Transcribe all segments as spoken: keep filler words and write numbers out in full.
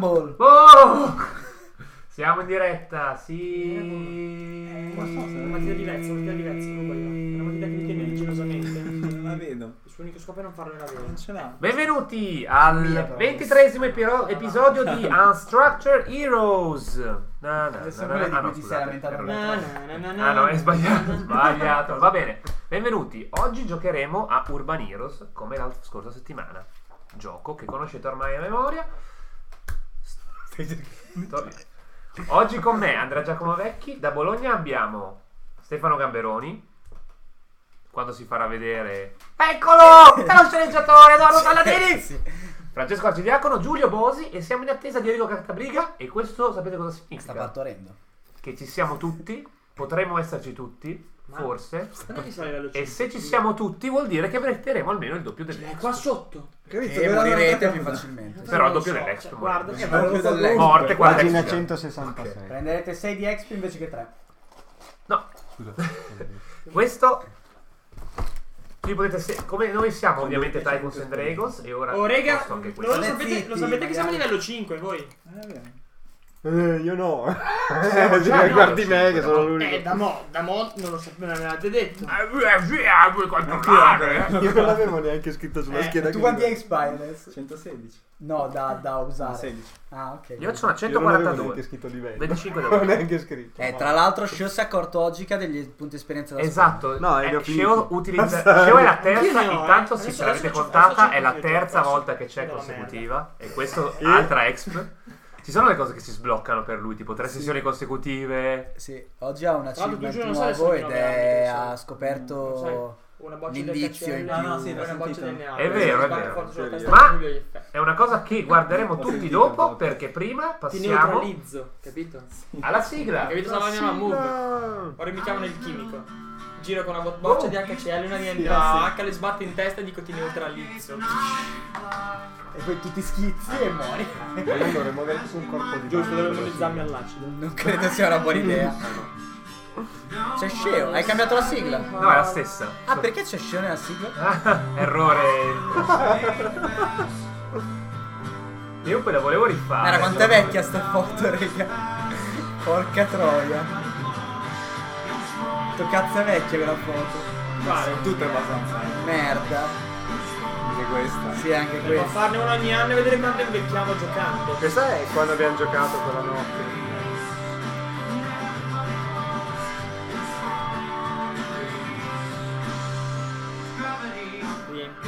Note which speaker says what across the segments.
Speaker 1: Rumble.
Speaker 2: Oh! Siamo in diretta, sì.
Speaker 3: Ma so, è una matita diversa, una matita diversa, non voglio. Una matita che mi tiene rigidosamente.
Speaker 4: Non la vedo.
Speaker 3: Il suo unico scopo è non farlo vedere.
Speaker 4: Non ce l'ha.
Speaker 2: Benvenuti al ventitreesimo epi- episodio di Unstructured Heroes. No, no,
Speaker 1: Adesso
Speaker 2: no,
Speaker 1: quello
Speaker 2: no,
Speaker 1: di
Speaker 2: no,
Speaker 1: cui ti sei
Speaker 2: scusate,
Speaker 1: lamentato.
Speaker 2: ero-
Speaker 3: Na, na, na, na,
Speaker 2: Ah no, è
Speaker 3: na.
Speaker 2: sbagliato, sbagliato. Va bene. Benvenuti. Oggi giocheremo a Urban Heroes come la scorsa settimana. Gioco che conoscete ormai a memoria. Oggi con me Andrea Giacomo Vecchi. Da Bologna abbiamo Stefano Gamberoni. Quando si farà vedere, eccolo! È lo sceneggiatore Edoardo Salladini.
Speaker 1: Sì.
Speaker 2: Francesco Arcidiacono, Giulio Bosi. E siamo in attesa di Enrico Cattabriga. E questo sapete cosa
Speaker 1: Sta
Speaker 2: significa?
Speaker 1: partorendo.
Speaker 2: Che ci siamo tutti. Potremmo esserci tutti.
Speaker 3: Ma-
Speaker 2: Forse.
Speaker 3: Non è che sale livello
Speaker 2: E
Speaker 3: cinque,
Speaker 2: se ci
Speaker 3: scusa.
Speaker 2: siamo tutti vuol dire che meriteremo almeno il doppio
Speaker 3: È
Speaker 2: dell'exp.
Speaker 3: qua sotto.
Speaker 4: Capito?
Speaker 1: E
Speaker 4: Però
Speaker 1: morirete
Speaker 4: non
Speaker 1: più
Speaker 4: lo so.
Speaker 1: facilmente.
Speaker 2: Però il
Speaker 3: Non
Speaker 2: doppio
Speaker 3: so,
Speaker 2: dell'exp.
Speaker 3: cioè,
Speaker 2: muore.
Speaker 3: guarda,
Speaker 4: Eh,
Speaker 3: ma
Speaker 4: ma
Speaker 3: non
Speaker 4: lo
Speaker 3: so
Speaker 4: so,
Speaker 3: dove-
Speaker 2: Morte qua
Speaker 5: Pagina
Speaker 2: l'exp.
Speaker 5: centosessantasei.
Speaker 4: Ok.
Speaker 1: Prenderete sei di exp invece che tre.
Speaker 2: No.
Speaker 5: Scusa.
Speaker 2: Questo. Qui potete se- come noi siamo ovviamente Tycoons and Dragons. E ora
Speaker 3: Oh rega,
Speaker 2: posto anche
Speaker 3: non
Speaker 2: questo.
Speaker 3: lo
Speaker 1: State
Speaker 3: sapete,
Speaker 1: zitti,
Speaker 3: lo sapete che siamo a
Speaker 1: magari.
Speaker 3: livello cinque voi?
Speaker 4: Eh, bene.
Speaker 5: Eh, io no.
Speaker 2: Siamo già
Speaker 5: Eh, guardi
Speaker 2: noi,
Speaker 5: me che
Speaker 2: però.
Speaker 5: sono l'unico.
Speaker 3: Eh, da mo, da mo non lo sapete, non l'avete detto.
Speaker 2: Ah, via, via, vuoi controllare?
Speaker 5: Io non l'avevo neanche scritto sulla
Speaker 3: Eh,
Speaker 5: scheda.
Speaker 1: Tu
Speaker 5: che
Speaker 1: quanti
Speaker 5: mi-
Speaker 1: exp hai adesso?
Speaker 4: centosedici.
Speaker 1: No, da, da usare.
Speaker 4: sedici.
Speaker 1: Ah, ok.
Speaker 2: Io sono a
Speaker 5: Io non avevo neanche
Speaker 2: centoquarantadue.
Speaker 5: scritto livello.
Speaker 2: venticinque
Speaker 5: Non avevo
Speaker 2: da
Speaker 5: neanche scritto.
Speaker 1: Eh, tra l'altro Shio si è accorto oggi che ha degli punti esperienza da
Speaker 2: Esatto.
Speaker 5: No,
Speaker 2: eh,
Speaker 5: li ho finiti.
Speaker 2: Sceo utilizza
Speaker 5: Basta.
Speaker 2: Sceo è la
Speaker 3: Anch'io
Speaker 2: terza,
Speaker 3: ne ho, eh.
Speaker 2: intanto sì,
Speaker 3: Adesso-
Speaker 2: se l'avete
Speaker 3: adesso ci-
Speaker 2: contata
Speaker 3: adesso ci
Speaker 2: è la
Speaker 3: faccio-
Speaker 2: terza
Speaker 3: faccio-
Speaker 2: volta che c'è
Speaker 3: della
Speaker 2: consecutiva e questo
Speaker 5: E-
Speaker 2: altra exp. Ci sono le cose che si sbloccano per lui, tipo tre sessioni consecutive.
Speaker 1: Sì, oggi ha un
Speaker 3: Tra l'altro tu
Speaker 1: achievement
Speaker 3: giuro non sai
Speaker 1: nuovo
Speaker 3: se
Speaker 1: ed
Speaker 3: sono
Speaker 1: è,
Speaker 3: grandi,
Speaker 1: ha
Speaker 3: non sai.
Speaker 1: scoperto
Speaker 3: Una boccia
Speaker 1: l'indizio
Speaker 3: del
Speaker 1: in
Speaker 3: cacciello,
Speaker 1: più.
Speaker 4: Ah, no, sì,
Speaker 3: una
Speaker 4: l'ho
Speaker 3: boccia
Speaker 4: sentito.
Speaker 3: del neanno.
Speaker 2: È vero, è
Speaker 3: Sbatte
Speaker 2: vero.
Speaker 3: forte sulla testa,
Speaker 2: Ma-
Speaker 3: non voglio gli effetti.
Speaker 2: È una cosa che guarderemo tutti
Speaker 4: sentito
Speaker 2: dopo
Speaker 4: un po'.
Speaker 2: perché prima
Speaker 3: Ti
Speaker 2: passiamo
Speaker 3: neutralizzo, capito?
Speaker 2: alla sigla.
Speaker 3: Capito? Stava la mia move. Ora mi chiamano il chimico. Giro con una bo- boccia
Speaker 2: Oh.
Speaker 3: di H C L, una di
Speaker 4: Sì,
Speaker 3: H, le sbatto in testa e dico ti neutralizzo.
Speaker 1: E poi tu ti schizzi e muori.
Speaker 5: Volendo rimuoverti su un corpo di
Speaker 3: Giusto,
Speaker 5: bagno.
Speaker 3: devo immonizzarmi all'acido.
Speaker 1: Non credo sia una buona idea. C'è Sheo, hai cambiato la sigla?
Speaker 2: No, è la stessa.
Speaker 1: Ah, perché c'è Sheo nella sigla?
Speaker 2: Ah, errore. Io poi la volevo rifare.
Speaker 1: Era quanto è vecchia sta foto, raga. Porca troia. Sto cazzo è vecchia quella foto.
Speaker 3: Quale?
Speaker 4: Tutte abbastanza.
Speaker 1: Merda.
Speaker 4: Anche questa.
Speaker 1: Sì, anche
Speaker 3: Devo
Speaker 1: questa.
Speaker 3: farne uno ogni anno e vedere quanto invecchiamo giocando.
Speaker 5: Questa è quando abbiamo giocato quella notte.
Speaker 3: Riempio.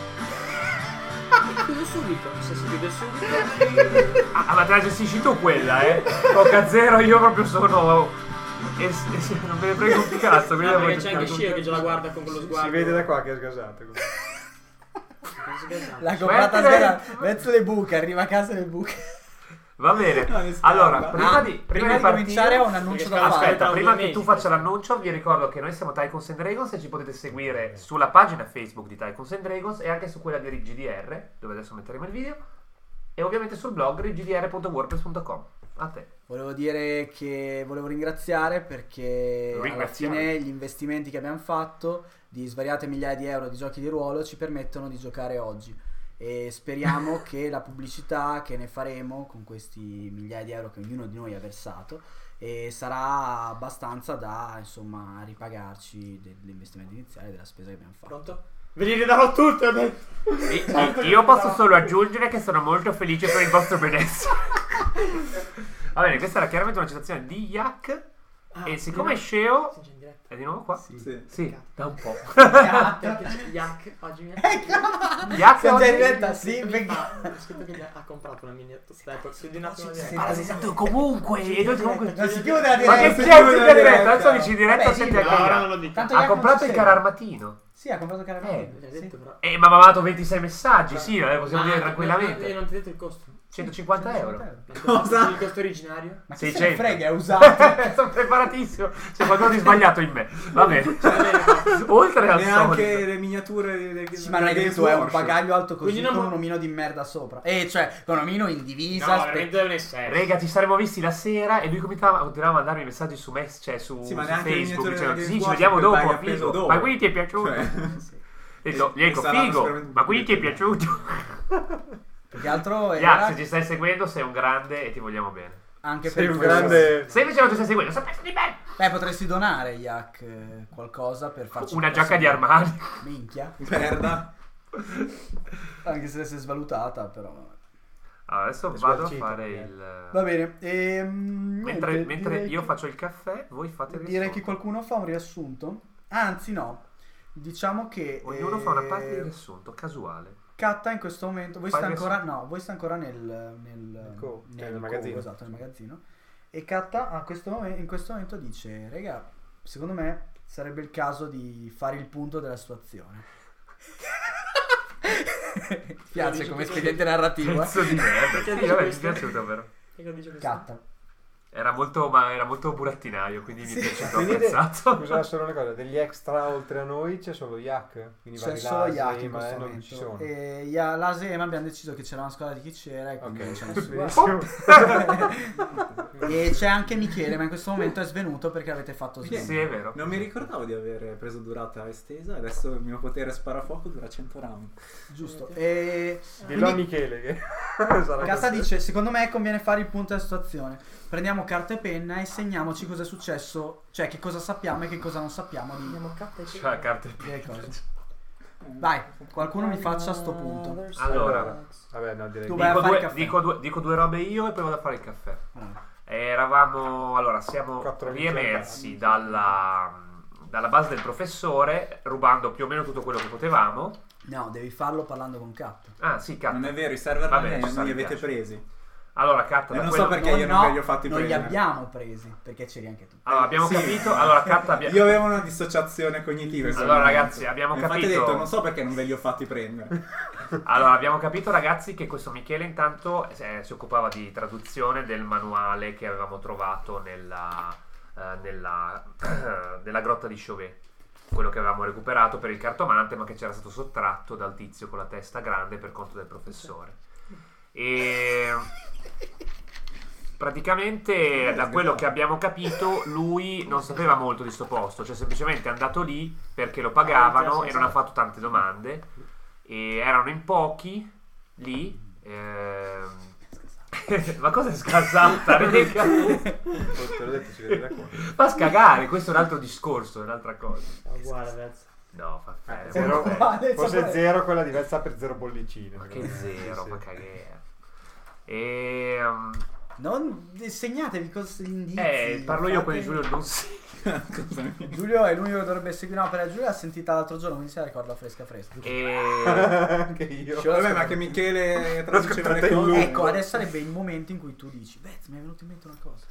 Speaker 3: E chiudo subito. Se si chiude subito.
Speaker 2: Ah, ma te la gestisci tu quella, eh? Poca zero, io proprio sono. E, e- non me ne prego un cazzo. quindi
Speaker 3: Ah,
Speaker 2: devo
Speaker 3: perché c'è anche
Speaker 2: gestire
Speaker 3: Shio
Speaker 2: tutto.
Speaker 3: che già la guarda con quello
Speaker 5: Si
Speaker 3: sguardo.
Speaker 5: vede da qua che è sgasato.
Speaker 1: L'ha comprata
Speaker 2: Mettile-
Speaker 1: sgara- mezzo le buche, arriva a casa le buche.
Speaker 2: Va bene.
Speaker 4: No, ne scappa.
Speaker 2: Allora, prima
Speaker 1: Ah,
Speaker 2: di, prima
Speaker 1: prima
Speaker 2: di
Speaker 1: di
Speaker 2: partire,
Speaker 1: cominciare ho un annuncio
Speaker 3: Perché
Speaker 1: da fare.
Speaker 2: aspetta,
Speaker 3: tra
Speaker 2: prima
Speaker 3: due
Speaker 2: che tu
Speaker 3: mesi.
Speaker 2: faccia l'annuncio, vi ricordo che noi siamo Tycoons and Dragons e ci potete seguire sulla pagina Facebook di Tycoons and Dragons e anche su quella di G D R, dove adesso metteremo il video, e ovviamente sul blog rigdr punto wordpress punto com. A te.
Speaker 1: Volevo dire che volevo ringraziare perché alla
Speaker 2: Ringraziare.
Speaker 1: fine gli investimenti che abbiamo fatto di svariate migliaia di euro di giochi di ruolo ci permettono di giocare oggi e speriamo che la pubblicità che ne faremo con questi migliaia di euro che ognuno di noi ha versato e sarà abbastanza da insomma ripagarci dell'investimento iniziale, della spesa che abbiamo fatto.
Speaker 3: Pronto? Ve li ridarò tutti, ho detto.
Speaker 2: E- e- io posso solo aggiungere che sono molto felice per il vostro benessere. Va bene, questa era chiaramente una citazione di Yak.
Speaker 3: Ah,
Speaker 2: E siccome
Speaker 3: prima-
Speaker 2: Sceo
Speaker 3: Sì, c'è in diretta.
Speaker 2: è di nuovo qua?
Speaker 4: Sì.
Speaker 2: Sì, da un po'.
Speaker 3: Perché c'è Yak oggi mi ha
Speaker 2: Yak
Speaker 1: Siamo già in
Speaker 2: oggi-
Speaker 1: diretta, sì, perché...
Speaker 3: Ha scritto che ha comprato una mini step. Si di un attimo di
Speaker 1: Sì,
Speaker 2: Ma la sei sentito comunque. E noi comunque.
Speaker 1: Non si chiude la
Speaker 2: Ma che
Speaker 1: diretta.
Speaker 2: cazzo di diretta? Adesso dici in diretta
Speaker 1: Vabbè,
Speaker 2: senti
Speaker 1: sì,
Speaker 2: anche
Speaker 3: No, ora
Speaker 2: Yak.
Speaker 3: non lo dico.
Speaker 1: Tanto
Speaker 2: Ha
Speaker 1: Yak non
Speaker 2: comprato
Speaker 1: ci
Speaker 2: il
Speaker 1: segue.
Speaker 2: cararmatino.
Speaker 1: Sì, ha comprato Caramelle.
Speaker 2: Eh.
Speaker 3: L'hai detto però.
Speaker 2: E mi ha mandato ventisei messaggi, sì, eh, possiamo
Speaker 3: Ma-
Speaker 2: dire
Speaker 3: E
Speaker 2: tranquillamente.
Speaker 3: non ti ho detto il costo.
Speaker 2: centocinquanta euro.
Speaker 3: Cosa? Il costo originario?
Speaker 1: Ma che se ne
Speaker 2: seicento.
Speaker 1: frega, è usato.
Speaker 2: Sono preparatissimo. C'è qualcosa di sbagliato in me. Va bene.
Speaker 3: Va bene,
Speaker 2: Oltre al
Speaker 4: Neanche
Speaker 2: solito.
Speaker 4: le miniature del
Speaker 1: Sì, ma non hai
Speaker 4: Games
Speaker 1: detto, è un
Speaker 4: Workshop.
Speaker 1: bagaglio alto così
Speaker 3: Quindi non
Speaker 1: con
Speaker 3: mo-
Speaker 1: un omino di merda sopra. Eh, cioè, con un omino in divisa.
Speaker 3: No,
Speaker 1: aspe-
Speaker 3: veramente devono essere.
Speaker 2: Rega, ci saremmo visti la sera e lui continuava, continuava a mandarmi messaggi su, mes- cioè su,
Speaker 4: Sì, ma
Speaker 2: su
Speaker 4: neanche le
Speaker 2: Facebook
Speaker 4: miniature
Speaker 2: dicendo
Speaker 4: del
Speaker 2: sì,
Speaker 4: Games
Speaker 2: ci vediamo
Speaker 4: Workshop
Speaker 2: dopo,
Speaker 4: che paghi appeso
Speaker 2: figo.
Speaker 4: dopo.
Speaker 2: Ma quindi ti è piaciuto?
Speaker 4: Cioè,
Speaker 2: Ho detto,
Speaker 4: e-
Speaker 2: gli dico,
Speaker 4: e sarà
Speaker 2: figo,
Speaker 4: sicuramente
Speaker 2: ma quindi ti è
Speaker 4: più
Speaker 2: piaciuto?
Speaker 1: Più che altro
Speaker 2: Yak,
Speaker 1: era
Speaker 2: se ci stai seguendo sei un grande e ti vogliamo bene.
Speaker 1: anche
Speaker 5: Sei
Speaker 1: per
Speaker 5: un
Speaker 1: questo-
Speaker 5: grande...
Speaker 2: Se invece non ci stai seguendo, sapete di me!
Speaker 1: Beh, potresti donare, Yak, eh, qualcosa per farci
Speaker 2: Una
Speaker 1: passare-
Speaker 2: giacca di armadio.
Speaker 1: Minchia.
Speaker 6: Merda.
Speaker 1: Anche se si è svalutata, però.
Speaker 2: Allora, adesso
Speaker 5: È
Speaker 2: vado a
Speaker 5: sgualcito,
Speaker 2: fare
Speaker 5: eh.
Speaker 2: il...
Speaker 1: Va bene. ehm,
Speaker 2: Mentre,
Speaker 1: niente,
Speaker 2: mentre
Speaker 1: direi
Speaker 2: io
Speaker 1: che-
Speaker 2: faccio il caffè, voi fate il
Speaker 1: Direi
Speaker 2: riassunto.
Speaker 1: che qualcuno fa un riassunto. Anzi, no. Diciamo che
Speaker 2: Ognuno
Speaker 1: eh,
Speaker 2: fa una parte di riassunto, casuale.
Speaker 1: Catta in questo momento. Voi
Speaker 2: Fai
Speaker 1: sta
Speaker 2: il
Speaker 1: ancora.
Speaker 2: riassunto.
Speaker 1: No, voi sta ancora nel. nel,
Speaker 5: co-
Speaker 1: nel
Speaker 5: cioè nel
Speaker 1: co-
Speaker 5: magazzino.
Speaker 1: Esatto, nel magazzino. E Catta a questo momen- in questo momento dice: Raga, secondo me sarebbe il caso di fare il punto della situazione. Ti piace
Speaker 3: dice
Speaker 1: come
Speaker 3: così?
Speaker 1: espediente narrativo? eh?
Speaker 2: Pezzo di merda.
Speaker 3: Perché
Speaker 2: Sì,
Speaker 3: dice
Speaker 2: vabbè, mi è
Speaker 3: questo?
Speaker 2: piaciuto però.
Speaker 3: E cosa dice questo?
Speaker 1: Catta.
Speaker 2: Era molto, ma era molto burattinaio, quindi mi è
Speaker 1: Sì.
Speaker 2: piaciuto, ho
Speaker 5: Quindi de-
Speaker 2: apprezzato.
Speaker 5: Scusa solo una cosa, degli extra oltre a noi c'è solo Yak. Quindi
Speaker 1: C'è
Speaker 5: vari
Speaker 1: solo
Speaker 5: Lasi,
Speaker 1: Yak in
Speaker 5: ma
Speaker 1: questo
Speaker 5: non ci
Speaker 1: momento.
Speaker 5: sono.
Speaker 1: E Ia- Lase e Emma abbiamo deciso che c'era una squadra di chi c'era e quindi
Speaker 5: Ok,
Speaker 1: non c'è nessuno.
Speaker 5: benissimo.
Speaker 1: E c'è anche Michele, ma in questo momento è svenuto perché avete fatto
Speaker 6: Michele.
Speaker 1: sbaglio.
Speaker 2: Sì, è vero.
Speaker 6: Non mi ricordavo di aver preso durata estesa, adesso il mio potere sparafuoco dura cento round.
Speaker 1: Giusto. E
Speaker 5: Dillo a
Speaker 1: quindi
Speaker 5: Michele che sarà
Speaker 1: Cassa
Speaker 5: così.
Speaker 1: dice: secondo me conviene fare il punto della situazione. Prendiamo carta e penna e segniamoci cosa è successo, cioè che cosa sappiamo e che cosa non sappiamo di,
Speaker 3: Andiamo a catta e
Speaker 2: Cioè, carte e
Speaker 1: delle cose. Vai, qualcuno mi faccia a sto punto.
Speaker 2: Allora,
Speaker 5: Vabbè, no, direi
Speaker 1: Tu
Speaker 5: che-
Speaker 1: vai a
Speaker 2: Dico
Speaker 1: fare il
Speaker 2: due,
Speaker 1: caffè.
Speaker 2: dico, due, dico due robe io e poi vado a fare il caffè.
Speaker 1: Ah.
Speaker 2: Eravamo, allora, siamo
Speaker 5: Quattro amici
Speaker 2: riemersi dalla, dalla base del professore, rubando più o meno tutto quello che potevamo.
Speaker 1: No, devi farlo parlando con Kat.
Speaker 2: Ah, sì, Kat.
Speaker 6: Non è vero, i server
Speaker 2: Vabbè,
Speaker 6: non,
Speaker 2: ci
Speaker 6: li-
Speaker 2: sta,
Speaker 6: non li
Speaker 2: mi
Speaker 6: avete
Speaker 2: piace.
Speaker 6: presi.
Speaker 2: Allora, Kat,
Speaker 6: E
Speaker 2: da
Speaker 6: non
Speaker 2: quello-
Speaker 6: so perché
Speaker 1: Noi
Speaker 6: io non
Speaker 1: no,
Speaker 6: ve li ho fatti
Speaker 1: non li
Speaker 6: prendere.
Speaker 1: abbiamo presi, perché c'eri anche tu.
Speaker 2: Allora, abbiamo
Speaker 6: Sì.
Speaker 2: capito. Allora, Kat abbia-
Speaker 6: Io avevo una dissociazione cognitiva. in quel
Speaker 2: Allora,
Speaker 6: momento.
Speaker 2: ragazzi, abbiamo
Speaker 6: Infatti
Speaker 2: capito-
Speaker 6: ho detto, non so perché non ve li ho fatti prendere.
Speaker 2: Allora, abbiamo capito, ragazzi, che questo Michele intanto eh, si occupava di traduzione del manuale che avevamo trovato nella, eh, nella, nella grotta di Chauvet. Quello che avevamo recuperato per il cartomante, ma che c'era stato sottratto dal tizio con la testa grande per conto del professore. E praticamente, da quello che abbiamo capito, lui non sapeva molto di sto posto, cioè semplicemente è andato lì perché lo pagavano e non ha fatto tante domande. E erano in pochi lì. ehm. Ma cosa è scasata? Raga?
Speaker 5: Oh, te l'ho detto, si vede da qua.
Speaker 2: Fa scagare, questo è un altro discorso, è un'altra cosa.
Speaker 3: Uguale, ragazzi.
Speaker 2: No, fa fare.
Speaker 5: Zero-
Speaker 2: ma-
Speaker 1: Uguale,
Speaker 5: Forse
Speaker 1: sapore.
Speaker 5: zero quella diversa per zero bollicine.
Speaker 2: Ma che zero,
Speaker 5: Sì,
Speaker 2: fa
Speaker 5: sì.
Speaker 2: cagare. E um,
Speaker 1: Non segnatevi cosa gli indizi.
Speaker 2: eh, parlo io con
Speaker 1: fate-
Speaker 2: Giulio, non si.
Speaker 6: Scusami.
Speaker 1: Giulio è l'unico che dovrebbe seguire. No, per Giulio l'ha sentita l'altro giorno, quindi se la ricorda fresca fresca.
Speaker 2: E
Speaker 5: Anche io.
Speaker 6: Vabbè, ma che Michele traduceva le
Speaker 5: ascoltate il
Speaker 6: cose.
Speaker 5: lungo.
Speaker 1: Ecco, adesso sarebbe il momento in cui tu dici: beh, mi è venuto in mente una cosa.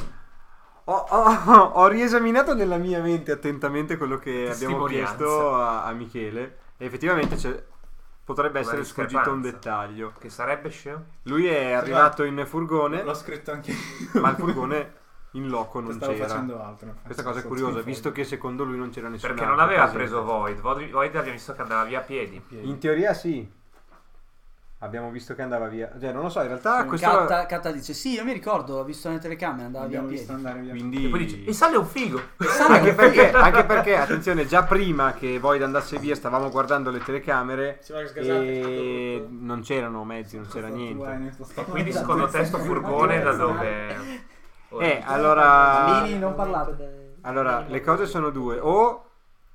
Speaker 5: Ho, ho- ho riesaminato nella mia mente attentamente quello che abbiamo
Speaker 2: Testimonianza.
Speaker 5: chiesto a, a Michele e effettivamente c'è- potrebbe
Speaker 2: Una
Speaker 5: essere sfuggito un
Speaker 2: discrepanza.
Speaker 5: dettaglio.
Speaker 2: che sarebbe scemo?
Speaker 5: Lui è arrivato in furgone,
Speaker 6: L'ho scritto anche io.
Speaker 5: ma il furgone in loco non
Speaker 6: Stavo
Speaker 5: c'era.
Speaker 6: facendo altro. non
Speaker 5: Questa
Speaker 6: faccio
Speaker 5: cosa è
Speaker 6: sotto
Speaker 5: curiosa,
Speaker 6: in
Speaker 5: visto
Speaker 6: fondo.
Speaker 5: che secondo lui non c'era nessuno.
Speaker 2: Perché non aveva preso Void. Void Void abbiamo visto che andava via a piedi.
Speaker 5: In teoria sì. Abbiamo visto che andava via. Cioè, non lo so, in realtà
Speaker 6: Sì,
Speaker 5: questo
Speaker 1: Catta, Catta dice: sì, io mi ricordo, l'ho visto nelle telecamere, andava via a
Speaker 6: Abbiamo
Speaker 1: piedi.
Speaker 6: visto andare via.
Speaker 5: quindi
Speaker 2: E poi dice: e sale un figo.
Speaker 5: anche perché, anche perché, attenzione, già prima che Void andasse via stavamo guardando le telecamere
Speaker 3: Si va sgasate.
Speaker 5: e non c'erano mezzi, non c'era
Speaker 6: Tu vai
Speaker 5: niente.
Speaker 6: nel tuo stato.
Speaker 2: Quindi secondo te sto furgone da dove?
Speaker 5: Eh, allora,
Speaker 1: Lini, non parlate.
Speaker 5: allora le cose sono due: o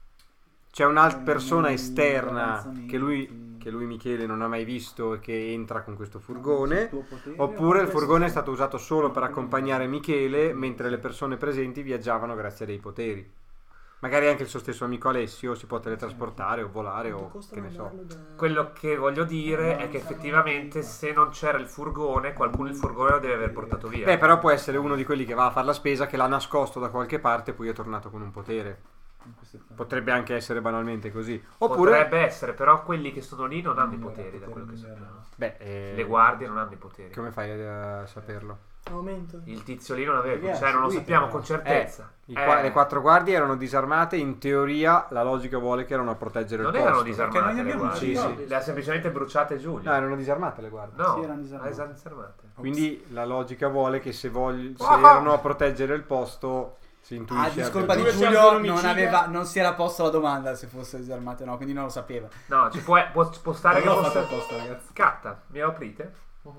Speaker 5: c'è un'altra persona esterna che lui, che lui Michele non ha mai visto e che entra con questo furgone, oppure il furgone è stato usato solo per accompagnare Michele mentre le persone presenti viaggiavano grazie a dei poteri. Magari anche il suo stesso amico Alessio si può teletrasportare o volare o che ne so.
Speaker 2: Quello che voglio dire è che effettivamente se non c'era il furgone, qualcuno il furgone lo deve aver portato via.
Speaker 5: Beh, però può essere uno di quelli che va a fare la spesa, che l'ha nascosto da qualche parte e poi è tornato con un potere. Potrebbe anche essere banalmente così. Oppure,
Speaker 2: Potrebbe essere, però quelli che sono lì non hanno i poteri, da quello che sappiamo.
Speaker 5: beh, eh,
Speaker 2: Le guardie non hanno i poteri.
Speaker 5: come fai a saperlo?
Speaker 3: Aumento.
Speaker 2: Il tizio lì non aveva,
Speaker 1: Perché
Speaker 2: cioè non lo
Speaker 1: seguite,
Speaker 2: sappiamo
Speaker 1: però.
Speaker 2: con certezza.
Speaker 5: I qua-
Speaker 2: Eh,
Speaker 5: le quattro guardie erano disarmate, in teoria la logica vuole che erano a proteggere
Speaker 2: non
Speaker 5: il
Speaker 2: erano
Speaker 5: posto.
Speaker 2: disarmate
Speaker 6: Perché non
Speaker 2: le
Speaker 6: gli abbiamo
Speaker 2: guardie.
Speaker 5: uccisi.
Speaker 2: Le ha semplicemente bruciate Giulio.
Speaker 5: No, erano disarmate le guardie.
Speaker 2: No,
Speaker 1: Sì, erano disarmate.
Speaker 2: erano disarmate.
Speaker 5: Quindi la logica vuole che se, vogli- se
Speaker 2: Oh!
Speaker 5: erano a proteggere il posto si
Speaker 1: A
Speaker 5: intuisce.
Speaker 1: discolpa di
Speaker 3: Giulio sia
Speaker 1: Giulio
Speaker 3: un
Speaker 1: non,
Speaker 3: omicida.
Speaker 1: aveva, non si era posto la domanda se fosse disarmato o no, quindi non lo sapeva.
Speaker 2: No, ci può, può, può stare
Speaker 6: Non
Speaker 2: che
Speaker 6: l'ho fatto
Speaker 2: fosse...
Speaker 6: apposta, ragazzi.
Speaker 2: Catta, mi lo aprite?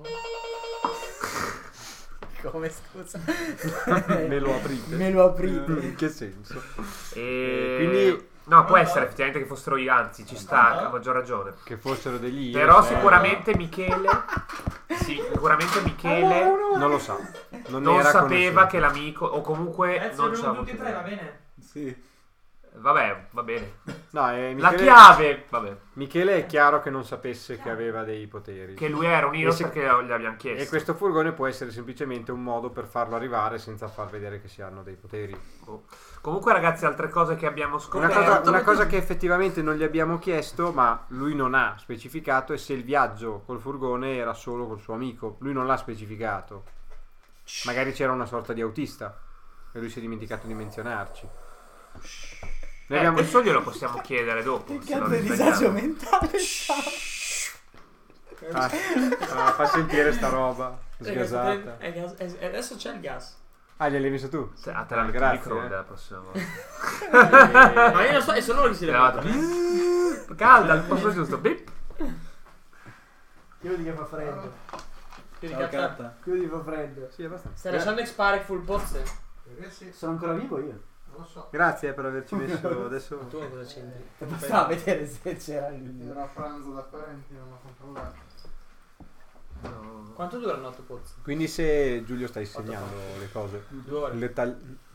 Speaker 1: Come scusa?
Speaker 5: Me lo aprite?
Speaker 1: Me lo aprite.
Speaker 5: In che senso?
Speaker 2: E...
Speaker 5: Quindi-
Speaker 2: No, può essere effettivamente che fossero io, anzi, ci sta, a maggior ragione.
Speaker 5: Che fossero degli
Speaker 2: Però
Speaker 5: eh,
Speaker 2: sicuramente Michele... Sì, sicuramente Michele
Speaker 5: non lo sa. Non,
Speaker 2: non
Speaker 5: era a
Speaker 2: sapeva
Speaker 5: conoscenza.
Speaker 2: che l'amico... O comunque
Speaker 3: Ezio,
Speaker 2: non c'ha
Speaker 3: abbiamo tutti
Speaker 2: avuto
Speaker 3: e tre, va
Speaker 2: idea.
Speaker 3: bene?
Speaker 6: Sì.
Speaker 2: Vabbè, va bene.
Speaker 5: No, eh,
Speaker 2: La
Speaker 5: Michele,
Speaker 2: chiave! Vabbè.
Speaker 5: Michele è chiaro che non sapesse che aveva dei poteri.
Speaker 2: Che lui era un hero
Speaker 5: E se-
Speaker 2: perché gli abbiamo chiesto.
Speaker 5: E questo furgone può essere semplicemente un modo per farlo arrivare senza far vedere che si hanno dei poteri.
Speaker 2: Boh. Comunque ragazzi, altre cose che abbiamo
Speaker 5: Una
Speaker 2: scoperto...
Speaker 5: cosa, una cosa che effettivamente non gli abbiamo chiesto, ma lui non ha specificato, è se il viaggio col furgone era solo col suo amico. Lui non l'ha specificato. Magari c'era una sorta di autista e lui si è dimenticato di menzionarci. Noi
Speaker 2: Eh,
Speaker 5: abbiamo...
Speaker 2: questo glielo possiamo chiedere dopo.
Speaker 1: Che
Speaker 2: se lo
Speaker 1: cazzo di
Speaker 2: ritagliamo.
Speaker 1: disagio mentale.
Speaker 5: Ah, ah, fa sentire sta roba
Speaker 3: Eh,
Speaker 5: sgasata.
Speaker 3: è gas- è- Adesso c'è il gas.
Speaker 5: Ah, gliel'hai messo tu?
Speaker 2: Se- Ah, te la metto in
Speaker 5: Grazie,
Speaker 2: microonde
Speaker 5: eh.
Speaker 2: la prossima volta.
Speaker 3: Ma io non so, è solo loro che si levata.
Speaker 2: Calda, al posto giusto. Bip.
Speaker 1: Chiudi che fa freddo.
Speaker 3: Quindi
Speaker 6: Ciao,
Speaker 3: cazzo-
Speaker 6: Catta.
Speaker 1: Chiudi che fa freddo.
Speaker 5: Sì, abbastanza.
Speaker 3: Stai lasciando expire full pozze?
Speaker 1: Sono ancora vivo io.
Speaker 5: Grazie per averci messo adesso.
Speaker 3: Tu cosa c'entri?
Speaker 1: Bastava vedere se c'era il...
Speaker 4: Era a pranzo da parenti, non ho controllato.
Speaker 2: No.
Speaker 3: Quanto dura il notte pozzo?
Speaker 5: Quindi se Giulio stai segnando le cose,
Speaker 3: Due ore.
Speaker 5: il dettaglio,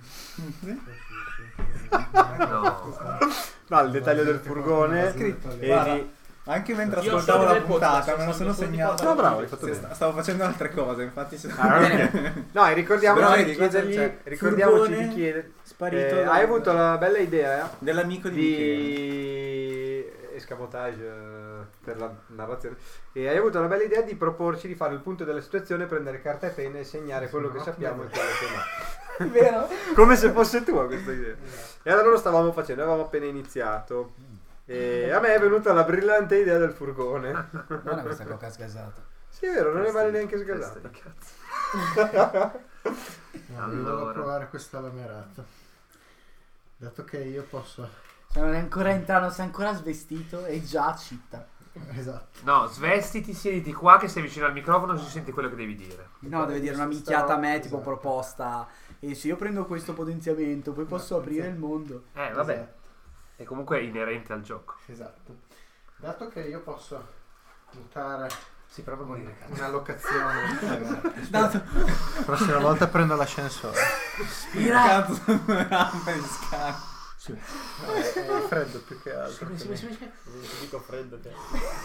Speaker 2: No.
Speaker 5: no, il dettaglio del furgone
Speaker 6: Scritto,
Speaker 5: e
Speaker 6: guarda.
Speaker 5: di...
Speaker 6: Anche mentre
Speaker 3: Io
Speaker 6: ascoltavo
Speaker 3: so
Speaker 6: la
Speaker 3: del podcast,
Speaker 6: puntata me lo sono
Speaker 3: sono
Speaker 6: segnato.
Speaker 5: No, bravo, hai fatto
Speaker 6: Sì,
Speaker 5: bene.
Speaker 6: sta- Stavo facendo altre cose, infatti se...
Speaker 5: Ah, ok. No, e ricordiamoci
Speaker 6: Però
Speaker 5: di
Speaker 6: vedi, questo
Speaker 5: chiedergli,
Speaker 6: c'è
Speaker 5: ricordiamoci
Speaker 6: furgone
Speaker 5: di chiedere.
Speaker 6: sparito
Speaker 5: Eh,
Speaker 6: da-
Speaker 5: hai avuto la bella idea
Speaker 6: dell'amico di, Michele.
Speaker 5: di escamotage eh, per la narrazione e hai avuto la bella idea di proporci di fare il punto della situazione, prendere carta e penna e segnare quello che sappiamo e quello che no.
Speaker 1: Vero?
Speaker 5: Come se fosse tua questa idea. E allora lo stavamo facendo, avevamo appena iniziato. E a me è venuta la brillante idea del furgone.
Speaker 1: Non è questa coca sgasata.
Speaker 5: Sì, è vero, non è male neanche
Speaker 2: Testa
Speaker 5: sgasata.
Speaker 2: di cazzo.
Speaker 4: No, io devo
Speaker 2: Allora.
Speaker 4: provare questa lamerata. Dato che io posso...
Speaker 1: Cioè non è ancora entrato, non si è ancora svestito e già citta.
Speaker 4: Esatto.
Speaker 2: No, svestiti, siediti qua che sei vicino al microfono si senti quello che devi dire.
Speaker 1: No, deve dire una minchiata a me, tipo proposta. E se io prendo questo potenziamento, poi posso aprire il mondo.
Speaker 2: Eh, vabbè. È comunque inerente al gioco.
Speaker 4: Esatto. Dato che io posso mutare
Speaker 2: Si prova a morire, cazzo.
Speaker 4: una locazione...
Speaker 1: Dato.
Speaker 4: La prossima volta prendo l'ascensore.
Speaker 6: Cazzo, una rampa di scala.
Speaker 4: Sì. È freddo più che altro.
Speaker 3: Sì, sì, sì, sì. Ti dico freddo te.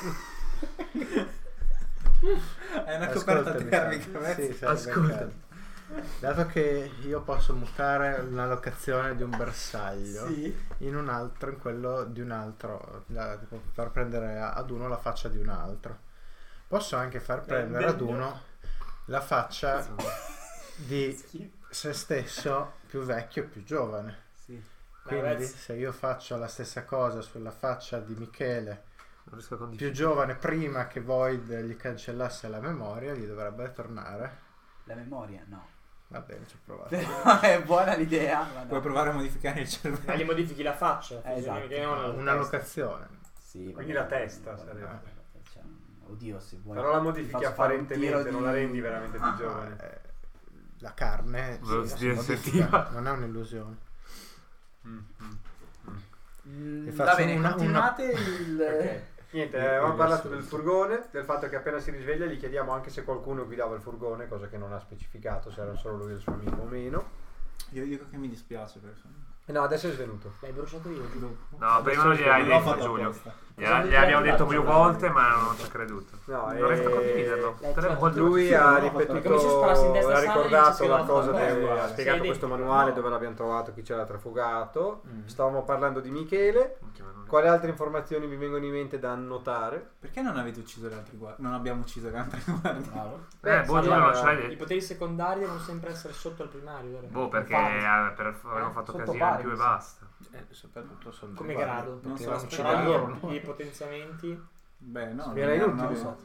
Speaker 6: È una coperta
Speaker 4: Ascoltami,
Speaker 6: termica.
Speaker 4: Fabio.
Speaker 6: vedi?
Speaker 4: Sì, sarebbe
Speaker 2: Ascolta.
Speaker 4: caldo. Dato che io posso mutare la locazione di un bersaglio
Speaker 1: Sì.
Speaker 4: in un altro, in quello di un altro, da- tipo, far prendere ad uno la faccia di un altro, posso anche far prendere ad uno la faccia di se stesso più vecchio e più giovane.
Speaker 1: Sì.
Speaker 4: Quindi
Speaker 3: Ragazzi.
Speaker 4: se io faccio la stessa cosa sulla faccia di Michele
Speaker 2: Non riesco a
Speaker 4: più
Speaker 2: condividere.
Speaker 4: giovane prima che Void gli cancellasse la memoria, gli dovrebbe tornare.
Speaker 1: La memoria, no.
Speaker 4: Va bene, ci ho provato.
Speaker 1: Però è buona l'idea. Ma no.
Speaker 6: Puoi provare a modificare il
Speaker 3: Ma
Speaker 6: cervello.
Speaker 3: gli modifichi la faccia.
Speaker 1: Eh, esatto.
Speaker 3: che non la
Speaker 4: Una
Speaker 3: testa.
Speaker 4: locazione.
Speaker 1: Sì,
Speaker 5: Quindi
Speaker 1: vabbè,
Speaker 5: la testa
Speaker 1: vabbè,
Speaker 5: sarebbe.
Speaker 1: vabbè, cioè, oddio, se vuoi.
Speaker 5: Però la
Speaker 1: ti
Speaker 5: modifichi
Speaker 1: faccio fare un
Speaker 5: apparentemente,
Speaker 1: tiro
Speaker 5: non
Speaker 1: di-
Speaker 5: la rendi veramente più giovane.
Speaker 4: Eh, La carne
Speaker 2: Volevo
Speaker 4: sì,
Speaker 2: dire
Speaker 4: si
Speaker 2: se
Speaker 4: modifica,
Speaker 2: ti
Speaker 4: non è un'illusione.
Speaker 5: Mm, mm.
Speaker 1: Mm,
Speaker 4: Ti
Speaker 1: va
Speaker 4: faccio
Speaker 1: bene,
Speaker 4: una-
Speaker 1: continuate il...
Speaker 5: Ok. Niente,
Speaker 4: Il-
Speaker 5: eh, avevamo
Speaker 4: il
Speaker 5: parlato
Speaker 4: riassunto.
Speaker 5: del furgone, del fatto che appena si risveglia gli chiediamo anche se qualcuno guidava il furgone, cosa che non ha specificato, se era solo lui e il suo amico o meno.
Speaker 6: Io dico che mi dispiace perché sono...
Speaker 5: E no, adesso è svenuto.
Speaker 3: L'hai bruciato io.
Speaker 2: No, prima non gliel'hai
Speaker 6: Non l'ho
Speaker 2: detto
Speaker 6: fatto
Speaker 2: Giulio.
Speaker 6: apposta.
Speaker 2: Gliela- Gliel'abbiamo detto più volte ma non ci ha creduto.
Speaker 5: No,
Speaker 2: Non riesco a condividerlo.
Speaker 3: L'hai
Speaker 2: Tre
Speaker 3: fatto
Speaker 2: volte.
Speaker 5: Lui
Speaker 6: Sì,
Speaker 5: ha
Speaker 6: no,
Speaker 5: ripetuto,
Speaker 3: è come se sparassi in testa
Speaker 5: ha
Speaker 3: a Sara e
Speaker 5: ricordato
Speaker 3: dici che
Speaker 5: la
Speaker 3: l'ha
Speaker 5: cosa,
Speaker 3: fatto.
Speaker 5: del-
Speaker 6: Eh,
Speaker 5: ha
Speaker 6: guarda.
Speaker 5: spiegato
Speaker 3: Sei
Speaker 5: questo
Speaker 3: dei-
Speaker 5: manuale
Speaker 3: no.
Speaker 5: dove l'abbiamo trovato, chi ce l'ha trafugato.
Speaker 6: Mm.
Speaker 5: Stavamo parlando di Michele.
Speaker 2: Minchia, ma non-
Speaker 5: Quali altre informazioni vi vengono in mente da annotare?
Speaker 6: Perché non avete ucciso le altre guardie? Non abbiamo ucciso le altre guardie.
Speaker 1: Bravo.
Speaker 2: Eh, boh, Giulio non ce l'hai
Speaker 3: I
Speaker 2: detto.
Speaker 3: poteri secondari devono sempre essere sotto al primario, vero?
Speaker 2: Boh, perché
Speaker 1: Infatti.
Speaker 2: eh, per, avevamo fatto
Speaker 1: sotto
Speaker 2: casino in
Speaker 1: pari,
Speaker 2: più e
Speaker 1: mi sa.
Speaker 2: basta.
Speaker 4: Eh, soprattutto sono
Speaker 3: Come
Speaker 4: due
Speaker 3: grado?
Speaker 6: Non
Speaker 4: perché
Speaker 6: so,
Speaker 4: non
Speaker 6: aspetta.
Speaker 4: ci
Speaker 3: Però
Speaker 4: danno loro,
Speaker 3: i,
Speaker 4: no?
Speaker 3: i potenziamenti.
Speaker 6: Beh, no.
Speaker 5: Era
Speaker 6: non-
Speaker 5: inutile.
Speaker 6: non lo so.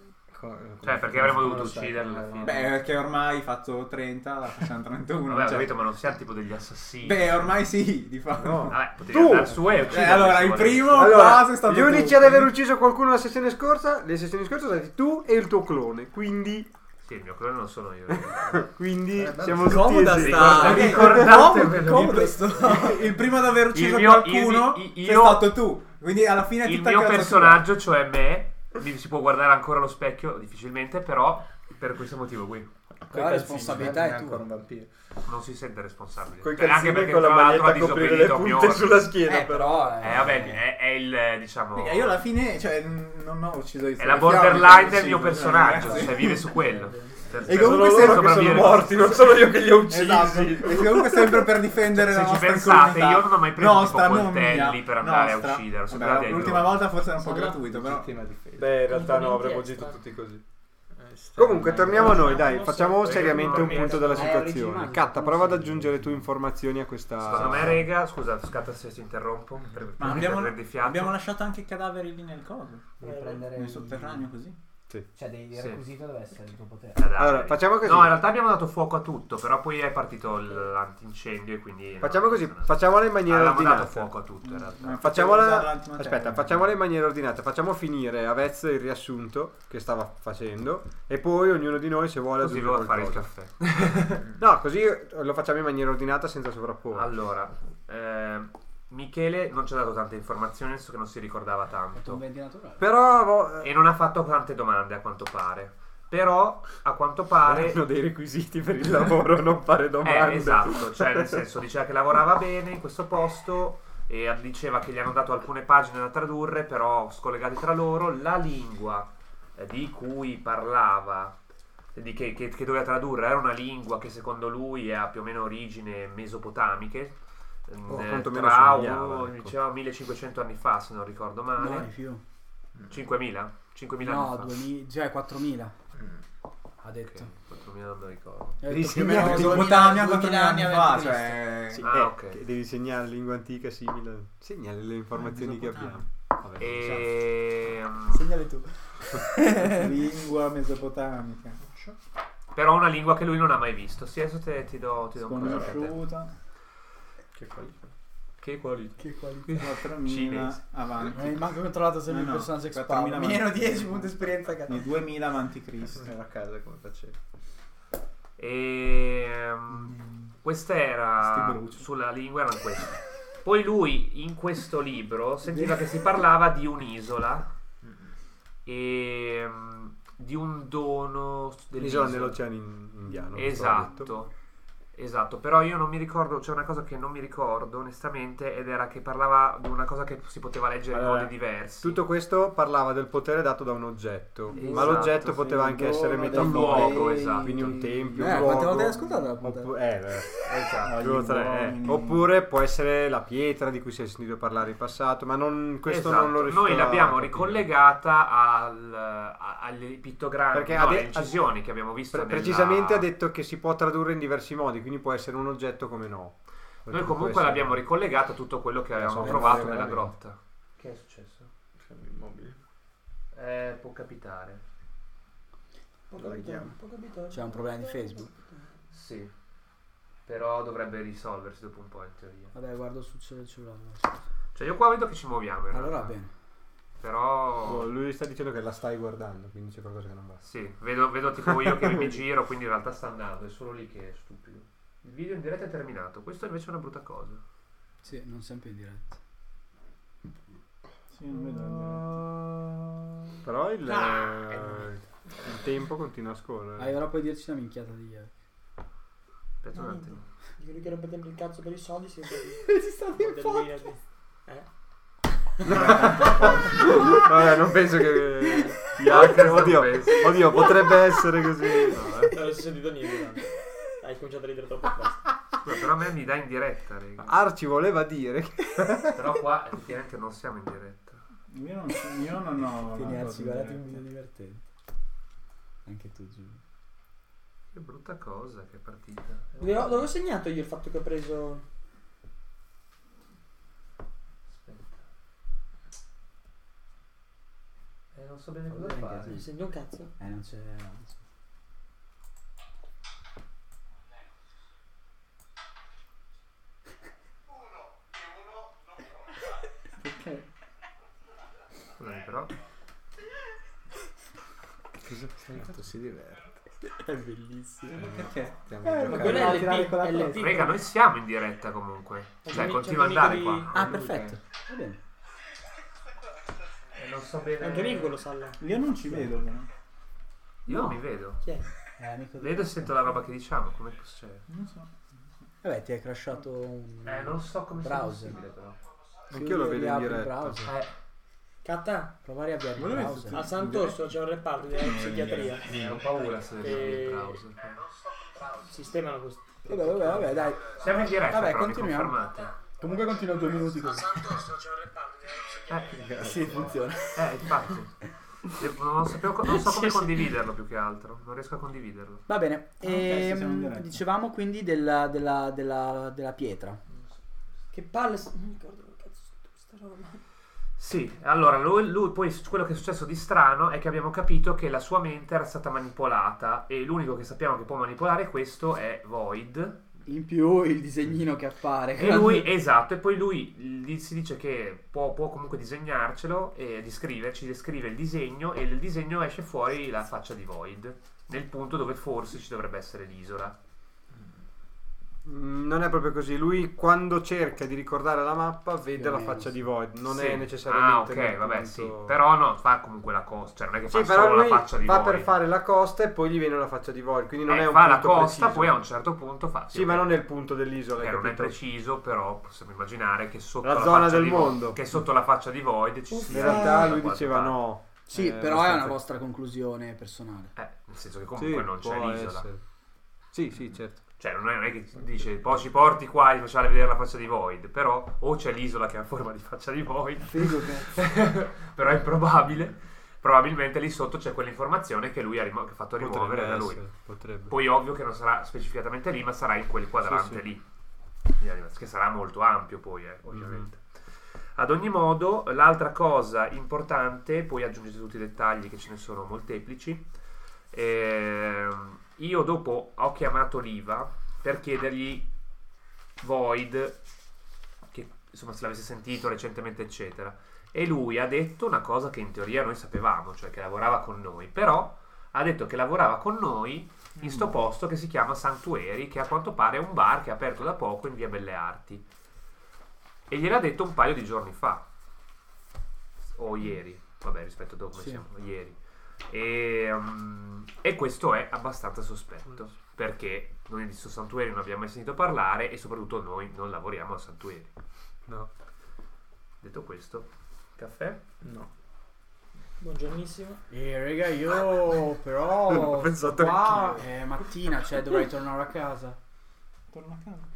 Speaker 2: Cioè, perché avremmo dovuto ucciderlo alla fine?
Speaker 6: Beh, perché ormai fatto trenta, facciamo trentuno.
Speaker 2: Vabbè, ho
Speaker 6: cioè.
Speaker 2: capito, ma non siamo tipo degli assassini.
Speaker 6: Beh, ormai sì, di fatto.
Speaker 5: No.
Speaker 2: Vabbè, potevi
Speaker 5: Tu!
Speaker 2: andare su e
Speaker 6: Eh,
Speaker 2: ucciderlo.
Speaker 6: allora,
Speaker 2: se
Speaker 6: il
Speaker 2: volevi.
Speaker 6: primo
Speaker 5: Allora,
Speaker 6: quasi è stato
Speaker 5: gli unici
Speaker 6: tu.
Speaker 5: ad aver ucciso qualcuno la sessione scorsa, le sessioni scorse sono stati tu e il tuo clone, quindi,
Speaker 2: Sì, il mio clone non sono io.
Speaker 5: quindi
Speaker 1: Eh, beh,
Speaker 5: siamo tutti
Speaker 1: comoda
Speaker 5: esenti.
Speaker 1: sta-
Speaker 2: Ricordatevelo.
Speaker 1: Comodo sto.
Speaker 6: Il primo ad aver ucciso
Speaker 2: Il mio-
Speaker 6: qualcuno
Speaker 2: il- il-
Speaker 6: sei
Speaker 2: io-
Speaker 6: stato tu. Quindi alla fine è
Speaker 2: Il
Speaker 6: tutta
Speaker 2: mio
Speaker 6: casa
Speaker 2: personaggio, cioè me, mi si può guardare ancora allo specchio, difficilmente, però per questo motivo qui.
Speaker 1: La responsabilità è
Speaker 4: ancora
Speaker 1: tua.
Speaker 4: un vampiro.
Speaker 2: Non si sente responsabile.
Speaker 5: Coi
Speaker 2: Cioè,
Speaker 5: calzini
Speaker 2: anche perché
Speaker 5: con la
Speaker 2: tra l'altro ha
Speaker 5: maglietta a coprire le
Speaker 2: disobbedito a mio
Speaker 5: punte
Speaker 2: ordine.
Speaker 5: sulla schiena,
Speaker 1: Eh,
Speaker 5: però.
Speaker 1: però.
Speaker 2: Eh, vabbè, è, è il, diciamo...
Speaker 6: sua. Io alla fine, cioè, non ho ucciso i
Speaker 2: È la
Speaker 6: fiamme,
Speaker 2: borderline
Speaker 6: sì,
Speaker 2: del mio
Speaker 6: sì,
Speaker 2: personaggio,
Speaker 6: ragazzi.
Speaker 2: cioè vive su quello. Per-
Speaker 6: E
Speaker 2: per
Speaker 6: comunque
Speaker 2: solo
Speaker 6: se-
Speaker 2: loro
Speaker 5: che sono
Speaker 2: sopravvivere.
Speaker 5: morti, non sono io che li ho uccisi.
Speaker 6: Esatto. E comunque sempre per difendere
Speaker 2: Se
Speaker 6: la
Speaker 2: ci
Speaker 6: nostra
Speaker 2: pensate,
Speaker 6: comunità.
Speaker 2: io non ho mai preso
Speaker 6: Nostra,
Speaker 2: tipo
Speaker 6: non
Speaker 2: coltelli
Speaker 6: mia.
Speaker 2: per andare a
Speaker 6: Nostra.
Speaker 2: uccidere, sono
Speaker 6: Vabbè,
Speaker 2: andati ai
Speaker 6: l'ultima
Speaker 2: droni.
Speaker 6: volta forse era un po'
Speaker 3: Sono
Speaker 6: gratuito, però.
Speaker 4: Legittima difesa.
Speaker 5: Beh, in realtà no, avremmo
Speaker 3: Componenti
Speaker 5: agito
Speaker 3: extra.
Speaker 5: tutti così.
Speaker 3: Eh,
Speaker 5: Comunque, torniamo a noi, dai,
Speaker 3: Non so,
Speaker 5: facciamo
Speaker 3: perché
Speaker 5: seriamente
Speaker 3: non
Speaker 5: un punto della
Speaker 1: Eh,
Speaker 5: situazione.
Speaker 1: originale.
Speaker 5: Catta, prova ad aggiungere tu informazioni a questa...
Speaker 2: Secondo me, rega, scusa, scatta se ti interrompo. Per, per,
Speaker 6: Ma abbiamo,
Speaker 2: per prendere fiato.
Speaker 6: abbiamo lasciato anche i cadaveri lì nel coso.
Speaker 1: Devi prendere
Speaker 6: Nel
Speaker 1: i-
Speaker 6: sotterraneo così.
Speaker 1: Cioè, devi
Speaker 2: Sì.
Speaker 1: requisito deve essere il tuo potere.
Speaker 2: Cadaveri.
Speaker 5: Allora, facciamo così.
Speaker 2: No, in realtà abbiamo dato fuoco a tutto, però poi è partito l'antincendio e quindi...
Speaker 5: Facciamo
Speaker 2: no,
Speaker 5: così,
Speaker 2: non-
Speaker 5: facciamola in maniera
Speaker 2: Avevamo dato
Speaker 5: ordinata.
Speaker 2: fuoco a tutto in realtà.
Speaker 6: Ma usare
Speaker 5: Facciamola,
Speaker 6: l'antimateria.
Speaker 5: aspetta, facciamola in maniera ordinata. Facciamo finire a Vez il riassunto che stava facendo e poi ognuno di noi se vuole
Speaker 2: Così
Speaker 5: aggiungere
Speaker 2: devo fare il
Speaker 5: qualcosa.
Speaker 2: caffè.
Speaker 5: No, così lo facciamo in maniera ordinata senza sovrapporre.
Speaker 2: Allora, eh, Michele non ci ha dato tante informazioni, nel senso che non si ricordava
Speaker 1: Un
Speaker 2: tanto.
Speaker 1: venti naturale.
Speaker 5: Però vo-
Speaker 2: E non ha fatto tante domande a quanto pare. Però a quanto pare...
Speaker 5: hanno dei requisiti per il lavoro, non fare domande.
Speaker 2: Eh, esatto, cioè nel senso diceva che lavorava bene in questo posto e diceva che gli hanno dato alcune pagine da tradurre, però scollegate tra loro. La lingua eh, di cui parlava, di che, che, che doveva tradurre, era una lingua che secondo lui ha più o meno origine mesopotamiche.
Speaker 5: O
Speaker 2: eh,
Speaker 5: quantomeno
Speaker 2: tra
Speaker 5: somigliava,
Speaker 2: uno,
Speaker 5: ecco.
Speaker 2: diceva millecinquecento anni fa, se non ricordo male.
Speaker 1: No, di più.
Speaker 2: cinquemila? cinquemila
Speaker 1: No,
Speaker 2: anni fa.
Speaker 1: duemila, cioè quattromila. Ha detto.
Speaker 2: Ok, quattromila non me lo ricordo.
Speaker 1: Ha detto
Speaker 5: Devi
Speaker 1: più o meno
Speaker 5: segnare
Speaker 6: Mesopotamia
Speaker 1: duemila
Speaker 6: quattromila anni fa,
Speaker 1: avanti Cristo.
Speaker 6: cioè...
Speaker 5: Sì,
Speaker 2: Ah,
Speaker 5: eh,
Speaker 2: ok.
Speaker 5: che devi segnare lingua antica simile. Segnale le informazioni che abbiamo. Vabbè,
Speaker 2: E...
Speaker 1: Segnale tu.
Speaker 6: Lingua mesopotamica.
Speaker 2: Però una lingua che lui non ha mai visto. Sì, adesso te, ti do, ti do un po'
Speaker 6: Sconosciuta.
Speaker 5: che qualità.
Speaker 2: Che qualità.
Speaker 1: Che qualità.
Speaker 6: quattromila
Speaker 2: Cinese.
Speaker 6: avanti.
Speaker 1: Non hai manco controllato se
Speaker 6: No,
Speaker 1: il
Speaker 6: no,
Speaker 1: personaggio che
Speaker 6: quattromila
Speaker 1: spara. Meno
Speaker 6: avanti.
Speaker 1: dieci punti esperienza.
Speaker 6: Nel duemila avanti Cristo.
Speaker 4: Era a casa come facevi.
Speaker 2: E um, questa
Speaker 6: Sti
Speaker 2: era
Speaker 6: bruci.
Speaker 2: sulla lingua, erano queste. Poi lui in questo libro sentiva che si parlava di un'isola e um, di un dono
Speaker 5: L'isola
Speaker 2: dell'isola.
Speaker 5: nell'oceano in- indiano.
Speaker 2: Esatto. Esatto, però io non mi ricordo, c'è una cosa che non mi ricordo onestamente ed era che parlava di una cosa che si poteva leggere
Speaker 5: Allora,
Speaker 2: in modi diversi.
Speaker 5: Tutto questo parlava del potere dato da un oggetto,
Speaker 2: Esatto,
Speaker 5: ma l'oggetto
Speaker 6: sì,
Speaker 5: poteva anche
Speaker 6: un
Speaker 5: essere
Speaker 6: dono,
Speaker 5: metaforico,
Speaker 2: luogo, esatto.
Speaker 5: quindi un tempio,
Speaker 1: Eh,
Speaker 5: un
Speaker 1: quante
Speaker 5: luogo,
Speaker 1: volte hai ascoltato la puntata?
Speaker 5: oppu- eh, beh,
Speaker 2: Esatto.
Speaker 5: due o tre, eh.
Speaker 6: uomini.
Speaker 5: Oppure può essere la pietra di cui si è sentito parlare in passato, ma non, questo
Speaker 2: Esatto.
Speaker 5: non lo riesco
Speaker 2: Noi
Speaker 5: a
Speaker 2: l'abbiamo
Speaker 5: capire.
Speaker 2: ricollegata al, a- agli pittogrammi,
Speaker 5: Perché
Speaker 2: no,
Speaker 5: ha de-
Speaker 2: alle incisioni che abbiamo visto
Speaker 5: Pre-
Speaker 2: nella-
Speaker 5: precisamente ha detto che si può tradurre in diversi modi, quindi può essere un oggetto come no.
Speaker 2: Noi
Speaker 5: Perché può
Speaker 2: comunque
Speaker 5: essere-
Speaker 2: l'abbiamo ricollegato a tutto quello che avevamo
Speaker 4: sono
Speaker 2: trovato
Speaker 4: veramente.
Speaker 2: nella grotta. Che è successo?
Speaker 4: Siamo immobili.
Speaker 2: Eh, può capitare.
Speaker 4: Lo vediamo.
Speaker 1: C'è un problema di Facebook.
Speaker 2: Sì. Però dovrebbe risolversi dopo un po' in teoria.
Speaker 1: Vabbè, guardo sul cell- cellulare.
Speaker 2: Cioè io qua vedo che ci muoviamo in
Speaker 1: Allora
Speaker 2: realtà.
Speaker 1: bene.
Speaker 2: Però
Speaker 5: Oh, lui sta dicendo che la stai guardando, quindi c'è qualcosa che non va.
Speaker 2: sì, vedo, vedo tipo io che mi giro, quindi in realtà sta andando, è solo lì che è stupido. Il video in diretta è terminato, questo invece è una brutta cosa.
Speaker 1: Sì, non sempre in diretta.
Speaker 6: Sì, non vedo la diretta.
Speaker 5: Però il,
Speaker 2: Ah!
Speaker 5: eh, il tempo continua a scorrere.
Speaker 1: Ah, ora puoi dirci la minchiata di ieri.
Speaker 2: Aspetta un attimo.
Speaker 3: Dicono che rompete il cazzo per i soldi, si
Speaker 1: Ci state in
Speaker 3: Eh?
Speaker 5: Vabbè, non penso che gli altri. Oddio, oddio, potrebbe essere così. No, eh.
Speaker 3: Non ho sentito niente. tanto. Hai cominciato a ridere troppo presto.
Speaker 2: Scusa, però a me mi dà in diretta, raga.
Speaker 5: Arci voleva dire che
Speaker 2: Però qua effettivamente non siamo in diretta.
Speaker 6: Io non, io non ho...
Speaker 1: Tieni
Speaker 6: una
Speaker 1: Arci,
Speaker 6: cosa
Speaker 1: guardati
Speaker 6: in
Speaker 1: un video
Speaker 6: diretta.
Speaker 1: divertente. Anche tu, Giulio.
Speaker 2: Che brutta cosa che è partita.
Speaker 3: Dove ho, dove ho segnato io il fatto che ho preso.
Speaker 2: Aspetta. Eh, non so bene
Speaker 1: Va
Speaker 2: cosa
Speaker 1: bene,
Speaker 2: fare.
Speaker 1: che
Speaker 3: Non senti un cazzo?
Speaker 1: Eh, non c'è...
Speaker 6: Perché?
Speaker 2: Scusami, però.
Speaker 4: Cosa stai fatto? Si diverte.
Speaker 5: È bellissimo.
Speaker 6: Perché?
Speaker 4: Stiamo
Speaker 3: Ma
Speaker 4: giocando.
Speaker 3: quello è
Speaker 5: tirare con la
Speaker 3: L P.
Speaker 2: Raga, noi siamo in diretta comunque.
Speaker 3: C'è
Speaker 2: Cioè,
Speaker 3: un-
Speaker 2: continua a
Speaker 3: c'è un
Speaker 2: andare
Speaker 3: amico
Speaker 2: qua.
Speaker 3: di-
Speaker 1: Ah, perfetto. Va bene.
Speaker 2: Eh, non so bene.
Speaker 3: Anche amico quello sa là.
Speaker 6: Io non ci vedo, però.
Speaker 2: Io non mi vedo.
Speaker 3: Chi è?
Speaker 1: È amico di...
Speaker 2: Vedo e sento la roba che diciamo. Come possibile?
Speaker 6: Non so.
Speaker 1: Vabbè, ti è crashato un...
Speaker 2: Eh, non so come sia
Speaker 1: browser.
Speaker 2: possibile, però.
Speaker 5: Anch'io lo
Speaker 1: Chiudi e
Speaker 5: vedo in
Speaker 1: riapri il
Speaker 5: diretta.
Speaker 1: browser.
Speaker 2: Eh,
Speaker 3: Catta?
Speaker 1: Prova a riaprire il
Speaker 6: Volevo
Speaker 1: browser.
Speaker 3: A Sant'Orso c'è un reparto di psichiatria.
Speaker 2: eh, ho paura se vedo
Speaker 3: E-
Speaker 2: il browser.
Speaker 3: Sistemano questo.
Speaker 1: Vabbè, vabbè, vabbè, dai.
Speaker 2: Siamo in diretta,
Speaker 1: Vabbè,
Speaker 2: però, mi
Speaker 1: continuiamo.
Speaker 2: confermate.
Speaker 1: Comunque continua due minuti così.
Speaker 3: Sant'Orso c'è un reparto di psichiatria.
Speaker 2: Eh,
Speaker 1: Sì, funziona.
Speaker 2: eh, infatti. Io non, sapevo- non so come condividerlo più che altro. Non riesco a condividerlo.
Speaker 1: Va bene.
Speaker 6: ok, sì, siamo in
Speaker 1: Ehm,
Speaker 6: diretta.
Speaker 1: dicevamo quindi della, della, della, della pietra.
Speaker 3: Che palle. Non mi ricordo che cazzo sta roba.
Speaker 2: Sì, allora lui, lui poi quello che è successo di strano è che abbiamo capito che la sua mente era stata manipolata e l'unico che sappiamo che può manipolare questo è Void.
Speaker 1: In più il disegnino che appare.
Speaker 2: E lui, esatto, e poi lui gli si dice che può, può comunque disegnarcelo e descriverci, descrive il disegno e nel disegno esce fuori la faccia di Void, nel punto dove forse ci dovrebbe essere l'isola.
Speaker 5: Mm, Non è proprio così. Lui quando cerca di ricordare la mappa vede
Speaker 1: Più o
Speaker 5: la
Speaker 1: meno,
Speaker 5: faccia
Speaker 1: sì.
Speaker 5: di Void. Non
Speaker 2: Sì.
Speaker 5: è necessariamente.
Speaker 2: Ah, ok,
Speaker 5: nel
Speaker 2: vabbè,
Speaker 5: punto-
Speaker 2: sì. Però no, fa comunque la cosa, cioè non è che
Speaker 5: Sì,
Speaker 2: fa
Speaker 5: però
Speaker 2: solo
Speaker 5: lui
Speaker 2: la faccia di
Speaker 5: fa
Speaker 2: Void.
Speaker 5: per fare la costa e poi gli viene la faccia di Void. Quindi non
Speaker 2: Eh,
Speaker 5: è un
Speaker 2: fa la
Speaker 5: punto
Speaker 2: costa,
Speaker 5: preciso.
Speaker 2: poi a un certo punto fa.
Speaker 5: Sì, ma non nel punto dell'isola.
Speaker 2: Che
Speaker 5: hai
Speaker 2: non è
Speaker 5: capito?
Speaker 2: preciso, però possiamo immaginare che sotto
Speaker 5: La
Speaker 2: la,
Speaker 5: zona
Speaker 2: faccia
Speaker 5: del
Speaker 2: di Vo-
Speaker 5: mondo.
Speaker 2: che sotto la faccia di Void ci
Speaker 5: In
Speaker 2: sia
Speaker 5: realtà
Speaker 2: da
Speaker 5: lui
Speaker 2: qualche
Speaker 5: diceva
Speaker 2: parte.
Speaker 5: no.
Speaker 1: Sì,
Speaker 5: Eh,
Speaker 1: però è
Speaker 5: abbastanza-
Speaker 1: una vostra conclusione personale.
Speaker 2: Eh, nel senso che comunque
Speaker 5: Sì,
Speaker 2: non c'è
Speaker 5: può
Speaker 2: l'isola.
Speaker 5: essere. Sì, sì, certo.
Speaker 2: Cioè, non è, non è che dice, poi ci porti qua e facciamo vedere la faccia di Void. Però, o c'è l'isola che ha forma di faccia di Void. Però è improbabile. Probabilmente lì sotto c'è quell'informazione che lui ha, rimo- che ha fatto rimuovere
Speaker 5: Potrebbe
Speaker 2: da lui.
Speaker 5: essere, potrebbe.
Speaker 2: Poi ovvio che non sarà specificatamente lì, ma sarà in quel quadrante
Speaker 5: Sì, sì.
Speaker 2: lì. Che sarà molto ampio poi, eh, ovviamente. Ad ogni modo, l'altra cosa importante, poi aggiungete tutti i dettagli che ce ne sono molteplici. ehm, io dopo ho chiamato l'Iva per chiedergli Void, che insomma se l'avesse sentito recentemente eccetera, e lui ha detto una cosa che in teoria noi sapevamo, cioè che lavorava con noi, però ha detto che lavorava con noi in sto posto che si chiama Sanctuary, che a quanto pare è un bar che è aperto da poco in via Belle Arti, e gliel'ha detto un paio di giorni fa o ieri, vabbè, rispetto a dove
Speaker 1: Sì.
Speaker 2: siamo ieri. E, um, e questo è abbastanza sospetto, perché noi di questo Sanctuary non abbiamo mai sentito parlare e soprattutto noi non lavoriamo a Sanctuary.
Speaker 5: No.
Speaker 2: Detto questo, caffè?
Speaker 4: No.
Speaker 3: Buongiornissimo.
Speaker 1: E raga, io però
Speaker 5: L'ho pensato
Speaker 1: qua
Speaker 5: anch'io.
Speaker 1: è mattina, cioè dovrei tornare a casa.
Speaker 6: Torno a casa.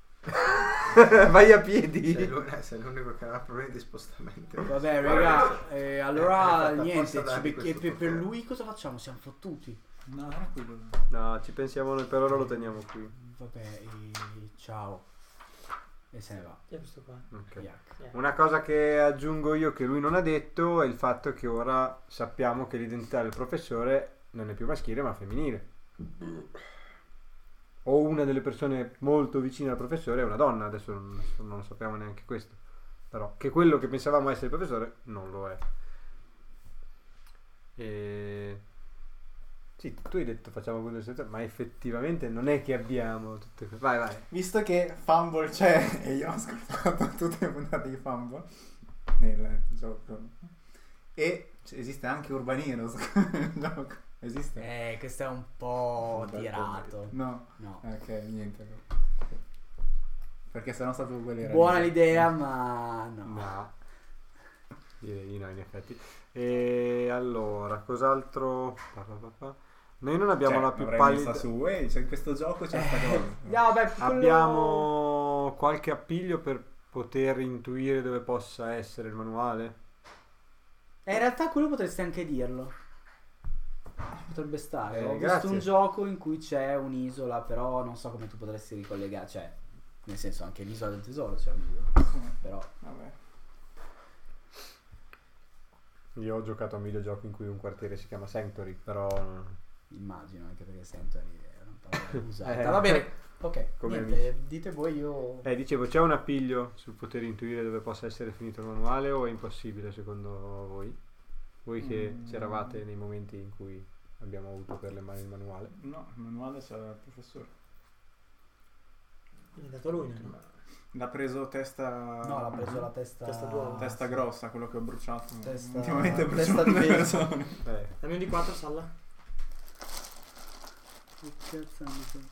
Speaker 5: Vai a piedi.
Speaker 4: Sei l'unico, sei l'unico che ha problemi di spostamento.
Speaker 1: Vabbè, raga, eh, allora
Speaker 4: È fatta
Speaker 1: niente,
Speaker 4: apposta
Speaker 1: ci
Speaker 4: darmi
Speaker 1: becchi-
Speaker 4: questo
Speaker 1: per, per
Speaker 4: potere.
Speaker 1: lui cosa facciamo? Siamo fottuti.
Speaker 6: No, era quello.
Speaker 5: No, ci pensiamo noi, per ora lo teniamo qui.
Speaker 1: Vabbè, e ciao. E se ne va.
Speaker 3: Chi è questo qua?
Speaker 5: Ok.
Speaker 1: Yak.
Speaker 5: Una cosa che aggiungo io che lui non ha detto è il fatto che ora sappiamo che l'identità del professore non è più maschile ma femminile. O una delle persone molto vicine al professore è una donna, adesso non, non lo sappiamo neanche questo. Però che quello che pensavamo essere il professore non lo è. E... Sì, tu hai detto facciamo quello che siete, ma effettivamente non è che abbiamo tutte queste... Vai, vai.
Speaker 6: Visto che Fumble c'è e io ho ascoltato tutte le puntate di Fumble nel gioco e c- esiste anche Urban Heroes nel gioco. Esiste?
Speaker 1: Eh, questo è un po'
Speaker 4: Bel
Speaker 1: tirato.
Speaker 6: No.
Speaker 1: No.
Speaker 6: Ok, niente. Perché sennò stato quelli
Speaker 1: Buona l'idea, ma no.
Speaker 5: No. Direi di no, in effetti. E allora, cos'altro? Pa, pa, pa, pa. Noi non abbiamo
Speaker 6: Cioè,
Speaker 5: la più
Speaker 6: l'avrei
Speaker 5: pallida.
Speaker 6: messa su, eh, cioè in questo gioco c'è sta cosa.
Speaker 1: No, vabbè, quello-
Speaker 5: Abbiamo qualche appiglio per poter intuire dove possa essere il manuale?
Speaker 1: Eh, in realtà quello potresti anche dirlo. Potrebbe stare.
Speaker 5: Eh,
Speaker 1: Ho visto
Speaker 5: grazie.
Speaker 1: un gioco in cui c'è un'isola, però non so come tu potresti ricollegare. Cioè, nel senso, anche l'isola del tesoro c'è un'isola. Però.
Speaker 6: Vabbè.
Speaker 5: Io ho giocato a un videogioco in cui un quartiere si chiama Sanctuary, però
Speaker 1: Immagino, anche perché Sanctuary è una parola usata.
Speaker 5: Eh.
Speaker 1: Va bene, ok,
Speaker 5: Come
Speaker 1: niente,
Speaker 5: amici.
Speaker 1: dite voi, io...
Speaker 5: Eh, dicevo, c'è un appiglio sul poter intuire dove possa essere finito il manuale o è impossibile secondo voi? Voi che
Speaker 6: Mm.
Speaker 5: c'eravate nei momenti in cui abbiamo avuto per le mani il manuale?
Speaker 6: No, il manuale c'era il professore.
Speaker 3: È dato lui, no?
Speaker 6: L'ha preso testa...
Speaker 1: No, l'ha preso la testa...
Speaker 3: Testa d'uomo.
Speaker 6: Testa grossa, quello che ho bruciato.
Speaker 1: Testa-
Speaker 6: Ultimamente ho
Speaker 1: testa
Speaker 6: bruciato
Speaker 1: di
Speaker 6: le
Speaker 1: peso.
Speaker 6: persone.
Speaker 5: Eh,
Speaker 3: Dammi un di quattro, Salla.
Speaker 1: Che cazzo hanno fatto?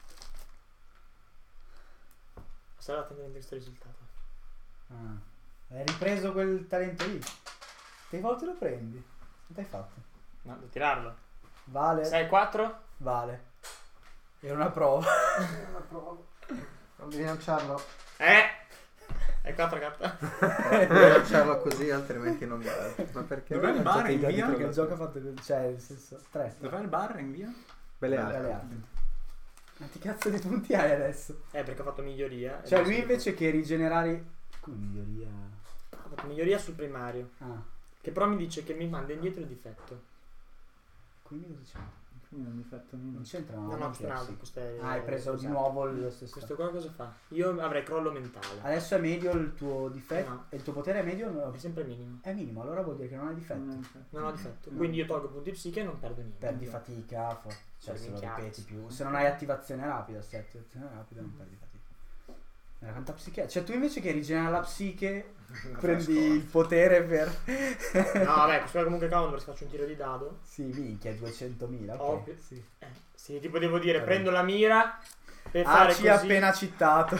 Speaker 3: Salla attendendo questo risultato.
Speaker 1: Ah, hai ripreso quel talento lì? Che volte lo prendi? Che hai fatto?
Speaker 3: No, devo tirarlo.
Speaker 1: Vale?
Speaker 3: sei quattro?
Speaker 1: Vale. Era una prova.
Speaker 4: Non devi lanciarlo.
Speaker 3: Eh! È quattro carta.
Speaker 4: Devi lanciarlo così, altrimenti non vale. Ma perché?
Speaker 6: Dov'è il bar in via?
Speaker 1: Perché il gioco ha fatto così. Cioè, nel senso... Tre.
Speaker 6: Dov'è il bar in via?
Speaker 5: belle
Speaker 1: Belle
Speaker 5: altre.
Speaker 1: arti. Quanti cazzo di punti hai adesso?
Speaker 3: Eh, perché ho fatto miglioria.
Speaker 1: Cioè,
Speaker 3: E
Speaker 1: lui
Speaker 3: adesso-
Speaker 1: invece che rigenerare... Come miglioria?
Speaker 3: Ho fatto miglioria sul primario.
Speaker 1: Ah,
Speaker 3: Che però mi dice che mi manda indietro il difetto.
Speaker 1: quindi cosa c'è?
Speaker 6: Quindi non mi fatto
Speaker 1: Non
Speaker 6: niente.
Speaker 1: c'entra,
Speaker 3: No, no,
Speaker 1: non
Speaker 3: questo è un altro.
Speaker 1: sì.
Speaker 3: Questo è,
Speaker 1: Ah, hai preso di
Speaker 3: esatto.
Speaker 1: nuovo lo stesso.
Speaker 3: Questo qua cosa fa? Io avrei crollo mentale.
Speaker 1: Adesso è medio il tuo difetto.
Speaker 3: No.
Speaker 1: E il tuo potere è medio? No.
Speaker 3: È sempre minimo.
Speaker 1: È minimo, allora vuol dire che non hai difetto.
Speaker 3: Non ho difetto. Quindi io tolgo punti psiche e non perdo niente.
Speaker 1: Perdi fatica, fo- cioè
Speaker 3: Sì,
Speaker 1: se lo
Speaker 3: minchiate.
Speaker 1: ripeti più. Se non hai attivazione rapida, se hai attivazione rapida non perdi fatica. Era tanta psiche. Cioè tu invece che rigenera la psiche, prendi il potere per...
Speaker 3: No, vabbè, questo qua comunque cavolo perché faccio un tiro di dado.
Speaker 1: Sì, minchia, duecentomila, ok.
Speaker 3: Ovvio.
Speaker 1: Sì.
Speaker 3: Eh, sì, tipo devo dire,
Speaker 1: Va
Speaker 3: prendo la mira per
Speaker 1: Ah,
Speaker 3: fare
Speaker 1: ci
Speaker 3: così.
Speaker 1: ha appena citato.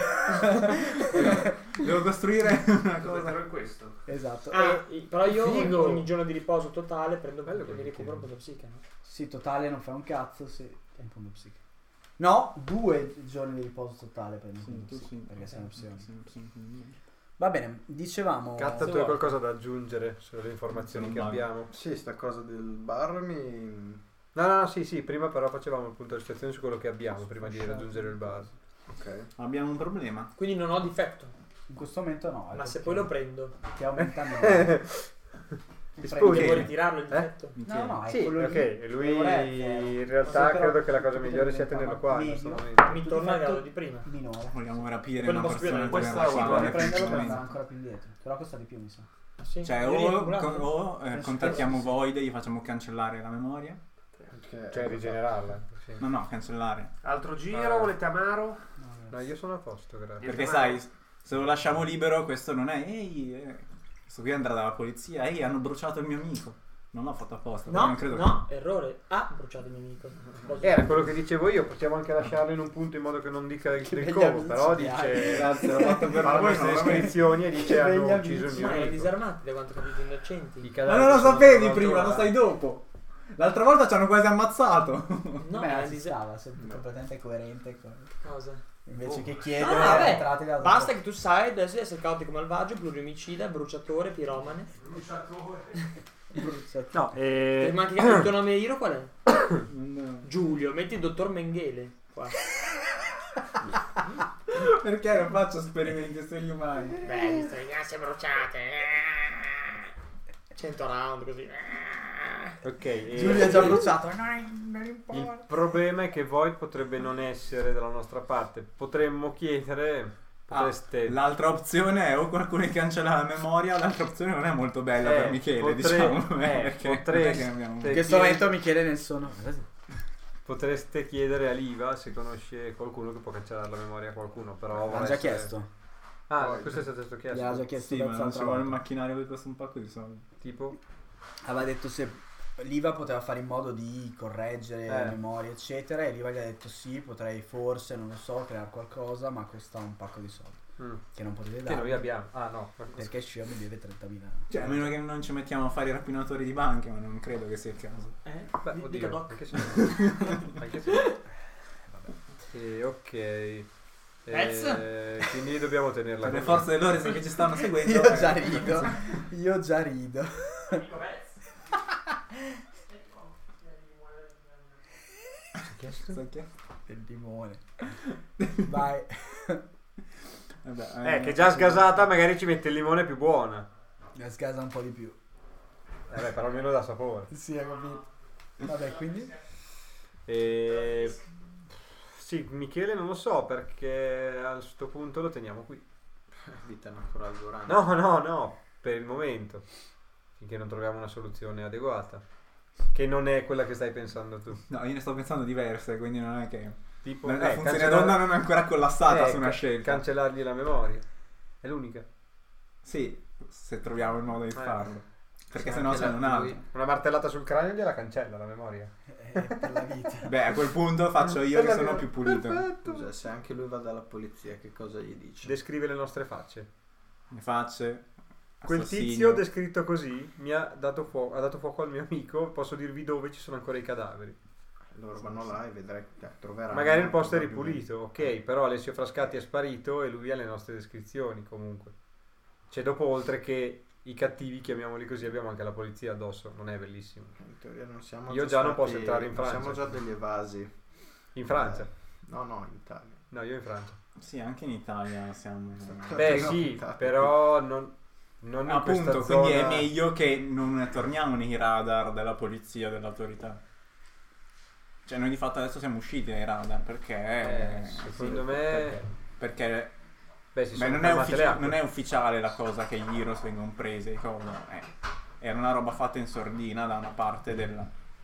Speaker 6: Devo costruire una
Speaker 2: Cosa
Speaker 6: cosa.
Speaker 2: in questo?
Speaker 1: Esatto.
Speaker 3: Ah,
Speaker 1: E-
Speaker 3: i- però io ogni,
Speaker 5: Figo.
Speaker 3: ogni giorno di riposo totale prendo
Speaker 5: Bello
Speaker 3: mi
Speaker 5: così,
Speaker 3: recupero un
Speaker 5: sì.
Speaker 3: po' di psiche, no?
Speaker 1: sì, totale non fa un cazzo, sì. È un punto psiche. No, due giorni di riposo totale prendi un
Speaker 6: Sì,
Speaker 1: punto
Speaker 6: tu
Speaker 1: psiche,
Speaker 6: sì.
Speaker 1: perché sei un'opzione.
Speaker 6: Sì, sì, sì.
Speaker 1: Va bene, dicevamo...
Speaker 5: Catta, tu
Speaker 3: vuoi.
Speaker 5: hai qualcosa da aggiungere sulle informazioni
Speaker 6: Non
Speaker 5: che
Speaker 6: vale.
Speaker 5: abbiamo?
Speaker 4: Sì, sta cosa del bar mi...
Speaker 5: No, no, no, sì, sì, prima però facevamo il punto di situazione su quello che abbiamo prima di raggiungere il bar.
Speaker 4: Ok.
Speaker 6: Abbiamo un problema.
Speaker 3: Quindi non ho difetto.
Speaker 1: In questo momento no.
Speaker 3: Ma
Speaker 1: è
Speaker 3: se
Speaker 1: perché-
Speaker 3: poi lo prendo,
Speaker 1: Ti aumenta meno.
Speaker 5: Ti
Speaker 1: Prendi-
Speaker 5: sputi.
Speaker 3: devo ritirarlo il difetto?
Speaker 1: No, no, è
Speaker 5: Sì,
Speaker 1: quello
Speaker 5: ok,
Speaker 1: lì.
Speaker 5: e lui
Speaker 1: Lavoretti, eh.
Speaker 5: in realtà
Speaker 1: Sì, però
Speaker 5: credo che la cosa
Speaker 1: tu
Speaker 5: migliore sia
Speaker 1: diventa
Speaker 5: tenerlo qua in
Speaker 1: medio.
Speaker 5: questo momento.
Speaker 3: Mi
Speaker 1: Il
Speaker 3: torna al
Speaker 1: difetto
Speaker 3: grado di prima.
Speaker 1: minore.
Speaker 6: Vogliamo rapire
Speaker 3: Poi non
Speaker 6: una
Speaker 3: posso più
Speaker 6: persona
Speaker 3: andare.
Speaker 6: che
Speaker 2: Questa
Speaker 6: era
Speaker 2: è
Speaker 6: qua,
Speaker 2: una-
Speaker 1: Puoi prenderlo per
Speaker 6: effettivamente.
Speaker 1: andare ancora più indietro. Però costa di più, mi sa.
Speaker 3: Ah, sì?
Speaker 6: Cioè,
Speaker 3: Miglioria
Speaker 6: o,
Speaker 3: accumulata.
Speaker 6: con- o, eh,
Speaker 1: Penso
Speaker 6: contattiamo
Speaker 1: che-
Speaker 6: Void e gli facciamo cancellare la memoria.
Speaker 5: Cioè rigenerarla. Sì.
Speaker 6: No, no, cancellare.
Speaker 2: Altro giro,
Speaker 5: Ah.
Speaker 2: volete amaro?
Speaker 5: No, io sono a posto, grazie.
Speaker 6: Perché sai, se lo lasciamo libero, questo non è. Ehi, eh, questo qui andrà dalla polizia. Ehi, hanno bruciato il mio amico. Non l'ho fatto apposta.
Speaker 3: No,
Speaker 6: non credo
Speaker 3: no, errore. Ha bruciato il mio amico.
Speaker 5: Era quello che dicevo io, possiamo anche lasciarlo in un punto in modo che non dica il,
Speaker 1: Che
Speaker 5: del
Speaker 1: begli
Speaker 5: covo,
Speaker 1: amici
Speaker 5: però
Speaker 1: che
Speaker 5: dice...
Speaker 6: che. Grazie, l'ho fatto per
Speaker 5: fa le
Speaker 6: voi.
Speaker 5: nostre
Speaker 6: non va bene.
Speaker 5: descrizioni e dice
Speaker 1: Che
Speaker 5: hanno
Speaker 1: begli
Speaker 5: ucciso il
Speaker 1: amici.
Speaker 5: mio
Speaker 3: Ma erano
Speaker 5: amico.
Speaker 3: disarmati da quanto ho capito innocenti.
Speaker 5: I
Speaker 6: Ma
Speaker 5: cadaveri
Speaker 6: non lo
Speaker 5: sono
Speaker 6: sapevi
Speaker 5: dall'altro
Speaker 6: prima, lo
Speaker 5: lato.
Speaker 6: sai dopo. L'altra volta ci hanno quasi ammazzato.
Speaker 3: No,
Speaker 1: Beh,
Speaker 3: erano
Speaker 1: si
Speaker 3: disarmati.
Speaker 1: stava, sei completamente coerente con...
Speaker 3: Cosa?
Speaker 1: Invece
Speaker 2: Oh.
Speaker 1: che
Speaker 3: No,
Speaker 1: chiedere
Speaker 3: no, vabbè,
Speaker 1: entrate da-
Speaker 3: basta che tu sai adesso di essere caotico malvagio, pluriomicida, bruciatore, piromane.
Speaker 5: No,
Speaker 3: E
Speaker 5: e...
Speaker 3: ma anche il tuo nome Iro qual è?
Speaker 6: No.
Speaker 3: Giulio, metti il dottor Mengele qua.
Speaker 6: Perché non faccio esperimenti sugli umani?
Speaker 3: Beh, visto le gasse bruciate. cento round così.
Speaker 5: Ok, e-
Speaker 1: Giulio è già bruciato. Non
Speaker 5: il
Speaker 1: importa.
Speaker 5: problema è che Void potrebbe non essere dalla nostra parte. Potremmo chiedere... Potreste...
Speaker 6: L'altra opzione è o qualcuno che cancella la memoria, l'altra opzione non è molto bella
Speaker 5: Eh,
Speaker 6: per Michele,
Speaker 5: potre-
Speaker 6: diciamo.
Speaker 5: eh,
Speaker 6: perché
Speaker 5: potreste-
Speaker 6: non è che abbiamo-
Speaker 1: In questo momento Michele nel sonno.
Speaker 5: Potreste chiedere a Liva se conosce qualcuno che può cancellare la memoria a qualcuno, però...
Speaker 1: L'hanno
Speaker 5: vorrà
Speaker 1: già
Speaker 5: essere-
Speaker 1: chiesto.
Speaker 5: Ah,
Speaker 4: Void.
Speaker 5: questo è stato già chiesto.
Speaker 1: Gliel'ha già chiesto
Speaker 6: Sì, ma non
Speaker 1: l'altra
Speaker 6: ci vuole un
Speaker 1: volta.
Speaker 6: macchinario che costa un pacco di soldi.
Speaker 5: Tipo?
Speaker 1: Aveva detto se l'Iva poteva fare in modo di correggere la
Speaker 5: Eh.
Speaker 1: memoria, eccetera. E l'Iva gli ha detto sì, potrei forse, non lo so, creare qualcosa, ma costa un pacco di soldi.
Speaker 5: Mm.
Speaker 1: Che non potete
Speaker 5: Che
Speaker 1: dare.
Speaker 5: noi abbiamo. Ah no.
Speaker 1: Perché Shio mi deve trentamila.
Speaker 6: Cioè, a meno che non ci mettiamo a fare i rapinatori di banche, ma non credo che sia il caso.
Speaker 3: Eh?
Speaker 5: Beh,
Speaker 3: Di-
Speaker 5: oddio,
Speaker 3: dica doc.
Speaker 5: anche se... anche se... E ok.
Speaker 3: Pezz?
Speaker 5: Eh, quindi dobbiamo tenerla
Speaker 6: Per le
Speaker 5: così.
Speaker 6: forze dell'ordine che ci stanno seguendo.
Speaker 1: Io
Speaker 6: eh,
Speaker 1: già rido. Io già rido.
Speaker 6: Cosa che-
Speaker 1: Il limone. Vai.
Speaker 6: Vabbè,
Speaker 5: Eh, che già sgasata magari ci mette il limone più buona.
Speaker 1: La scasa un po' di più.
Speaker 5: Eh beh, però almeno da sapore.
Speaker 1: Sì, ho capito. Vabbè, quindi?
Speaker 5: E... Sì, Michele non lo so perché a questo punto lo teniamo qui.
Speaker 4: Vita naturale durante.
Speaker 5: No, no, no, per il momento. Finché non troviamo una soluzione adeguata. Che non è quella che stai pensando tu.
Speaker 6: No, io ne sto pensando diverse, quindi non è che...
Speaker 5: Tipo,
Speaker 6: La, la
Speaker 5: eh,
Speaker 6: funzione
Speaker 5: cancellar-
Speaker 6: donna non è ancora collassata
Speaker 5: eh,
Speaker 6: su una
Speaker 5: ca-
Speaker 6: scelta.
Speaker 5: Cancellargli la memoria. È l'unica.
Speaker 6: Sì, se troviamo il modo di
Speaker 5: Eh.
Speaker 6: farlo. Perché
Speaker 4: Sì,
Speaker 6: sennò
Speaker 4: anche
Speaker 6: c'è
Speaker 4: la-
Speaker 6: un altro.
Speaker 4: lui-
Speaker 5: Una martellata sul cranio gliela cancella la memoria.
Speaker 1: È per la vita.
Speaker 6: Beh, a quel punto faccio io che sono più pulito.
Speaker 5: Perfetto.
Speaker 4: Scusa, se anche lui va dalla polizia, che cosa gli dice?
Speaker 5: Descrive le nostre facce.
Speaker 6: Le facce.
Speaker 5: Quel
Speaker 6: assassino.
Speaker 5: tizio descritto così mi ha dato fuoco, ha dato fuoco al mio amico. Posso dirvi dove ci sono ancora i cadaveri.
Speaker 4: Loro vanno là e vedrai che troveranno.
Speaker 5: Magari il posto è
Speaker 4: probabilmente.
Speaker 5: ripulito, ok, però Alessio Frascati è sparito e lui ha le nostre descrizioni comunque. Cioè dopo oltre che i cattivi, chiamiamoli così, abbiamo anche la polizia addosso, non è bellissimo.
Speaker 4: In teoria non siamo
Speaker 5: Io
Speaker 4: già
Speaker 5: già non
Speaker 4: stati-
Speaker 5: posso entrare in
Speaker 4: non
Speaker 5: Francia.
Speaker 4: Siamo già degli evasi.
Speaker 5: In Francia?
Speaker 4: Eh, no, no, in Italia.
Speaker 5: No, io in Francia.
Speaker 6: Sì, anche in Italia siamo...
Speaker 4: La
Speaker 5: Beh
Speaker 4: prima
Speaker 5: sì,
Speaker 4: puntata.
Speaker 5: però non, non in
Speaker 6: Appunto,
Speaker 5: questa
Speaker 6: quindi
Speaker 5: zona...
Speaker 6: è meglio che non torniamo nei radar della polizia, dell'autorità. Cioè noi di fatto adesso siamo usciti dai radar perché...
Speaker 5: Eh, secondo me...
Speaker 6: Perché, perché
Speaker 5: Beh, si
Speaker 6: beh,
Speaker 5: sono
Speaker 6: non, è
Speaker 5: calmate
Speaker 6: uffici-
Speaker 5: le acque.
Speaker 6: non è ufficiale la cosa che gli Heroes vengono presi, cosa. Eh, era una roba fatta in sordina da una parte della...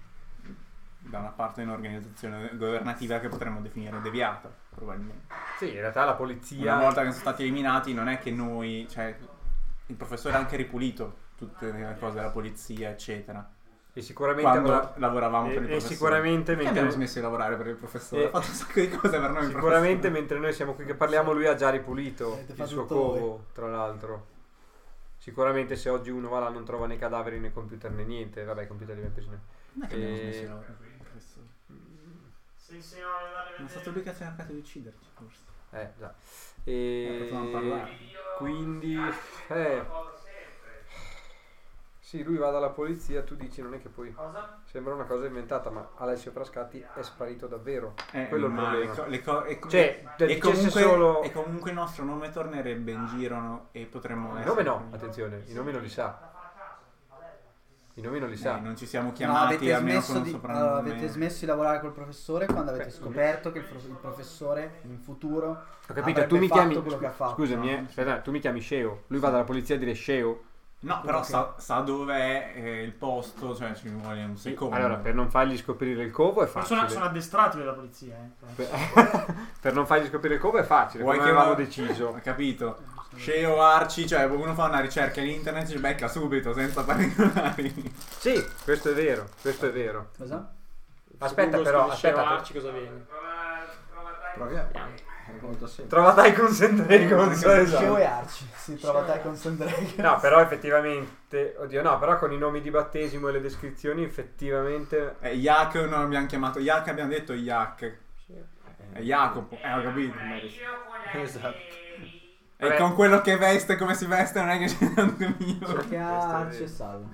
Speaker 6: da una parte di un'organizzazione governativa che potremmo definire deviata, probabilmente.
Speaker 5: Sì, in realtà la polizia...
Speaker 6: Una volta che sono stati eliminati non è che noi, cioè il professore ha anche ripulito tutte le cose della polizia, eccetera.
Speaker 5: E sicuramente
Speaker 6: Quando
Speaker 5: avrà-
Speaker 6: lavoravamo
Speaker 5: e-
Speaker 6: per il
Speaker 5: e
Speaker 6: professore.
Speaker 5: sicuramente
Speaker 6: Perché
Speaker 5: mentre-
Speaker 6: abbiamo smesso di lavorare per il professore?
Speaker 5: E-
Speaker 6: Ha fatto un sacco di cose per noi il
Speaker 5: Sicuramente
Speaker 6: professore.
Speaker 5: mentre noi siamo qui che parliamo lui ha già ripulito
Speaker 1: Avete
Speaker 5: il
Speaker 1: fatto
Speaker 5: suo
Speaker 1: tutto
Speaker 5: covo, tra l'altro. Sicuramente se oggi uno va là non trova né cadaveri né computer né niente. Vabbè, i computer diventano così.
Speaker 6: Non è che abbiamo
Speaker 5: E-
Speaker 6: smesso di lavorare per il professore.
Speaker 3: Sì, sì, no, le dalle
Speaker 6: Ma è stato lui che ha cercato di ucciderci, forse.
Speaker 5: Eh, già.
Speaker 6: Eh, potevamo
Speaker 5: E
Speaker 6: parlare.
Speaker 5: quindi eh sì, lui va dalla polizia, tu dici non è che poi
Speaker 3: Cosa?
Speaker 5: sembra una cosa inventata, ma Alessio Frascati è sparito davvero.
Speaker 6: Eh,
Speaker 5: Quello è il
Speaker 6: ma
Speaker 5: problema.
Speaker 6: le co- le co- e,
Speaker 5: Cioè,
Speaker 6: e,
Speaker 5: dicesse
Speaker 6: comunque,
Speaker 5: solo-
Speaker 6: e comunque il nostro nome tornerebbe in giro, no? E potremmo
Speaker 5: Il
Speaker 6: essere...
Speaker 5: nome no, attenzione, i nomi non li sa. I nomi non li sa.
Speaker 6: Eh, non ci siamo
Speaker 1: No,
Speaker 6: chiamati
Speaker 1: avete,
Speaker 6: almeno
Speaker 1: smesso
Speaker 6: con un
Speaker 1: di,
Speaker 6: soprannome.
Speaker 1: allora, avete smesso di lavorare col professore quando avete
Speaker 5: Beh,
Speaker 1: scoperto che il, pro- il professore in futuro
Speaker 5: Ho capito,
Speaker 1: avrebbe
Speaker 5: tu mi
Speaker 1: fatto
Speaker 5: chiami
Speaker 1: quello che ha fatto.
Speaker 5: Scusami,
Speaker 6: no?
Speaker 5: eh, aspetta, tu mi chiami Sceo. Lui va dalla polizia a dire Sceo.
Speaker 6: No, però sa, sa dove è eh, il posto, cioè ci vuole un secondo.
Speaker 5: Allora, per non fargli scoprire il covo è
Speaker 3: Ma
Speaker 5: facile.
Speaker 3: sono, sono addestrati dalla polizia, eh.
Speaker 5: Per, per non fargli scoprire il covo è facile,
Speaker 6: Vuoi
Speaker 5: come
Speaker 6: che
Speaker 5: avevamo
Speaker 6: va-
Speaker 5: deciso.
Speaker 6: Ho capito. Sceo Arci, cioè uno fa una ricerca in internet e ci becca subito, senza particolari.
Speaker 5: Sì, questo è vero, questo è vero.
Speaker 1: Cosa?
Speaker 5: Aspetta,
Speaker 3: Google
Speaker 5: però,
Speaker 3: scrive
Speaker 5: aspetta.
Speaker 3: Arci, cosa viene?
Speaker 4: Proviamo. È molto semplice.
Speaker 5: Trova Tycoons and Dragons,
Speaker 1: Sceo
Speaker 5: esatto.
Speaker 1: e Arci si trova Tycoons and Dragons.
Speaker 5: No, però effettivamente, oddio, no, però con i nomi di battesimo e le descrizioni effettivamente
Speaker 6: Eh, Yak non abbiamo chiamato Yak, abbiamo detto Yak. È Jacopo, eh ho capito.
Speaker 5: esatto.
Speaker 6: E
Speaker 5: Vabbè.
Speaker 6: con quello che veste come si veste non è che c'è tanto mio.
Speaker 1: Perché ha Arci e Salvo.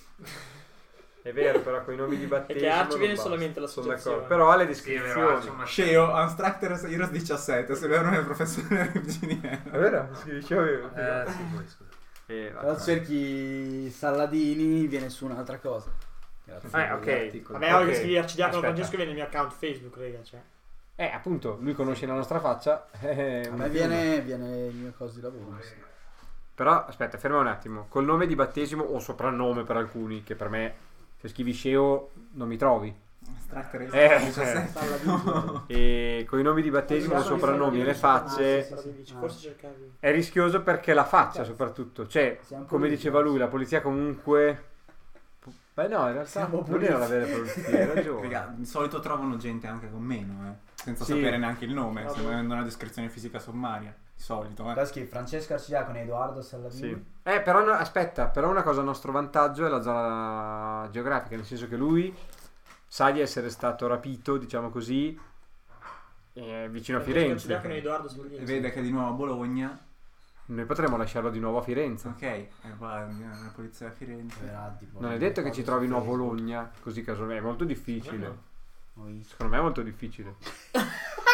Speaker 5: È vero, però con i nomi di battesimo
Speaker 3: E che Arci
Speaker 5: non
Speaker 3: viene
Speaker 5: basta.
Speaker 3: solamente
Speaker 5: Sono
Speaker 3: l'associazione.
Speaker 5: d'accordo. Però ha le
Speaker 2: Sì, è vero,
Speaker 5: descrizioni.
Speaker 2: c'è una
Speaker 6: Sceo, Unstructed Heroes diciassette, se vero nel professore
Speaker 5: È
Speaker 6: Virginia.
Speaker 5: vero? Si diceva
Speaker 2: Eh, sì, poi, scusa.
Speaker 5: eh, va.
Speaker 1: Però cerchi Salladini, viene su un'altra cosa.
Speaker 5: Eh, ok.
Speaker 3: Vabbè, ora
Speaker 5: Ok.
Speaker 3: che scrivi Arcidiacono
Speaker 5: Aspetta.
Speaker 3: Francesco viene il mio account Facebook, raga, cioè.
Speaker 5: Eh, appunto, lui conosce la nostra faccia. eh,
Speaker 1: A
Speaker 5: una
Speaker 1: me
Speaker 5: figura.
Speaker 1: viene, viene il mio coso di lavoro. sì.
Speaker 5: Però, aspetta, ferma un attimo. Col nome di battesimo o soprannome per alcuni, che per me, se scrivi Sceo, non mi trovi.
Speaker 6: Unstructed
Speaker 5: Eh,
Speaker 6: Heroes diciassette.
Speaker 1: Salladini.
Speaker 5: E con i nomi di battesimo, i soprannomi e le facce
Speaker 1: sì, sì, sì.
Speaker 3: Forse cercavi.
Speaker 5: è rischioso perché la faccia soprattutto. Cioè,
Speaker 1: Siamo
Speaker 5: come
Speaker 1: puliti.
Speaker 5: diceva lui, la polizia comunque... Beh no, in realtà
Speaker 1: Siamo
Speaker 5: non era la
Speaker 1: puliti.
Speaker 5: vera polizia, hai ragione.
Speaker 6: Raga, di solito trovano gente anche con meno, eh. Senza
Speaker 5: Sì.
Speaker 6: sapere neanche il nome,
Speaker 3: Vabbè.
Speaker 6: se avendo una descrizione fisica sommaria. Di solito, eh.
Speaker 1: Qua scrivi Francesco Arcidiacono e Edoardo Salladini.
Speaker 5: Sì. Eh, però no, aspetta, però una cosa a nostro vantaggio è la zona geografica, nel senso che lui sa di essere stato rapito, diciamo così, eh, vicino a
Speaker 3: Arcidiacono e
Speaker 5: Firenze.
Speaker 3: Edoardo Salvini.
Speaker 6: E vede che è di nuovo a Bologna.
Speaker 5: Noi potremmo lasciarlo di nuovo a Firenze.
Speaker 6: Ok, e va la polizia a Firenze.
Speaker 1: Verrà, tipo,
Speaker 5: Non è detto che ci trovino a
Speaker 1: Facebook.
Speaker 5: Bologna, così casomai, è molto difficile.
Speaker 1: Ho visto.
Speaker 5: Secondo me è molto difficile.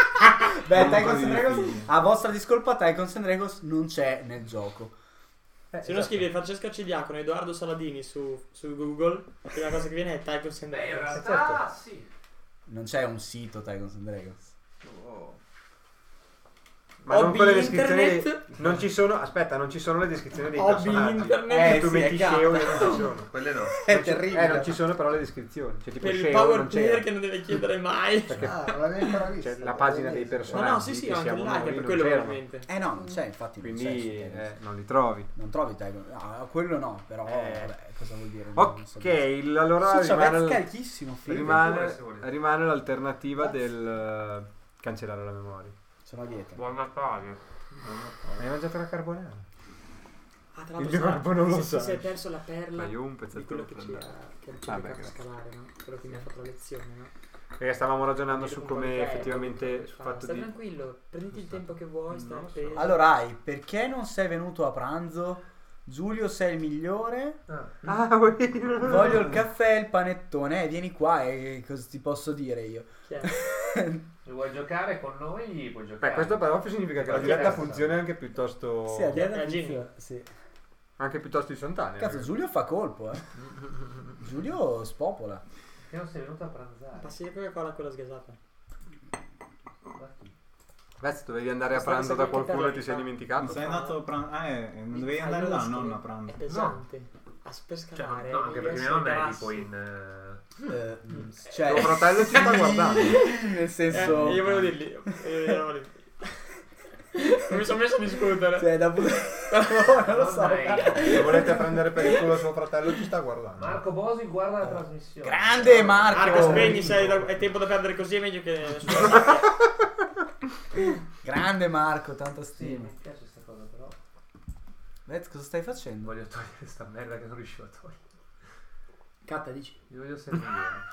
Speaker 1: Beh,
Speaker 6: Non
Speaker 1: Tycoons
Speaker 6: così
Speaker 1: and Dragons,
Speaker 6: difficile.
Speaker 1: a vostra discolpa, Tycoons and Dragons non c'è nel gioco.
Speaker 2: Eh,
Speaker 3: Se uno
Speaker 2: esatto.
Speaker 3: scrive Francesco Arcidiacono e Edoardo Saladini su, su Google, la prima cosa che viene è Tycoon and
Speaker 2: Beh, in
Speaker 3: Dragons.
Speaker 2: realtà sì.
Speaker 1: Non c'è un sito Tycoons and Dragons.
Speaker 6: Oh.
Speaker 5: Ma non
Speaker 3: Hobby
Speaker 5: con le descrizioni dei-
Speaker 3: internet.
Speaker 5: non ci sono, aspetta, non ci sono le descrizioni dei
Speaker 3: Hobby
Speaker 5: personaggi.
Speaker 3: internet.
Speaker 5: Eh,
Speaker 1: Eh,
Speaker 5: tu
Speaker 1: sì,
Speaker 5: metti
Speaker 1: è chiaro.
Speaker 5: Sheo e non ci sono.
Speaker 2: Quelle no.
Speaker 1: È
Speaker 5: Non ci-
Speaker 1: terribile.
Speaker 5: Eh, non ci sono però le descrizioni. Cioè, tipo
Speaker 3: Per il
Speaker 5: Sheo
Speaker 3: power
Speaker 5: non
Speaker 3: player
Speaker 5: c'era.
Speaker 3: che non deve chiedere mai.
Speaker 5: Perché
Speaker 4: Ah, non l'avevi ancora vista.
Speaker 5: c'è la pagina dei
Speaker 3: Ma
Speaker 5: personaggi.
Speaker 3: no, sì, sì,
Speaker 5: che
Speaker 3: anche
Speaker 5: siamo
Speaker 3: là,
Speaker 5: noi,
Speaker 3: che per
Speaker 5: non
Speaker 3: quello
Speaker 5: c'erano.
Speaker 3: probabilmente.
Speaker 1: Eh no, non c'è, infatti non c'è su
Speaker 5: Quindi
Speaker 1: Tycoons.
Speaker 5: eh, non li trovi.
Speaker 1: Non trovi Tycoon. Ah, quello no, però
Speaker 5: Eh.
Speaker 1: vabbè, cosa vuol dire? Non so dire.
Speaker 5: Ok, allora
Speaker 1: Sì, c'è
Speaker 5: rimane,
Speaker 1: Vez carichissimo, figo.
Speaker 5: rimane,
Speaker 2: pure, se volete.
Speaker 5: rimane l'alternativa del eh, cancellare la memoria.
Speaker 1: Sono a dieta.
Speaker 2: Buon Natale.
Speaker 5: Hai mangiato la carbonara?
Speaker 3: Ah, tra
Speaker 5: Il
Speaker 3: l'altro
Speaker 5: mio
Speaker 3: sarà-
Speaker 5: corpo non lo
Speaker 3: se-
Speaker 5: sa.
Speaker 3: se si è perso la perla
Speaker 5: Ma io un
Speaker 3: di
Speaker 5: pezzetto
Speaker 3: quello
Speaker 5: lo
Speaker 3: che ci
Speaker 5: prendo.
Speaker 3: ha che ci
Speaker 6: Ah,
Speaker 3: ha
Speaker 6: beh,
Speaker 3: beccato
Speaker 6: grazie.
Speaker 3: scalare, no? Quello che mi ha fatto la lezione, no?
Speaker 5: Perché stavamo ragionando
Speaker 3: Dire
Speaker 5: su
Speaker 3: un po' di
Speaker 5: come
Speaker 3: tempo,
Speaker 5: effettivamente
Speaker 3: fa,
Speaker 5: sul fatto
Speaker 3: stai
Speaker 5: di
Speaker 3: tranquillo, prenditi il tempo che vuoi, stai
Speaker 5: Non lo so.
Speaker 3: appeso.
Speaker 1: Allora, Ai, perché non sei venuto a pranzo? Giulio, sei il migliore.
Speaker 5: Ah, vuoi-
Speaker 1: Voglio il caffè e il panettone. Eh, vieni qua e cosa ti posso dire io?
Speaker 3: Chi è?
Speaker 2: Se vuoi giocare con noi, puoi giocare.
Speaker 5: Beh, questo però significa che la
Speaker 2: Sì,
Speaker 5: diretta
Speaker 2: sì.
Speaker 5: funziona anche piuttosto
Speaker 1: Sì, a diretta
Speaker 3: È Jimmy.
Speaker 1: funziona, sì.
Speaker 5: anche piuttosto istantanea.
Speaker 1: Cazzo, Giulio fa colpo, eh. Giulio spopola.
Speaker 2: Che non sei venuto a pranzare.
Speaker 3: Passi di Coca-Cola a quella sgasata.
Speaker 5: Beh, dovevi andare a
Speaker 3: Stavo
Speaker 5: pranzo da
Speaker 3: seguendo
Speaker 5: qualcuno e
Speaker 3: che
Speaker 5: ti sei
Speaker 3: fa-
Speaker 5: dimenticato.
Speaker 6: Non sei andato a pranzo. Ah, eh, non dovevi
Speaker 3: Fai
Speaker 6: andare là,
Speaker 3: l'osco,
Speaker 6: non a
Speaker 3: È
Speaker 6: pranzo.
Speaker 3: pesante. A per
Speaker 2: Cioè,
Speaker 3: scalare.
Speaker 2: no, anche
Speaker 3: devi
Speaker 2: perché mia
Speaker 3: essere
Speaker 2: nonna è
Speaker 3: grassi.
Speaker 2: tipo in. eh,
Speaker 1: Eh, cioè,
Speaker 5: Tuo fratello ci sta guardando.
Speaker 1: Nel senso...
Speaker 3: Eh, io volevo dirgli. Io volevo dirgli. Non mi sono messo a discutere.
Speaker 1: Cioè, da... non lo so.
Speaker 2: Ormai.
Speaker 5: Se volete prendere per il culo suo fratello ci sta guardando.
Speaker 2: Marco Bosi guarda la trasmissione.
Speaker 1: Grande Marco!
Speaker 3: Marco, spegni, sei da- è tempo da perdere così, è meglio che.
Speaker 1: Grande Marco, tanta
Speaker 2: Sì,
Speaker 1: stima.
Speaker 2: mi piace questa cosa, però.
Speaker 1: Vez, cosa stai facendo?
Speaker 2: Voglio togliere sta merda che non riuscivo a togliere.
Speaker 3: Catta, dici.
Speaker 2: Gli voglio servire.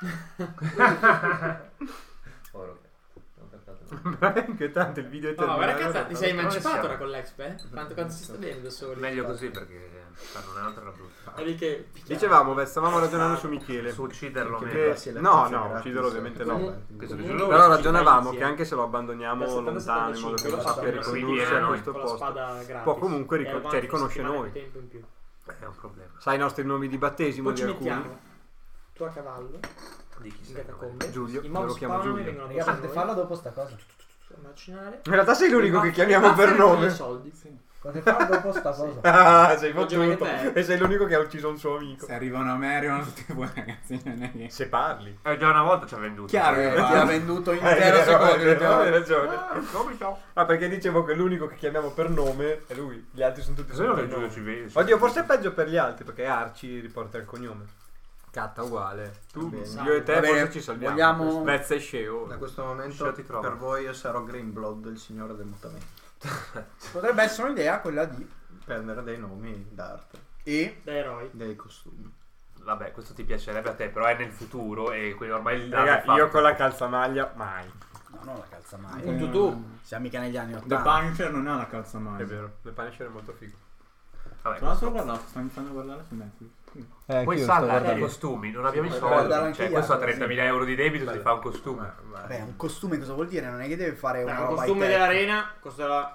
Speaker 2: Oro. Non toccato.
Speaker 5: È inquietante il video è
Speaker 3: No, guarda
Speaker 5: terminato.
Speaker 3: cazzo, ti sei
Speaker 2: Dove
Speaker 3: emancipato
Speaker 2: siamo?
Speaker 3: ora con l'exp, eh? Quanto, quanto si sta bene da soli?
Speaker 2: Meglio così perché fanno un'altra era brutta.
Speaker 3: È lì che
Speaker 5: Dicevamo, beh, stavamo ragionando su Michele.
Speaker 2: Su ucciderlo
Speaker 4: Che-
Speaker 2: meglio.
Speaker 4: Sì, la
Speaker 5: No,
Speaker 4: pizza
Speaker 5: no,
Speaker 4: gratis.
Speaker 5: ucciderlo ovviamente no.
Speaker 3: Comunque-
Speaker 2: Penso che
Speaker 3: comunque-
Speaker 2: ce
Speaker 5: Però
Speaker 3: si
Speaker 5: ragionavamo
Speaker 3: fai
Speaker 5: che anche se lo abbandoniamo
Speaker 3: Da
Speaker 5: lontano in modo che non
Speaker 3: settantacinque,
Speaker 5: sappia
Speaker 3: quello
Speaker 5: ricondursi
Speaker 2: fa-
Speaker 5: a questo
Speaker 3: con la
Speaker 5: posto,
Speaker 3: spada gratis.
Speaker 5: può comunque
Speaker 3: E
Speaker 5: ricon-
Speaker 3: avanti
Speaker 5: cioè, riconosce
Speaker 3: settimane
Speaker 5: noi.
Speaker 3: di tempo in più.
Speaker 2: È un problema.
Speaker 5: Sai i nostri nomi di battesimo
Speaker 3: Poi
Speaker 5: di
Speaker 3: ci
Speaker 5: alcuni?
Speaker 3: mettiamo tu a cavallo
Speaker 2: Di chi
Speaker 3: in
Speaker 2: sei?
Speaker 3: catacombe.
Speaker 5: Giulio,
Speaker 3: I
Speaker 5: io
Speaker 3: mob
Speaker 5: lo chiamo
Speaker 3: spawnano e
Speaker 5: Giulio.
Speaker 3: vengono
Speaker 1: Raga,
Speaker 3: addosso a
Speaker 1: potete
Speaker 3: noi.
Speaker 1: farlo dopo sta cosa.
Speaker 3: Immaginare.
Speaker 5: In realtà sei l'unico che
Speaker 3: I
Speaker 5: chiamiamo
Speaker 3: baffi
Speaker 5: per
Speaker 3: danno
Speaker 5: nome.
Speaker 3: i soldi.
Speaker 1: Potete farlo dopo sta cosa.
Speaker 5: Ah, sei
Speaker 3: Lo giochi
Speaker 5: fottuto.
Speaker 3: te.
Speaker 5: E sei l'unico che ha ucciso un suo amico.
Speaker 6: Se arrivano a me, arrivano tutti voi ragazzi. Non è che...
Speaker 5: Se parli.
Speaker 2: Eh, già una volta ci ha venduto.
Speaker 6: Chiaro che
Speaker 1: Eh, ti
Speaker 6: parlo.
Speaker 1: ha venduto
Speaker 5: Eh,
Speaker 1: intero
Speaker 5: è vero,
Speaker 1: secondo
Speaker 5: è vero, hai
Speaker 1: il
Speaker 5: ragione.
Speaker 2: Come so?
Speaker 5: Ah, perché dicevo che l'unico che chiamiamo per nome è lui. Gli altri sono tutti
Speaker 2: Se no
Speaker 5: per
Speaker 2: che Giulio
Speaker 5: nome.
Speaker 2: ci vede.
Speaker 5: Oddio, forse è peggio per gli altri perché Arci riporta il cognome. Catta uguale. Tu,
Speaker 4: bene.
Speaker 5: io e te
Speaker 1: Va bene,
Speaker 5: forse ci salviamo.
Speaker 1: vogliamo-
Speaker 5: Vezza e Sceo.
Speaker 4: Da questo momento
Speaker 2: Sceo ti trova.
Speaker 4: per voi io sarò Greenblood, il signore del mutamento.
Speaker 1: Potrebbe essere un'idea quella di...
Speaker 4: Prendere dei nomi d'arte,
Speaker 1: E...
Speaker 3: Da eroi.
Speaker 4: dei costumi.
Speaker 2: Vabbè, questo ti piacerebbe a te, però è nel futuro e quindi ormai il
Speaker 5: Raga,
Speaker 2: fatto.
Speaker 5: io con la calzamaglia mai.
Speaker 1: No, non la calzamaglia.
Speaker 3: Con tutù.
Speaker 1: Siamo mica negli anni
Speaker 6: The
Speaker 1: ottanta.
Speaker 6: Punisher non è una calzamaglia.
Speaker 5: È vero, le Punisher è molto figo.
Speaker 2: Vabbè,
Speaker 6: Tra l'altro l'ho guardato, sto iniziando a guardare su Netflix.
Speaker 4: Eh,
Speaker 2: poi salva i costumi, non abbiamo i
Speaker 1: Guardare
Speaker 2: soldi.
Speaker 1: anche
Speaker 2: Cioè,
Speaker 1: gli
Speaker 2: questo ha
Speaker 1: altri,
Speaker 2: trentamila euro di debito, si fa un costume.
Speaker 1: Beh, un costume cosa vuol dire? Non è che deve fare
Speaker 3: Beh,
Speaker 1: una
Speaker 3: un
Speaker 1: roba
Speaker 3: costume
Speaker 1: high-tech.
Speaker 3: dell'arena costerà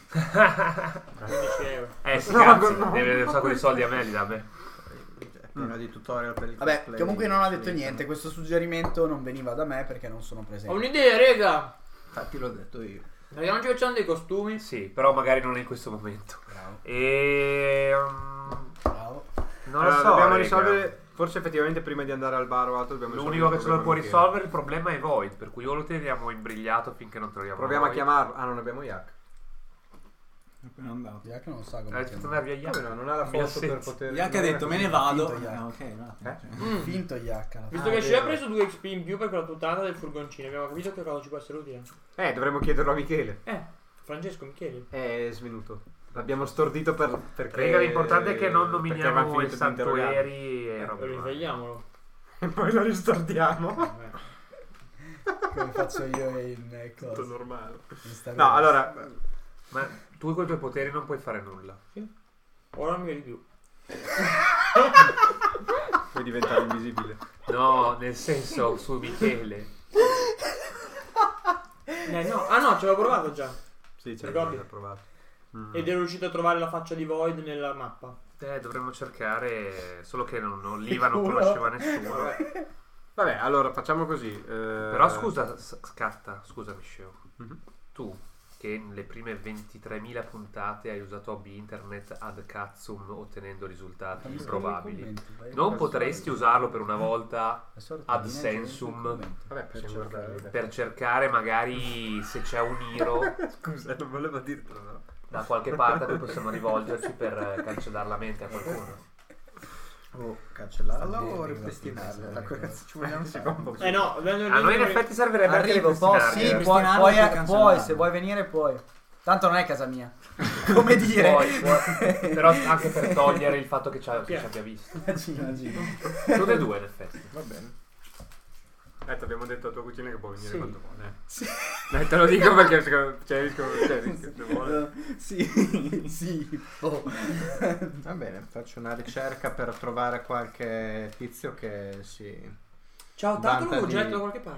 Speaker 3: quindici euro.
Speaker 2: Eh, si
Speaker 5: No,
Speaker 2: cazzo,
Speaker 5: no.
Speaker 2: deve avere un sacco di soldi a me, li dà a me.
Speaker 4: È pieno di tutorial per il
Speaker 1: Vabbè,
Speaker 4: cosplay,
Speaker 1: comunque non ha detto
Speaker 4: sì.
Speaker 1: niente. Questo suggerimento non veniva da me perché non sono
Speaker 3: Ho
Speaker 1: presente.
Speaker 3: un'idea, rega.
Speaker 4: Infatti l'ho detto io.
Speaker 3: Perché non ci facciamo dei costumi?
Speaker 2: Sì, però magari non in questo momento.
Speaker 1: Bravo,
Speaker 2: E... um,
Speaker 1: bravo.
Speaker 2: non lo
Speaker 5: Allora,
Speaker 2: so,
Speaker 5: dobbiamo
Speaker 2: raga.
Speaker 5: risolvere. Forse effettivamente prima di andare al bar o altro dobbiamo
Speaker 2: L'unico
Speaker 5: risolvere
Speaker 2: che
Speaker 5: il
Speaker 2: ce lo può
Speaker 5: problema di
Speaker 2: risolvere il problema è Void, per cui o lo teniamo imbrigliato finché non troviamo
Speaker 5: Michele. Proviamo a
Speaker 2: Void.
Speaker 5: chiamarlo. Ah, non abbiamo Yak.
Speaker 6: È appena andato.
Speaker 1: Yak non sa come
Speaker 2: Ha detto
Speaker 1: chiamare.
Speaker 2: andare via
Speaker 5: Vabbè, no, non ha la
Speaker 2: Mi
Speaker 5: foto
Speaker 2: assenti.
Speaker 5: per poter.
Speaker 6: Yak ha
Speaker 5: non è
Speaker 6: detto me
Speaker 5: così.
Speaker 6: ne vado.
Speaker 1: Finto, Yak.
Speaker 6: Ah, ok, un attimo.
Speaker 5: Eh?
Speaker 6: cioè.
Speaker 3: Mm.
Speaker 1: Finto Yak alla
Speaker 3: Visto
Speaker 1: fine.
Speaker 3: che
Speaker 5: Ah,
Speaker 3: ci ha
Speaker 5: vero.
Speaker 3: preso due X P in più per quella puttana del furgoncino, abbiamo capito che cosa ci può essere utile.
Speaker 5: Eh, dovremmo chiederlo a Michele.
Speaker 3: Eh, Francesco Micheli.
Speaker 5: È svenuto. L'abbiamo stordito per. Perché.
Speaker 2: Raga, l'importante è che non
Speaker 5: perché avevamo
Speaker 2: nominiamo i
Speaker 5: finito di interrogarlo.
Speaker 2: santuari e
Speaker 3: Eh,
Speaker 2: robe varie.
Speaker 3: risvegliamolo.
Speaker 5: E poi lo ristordiamo.
Speaker 1: Come faccio io in eh,
Speaker 5: Tutto
Speaker 1: cosa?
Speaker 5: normale.
Speaker 1: Instagram.
Speaker 5: No, allora.
Speaker 2: Ma tu con i tuoi poteri non puoi fare nulla.
Speaker 3: Ora non mi vedi più.
Speaker 5: Puoi diventare invisibile.
Speaker 2: No, nel senso, su Michele.
Speaker 3: Eh no, ah no, ci avevo provato già.
Speaker 5: Sì, ci
Speaker 3: Ricordi?
Speaker 5: l'ho provato. Mm.
Speaker 3: Ed ero riuscito a trovare la faccia di Void nella mappa.
Speaker 2: Eh, dovremmo cercare, solo che non, non l'Iva non conosceva nessuno.
Speaker 5: Vabbè, allora facciamo così. eh,
Speaker 2: Però scusa, S- Scatta, scusami Sceo.
Speaker 5: Mhm.
Speaker 2: Tu, che nelle prime ventitremila puntate hai usato hobby internet ad cazzum ottenendo risultati
Speaker 1: Fammi
Speaker 2: improbabili,
Speaker 1: scrivere i commenti, vai.
Speaker 2: non
Speaker 1: La
Speaker 2: potresti
Speaker 1: sorta-
Speaker 2: usarlo per una volta
Speaker 1: la sorta
Speaker 2: ad
Speaker 1: di legge
Speaker 2: sensum?
Speaker 1: nei commenti.
Speaker 5: Vabbè,
Speaker 4: Per
Speaker 5: possiamo
Speaker 4: cercare.
Speaker 5: guardare.
Speaker 2: per cercare magari se c'è un Iro
Speaker 5: Scusa, non volevo dirlo, no?
Speaker 2: da qualche parte a cui possiamo rivolgerci per eh, cancellare la mente a qualcuno?
Speaker 4: O cancellarla
Speaker 1: Sta
Speaker 4: o
Speaker 1: bene,
Speaker 4: ripristinarla?
Speaker 1: va
Speaker 4: Da
Speaker 1: bene.
Speaker 4: cazzo ci vogliamo
Speaker 5: Si
Speaker 4: fare?
Speaker 5: fa un po'
Speaker 3: Eh no,
Speaker 2: A noi in effetti servirebbe anche
Speaker 1: Arrivo, po-
Speaker 2: ripristinarli,
Speaker 1: sì,
Speaker 2: eh.
Speaker 1: puoi,
Speaker 7: Ripristinarlo
Speaker 1: puoi,
Speaker 7: e
Speaker 1: puoi,
Speaker 7: cancellarlo.
Speaker 1: se vuoi venire puoi. Tanto non è casa mia. Come dire?
Speaker 2: Puoi, puoi. Però anche per togliere il fatto che ci, che
Speaker 3: Chi è?
Speaker 2: ci abbia visto.
Speaker 1: Immagino, immagino.
Speaker 2: Tutte e due in effetti.
Speaker 4: Va bene.
Speaker 5: Eh, ti abbiamo detto a tua cucina che può venire
Speaker 1: Sì.
Speaker 5: quando vuole.
Speaker 1: Sì.
Speaker 5: Dai, te lo dico perché secondo- c'è il rischio, c'è il rischio, se vuole.
Speaker 1: Sì, sì. Oh.
Speaker 4: Va bene, faccio una ricerca per trovare qualche tizio che si...
Speaker 3: Ciao Tato,
Speaker 4: Vanta
Speaker 3: l'avevo già
Speaker 4: di-
Speaker 3: letto da qualche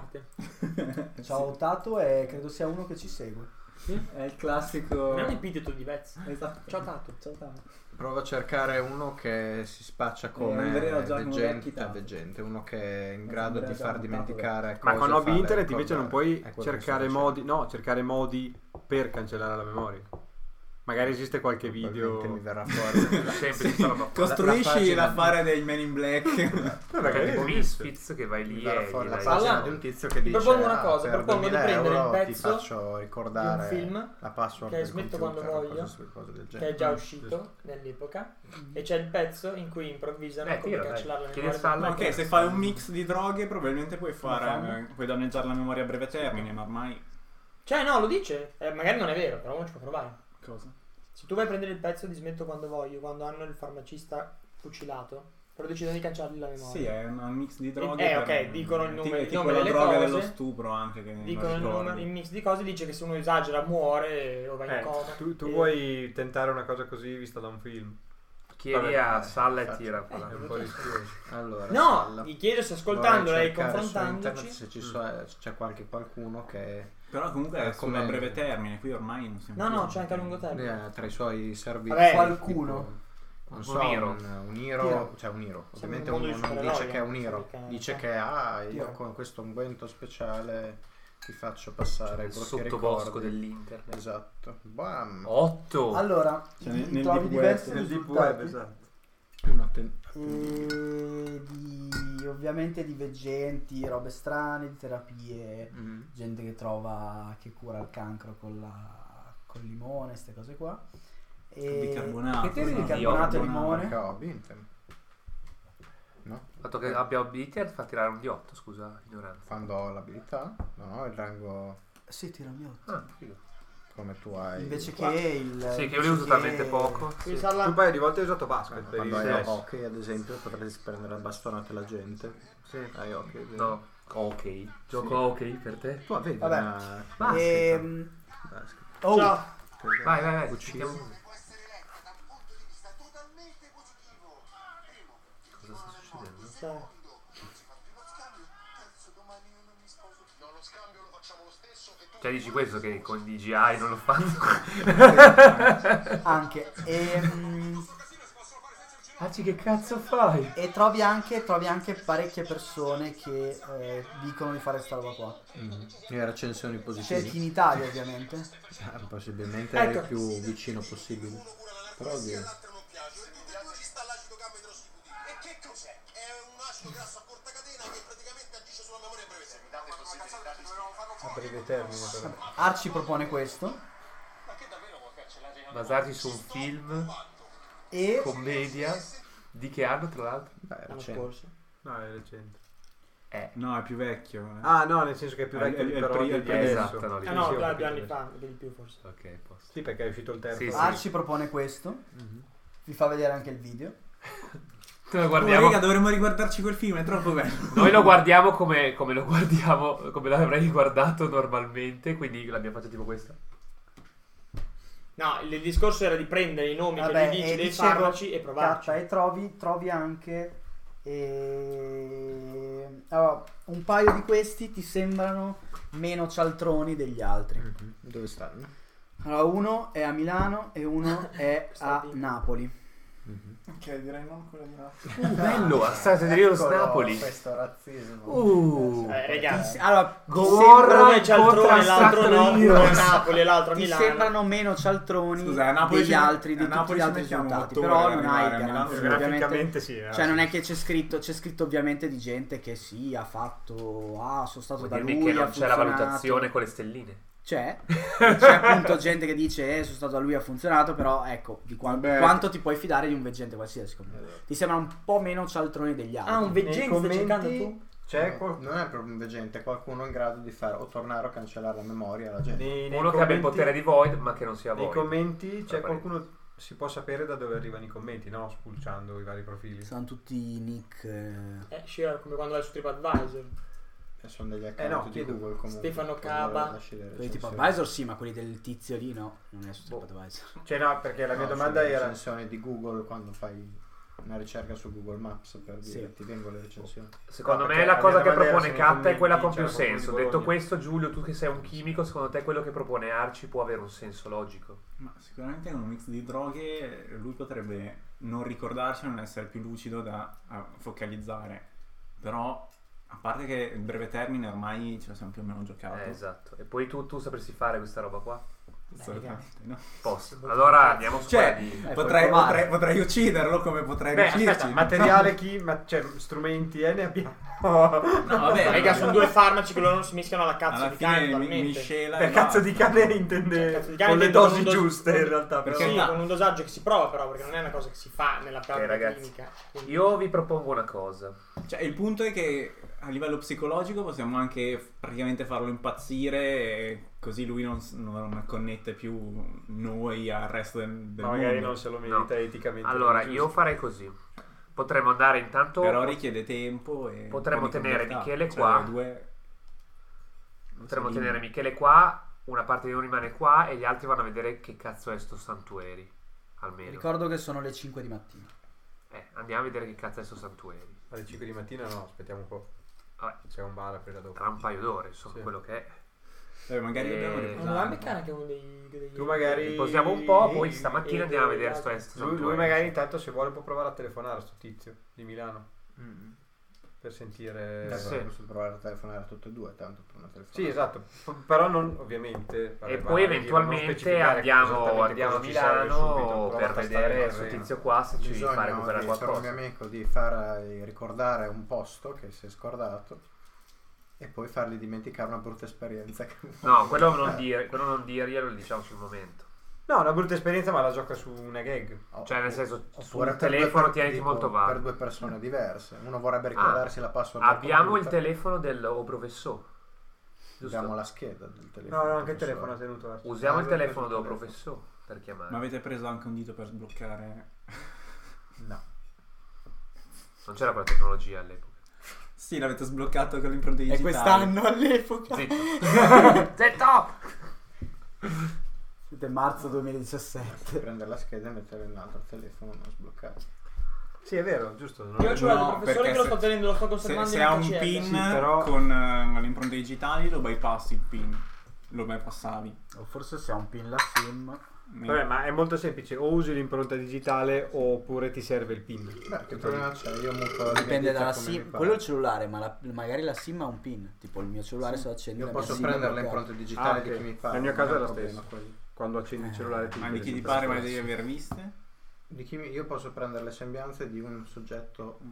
Speaker 3: parte.
Speaker 1: Ciao Tato e credo sia uno che ci segue.
Speaker 7: È il classico.
Speaker 3: Non è un epiteto di Vezzi.
Speaker 7: Esatto.
Speaker 3: Ciao Tato.
Speaker 7: Ciao Tato.
Speaker 4: Provo a cercare uno che si spaccia
Speaker 7: un
Speaker 4: come
Speaker 7: vero Giacomo
Speaker 4: veggente,
Speaker 7: Vecchitato.
Speaker 4: veggente, uno che è in
Speaker 7: Un
Speaker 4: grado
Speaker 7: vero
Speaker 4: di far
Speaker 7: Giacomo
Speaker 4: dimenticare
Speaker 5: Ma
Speaker 4: cose,
Speaker 5: con hobby
Speaker 4: farle
Speaker 5: internet invece non
Speaker 4: ricordare.
Speaker 5: puoi
Speaker 4: È quello che
Speaker 5: cercare
Speaker 4: sto
Speaker 5: modi, no, cercare modi per cancellare la memoria. Magari esiste qualche
Speaker 4: dicendo.
Speaker 5: video.
Speaker 4: Probabilmente mi verrà fuori.
Speaker 2: Sempre di roba qua.
Speaker 7: Costruisci
Speaker 4: La- la pagina-
Speaker 7: l'affare dei Men in Black.
Speaker 5: No, magari
Speaker 2: Tipo
Speaker 5: esiste.
Speaker 2: Misfits che vai
Speaker 4: Mi
Speaker 2: lì
Speaker 4: verrà
Speaker 2: e
Speaker 4: fuori
Speaker 2: gli
Speaker 4: la
Speaker 2: dai-
Speaker 4: pagina
Speaker 3: Allora,
Speaker 4: di un tizio che
Speaker 3: ti
Speaker 4: dice
Speaker 3: propongo una
Speaker 4: "Ah,
Speaker 3: cosa,
Speaker 4: per
Speaker 3: propongo di
Speaker 4: duemila
Speaker 3: prendere il
Speaker 4: euro ti
Speaker 3: pezzo
Speaker 4: faccio ricordare
Speaker 3: di un film
Speaker 4: la password
Speaker 3: che
Speaker 4: del
Speaker 3: smetto
Speaker 4: computer",
Speaker 3: quando
Speaker 4: o
Speaker 3: voglio,
Speaker 4: cose- cose del
Speaker 3: che è
Speaker 4: genere.
Speaker 3: già uscito nell'epoca, e c'è il pezzo in cui improvvisano
Speaker 2: Eh,
Speaker 3: come
Speaker 2: tira, dai.
Speaker 3: cancellare la
Speaker 2: Chiedi
Speaker 3: memoria.
Speaker 2: a Salla.
Speaker 3: del-
Speaker 6: Ok, se fai un mix di droghe probabilmente puoi fare,
Speaker 1: fanno?
Speaker 6: eh, puoi danneggiare la memoria a breve termine, ma ormai...
Speaker 3: Cioè no, lo dice. Eh, magari non è vero, però uno ci può provare.
Speaker 7: Cosa?
Speaker 3: Se tu vai a prendere il pezzo di Smetto quando voglio, quando hanno il farmacista fucilato, però decidono di cancellargli la memoria.
Speaker 6: Sì, è un un mix di droghe.
Speaker 3: Eh,
Speaker 6: per-
Speaker 3: ok, dicono il
Speaker 6: è
Speaker 3: nome-
Speaker 6: tipo- è
Speaker 3: il
Speaker 6: tipo
Speaker 3: nome
Speaker 6: la
Speaker 3: delle
Speaker 6: droga
Speaker 3: cose,
Speaker 6: dello stupro anche che non
Speaker 3: Dicono il,
Speaker 6: ricordi.
Speaker 3: numero, il mix di cose dice che se uno esagera muore o va in
Speaker 5: Eh,
Speaker 3: coma.
Speaker 5: tu, tu
Speaker 3: E-
Speaker 5: vuoi tentare una cosa così vista da un film?
Speaker 2: Chiedi
Speaker 5: Vabbè,
Speaker 2: a
Speaker 4: eh,
Speaker 2: Salla e
Speaker 4: infatti.
Speaker 2: tira.
Speaker 3: Eh,
Speaker 2: quella.
Speaker 5: È un po' rischioso.
Speaker 4: Allora,
Speaker 3: No,
Speaker 4: Salla,
Speaker 3: gli chiedo se
Speaker 4: vorrei
Speaker 3: ascoltandola e
Speaker 4: cercare su internet
Speaker 3: confrontandoci.
Speaker 4: se ci so- c'è qualche qualcuno che
Speaker 6: Però comunque
Speaker 4: Eh,
Speaker 6: è solo a
Speaker 4: come-
Speaker 6: breve termine, qui ormai non siamo
Speaker 3: No,
Speaker 6: più-
Speaker 3: no, c'è anche a lungo termine.
Speaker 4: eh, tra i suoi servizi
Speaker 3: Vabbè,
Speaker 1: qualcuno.
Speaker 4: non
Speaker 2: Un
Speaker 4: so,
Speaker 2: Iro.
Speaker 4: un, un Iro,
Speaker 1: Tira.
Speaker 4: cioè un Iro,
Speaker 3: Siamo
Speaker 4: ovviamente
Speaker 3: in un mondo
Speaker 4: uno
Speaker 3: di
Speaker 4: non
Speaker 3: supereroi,
Speaker 4: dice che è un
Speaker 3: eh,
Speaker 4: Iro,
Speaker 3: perché-
Speaker 4: dice che ah, io
Speaker 1: Tira.
Speaker 4: con questo unguento speciale ti faccio passare i
Speaker 2: Il
Speaker 4: brutti
Speaker 2: sottobosco
Speaker 4: ricordi.
Speaker 2: dell'internet.
Speaker 4: Esatto. Bam.
Speaker 2: otto.
Speaker 1: Allora,
Speaker 6: Cioè, nel-
Speaker 1: ti
Speaker 6: nel
Speaker 1: trovi
Speaker 6: deep
Speaker 1: diversi
Speaker 6: web,
Speaker 5: Nel deep
Speaker 1: risultati.
Speaker 5: web, esatto.
Speaker 4: Una ten-
Speaker 1: E di, ovviamente di veggenti, robe strane, di terapie,
Speaker 4: Mm.
Speaker 1: gente che trova, che cura il cancro con la col limone, queste cose qua. E
Speaker 6: Bicarbonato,
Speaker 1: che tieni
Speaker 6: no?
Speaker 1: bicarbonato e
Speaker 6: Bicarbonato.
Speaker 1: limone?
Speaker 4: Che hobby, intendi? No?
Speaker 2: Il fatto che abbia Obliter fa tirare un di otto, scusa, ignoranza.
Speaker 4: Quando ho l'abilità, non ho il rango
Speaker 1: Sì, tirami otto.
Speaker 2: Ah, figo.
Speaker 4: come tu hai.
Speaker 1: Invece che
Speaker 3: Qua.
Speaker 1: il
Speaker 2: Sì, che io
Speaker 1: invece
Speaker 2: li uso
Speaker 1: che-
Speaker 2: talmente poco.
Speaker 3: Quindi
Speaker 1: Sì.
Speaker 3: Salla-
Speaker 5: Tu un paio di volte hai usato basket
Speaker 4: Eh,
Speaker 5: per
Speaker 4: quando
Speaker 5: il
Speaker 4: hai
Speaker 5: flash.
Speaker 4: hockey, ad esempio, potresti prendere a bastonate la gente.
Speaker 5: Sì.
Speaker 4: Hai hockey.
Speaker 2: No. Ok. Gioco a ok per te?
Speaker 4: Tu avevi
Speaker 1: Vabbè.
Speaker 4: una
Speaker 2: Basket.
Speaker 1: Ehm,
Speaker 4: basket.
Speaker 1: oh,
Speaker 3: Ciao.
Speaker 4: Cos'è?
Speaker 2: Vai, vai, vai.
Speaker 4: Cucina.
Speaker 2: sentiamo.
Speaker 8: può essere letta da un punto di vista totalmente positivo. Primo,
Speaker 2: Cosa sta succedendo?
Speaker 3: Ciao.
Speaker 8: si fa prima scambio, terzo, domani io non mi sposo. No, lo scambio lo facciamo lo stesso e tu...
Speaker 2: Cioè dici questo che con D J I non lo fanno?
Speaker 1: anche. Ehm,
Speaker 2: Aci, che cazzo fai?
Speaker 1: e trovi anche, trovi anche parecchie persone che eh, dicono di fare sta roba qua.
Speaker 4: Mm. E recensioni
Speaker 1: Cerchi
Speaker 4: positive.
Speaker 1: in Italia, ovviamente.
Speaker 4: Ah, possibilmente
Speaker 3: Ecco.
Speaker 4: il più vicino possibile. Però di...
Speaker 8: L'altro non piace. Tutte e due ci sta l'acido gamma idrossibutilico. E che cos'è? È un acido grasso a corta catena che praticamente agisce sulla memoria a breve termine. Mi date possibilità di... dovevamo farlo
Speaker 5: A breve termine, però.
Speaker 1: Arci propone questo.
Speaker 8: Ma che davvero vuoi cancellare in
Speaker 2: Basarsi su un film,
Speaker 1: E
Speaker 2: commedia, di che anno tra l'altro?
Speaker 4: Beh,
Speaker 3: L'anno
Speaker 4: recente.
Speaker 3: scorso.
Speaker 5: No, è recente.
Speaker 2: Eh,
Speaker 6: No, è più vecchio. eh.
Speaker 5: Ah, no, nel senso che è più
Speaker 6: È-
Speaker 5: vecchio
Speaker 6: è-
Speaker 5: di
Speaker 6: è il
Speaker 5: però
Speaker 6: pri-
Speaker 5: di
Speaker 6: è il
Speaker 5: di
Speaker 6: primo.
Speaker 5: adesso.
Speaker 2: Esatto, no,
Speaker 3: Ah
Speaker 2: Sì,
Speaker 3: no,
Speaker 2: sì, ho
Speaker 3: due
Speaker 2: capito
Speaker 3: anni
Speaker 2: adesso.
Speaker 3: fa, anche di più forse.
Speaker 2: Ok, posto.
Speaker 5: Sì, perché è uscito il terzo.
Speaker 2: Sì, sì.
Speaker 1: Arci propone questo. Vi fa vedere anche il video.
Speaker 2: Noi lo
Speaker 6: Oh,
Speaker 2: guardiamo,
Speaker 7: raga, dovremmo riguardarci quel film, è troppo bello.
Speaker 2: noi lo guardiamo come, come lo guardiamo, come l'avrei guardato normalmente, quindi l'abbiamo fatto tipo questo.
Speaker 3: No, il discorso era di prendere i nomi
Speaker 1: Vabbè,
Speaker 3: che gli dici
Speaker 1: e
Speaker 3: dei
Speaker 1: dicevo,
Speaker 3: farmaci e provarci.
Speaker 1: Catta, e trovi, trovi anche eh, allora, un paio di questi ti sembrano meno cialtroni degli altri.
Speaker 4: Mhm. Dove stanno?
Speaker 1: Allora, uno è a Milano e uno è a Napoli.
Speaker 4: Ok, direi non quella di Napoli.
Speaker 2: Uh, bello, Assassin's Creed Napoli.
Speaker 4: Questo razzismo.
Speaker 2: Uh,
Speaker 3: Eh, ragazzi.
Speaker 1: Allora,
Speaker 2: Gomorra
Speaker 3: Uno è cialtrone, l'altro no.
Speaker 2: Assassin's
Speaker 3: Uno è
Speaker 2: Creed.
Speaker 3: Napoli e l'altro a
Speaker 1: ti
Speaker 3: Milano.
Speaker 1: sembrano meno cialtroni
Speaker 7: Scusa, a Napoli
Speaker 1: degli
Speaker 7: ci-
Speaker 1: altri, di
Speaker 7: a
Speaker 1: tutti
Speaker 7: Napoli
Speaker 1: gli
Speaker 7: ci
Speaker 1: altri
Speaker 7: mettiamo
Speaker 1: risultati.
Speaker 7: otto
Speaker 1: Però
Speaker 7: ore
Speaker 1: non
Speaker 7: ad
Speaker 1: hai
Speaker 7: arrivare a Milano.
Speaker 1: garanzia, ovviamente.
Speaker 5: Graficamente sì. eh,
Speaker 1: Cioè non
Speaker 5: sì.
Speaker 1: è che c'è scritto, c'è scritto ovviamente di gente che sì, ha fatto, ah, sono stato
Speaker 2: Vuol
Speaker 1: da
Speaker 2: dirmi
Speaker 1: lui,
Speaker 2: che
Speaker 1: ha
Speaker 2: non c'è la
Speaker 1: funzionato.
Speaker 2: valutazione con le stelline.
Speaker 1: C'è, c'è appunto gente che dice eh, sono stato da lui, ha funzionato, però ecco, di qua-
Speaker 5: Vabbè.
Speaker 1: quanto ti puoi fidare di un veggente qualsiasi, secondo me. Ti sembra un po' meno cialtroni degli altri.
Speaker 3: Ah, un
Speaker 5: Nei
Speaker 3: veggente stai cercando tu?
Speaker 5: commenti c'è qual-
Speaker 4: Non è proprio un veggente, è qualcuno in grado di fare o tornare o cancellare la memoria alla gente.
Speaker 5: nei, nei
Speaker 2: Uno che abbia il
Speaker 5: commenti-
Speaker 2: potere di Void, ma che non sia
Speaker 5: Nei
Speaker 2: Void.
Speaker 5: commenti c'è
Speaker 2: Vabbè.
Speaker 5: qualcuno, si può sapere da dove arrivano i commenti, no? Spulciando i vari profili.
Speaker 1: Sono tutti nick. eh.
Speaker 3: Eh, Shira, come quando vai su TripAdvisor.
Speaker 4: E sono degli account
Speaker 5: Eh no,
Speaker 4: di
Speaker 5: chiedo.
Speaker 4: Google comunque.
Speaker 3: Stefano
Speaker 4: quando
Speaker 3: Caba.
Speaker 4: lasci le
Speaker 1: Quelli tipo
Speaker 4: recensioni.
Speaker 1: Advisor sì, ma quelli del tizio lì no, non è su
Speaker 2: Boh.
Speaker 1: TripAdvisor.
Speaker 5: Cioè no, perché la mia
Speaker 4: No,
Speaker 5: domanda
Speaker 4: sulle
Speaker 5: era...
Speaker 4: recensioni di Google quando fai una ricerca su Google Maps per dire
Speaker 1: Sì.
Speaker 4: ti vengono le recensioni.
Speaker 2: Secondo
Speaker 5: No,
Speaker 2: me
Speaker 5: perché
Speaker 2: la
Speaker 5: la
Speaker 2: cosa
Speaker 5: mia
Speaker 2: che
Speaker 5: domanda era
Speaker 2: propone
Speaker 5: se nei
Speaker 2: Cat è quella con
Speaker 5: commenti
Speaker 2: più
Speaker 5: c'era qualcuno
Speaker 2: senso.
Speaker 5: di
Speaker 2: Detto
Speaker 5: Bologna.
Speaker 2: questo, Giulio, tu che sei un chimico, secondo te quello che propone Arci può avere un senso logico?
Speaker 7: Ma sicuramente con un mix di droghe lui potrebbe non ricordarci, non essere più lucido da a focalizzare. Però, a parte che il breve termine ormai ce lo siamo più o meno giocato.
Speaker 2: Eh, esatto. E poi tu, tu sapresti fare questa roba qua?
Speaker 7: Assolutamente, no?
Speaker 2: Posso. Allora andiamo su
Speaker 7: Cioè,
Speaker 2: quella di...
Speaker 1: Eh,
Speaker 7: potrei,
Speaker 1: puoi provare.
Speaker 7: potrei, potrei ucciderlo come potrei
Speaker 5: Beh,
Speaker 7: riuscirci.
Speaker 5: aspetta, materiale chi... Ma, cioè, strumenti eh, ne abbiamo.
Speaker 3: No, vabbè, raga, sono due farmaci che loro non si mischiano alla cazzo
Speaker 7: Alla
Speaker 3: di cane
Speaker 7: fine mi-
Speaker 3: totalmente.
Speaker 7: miscela
Speaker 5: Per
Speaker 7: e
Speaker 5: cazzo
Speaker 7: basta.
Speaker 5: di cane intende
Speaker 3: Cioè, cazzo di cane
Speaker 5: con le
Speaker 3: intendo con
Speaker 5: dosi
Speaker 3: un dos-
Speaker 5: giuste in realtà.
Speaker 7: Perché
Speaker 3: Sì,
Speaker 7: no.
Speaker 3: con un dosaggio che si prova però, perché non è una cosa che si fa nella pratica
Speaker 2: ragazzi,
Speaker 3: clinica. Quindi-
Speaker 2: Io vi propongo una cosa.
Speaker 7: Cioè, il punto è che a livello psicologico possiamo anche f- praticamente farlo impazzire e così lui non, s- non connette più noi al resto del, del
Speaker 5: Ma magari
Speaker 7: mondo.
Speaker 5: non se lo merita
Speaker 2: No.
Speaker 5: eticamente.
Speaker 2: Allora,
Speaker 5: non è
Speaker 2: io
Speaker 5: giusto.
Speaker 2: farei così. Potremmo andare intanto...
Speaker 7: Però richiede tempo e
Speaker 2: Potremmo
Speaker 7: un po' di
Speaker 2: tenere
Speaker 7: libertà.
Speaker 2: Michele
Speaker 7: Cioè,
Speaker 2: qua.
Speaker 7: le due
Speaker 2: Potremmo
Speaker 7: si
Speaker 2: tenere
Speaker 7: limitano.
Speaker 2: Michele qua, una parte di noi rimane qua e gli altri vanno a vedere che cazzo è sto santueri. Almeno.
Speaker 1: Ricordo che sono le cinque di mattina.
Speaker 2: Eh, andiamo a vedere che cazzo è sto santueri.
Speaker 5: Alle cinque di mattina no, aspettiamo un po'.
Speaker 2: Vabbè,
Speaker 5: C'è un bar appena dopo.
Speaker 2: tra un paio d'ore, insomma,
Speaker 5: Sì.
Speaker 2: quello che è.
Speaker 7: Vabbè, magari
Speaker 2: Eh,
Speaker 7: dobbiamo
Speaker 3: Non
Speaker 7: riposare.
Speaker 3: la meccanica è uno dei, dei...
Speaker 5: Tu magari...
Speaker 2: Riposiamo un po', poi
Speaker 5: E-
Speaker 2: stamattina
Speaker 3: e-
Speaker 2: andiamo a
Speaker 3: e-
Speaker 2: vedere sto, sto
Speaker 5: Lui,
Speaker 2: santuario.
Speaker 5: lui magari intanto se vuole può provare a telefonare a sto tizio di Milano.
Speaker 4: Mm.
Speaker 5: Per sentire...
Speaker 4: Eh,
Speaker 2: sì.
Speaker 4: Posso provare a telefonare a tutte e due, tanto per una telefonata.
Speaker 5: Sì, esatto. P- però non ovviamente... vabbè,
Speaker 2: E
Speaker 5: va,
Speaker 2: poi
Speaker 5: voglio dire, non
Speaker 2: eventualmente
Speaker 5: specificare
Speaker 2: andiamo,
Speaker 5: esattamente
Speaker 2: andiamo a
Speaker 5: cosa ci serve
Speaker 2: Milano
Speaker 5: subito, prova
Speaker 2: per
Speaker 5: a tastare
Speaker 2: vedere
Speaker 5: il
Speaker 2: questo
Speaker 5: terreno.
Speaker 2: tizio qua se ci fa
Speaker 4: Bisogna
Speaker 2: recuperare
Speaker 4: di, per un
Speaker 2: qualcosa.
Speaker 4: mio amico di far ricordare un posto che si è scordato e poi fargli dimenticare una brutta esperienza. che-
Speaker 2: No, quello non, dire, quello non dirglielo, lo diciamo sul momento.
Speaker 5: No, una brutta esperienza ma la gioca su una gag.
Speaker 4: Oh,
Speaker 2: Cioè, nel senso,
Speaker 4: oppure
Speaker 2: sul
Speaker 4: per due
Speaker 2: telefono
Speaker 4: per-
Speaker 2: tieniti
Speaker 4: dico,
Speaker 2: molto vago.
Speaker 4: per due persone diverse. Uno vorrebbe ricordarsi la password del
Speaker 2: Abbiamo il
Speaker 4: computer.
Speaker 2: telefono del o professor. Giusto?
Speaker 4: Abbiamo la scheda del telefono.
Speaker 5: No, no, anche il
Speaker 4: professore.
Speaker 5: telefono ha tenuto. Arci.
Speaker 2: Usiamo
Speaker 4: Ah,
Speaker 2: il
Speaker 4: lui ha
Speaker 2: telefono
Speaker 4: preso
Speaker 2: del
Speaker 4: il
Speaker 2: professor per chiamare.
Speaker 7: Ma avete preso anche un dito per sbloccare?
Speaker 4: No.
Speaker 2: Non c'era quella tecnologia all'epoca.
Speaker 7: Sì, l'avete sbloccato con l'impronta digitale.
Speaker 3: E quest'anno all'epoca.
Speaker 2: Zitto. Zitto!
Speaker 1: Siete marzo duemiladiciassette.
Speaker 4: Prendere la scheda e mettere nell'altro telefono non sbloccato.
Speaker 5: Sì, è vero, giusto. non-
Speaker 3: Io ho cioè
Speaker 7: No,
Speaker 3: il professore
Speaker 7: perché
Speaker 3: che lo
Speaker 7: se-
Speaker 3: sto tenendo, lo sto
Speaker 7: Se,
Speaker 3: conservando
Speaker 7: se
Speaker 3: in
Speaker 7: ha un
Speaker 3: H C L.
Speaker 7: pin
Speaker 5: Sì, però-
Speaker 7: con eh, le impronte digitali lo bypassi il pin. Lo bypassavi.
Speaker 1: O forse se ha un pin la SIM.
Speaker 5: Vabbè, ma è molto semplice, o usi l'impronta digitale oppure ti serve il pin.
Speaker 4: Beh, che problema c'è? Io muto la
Speaker 1: Dipende
Speaker 4: dita
Speaker 1: dalla
Speaker 4: come mi
Speaker 1: SIM.
Speaker 4: pare.
Speaker 1: Quello è il cellulare, ma la- magari la SIM ha un pin. Tipo il mio cellulare se lo accendi
Speaker 4: Io
Speaker 1: la mia
Speaker 4: posso
Speaker 1: SIM è
Speaker 4: prendere le
Speaker 1: bloccata.
Speaker 4: impronte digitali
Speaker 5: Ah, ok.
Speaker 4: di chi mi pare.
Speaker 5: Nel mio caso è
Speaker 4: non
Speaker 5: lo
Speaker 4: un problema
Speaker 5: stesso.
Speaker 4: quello.
Speaker 5: Quando accendi il cellulare ti
Speaker 7: Ma di
Speaker 5: vede
Speaker 7: chi ti
Speaker 5: sempre
Speaker 7: pare
Speaker 5: lo
Speaker 7: mai
Speaker 5: stesso.
Speaker 7: devi aver viste?
Speaker 4: Di chi mi- io posso prendere le sembianze di un soggetto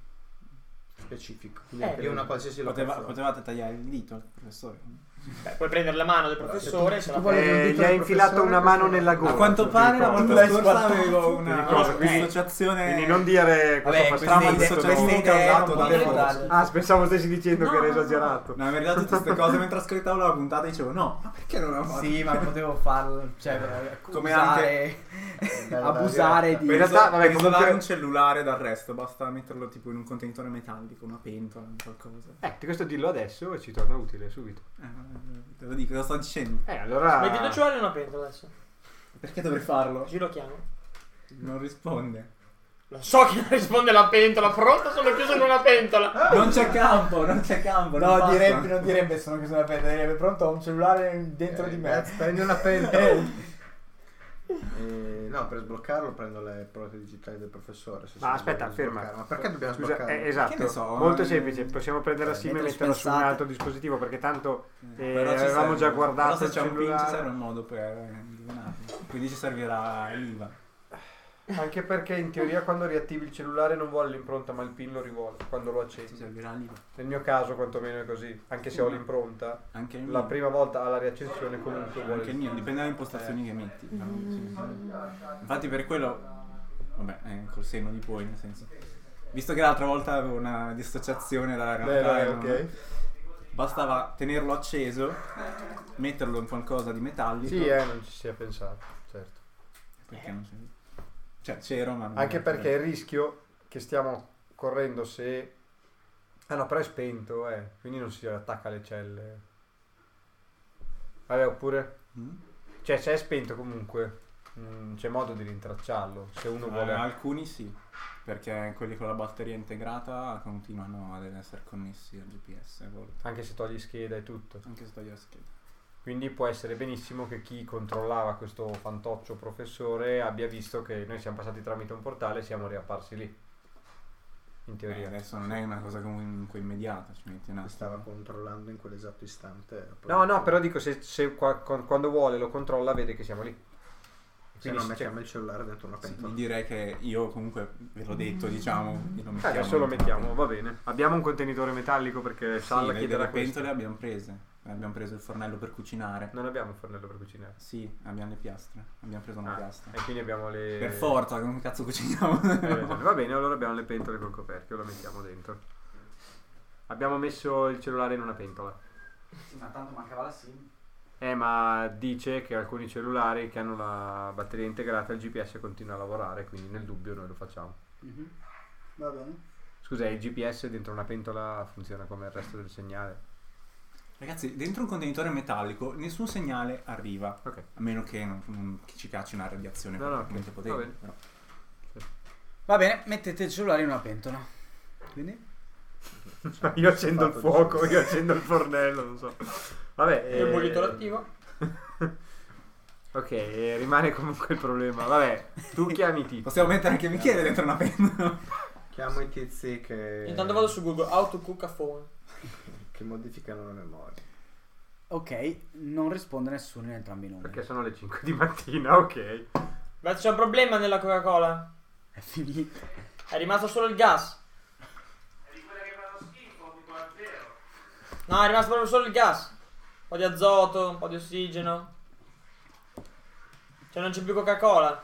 Speaker 4: specifico.
Speaker 3: Eh,
Speaker 4: di una qualsiasi
Speaker 7: Poteva-
Speaker 4: locazione.
Speaker 7: potevate tagliare il dito al professore.
Speaker 3: Beh, puoi prendere la mano del professore.
Speaker 4: se
Speaker 3: se
Speaker 4: tu
Speaker 3: la
Speaker 4: vuoi-
Speaker 3: fai-
Speaker 4: il
Speaker 5: Eh,
Speaker 4: dito
Speaker 5: gli
Speaker 4: del
Speaker 5: ha infilato
Speaker 4: professore,
Speaker 5: una mano
Speaker 4: questo-
Speaker 5: nella
Speaker 4: A
Speaker 5: gola.
Speaker 7: A quanto
Speaker 5: ti
Speaker 7: pare la
Speaker 5: ricordo.
Speaker 7: volta
Speaker 3: l'hai
Speaker 7: scorsa
Speaker 3: squattato.
Speaker 7: avevo
Speaker 5: Ti
Speaker 7: una
Speaker 5: ricordo, quindi-
Speaker 7: dissociazione.
Speaker 5: Quindi non dire cosa
Speaker 1: Vabbè,
Speaker 5: fa
Speaker 1: queste
Speaker 7: trama
Speaker 1: idee-
Speaker 7: dissociazione
Speaker 1: queste idee
Speaker 7: causato
Speaker 1: non
Speaker 7: da
Speaker 1: potevo
Speaker 7: foto.
Speaker 1: darle.
Speaker 5: Ah, pensavo stessi dicendo
Speaker 3: No,
Speaker 5: che era
Speaker 3: no, no.
Speaker 5: esagerato.
Speaker 7: No, mi avevi dato tutte queste cose mentre ascoltavo la puntata dicevo no, ma perché non la fatto?
Speaker 1: Sì, ma non potevo farlo. Cioè,
Speaker 7: Come
Speaker 1: usare-
Speaker 4: Bella
Speaker 1: abusare
Speaker 4: diretta.
Speaker 1: di.
Speaker 5: Ma in realtà, vabbè,
Speaker 7: per isolare
Speaker 5: comunque-
Speaker 7: un cellulare dal resto, basta metterlo tipo in un contenitore metallico, una pentola, qualcosa.
Speaker 5: Eh, questo dillo adesso e ci torna utile subito.
Speaker 7: Eh, te lo dico, cosa sto dicendo?
Speaker 5: Eh, allora...
Speaker 3: Metti il cellulare in una pentola adesso.
Speaker 7: Perché dovrei farlo?
Speaker 3: Così lo chiamo.
Speaker 7: Non risponde.
Speaker 3: Lo so che risponde la pentola, pronto, sono chiuso in una pentola.
Speaker 7: Non c'è campo, non c'è campo. non
Speaker 1: No,
Speaker 7: passa.
Speaker 1: direbbe, non direbbe sono chiuso una pentola, direbbe pronto, ho un cellulare dentro di me.
Speaker 4: Cazzo, prendi una pentola. Eh, no, per sbloccarlo prendo le prove digitali del professore. Se
Speaker 5: Ma
Speaker 4: si
Speaker 5: aspetta,
Speaker 4: vuole
Speaker 5: ferma.
Speaker 4: sbloccare. Ma perché dobbiamo
Speaker 5: Scusa,
Speaker 4: sbloccarlo?
Speaker 5: eh, esatto,
Speaker 7: Che ne so,
Speaker 5: molto
Speaker 7: eh,
Speaker 5: semplice, possiamo prendere la
Speaker 1: eh,
Speaker 5: SIM e
Speaker 1: mentre
Speaker 5: metterla su un
Speaker 1: spensate.
Speaker 5: altro dispositivo perché tanto eh,
Speaker 7: Però ci
Speaker 5: avevamo
Speaker 7: serve-
Speaker 5: già guardato
Speaker 7: però
Speaker 5: il
Speaker 7: se c'è un pin ci
Speaker 5: cellulare.
Speaker 7: serve un modo per eh, eliminarlo. Quindi ci servirà l'I V A.
Speaker 5: Anche perché in teoria quando riattivi il cellulare non vuole l'impronta ma il pin lo rivuole quando lo
Speaker 7: Ci
Speaker 5: accendi.
Speaker 7: servirà l'I V A.
Speaker 5: Nel mio caso quantomeno è così, anche se ho l'impronta,
Speaker 7: Anche il mio.
Speaker 5: la prima volta alla riaccensione comunque vuole
Speaker 7: Anche il mio, dipende dalle impostazioni che metti. però, sì. Infatti per quello, vabbè, eh, col senno di poi, nel senso. Visto che l'altra volta avevo una dissociazione dalla realtà,
Speaker 5: Beh,
Speaker 7: e
Speaker 5: no,
Speaker 7: non-
Speaker 5: ok.
Speaker 7: bastava tenerlo acceso, metterlo in qualcosa di metallico.
Speaker 5: Sì, eh, non ci sia pensato, certo.
Speaker 7: Perché non c'è? Cioè c'ero, ma non
Speaker 5: Anche
Speaker 7: non-
Speaker 5: perché il rischio che stiamo correndo se... Ah no, però è spento, eh, quindi non si attacca alle celle. Vabbè, oppure...
Speaker 7: Mm?
Speaker 5: Cioè, se è spento comunque, mm, c'è modo di rintracciarlo, se uno
Speaker 7: Eh,
Speaker 5: vuole...
Speaker 7: alcuni sì, perché quelli con la batteria integrata continuano ad essere connessi al G P S a volte,
Speaker 5: Anche se togli scheda e tutto.
Speaker 7: anche se togli la scheda.
Speaker 5: Quindi può essere benissimo che chi controllava questo fantoccio professore abbia visto che noi siamo passati tramite un portale e siamo riapparsi lì. In
Speaker 7: Eh,
Speaker 5: teoria.
Speaker 7: adesso non è una cosa comunque immediata, ci metti un
Speaker 4: Mi
Speaker 7: attimo.
Speaker 4: stava controllando in quell'esatto istante.
Speaker 5: No, no, però dico se, se qua- con- quando vuole lo controlla vede che siamo lì.
Speaker 4: Se
Speaker 5: Quindi
Speaker 4: non
Speaker 5: se-
Speaker 4: mettiamo il cellulare dentro una
Speaker 7: Sì,
Speaker 4: pentola.
Speaker 7: vi direi che io comunque ve l'ho detto, diciamo, quindi lo
Speaker 5: Eh,
Speaker 7: mettiamo
Speaker 5: adesso lo
Speaker 7: dentro
Speaker 5: mettiamo,
Speaker 7: una
Speaker 5: va bene. Abbiamo un contenitore metallico perché
Speaker 7: Sì,
Speaker 5: Salla
Speaker 7: le,
Speaker 5: chiederà
Speaker 7: delle
Speaker 5: questo.
Speaker 7: pentole abbiamo prese, abbiamo preso il fornello per cucinare.
Speaker 5: Non abbiamo un fornello per cucinare.
Speaker 7: Sì, abbiamo le piastre, abbiamo preso una
Speaker 5: Ah,
Speaker 7: piastra.
Speaker 5: e quindi abbiamo le...
Speaker 7: Per forza, come cazzo cuciniamo?
Speaker 5: Hai ragione. Va bene, allora abbiamo le pentole col coperchio, lo mettiamo dentro. Abbiamo messo il cellulare in una pentola.
Speaker 1: Sì, ma tanto mancava la SIM.
Speaker 5: Eh, ma dice che alcuni cellulari che hanno la batteria integrata il G P S continua a lavorare, quindi nel dubbio noi lo facciamo.
Speaker 1: Mhm. Va bene.
Speaker 5: Scusa, il G P S dentro una pentola funziona come il resto del segnale?
Speaker 7: Ragazzi, dentro un contenitore metallico nessun segnale arriva,
Speaker 5: Ok.
Speaker 7: a meno che non, non- che ci cacci una radiazione
Speaker 5: No, no,
Speaker 7: particolarmente
Speaker 5: ok,
Speaker 7: potente.
Speaker 5: va bene.
Speaker 7: però.
Speaker 1: Va bene, mettete il cellulare in una pentola. Quindi?
Speaker 5: Io accendo il
Speaker 4: fatto di
Speaker 5: fuoco,
Speaker 4: solito.
Speaker 5: io accendo il fornello, non so. Vabbè,
Speaker 3: Il
Speaker 5: eh,
Speaker 3: bollitore attivo.
Speaker 5: Ok, eh, rimane comunque il problema. Vabbè, tu chiami Tito.
Speaker 7: Possiamo mettere anche Michele dentro una pentola.
Speaker 4: Chiamo i tizi che,
Speaker 3: Intanto vado su Google, autocook a phone.
Speaker 4: che modificano la memoria.
Speaker 1: Ok, non risponde nessuno in entrambi i numeri.
Speaker 5: Perché sono le cinque di mattina, ok.
Speaker 3: Beh, c'è un problema nella Coca-Cola.
Speaker 1: È finito.
Speaker 3: È rimasto solo il gas. No, è rimasto proprio solo il gas. Un po' di azoto, un po' di ossigeno. Cioè non c'è più Coca-Cola.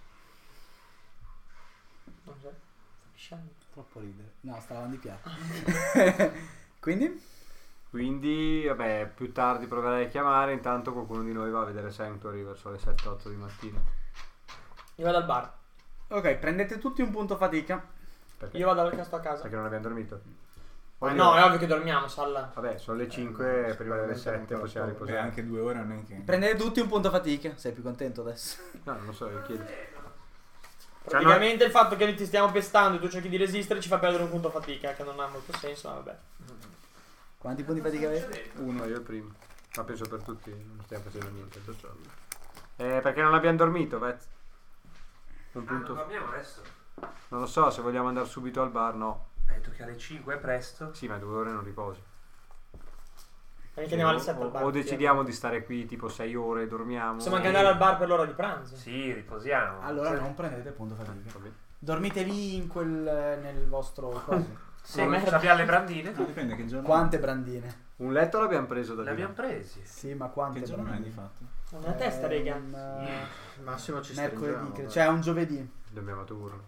Speaker 3: Non c'è. Sta pisciando.
Speaker 1: Troppo ridere. No, sta lavando i piatti. Quindi?
Speaker 5: Quindi, vabbè, più tardi proverai a chiamare. Intanto qualcuno di noi va a vedere Sanctuary verso le sette otto di mattina.
Speaker 3: Io vado al bar.
Speaker 1: Ok, prendete tutti un punto fatica.
Speaker 5: Perché?
Speaker 3: Io vado al casto a casa.
Speaker 5: Perché non abbiamo dormito?
Speaker 3: Ma
Speaker 5: Oddio.
Speaker 3: no, è ovvio che dormiamo, Salla.
Speaker 5: Vabbè, sono le cinque,
Speaker 4: Eh,
Speaker 5: prima delle
Speaker 4: sicuramente
Speaker 5: sette
Speaker 4: non
Speaker 5: possiamo
Speaker 4: troppo.
Speaker 7: Beh,
Speaker 5: riposare.
Speaker 7: anche due ore non è che...
Speaker 1: Prendete tutti un punto fatica. Sei più contento adesso?
Speaker 5: No, non lo so, io chiedo.
Speaker 3: Praticamente il fatto che ti stiamo pestando e tu cerchi di resistere ci fa perdere un punto fatica, che non ha molto senso, ma vabbè.
Speaker 1: Quanti punti fatica avete?
Speaker 5: Uno, io il primo. Ma penso per tutti, non stiamo facendo niente. Eh, perché non abbiamo dormito, Vez? Un punto.
Speaker 2: Abbiamo adesso.
Speaker 5: Non lo so, se vogliamo andare subito al bar, no.
Speaker 2: Hai detto che alle cinque è presto.
Speaker 5: Sì, ma due ore non riposi.
Speaker 3: Anche andiamo alle
Speaker 5: o,
Speaker 3: sette al bar.
Speaker 5: o decidiamo di stare qui tipo sei ore, dormiamo.
Speaker 3: Possiamo anche andare al bar per l'ora di pranzo.
Speaker 2: Sì, riposiamo.
Speaker 1: Allora
Speaker 2: Sì.
Speaker 1: non prendete punto fatica.
Speaker 5: Va bene.
Speaker 1: Dormite lì in quel, nel vostro coso.
Speaker 2: Sì,
Speaker 3: Ma merda.
Speaker 2: abbiamo le brandine.
Speaker 7: No, dipende che giorno
Speaker 1: Quante brandine?
Speaker 5: Un letto l'abbiamo preso da
Speaker 2: Le
Speaker 5: di là.
Speaker 2: abbiamo presi.
Speaker 1: Sì, ma quante
Speaker 7: Che giorno è
Speaker 1: brandine?
Speaker 7: di fatto?
Speaker 3: Una testa, rega.
Speaker 1: Ehm, eh,
Speaker 4: Massimo ci
Speaker 1: mercoledì,
Speaker 4: stringiamo,
Speaker 1: credo.
Speaker 4: dai.
Speaker 1: Cioè un giovedì.
Speaker 5: Dobbiamo turno.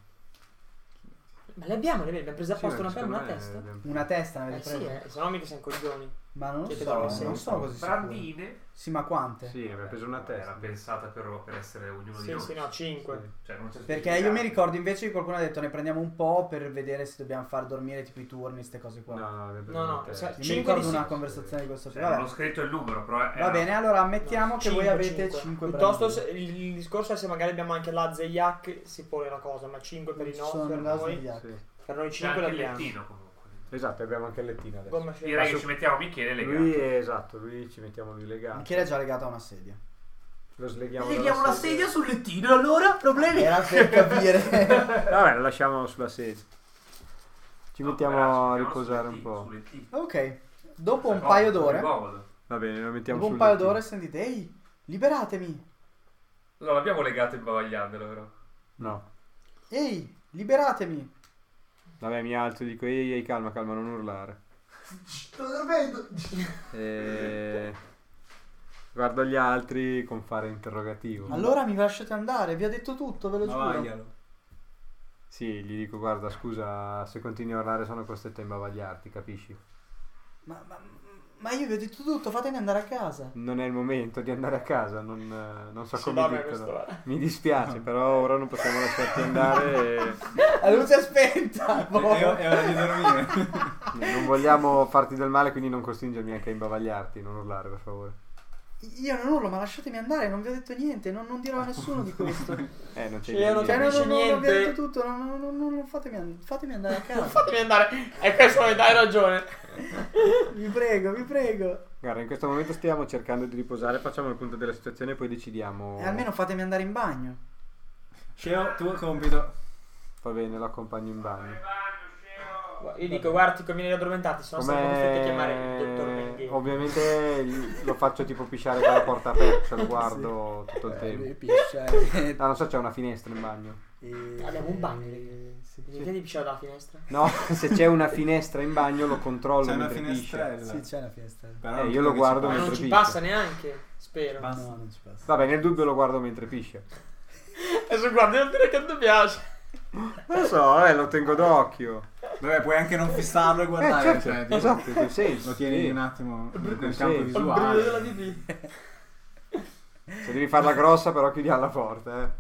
Speaker 3: Ma le abbiamo, le abbiamo prese apposta
Speaker 5: Sì, ma
Speaker 3: una per
Speaker 5: secondo
Speaker 3: una
Speaker 5: me
Speaker 3: testa.
Speaker 5: abbiamo-
Speaker 1: Una testa ne
Speaker 3: Eh
Speaker 1: avete
Speaker 3: sì,
Speaker 1: presa?
Speaker 3: eh, se no mica siamo coglioni.
Speaker 1: Ma non lo
Speaker 3: Siete
Speaker 1: so,
Speaker 3: bravissimi.
Speaker 1: non sono così sicuro.
Speaker 2: Brandine.
Speaker 1: Sì, ma quante?
Speaker 5: Sì, aveva preso una
Speaker 2: Era
Speaker 5: testa.
Speaker 2: pensata per, per essere ognuno di
Speaker 3: Sì,
Speaker 2: noi.
Speaker 3: sì, no, cinque.
Speaker 2: Cioè, non c'è
Speaker 1: Perché io
Speaker 2: specificato.
Speaker 1: mi ricordo invece che qualcuno ha detto ne prendiamo un po' per vedere se dobbiamo far dormire tipo i turni, queste cose qua.
Speaker 5: No, no, aveva preso
Speaker 3: No, no,
Speaker 5: una testa.
Speaker 3: sa-
Speaker 1: Io mi
Speaker 3: cinque
Speaker 1: ricordo
Speaker 3: di
Speaker 1: una
Speaker 3: sì.
Speaker 1: conversazione di questo
Speaker 2: Cioè,
Speaker 1: tipo.
Speaker 2: non ho
Speaker 1: Vabbè.
Speaker 2: scritto il numero, però è-
Speaker 1: Va bene, allora ammettiamo
Speaker 3: No,
Speaker 1: che voi
Speaker 3: cinque,
Speaker 1: avete
Speaker 3: cinque.
Speaker 1: cinque
Speaker 3: Piuttosto
Speaker 1: brandine.
Speaker 3: se- il, il discorso è se magari abbiamo anche l'Az e Yak si pone la cosa, ma cinque per i
Speaker 1: Ci
Speaker 3: nostri,
Speaker 1: sono
Speaker 3: per
Speaker 1: l'Az
Speaker 3: noi,
Speaker 1: e Yak.
Speaker 5: Sì.
Speaker 3: per noi
Speaker 2: C'è
Speaker 3: cinque
Speaker 2: anche il
Speaker 3: l'abbiamo.
Speaker 2: lettino comunque.
Speaker 5: Esatto, abbiamo anche il lettino adesso.
Speaker 3: Gomma scena.
Speaker 2: Direi
Speaker 5: Ma
Speaker 2: che
Speaker 5: su-
Speaker 2: ci mettiamo Michele legato.
Speaker 5: Lui è esatto, lui ci mettiamo lui legato.
Speaker 1: Michele è già legato a una sedia.
Speaker 5: Lo sleghiamo
Speaker 2: Leghiamo
Speaker 5: dalla
Speaker 2: la sedia sul lettino, allora problemi.
Speaker 1: Era per capire.
Speaker 5: Vabbè, lo lasciamo sulla sedia. Ci
Speaker 2: No,
Speaker 5: mettiamo
Speaker 2: però, ci
Speaker 5: a
Speaker 2: mettiamo
Speaker 5: riposare
Speaker 2: sul
Speaker 5: un po'.
Speaker 2: lettino, sul lettino.
Speaker 1: Ok, dopo un
Speaker 2: Comodo,
Speaker 1: paio d'ore,
Speaker 2: comodo.
Speaker 5: Va bene, lo mettiamo
Speaker 1: dopo un
Speaker 5: sul
Speaker 1: paio
Speaker 5: lettino.
Speaker 1: d'ore sentite, ehi, liberatemi,
Speaker 2: No, l'abbiamo legato imbavagliandolo, però.
Speaker 5: No.
Speaker 1: ehi, liberatemi.
Speaker 5: Vabbè, mi alzo e dico ehi, ehi, calma, calma, non urlare.
Speaker 8: Sto dormendo.
Speaker 5: E... Guardo gli altri con fare interrogativo.
Speaker 1: Allora mi lasciate andare, vi ho detto tutto, ve lo
Speaker 7: Ma
Speaker 1: giuro.
Speaker 7: vaglialo.
Speaker 5: Sì, gli dico guarda, scusa, se continui a urlare sono costretto a imbavagliarti, capisci?
Speaker 1: Ma, ma, ma io vi ho detto tutto, fatemi andare a casa.
Speaker 5: Non è il momento di andare a casa, non, eh, non so
Speaker 3: Si
Speaker 5: come
Speaker 3: dorme a
Speaker 5: dirtelo.
Speaker 3: quest'ora.
Speaker 5: Mi dispiace, però ora non possiamo lasciarti andare e
Speaker 1: La luce è spenta. boh.
Speaker 7: È, è ora di dormire.
Speaker 5: non vogliamo farti del male, quindi non costringermi anche a imbavagliarti, non urlare per favore.
Speaker 1: Io non urlo, ma lasciatemi andare, non vi ho detto niente, non, non dirò a nessuno di questo.
Speaker 5: Eh, non c'è
Speaker 3: Sì, io non
Speaker 1: Cioè, no,
Speaker 3: capisci
Speaker 1: no, no, non vi ho
Speaker 3: niente.
Speaker 1: detto tutto, no, no, no, no, no, fatemi, and- fatemi andare a casa.
Speaker 3: Fatemi andare. E questo mi dai ragione.
Speaker 1: Vi prego, vi prego.
Speaker 5: Guarda, in questo momento stiamo cercando di riposare, facciamo il punto della situazione e poi decidiamo.
Speaker 1: E almeno fatemi andare in bagno.
Speaker 7: Sceo, tuo compito.
Speaker 5: Va bene, lo accompagno in bagno.
Speaker 3: Io dico, guarda, ti conviene di addormentarti, se no siamo costretti a chiamare il dottor
Speaker 5: Come
Speaker 3: Mengele.
Speaker 5: ovviamente gli- lo faccio tipo pisciare con la porta aperta, cioè lo guardo tutto il
Speaker 1: Eh,
Speaker 5: tempo.
Speaker 1: lui piscia e-
Speaker 5: Ah, non so, c'è una finestra in bagno.
Speaker 1: e-
Speaker 3: Abbiamo un bagno,
Speaker 1: e- sì,
Speaker 3: Mi
Speaker 1: sì.
Speaker 3: chiedi di pisciare dalla finestra?
Speaker 5: No, se c'è una finestra in bagno lo controllo
Speaker 7: C'è una
Speaker 5: mentre piscia.
Speaker 7: finestrella.
Speaker 1: Sì, c'è una finestra.
Speaker 7: Però
Speaker 5: Eh,
Speaker 7: non
Speaker 5: io
Speaker 7: credo
Speaker 5: lo
Speaker 7: che
Speaker 5: guardo
Speaker 7: ci
Speaker 3: Ma
Speaker 5: mentre
Speaker 3: non ci
Speaker 5: piscia.
Speaker 3: passa neanche, spero.
Speaker 7: Basta.
Speaker 1: No, non ci passa.
Speaker 5: Vabbè, nel dubbio lo guardo mentre piscia.
Speaker 3: Adesso guardi, non dire che non ti piace.
Speaker 5: Non lo so, eh, lo tengo d'occhio.
Speaker 7: Vabbè, puoi anche non fissarlo e
Speaker 5: Eh,
Speaker 7: guardare.
Speaker 5: certo,
Speaker 7: cioè, tipo,
Speaker 5: esatto, in quel senso.
Speaker 7: Lo tieni
Speaker 5: sì.
Speaker 7: un attimo nel
Speaker 5: Sì.
Speaker 7: campo
Speaker 5: Col
Speaker 3: Ho il brivido
Speaker 7: visuale.
Speaker 3: della pipì.
Speaker 5: Se devi farla grossa, però chiudiamo la porta, eh.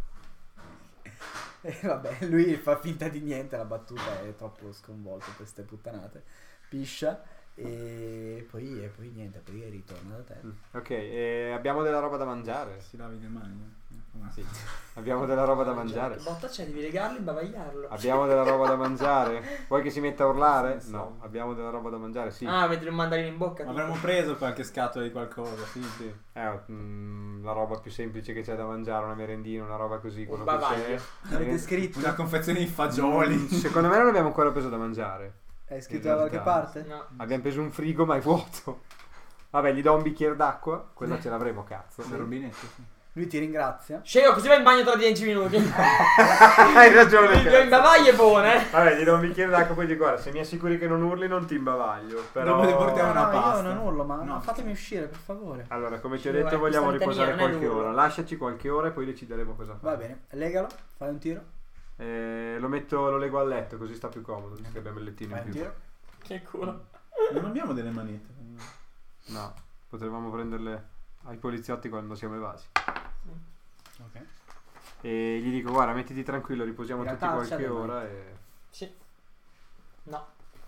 Speaker 1: E vabbè, lui fa finta di niente, la battuta è troppo sconvolto per queste puttanate. Piscia e poi, e poi niente, poi ritorna da te.
Speaker 5: Mm, Ok, e abbiamo della roba da mangiare?
Speaker 7: Si lavi le mani. eh. Ma
Speaker 5: Sì. Abbiamo della roba da mangiare?
Speaker 3: Che botta c'è, devi legarlo e imbavagliarlo.
Speaker 5: Abbiamo della roba da mangiare? Vuoi che si metta a urlare? No, abbiamo della roba da mangiare, sì.
Speaker 3: Ah, mettere un mandarino in bocca.
Speaker 7: Ma
Speaker 3: tipo.
Speaker 7: avremmo preso qualche scatola di qualcosa, sì.
Speaker 5: Sì. Eh, mm, la roba più semplice che c'è da mangiare, una merendina, una roba così, quello
Speaker 3: Un bavaglio.
Speaker 5: che c'è.
Speaker 1: Avete scritto?
Speaker 7: Una confezione di fagioli.
Speaker 5: Secondo me non abbiamo ancora preso da mangiare.
Speaker 1: È scritto
Speaker 5: In
Speaker 1: da qualche
Speaker 5: realtà.
Speaker 1: parte?
Speaker 3: No.
Speaker 5: Abbiamo preso un frigo ma è vuoto. Vabbè, gli do un bicchiere d'acqua, quella ce l'avremo, cazzo.
Speaker 7: Il rubinetto, sì.
Speaker 1: Lui ti ringrazia.
Speaker 3: Scemo, così vai in bagno tra dieci minuti.
Speaker 5: Hai ragione,
Speaker 3: Il
Speaker 5: cazzo.
Speaker 3: imbavaglio è buone.
Speaker 5: Vabbè, gli do un bicchiere d'acqua poi dico guarda, se mi assicuri che non urli non ti imbavaglio. Però...
Speaker 7: Dopo ti portiamo
Speaker 1: No,
Speaker 7: una
Speaker 1: no, io
Speaker 7: pasta.
Speaker 1: non urlo, ma,
Speaker 7: No.
Speaker 1: ma fatemi uscire, per favore.
Speaker 5: Allora, come ti ho
Speaker 3: Sì,
Speaker 5: detto,
Speaker 3: vai,
Speaker 5: vogliamo
Speaker 3: questa
Speaker 5: riposare
Speaker 3: litania non è
Speaker 5: qualche
Speaker 3: l'urlo.
Speaker 5: ora. Lasciaci qualche ora e poi decideremo cosa
Speaker 1: Va
Speaker 5: fare.
Speaker 1: bene, legalo, fai un tiro.
Speaker 5: Eh, lo metto, lo lego al letto così sta più comodo, visto che abbiamo il lettino
Speaker 1: Fai
Speaker 5: in
Speaker 1: un
Speaker 5: più.
Speaker 1: tiro.
Speaker 3: Che culo.
Speaker 7: Non abbiamo delle manette.
Speaker 5: No, potremmo prenderle ai poliziotti quando siamo evasi.
Speaker 1: Ok.
Speaker 5: E gli dico guarda, mettiti tranquillo, riposiamo
Speaker 1: In
Speaker 5: tutti
Speaker 1: realtà c'è
Speaker 5: qualche
Speaker 1: del
Speaker 5: ora e...
Speaker 3: Sì. No.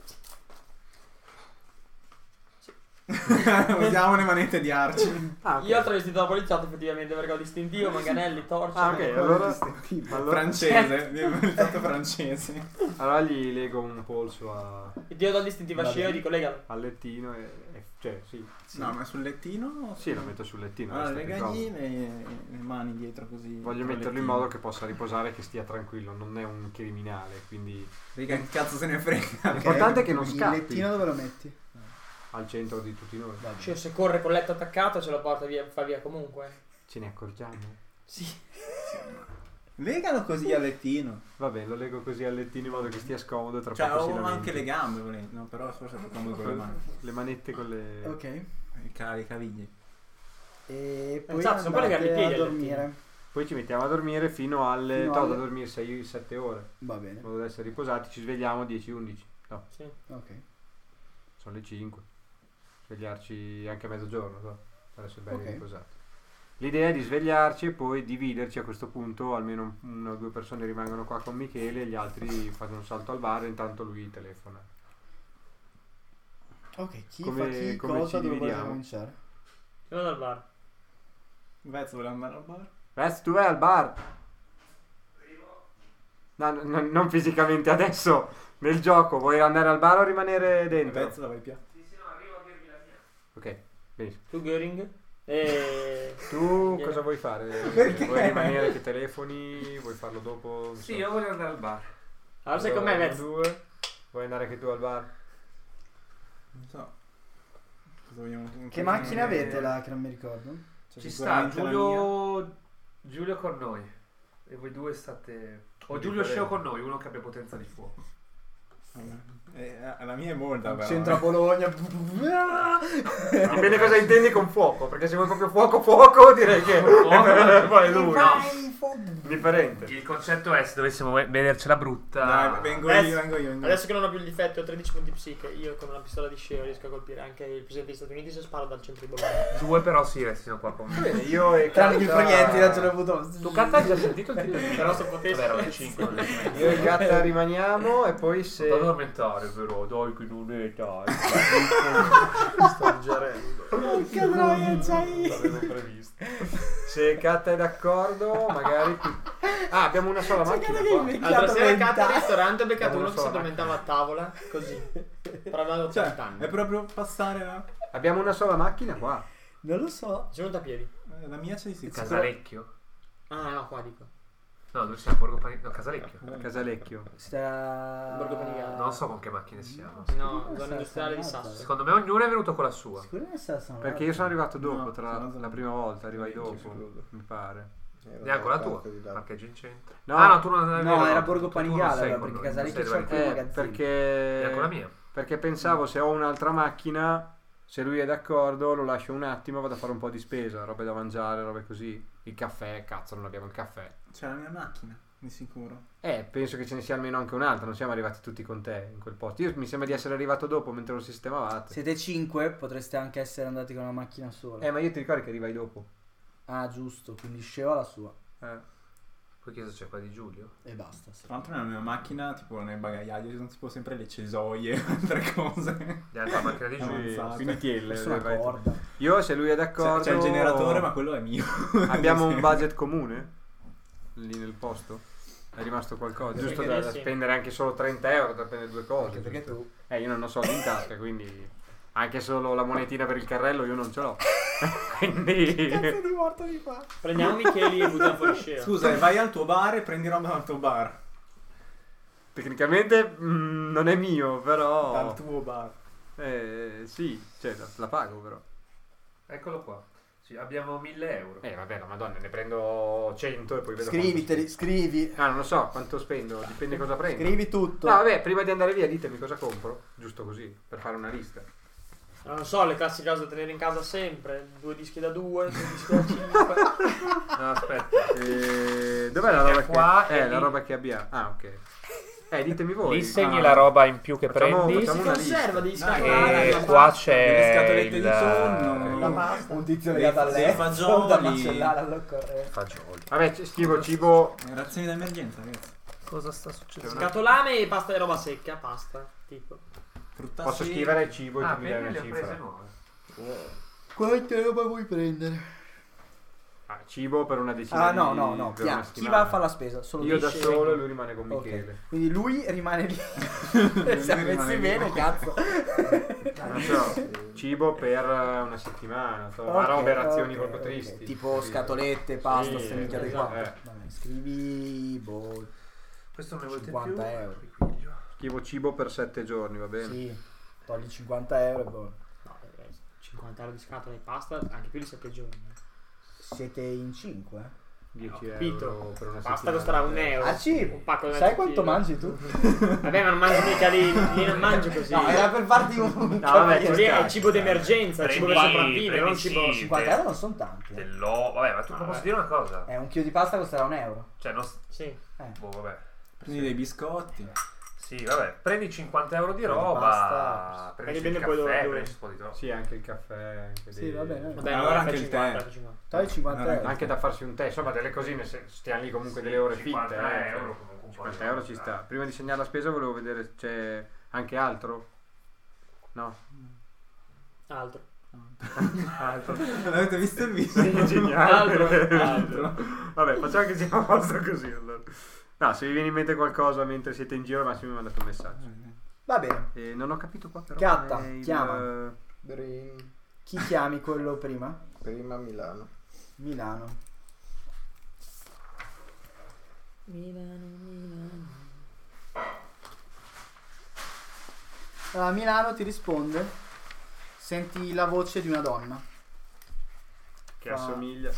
Speaker 7: Usiamo le manette di Arci.
Speaker 5: Ah, ok.
Speaker 3: Io ho travestito da poliziotto effettivamente perché ho distintivo, manganelli, torce.
Speaker 5: Ah, ok, allora, allora,
Speaker 7: Francese, il fatto francese.
Speaker 5: allora gli lego un polso a-
Speaker 3: Io do il distintivo a
Speaker 1: Va
Speaker 3: Sceo e
Speaker 1: bene.
Speaker 3: dico legalo.
Speaker 5: al lettino e, e- cioè sì, sì.
Speaker 7: No, ma sul lettino?
Speaker 5: Sì, lo metto sul lettino.
Speaker 7: Allora,
Speaker 5: resta più
Speaker 7: legagli
Speaker 5: comodo.
Speaker 7: le, le mani dietro così.
Speaker 5: Voglio
Speaker 7: dietro il
Speaker 5: metterlo in
Speaker 7: lettino.
Speaker 5: modo che possa riposare e che stia tranquillo, non è un criminale, quindi
Speaker 7: Riga, che cazzo se ne frega.
Speaker 5: l'importante è che non
Speaker 1: Il
Speaker 5: scappi
Speaker 1: lettino dove lo metti?
Speaker 5: al centro di tutti noi.
Speaker 1: Va bene.
Speaker 3: Sceo se corre col letto attaccato ce lo porta via, fa via comunque.
Speaker 5: Ce ne accorgiamo?
Speaker 3: Sì.
Speaker 7: Legalo così al lettino.
Speaker 5: Vabbè, lo lego così al lettino in modo che stia scomodo e tra
Speaker 7: Cioè,
Speaker 5: poco si
Speaker 7: ho
Speaker 5: lamenti.
Speaker 7: anche le gambe, volendo. No, però forse è più comodo con le mani.
Speaker 5: Le manette con le...
Speaker 1: Ok.
Speaker 7: I ca- le caviglie.
Speaker 1: E poi
Speaker 3: Esatto, sono quelle che
Speaker 1: andate
Speaker 3: leghi
Speaker 1: a
Speaker 3: al
Speaker 1: dormire.
Speaker 5: Poi ci mettiamo a dormire fino alle...
Speaker 1: Fino
Speaker 5: no,
Speaker 1: alle-
Speaker 5: da dormire sei sette ore,
Speaker 1: Va
Speaker 5: in
Speaker 1: bene.
Speaker 5: modo da essere riposati, ci svegliamo dieci undici. No,
Speaker 3: Sì.
Speaker 1: Ok.
Speaker 5: sono le cinque. svegliarci anche a mezzogiorno, so? Per essere belli
Speaker 1: Ok.
Speaker 5: riposati. L'idea è di svegliarci e poi dividerci a questo punto, almeno una o due persone rimangono qua con Michele e gli altri fanno un salto al bar e intanto lui telefona.
Speaker 1: Ok, chi
Speaker 5: Come-
Speaker 1: fa chi,
Speaker 5: come
Speaker 1: cosa,
Speaker 5: ci
Speaker 1: dove vuole
Speaker 5: dividiamo?
Speaker 1: cominciare?
Speaker 3: Io vado al bar.
Speaker 6: Vez vuole andare al bar?
Speaker 5: Vez, tu vai al bar? No, no, no, non fisicamente adesso, nel gioco. Vuoi andare al bar o rimanere dentro?
Speaker 6: Vez dove piace?
Speaker 5: Ok, benissimo.
Speaker 3: Tu Göring. E...
Speaker 5: Tu
Speaker 3: Yeah.
Speaker 5: cosa vuoi fare?
Speaker 4: Perché?
Speaker 5: Vuoi rimanere che telefoni? Vuoi farlo dopo? Non
Speaker 2: Sì,
Speaker 5: so.
Speaker 2: io voglio andare al bar.
Speaker 3: Allora sei con me,
Speaker 5: Uno,
Speaker 3: Vez.
Speaker 5: due. Vuoi andare anche tu al bar?
Speaker 6: Non so. Cosa vogliamo
Speaker 1: Che macchina avete là che non mi ricordo?
Speaker 6: C'è
Speaker 2: Ci sta
Speaker 6: sicuramente la
Speaker 2: Giulio Giulio con noi. E voi due state... O Giulio
Speaker 5: Differente.
Speaker 2: Sceo con noi, uno che abbia potenza di fuoco.
Speaker 6: mia. Eh, la mia è molta però.
Speaker 1: Centro a Bologna.
Speaker 5: Dipende cosa intendi con fuoco, perché se vuoi proprio fuoco fuoco direi che poi lui. Differente.
Speaker 2: Il concetto è, se dovessimo ve- vedercela brutta...
Speaker 6: Dai, vengo
Speaker 3: Vez,
Speaker 6: io, vengo io. Vengo io.
Speaker 3: Adesso che non ho più il difetto, ho tredici punti psiche. Io con una pistola di Sceo riesco a colpire anche il presidente degli Stati Uniti se sparo dal centro di Bologna.
Speaker 2: Due però si restino qua con me.
Speaker 5: Bene, io e
Speaker 1: Tranne il
Speaker 5: Catta-
Speaker 1: proiettile ce l'ho avuto.
Speaker 2: Tu Catta hai già sentito il titolo?
Speaker 3: Però se potessi...
Speaker 2: Vabbè, erano cinque.
Speaker 5: Io e Gatta rimaniamo e poi se
Speaker 2: Da addormentare però, dai che non è dai.
Speaker 3: Sto gerendo.
Speaker 1: Porca troia, c'hai.
Speaker 5: l'avevo previsto. Se Catta è d'accordo, magari qui- Ah, abbiamo una sola macchina
Speaker 1: che
Speaker 5: qua.
Speaker 1: mi-
Speaker 3: L'altra sera
Speaker 1: vent'anni.
Speaker 3: Catta al ristorante ho beccato
Speaker 5: Abbiamo
Speaker 3: uno
Speaker 5: una
Speaker 3: che si
Speaker 5: sola
Speaker 3: addormentava a tavola, così. Però aveva
Speaker 6: Cioè,
Speaker 3: ottanta anni.
Speaker 6: è proprio passare la...
Speaker 5: Abbiamo una sola macchina qua.
Speaker 1: Non lo so.
Speaker 3: Sono venuto a piedi.
Speaker 6: eh, La mia c'è di sicuro.
Speaker 2: Casalecchio?
Speaker 3: Ah, no, qua dico.
Speaker 2: No, dove siamo? Borgo Pani... No, Casalecchio.
Speaker 5: Casalecchio.
Speaker 1: Sta...
Speaker 3: Borgo Panigale.
Speaker 2: Non so con che macchine siamo.
Speaker 3: No, zona industriale di Sasso.
Speaker 2: Secondo me ognuno è venuto con la sua.
Speaker 1: Sicuramente sta San
Speaker 5: Perché io sono arrivato dopo,
Speaker 6: No,
Speaker 5: tra
Speaker 6: sono-
Speaker 5: la prima volta, arrivai
Speaker 6: Io
Speaker 5: dopo,
Speaker 6: escludo.
Speaker 5: mi pare.
Speaker 2: Neanche la tua.
Speaker 4: Parte di là.
Speaker 2: Parcheggio in centro.
Speaker 5: No.
Speaker 2: Ah no, tu non avevi.
Speaker 1: No, era
Speaker 2: tu-
Speaker 1: Borgo
Speaker 2: tu non
Speaker 1: Panigale,
Speaker 2: sei
Speaker 1: allora,
Speaker 2: con
Speaker 1: perché
Speaker 2: noi,
Speaker 1: Casalecchio
Speaker 2: non sei
Speaker 1: c'è
Speaker 2: dove
Speaker 1: il
Speaker 2: vai.
Speaker 5: Eh,
Speaker 1: magazzino.
Speaker 5: perché
Speaker 2: Neanche la mia.
Speaker 5: Perché pensavo se ho un'altra macchina, se lui è d'accordo, lo lascio un attimo, vado a fare un po' di spesa, robe da mangiare, robe così. Il caffè, cazzo, non abbiamo il caffè.
Speaker 6: C'è la mia macchina, di sicuro.
Speaker 5: Eh, penso che ce ne sia almeno anche un'altra, non siamo arrivati tutti con te in quel posto. Io mi sembra di essere arrivato dopo mentre lo sistemavate.
Speaker 1: Siete cinque, potreste anche essere andati con una macchina sola.
Speaker 5: Eh, ma io ti ricordi che arrivai dopo.
Speaker 1: Ah, giusto, quindi Sceo ha la sua.
Speaker 5: Eh.
Speaker 2: Poi che c'è qua di Giulio?
Speaker 1: E basta. sì.
Speaker 6: Tra l'altro nella mia macchina, tipo nel bagagliaio, ci sono tipo sempre le cesoie e altre cose.
Speaker 2: Neanche la macchina di Giulio.
Speaker 6: Avanzate.
Speaker 5: Quindi tielle.
Speaker 1: Nessuna
Speaker 5: vai tu.
Speaker 1: corda.
Speaker 5: Io, se lui è
Speaker 6: C'è,
Speaker 5: d'accordo...
Speaker 6: c'è il generatore, ma quello è mio.
Speaker 5: Abbiamo un budget comune? Lì nel posto? È rimasto qualcosa?
Speaker 3: Direi
Speaker 5: Giusto
Speaker 3: che
Speaker 5: da,
Speaker 3: sì.
Speaker 5: da spendere anche solo trenta euro per prendere due cose.
Speaker 1: Anche perché
Speaker 5: giusto?
Speaker 1: tu.
Speaker 5: Eh, io non ho soldi in tasca, quindi anche solo la monetina per il carrello io non ce l'ho. Quindi
Speaker 1: di morto mi fa?
Speaker 3: Prendiamo Micheli e buttiamo fuori Sceo.
Speaker 6: Scusa, e vai al tuo bar e prendi roba dal tuo bar.
Speaker 5: tecnicamente mm, non è mio, però
Speaker 6: Dal tuo bar.
Speaker 5: eh, sì, cioè la, la pago però.
Speaker 2: Eccolo qua. Sì, abbiamo mille euro.
Speaker 5: Eh, vabbè, la madonna, ne prendo cento e poi vedo
Speaker 1: Scriviteli,
Speaker 5: quanto
Speaker 1: scrivi.
Speaker 5: spendo. Ah, non lo so quanto spendo, dipende cosa prendo.
Speaker 1: Scrivi tutto.
Speaker 5: No, vabbè, prima di andare via ditemi cosa compro, giusto così, per fare una lista.
Speaker 3: Non so, le classiche cose da tenere in casa sempre. Due dischi da due, due dischi da cinque.
Speaker 2: No, aspetta.
Speaker 5: Eh, dov'è la roba
Speaker 2: qua
Speaker 5: che
Speaker 2: e
Speaker 5: Eh, la
Speaker 2: lì.
Speaker 5: roba che abbiamo. Ah, ok. Eh, ditemi voi.
Speaker 2: Lì segni
Speaker 5: Ah,
Speaker 2: la roba in più che
Speaker 5: Facciamo-
Speaker 2: prendi.
Speaker 5: facciamo
Speaker 3: Si
Speaker 5: una
Speaker 3: conserva degli
Speaker 6: Dai,
Speaker 3: scatolari.
Speaker 2: E
Speaker 6: la
Speaker 2: qua
Speaker 6: pasta,
Speaker 2: c'è
Speaker 6: delle scatolette
Speaker 2: il
Speaker 6: di tonno,
Speaker 3: la pasta.
Speaker 1: Un tizio
Speaker 6: Dei-
Speaker 1: legato al
Speaker 6: dei
Speaker 1: letto
Speaker 6: fagioli.
Speaker 1: da macellare all'occorrenza.
Speaker 2: fagioli.
Speaker 5: Vabbè, c- scrivo cibo.
Speaker 6: Razioni d'emergenza, ragazzi.
Speaker 2: Cosa sta succedendo?
Speaker 3: Scatolame e pasta di roba secca, pasta, tipo.
Speaker 6: Frutta
Speaker 5: Posso
Speaker 6: secca.
Speaker 5: scrivere cibo e
Speaker 2: Ah,
Speaker 5: tu mi dai
Speaker 2: per
Speaker 5: una
Speaker 2: le ho prese
Speaker 5: cifra.
Speaker 2: nuove.
Speaker 1: Quante roba vuoi prendere?
Speaker 5: Ah, cibo per una decina
Speaker 1: Ah
Speaker 5: di
Speaker 1: no, no, no,
Speaker 5: per
Speaker 1: Pia-
Speaker 5: una
Speaker 1: chi
Speaker 5: settimana.
Speaker 1: va a fare la spesa? Solo
Speaker 5: Io da
Speaker 1: te?
Speaker 5: solo e lui rimane con
Speaker 1: Ok.
Speaker 5: Michele.
Speaker 1: Quindi lui rimane lì.
Speaker 6: Lui
Speaker 1: Siamo
Speaker 6: rimane
Speaker 1: messi
Speaker 6: lì.
Speaker 1: bene, cazzo.
Speaker 5: Non so, cibo per una settimana, so,
Speaker 1: Ok,
Speaker 5: robe, razioni
Speaker 1: ok,
Speaker 5: proprio
Speaker 1: ok.
Speaker 5: tristi.
Speaker 1: Tipo scatolette, pasta,
Speaker 5: Sì,
Speaker 1: ste minchiate
Speaker 5: esatto,
Speaker 1: qua.
Speaker 5: eh.
Speaker 1: Vabbè, scrivi boh,
Speaker 2: Questo non ne volete
Speaker 1: cinquanta
Speaker 2: più?
Speaker 1: euro.
Speaker 2: Ripiglio.
Speaker 5: Scrivo cibo per sette giorni, va bene?
Speaker 1: Sì, togli cinquanta euro e boh.
Speaker 3: No, eh, cinquanta euro di scatola di pasta, anche più di sette giorni.
Speaker 1: Siete in cinque?
Speaker 5: dieci
Speaker 3: Ho capito.
Speaker 5: euro per una
Speaker 3: Pasta
Speaker 5: settimana.
Speaker 3: costerà un euro.
Speaker 1: Ah sì?
Speaker 3: Un pacco di
Speaker 1: Sai
Speaker 3: mezzo
Speaker 1: quanto
Speaker 3: chilo.
Speaker 1: mangi tu?
Speaker 3: Vabbè, ma non mangi mica lì, lì non mangio così.
Speaker 1: No, era per farti un...
Speaker 5: No, vabbè,
Speaker 3: Quello
Speaker 5: ci
Speaker 3: lì è
Speaker 5: sta,
Speaker 3: il cibo
Speaker 5: ci sta.
Speaker 3: d'emergenza, il cibo per
Speaker 2: Prendi-
Speaker 3: sopravvivere, non cibo...
Speaker 2: prendi-
Speaker 1: cinquanta euro non sono tanti. eh.
Speaker 2: Dello... Vabbè, ma tu non posso dire una cosa.
Speaker 1: Eh, un chilo di pasta costerà un euro.
Speaker 2: Cioè, non...
Speaker 3: Sì.
Speaker 1: Eh.
Speaker 2: Boh, vabbè.
Speaker 6: Prendi dei biscotti.
Speaker 2: Sì, vabbè, prendi cinquanta euro di
Speaker 1: Prendi
Speaker 2: roba,
Speaker 1: pasta.
Speaker 2: prendi
Speaker 3: Dipende
Speaker 2: il
Speaker 3: poi
Speaker 2: caffè,
Speaker 3: dove- dove-
Speaker 2: prendi un po' di roba.
Speaker 5: Sì, anche il caffè. Anche
Speaker 1: Sì,
Speaker 5: dei-
Speaker 1: va bene.
Speaker 3: Vabbè,
Speaker 7: Allora
Speaker 3: no,
Speaker 7: anche il
Speaker 3: cinquanta,
Speaker 7: tè.
Speaker 3: cinquanta.
Speaker 1: Togli cinquanta
Speaker 7: Allora,
Speaker 1: euro.
Speaker 5: Anche da farsi un tè, insomma, delle cosine, se stiamo lì comunque delle ore fitte.
Speaker 2: cinquanta
Speaker 5: eh,
Speaker 2: euro,
Speaker 5: cioè,
Speaker 2: comunque un po'
Speaker 5: cinquanta
Speaker 2: di
Speaker 5: euro
Speaker 2: roba,
Speaker 5: ci
Speaker 2: dai.
Speaker 5: sta. Prima di segnare la spesa volevo vedere c'è anche altro. No.
Speaker 3: Altro.
Speaker 5: Altro.
Speaker 7: Non avete visto il video?
Speaker 5: Geniale.
Speaker 3: Altro.
Speaker 5: Vabbè, facciamo che sia a posto così allora. No, se vi viene in mente qualcosa mentre siete in giro, Massimo mi mandate un messaggio.
Speaker 1: Va bene.
Speaker 5: E non ho capito qua però.
Speaker 1: Chiatta,
Speaker 5: qual è il-
Speaker 1: chiama.
Speaker 4: Brin-
Speaker 1: Chi chiami quello prima?
Speaker 4: prima Milano.
Speaker 1: Milano. Allora, Milano ti risponde. Senti la voce di una donna.
Speaker 5: Che
Speaker 1: Fa-
Speaker 5: assomiglia.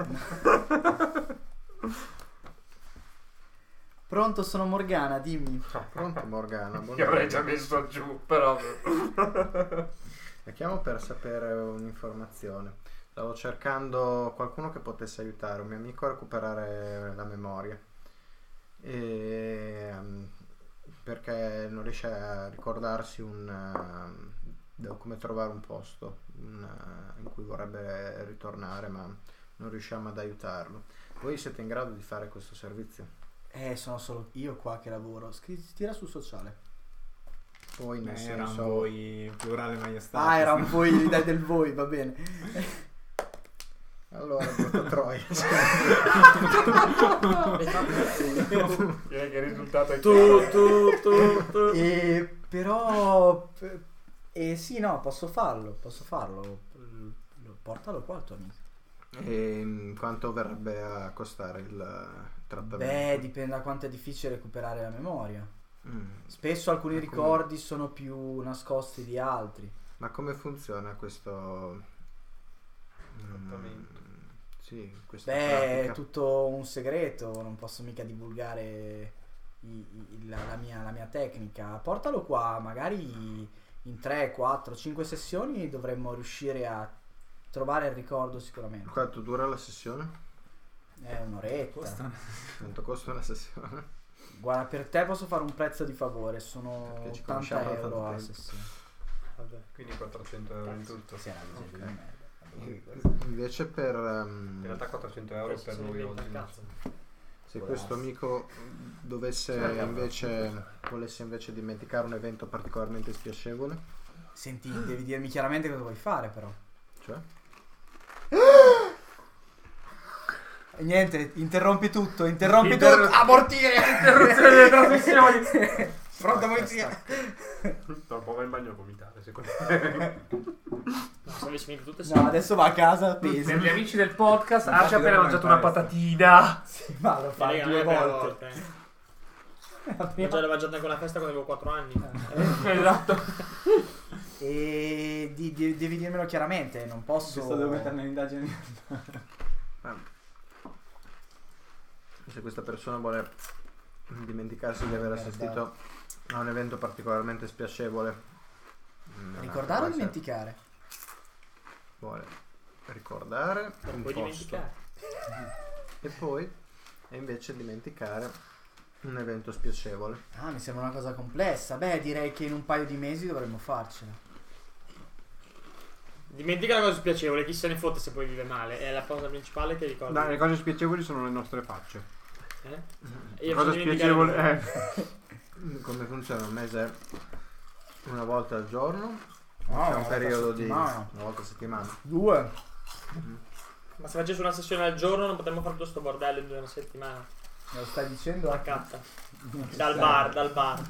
Speaker 1: Pronto, sono Morgana, dimmi.
Speaker 4: Pronto Morgana?
Speaker 2: Io avrei già messo giù, però...
Speaker 4: La chiamo per sapere un'informazione. Stavo cercando qualcuno che potesse aiutare un mio amico a recuperare la memoria. E, ehm, perché non riesce a ricordarsi un, ehm, da- come trovare un posto un, eh, in cui vorrebbe ritornare, ma non riusciamo ad aiutarlo. Voi siete in grado di fare questo servizio?
Speaker 1: Eh, sono solo io qua che lavoro. Scri- tira sul sociale.
Speaker 4: Poi nel
Speaker 7: Eh, era un
Speaker 4: senso...
Speaker 7: voi plurale maiestatis.
Speaker 1: Ah, era un voi, dai del voi, va bene.
Speaker 4: Allora, Porto Troia.
Speaker 2: Direi che il risultato è
Speaker 3: Tu, tu, tu, tu.
Speaker 1: E però... E sì, no, posso farlo, posso farlo. Portalo qua il tuo amico.
Speaker 4: E mm, quanto verrebbe a costare il trattamento?
Speaker 1: Beh, dipende da quanto è difficile recuperare la memoria.
Speaker 4: Mm.
Speaker 1: Spesso alcuni
Speaker 4: Ma come-
Speaker 1: ricordi sono più nascosti di altri.
Speaker 4: Ma come funziona questo mm,
Speaker 5: Trattamento.
Speaker 4: sì, questa
Speaker 1: Beh, è
Speaker 4: pratica?
Speaker 1: tutto un segreto, non posso mica divulgare i- i- la, la mia, la mia tecnica. Portalo qua, magari in tre, quattro, cinque sessioni dovremmo riuscire a trovare il ricordo sicuramente.
Speaker 4: Quanto dura la sessione?
Speaker 1: È un'oretta.
Speaker 7: Costa-
Speaker 4: Quanto costa una sessione?
Speaker 1: Guarda, per te posso fare un prezzo di favore, sono
Speaker 4: Perché ci
Speaker 1: ottanta
Speaker 4: conosciamo da
Speaker 1: euro
Speaker 4: tanto
Speaker 1: a
Speaker 4: tempo.
Speaker 1: sessione.
Speaker 3: Vabbè.
Speaker 5: Quindi quattrocento euro in tutto.
Speaker 1: Sì, è una miseria di merda.
Speaker 4: Invece per ehm,
Speaker 5: In realtà quattrocento euro
Speaker 3: Adesso
Speaker 5: per
Speaker 3: se ne
Speaker 5: noi
Speaker 3: inventa
Speaker 5: oggi.
Speaker 3: il cazzo.
Speaker 4: se questo amico dovesse invece volesse invece dimenticare un evento particolarmente spiacevole,
Speaker 1: Senti, devi dirmi chiaramente cosa vuoi fare però.
Speaker 4: cioè
Speaker 1: E niente, interrompi tutto, interrompi
Speaker 2: Interro-
Speaker 1: tutto. Abortire!
Speaker 2: Interruzione delle trasmissioni.
Speaker 1: Pronta polizia.
Speaker 5: Dopo va in bagno a vomitare, secondo me.
Speaker 3: No, se avessi finito tutte
Speaker 1: No, adesso va a casa, pesa.
Speaker 2: Per gli amici del podcast,
Speaker 7: Infatti
Speaker 2: Arci ha appena
Speaker 7: dovremmo
Speaker 2: mangiato una
Speaker 7: imparare.
Speaker 2: patatina.
Speaker 1: Sì, ma lo fa
Speaker 3: Raga,
Speaker 1: due
Speaker 3: non è per
Speaker 1: volte.
Speaker 3: volte. Ho già mangiato anche una festa quando avevo quattro anni.
Speaker 2: Esatto.
Speaker 1: E di- di- devi dirmelo chiaramente, non posso.
Speaker 7: Questo devo mettere nelle indagini.
Speaker 4: se questa persona vuole dimenticarsi di aver assistito a un evento particolarmente spiacevole, mm,
Speaker 1: Ricordare o
Speaker 4: può essere-
Speaker 1: dimenticare?
Speaker 4: vuole ricordare
Speaker 3: Non
Speaker 4: un
Speaker 3: puoi
Speaker 4: posto
Speaker 3: dimenticare.
Speaker 4: e poi e invece dimenticare un evento spiacevole.
Speaker 1: Ah, mi sembra una cosa complessa. Beh, direi che in un paio di mesi dovremmo farcela.
Speaker 3: Dimentica la cosa spiacevole, chi se ne fotte se poi vive male. È la cosa principale che ricordo.
Speaker 5: No, le cose spiacevoli sono le nostre facce.
Speaker 3: Eh?
Speaker 5: La
Speaker 3: Io
Speaker 5: cosa
Speaker 3: faccio dimenticare
Speaker 5: spiacevole
Speaker 3: tutto.
Speaker 5: è...
Speaker 4: Come funziona? Un mese una volta al giorno?
Speaker 1: No,
Speaker 4: C'è
Speaker 1: una
Speaker 4: un
Speaker 1: volta
Speaker 4: periodo
Speaker 1: a
Speaker 4: di
Speaker 1: settimana.
Speaker 4: una volta a settimana.
Speaker 1: Due.
Speaker 3: Ma se facessi una sessione al giorno non potremmo fare tutto sto bordello in una settimana.
Speaker 1: Me lo stai dicendo?
Speaker 3: La catta. Dal bar, dal bar.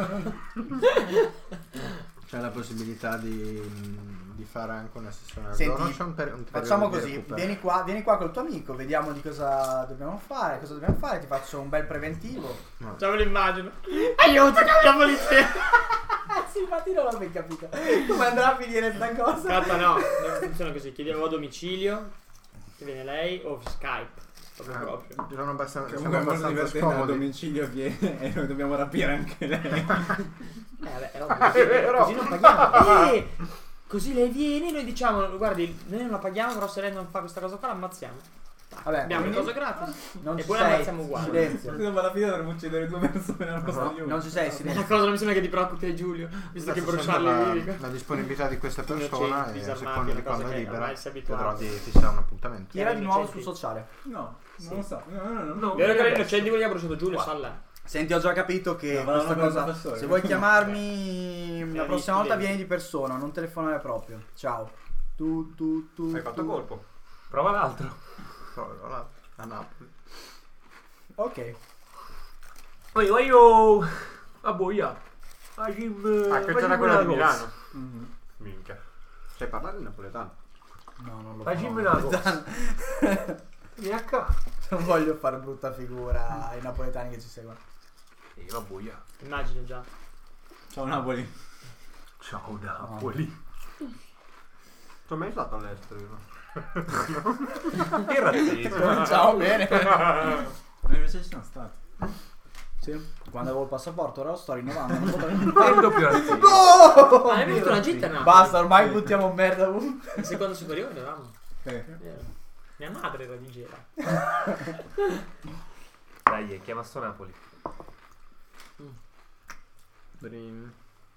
Speaker 4: C'è la possibilità di, di fare anche una sessione al
Speaker 1: Senti,
Speaker 4: giorno? C'è un, per- un periodo
Speaker 1: Facciamo
Speaker 4: di
Speaker 1: così,
Speaker 4: recupero?
Speaker 1: vieni qua, vieni qua col tuo amico, vediamo di cosa dobbiamo fare, cosa dobbiamo fare, ti faccio un bel preventivo.
Speaker 4: No.
Speaker 3: Già me lo immagino. Aiuto, la polizia.
Speaker 1: Sì, infatti non l'ho ben capito. Come andrà a finire sta cosa?
Speaker 3: Catta no, non funziona così. Chiediamo a domicilio, che viene lei, o Skype. Proprio
Speaker 4: Ah,
Speaker 3: proprio.
Speaker 4: sono abbastanza, siamo
Speaker 7: Comunque è molto
Speaker 4: abbastanza
Speaker 7: divertente, a
Speaker 4: scomodi.
Speaker 7: domicilio viene e noi dobbiamo rapire anche lei.
Speaker 3: Eh vabbè, è ovvio, così, così non paghiamo. Eh, così lei viene e noi diciamo, guardi, noi non la paghiamo, però se lei non fa questa cosa qua la ammazziamo.
Speaker 1: Vabbè,
Speaker 3: Abbiamo le
Speaker 1: quindi
Speaker 3: cose gratis.
Speaker 1: non
Speaker 3: E
Speaker 1: ci
Speaker 3: poi
Speaker 1: sei.
Speaker 3: ammazziamo uguali.
Speaker 1: Silenzio.
Speaker 6: Scusa, ma alla fine dovremmo uccidere due persone al posto di uno.
Speaker 1: Non ci sei,
Speaker 3: La
Speaker 1: silenzio.
Speaker 3: cosa non mi sembra che ti preoccupi a Giulio, visto che
Speaker 4: Adesso
Speaker 3: bruciarli
Speaker 4: sento
Speaker 3: vivi.
Speaker 4: la, la disponibilità di questa persona
Speaker 3: Innocenti,
Speaker 4: e a
Speaker 3: disarmati,
Speaker 4: seconda di
Speaker 3: una cosa
Speaker 4: quando è
Speaker 3: che
Speaker 4: libera
Speaker 3: ormai si è abituato.
Speaker 4: vedrò di fissare un appuntamento.
Speaker 1: Chi era di nuovo
Speaker 3: Innocenti.
Speaker 1: sul sociale?
Speaker 6: No,
Speaker 3: Sì.
Speaker 6: non lo so. No, no, no,
Speaker 2: No,
Speaker 3: Vero che
Speaker 2: adesso.
Speaker 3: l'innocente quelli che ha bruciato Giulio, sa là.
Speaker 1: Senti, ho già capito che
Speaker 6: No, ma
Speaker 1: questa
Speaker 6: non è
Speaker 1: cosa.
Speaker 6: un professore,
Speaker 1: Se vuoi
Speaker 6: questo no.
Speaker 1: chiamarmi la
Speaker 3: Eh,
Speaker 1: prossima volta,
Speaker 3: studenti.
Speaker 1: vieni di persona, non telefonare proprio. Ciao. Tu, tu, tu.
Speaker 5: Hai fatto
Speaker 1: tu.
Speaker 5: colpo.
Speaker 2: Prova l'altro.
Speaker 4: Però, là, a Napoli.
Speaker 1: Ok.
Speaker 2: Oi, oi, oh. A boia. A Jim.
Speaker 5: Ah, che c'era quella di Milano.
Speaker 6: Mhm.
Speaker 5: Minchia. Sai parlare in napoletano?
Speaker 1: No, non lo
Speaker 2: Fai
Speaker 1: fa.
Speaker 2: Jim Lagos. Vieni a casa.
Speaker 1: Non voglio fare brutta figura ai napoletani che ci seguono.
Speaker 2: E a boia.
Speaker 3: Immagino già.
Speaker 6: Ciao Napoli.
Speaker 2: Ciao Napoli.
Speaker 5: Sono mai stato all'estero io.
Speaker 2: Che razzismo.
Speaker 1: Ciao, bene.
Speaker 6: Ma invece ci sono stati.
Speaker 1: Sì, quando avevo il passaporto, ora lo sto rinnovando. Non potrei-
Speaker 2: È il doppio razzismo.
Speaker 1: No!
Speaker 3: Ah, hai visto una gita a Napoli?
Speaker 1: Basta, ormai buttiamo merda ovunque.
Speaker 3: In seconda superiore eravamo.
Speaker 6: Eh.
Speaker 3: Vero. Mia madre era di Gela.
Speaker 2: Dai, chiama sto Napoli.
Speaker 5: Dream.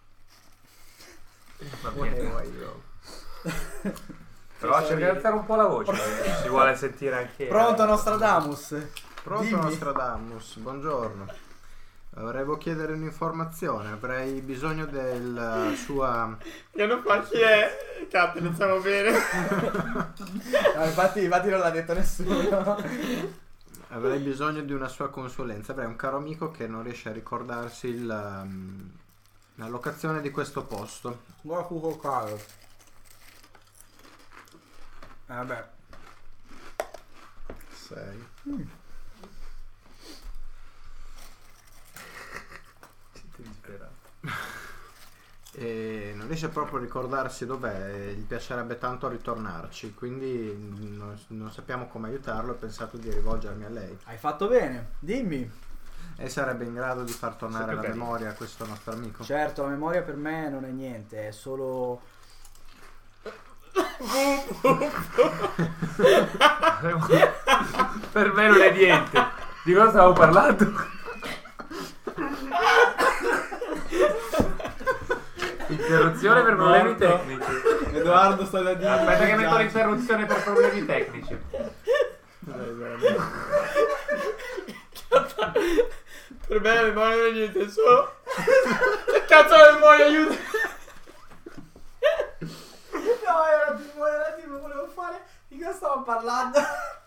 Speaker 2: Va
Speaker 1: Vuoi,
Speaker 2: bene.
Speaker 1: vuoi, io.
Speaker 2: Però cerca di alzare un po' la voce. eh, Si vuole sentire anche.
Speaker 1: Pronto, Nostradamus?
Speaker 4: Pronto
Speaker 1: Dimmi.
Speaker 4: Nostradamus, buongiorno. Volevo chiedere un'informazione, avrei bisogno della sua...
Speaker 3: Io non fa chi è. Cazzo, iniziamo bene.
Speaker 1: No, infatti, infatti non l'ha detto nessuno.
Speaker 4: Avrei bisogno di una sua consulenza. Avrei un caro amico che non riesce a ricordarsi il, um, la locazione di questo posto.
Speaker 1: Guarda Cuco Caro. Vabbè.
Speaker 4: sei.
Speaker 2: Siete disperati.
Speaker 4: E non riesce proprio a ricordarsi dov'è, e gli piacerebbe tanto ritornarci, quindi non, non sappiamo come aiutarlo. Ho pensato di rivolgermi a lei.
Speaker 1: Hai fatto bene, dimmi.
Speaker 4: E sarebbe in grado di far tornare
Speaker 2: Sei
Speaker 4: la
Speaker 2: più carino.
Speaker 4: memoria a questo nostro amico?
Speaker 1: Certo, la memoria per me non è niente, è solo...
Speaker 2: Per me non è niente. Di cosa stavo parlando? Interruzione per problemi
Speaker 6: Morto.
Speaker 2: tecnici.
Speaker 6: Edoardo sta da dire.
Speaker 2: Aspetta che metto l'interruzione per problemi tecnici.
Speaker 3: Per me la memoria non è niente, è solo. Che cazzo la memoria aiuta?
Speaker 1: No, era tipo, era tipo, volevo fare... Di cosa stavo parlando?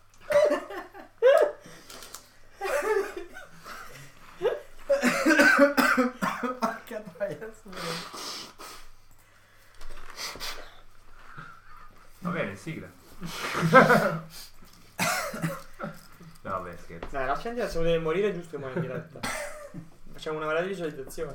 Speaker 1: Porca troia,
Speaker 2: Va bene, sigla. No, vabbè, scherzo.
Speaker 3: Dai, lascia andare, se vuole morire è giusto che muore in diretta. Facciamo una vera visualizzazione.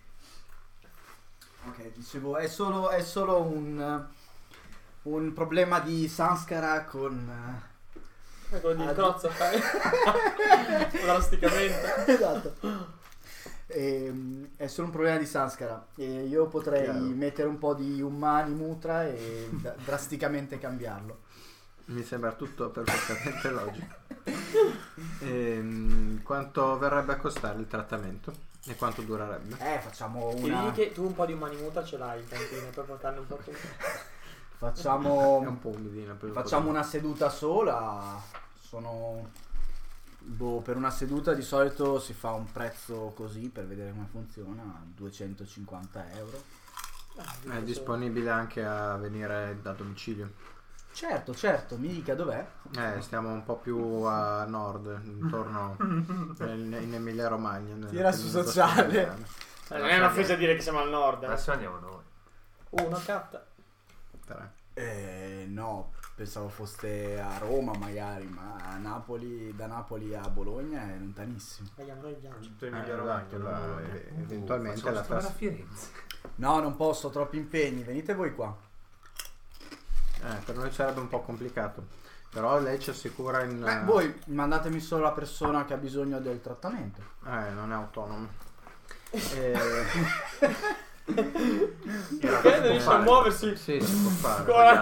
Speaker 1: Ok, dicevo, è solo, è solo un, un problema di Sanskara con...
Speaker 3: È quello di
Speaker 1: Ah,
Speaker 3: crozza fai. Drasticamente.
Speaker 1: Esatto. Ehm, è solo un problema di Sanskara e io potrei
Speaker 4: Chiaro.
Speaker 1: mettere un po' di umani mutra e da- drasticamente cambiarlo.
Speaker 4: Mi sembra tutto perfettamente logico. Ehm, quanto verrebbe a costare il trattamento? E quanto durerebbe?
Speaker 1: Eh, facciamo
Speaker 3: Ti
Speaker 1: una...
Speaker 3: digli che tu un po' di umani muta ce l'hai in cantina per portarne un po' tu.
Speaker 4: È
Speaker 1: Facciamo...
Speaker 4: un po' umidina per il
Speaker 1: Facciamo
Speaker 4: colore.
Speaker 1: una seduta sola. Sono... Boh, per una seduta di solito si fa un prezzo così per vedere come funziona, duecentocinquanta euro.
Speaker 4: È disponibile anche a venire da domicilio.
Speaker 1: Certo, certo, mi dica dov'è?
Speaker 4: Eh, stiamo un po' più a nord, intorno in, in Emilia Romagna. nella
Speaker 1: Tira su
Speaker 4: penisola
Speaker 1: sociale.
Speaker 4: siciliana.
Speaker 3: Eh, non è un'offesa dire che siamo al nord. Eh.
Speaker 2: Adesso andiamo noi.
Speaker 3: Uh, una carta.
Speaker 4: Tre.
Speaker 1: Eh, no, pensavo foste a Roma magari, ma a Napoli, da Napoli a Bologna è lontanissimo.
Speaker 3: Vediamo noi il viaggio.
Speaker 5: Tutto
Speaker 4: Eh,
Speaker 5: Emilia Romagna.
Speaker 4: esatto, la- eh, eventualmente
Speaker 2: Facciamo
Speaker 4: la
Speaker 2: stare a
Speaker 4: tras-
Speaker 2: Firenze.
Speaker 1: No, non posso, troppi impegni, venite voi qua.
Speaker 4: eh, per noi sarebbe un po' complicato. Però lei ci assicura in...
Speaker 1: Beh, voi mandatemi solo la persona che ha bisogno del trattamento.
Speaker 4: Eh, non è autonomo. Eh,
Speaker 3: Perché non riesce a muoversi?
Speaker 4: sì, si può fare.
Speaker 3: Ancora.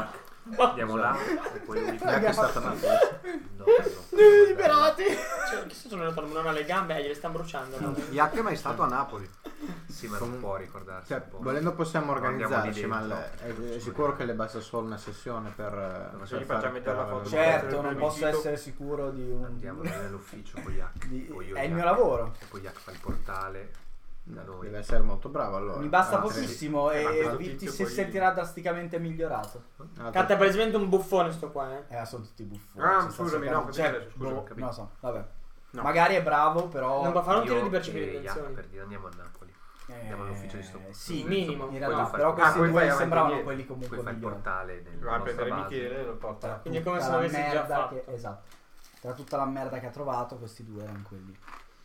Speaker 2: Andiamo là e poi lui
Speaker 4: Neanche è stata una cosa.
Speaker 2: No, no.
Speaker 3: Liberati! Cioè, che sono venuto non alle gambe e gliele stanno bruciando. no?
Speaker 5: Iac è mai stato a Napoli.
Speaker 2: Sì, ma non può ricordarsi.
Speaker 4: Cioè,
Speaker 2: un po'.
Speaker 4: volendo possiamo
Speaker 2: No, andiamo
Speaker 4: organizzarci,
Speaker 2: di
Speaker 4: ma
Speaker 2: dentro.
Speaker 4: le- è, è sicuro che le basta solo una sessione per,
Speaker 2: Ma
Speaker 4: per
Speaker 2: se gli
Speaker 4: fare-
Speaker 2: facciamo vedere la
Speaker 4: per-
Speaker 2: foto-
Speaker 1: Certo, non
Speaker 2: il
Speaker 1: posso
Speaker 2: sito.
Speaker 1: essere sicuro di un...
Speaker 2: Andiamo nell'ufficio con Iac.
Speaker 1: di-
Speaker 2: Poi io
Speaker 1: È il
Speaker 2: Iac.
Speaker 1: mio lavoro.
Speaker 2: E poi Iac fa il portale da noi.
Speaker 4: Deve essere molto bravo allora.
Speaker 1: Mi basta
Speaker 4: Ah,
Speaker 1: pochissimo
Speaker 2: sì.
Speaker 1: e
Speaker 2: Ma
Speaker 1: vi- ti
Speaker 2: tizio
Speaker 1: si
Speaker 2: poi-
Speaker 1: sentirà drasticamente migliorato.
Speaker 4: ah,
Speaker 3: Catta è palesemente un buffone sto qua, eh.
Speaker 1: Eh, sono tutti buffoni.
Speaker 2: Ah,
Speaker 1: ci sta
Speaker 2: scusami,
Speaker 1: cercando-
Speaker 2: no, così
Speaker 1: cioè,
Speaker 2: adesso, scusa,
Speaker 1: boh,
Speaker 2: ho capito.
Speaker 1: non lo so, vabbè.
Speaker 5: No.
Speaker 1: Magari è bravo, però...
Speaker 3: Non può fare un tiro
Speaker 2: Io
Speaker 3: di percepire
Speaker 2: e Iac
Speaker 3: intenzioni.
Speaker 2: per dire andiamo a Napoli.
Speaker 1: Eh,
Speaker 2: Andiamo all'ufficio di sto
Speaker 1: sì,
Speaker 3: minimo.
Speaker 1: in
Speaker 2: Poi
Speaker 1: realtà,
Speaker 2: lui fa
Speaker 1: però
Speaker 2: il-
Speaker 1: questi
Speaker 2: Ah, poi
Speaker 1: due
Speaker 2: vai avanti
Speaker 1: sembravano
Speaker 2: indietro.
Speaker 1: quelli comunque
Speaker 2: Poi fa il
Speaker 1: migliori.
Speaker 2: portale nel
Speaker 9: Vai a
Speaker 2: nostra
Speaker 9: prendere
Speaker 2: base.
Speaker 9: Michele e lo porta.
Speaker 1: Tra
Speaker 3: Quindi è
Speaker 1: tutta
Speaker 3: come se
Speaker 1: la
Speaker 3: l'avessi già
Speaker 1: merda
Speaker 3: fatto.
Speaker 1: che- esatto. Tra tutta la merda che ha trovato, questi due erano quelli.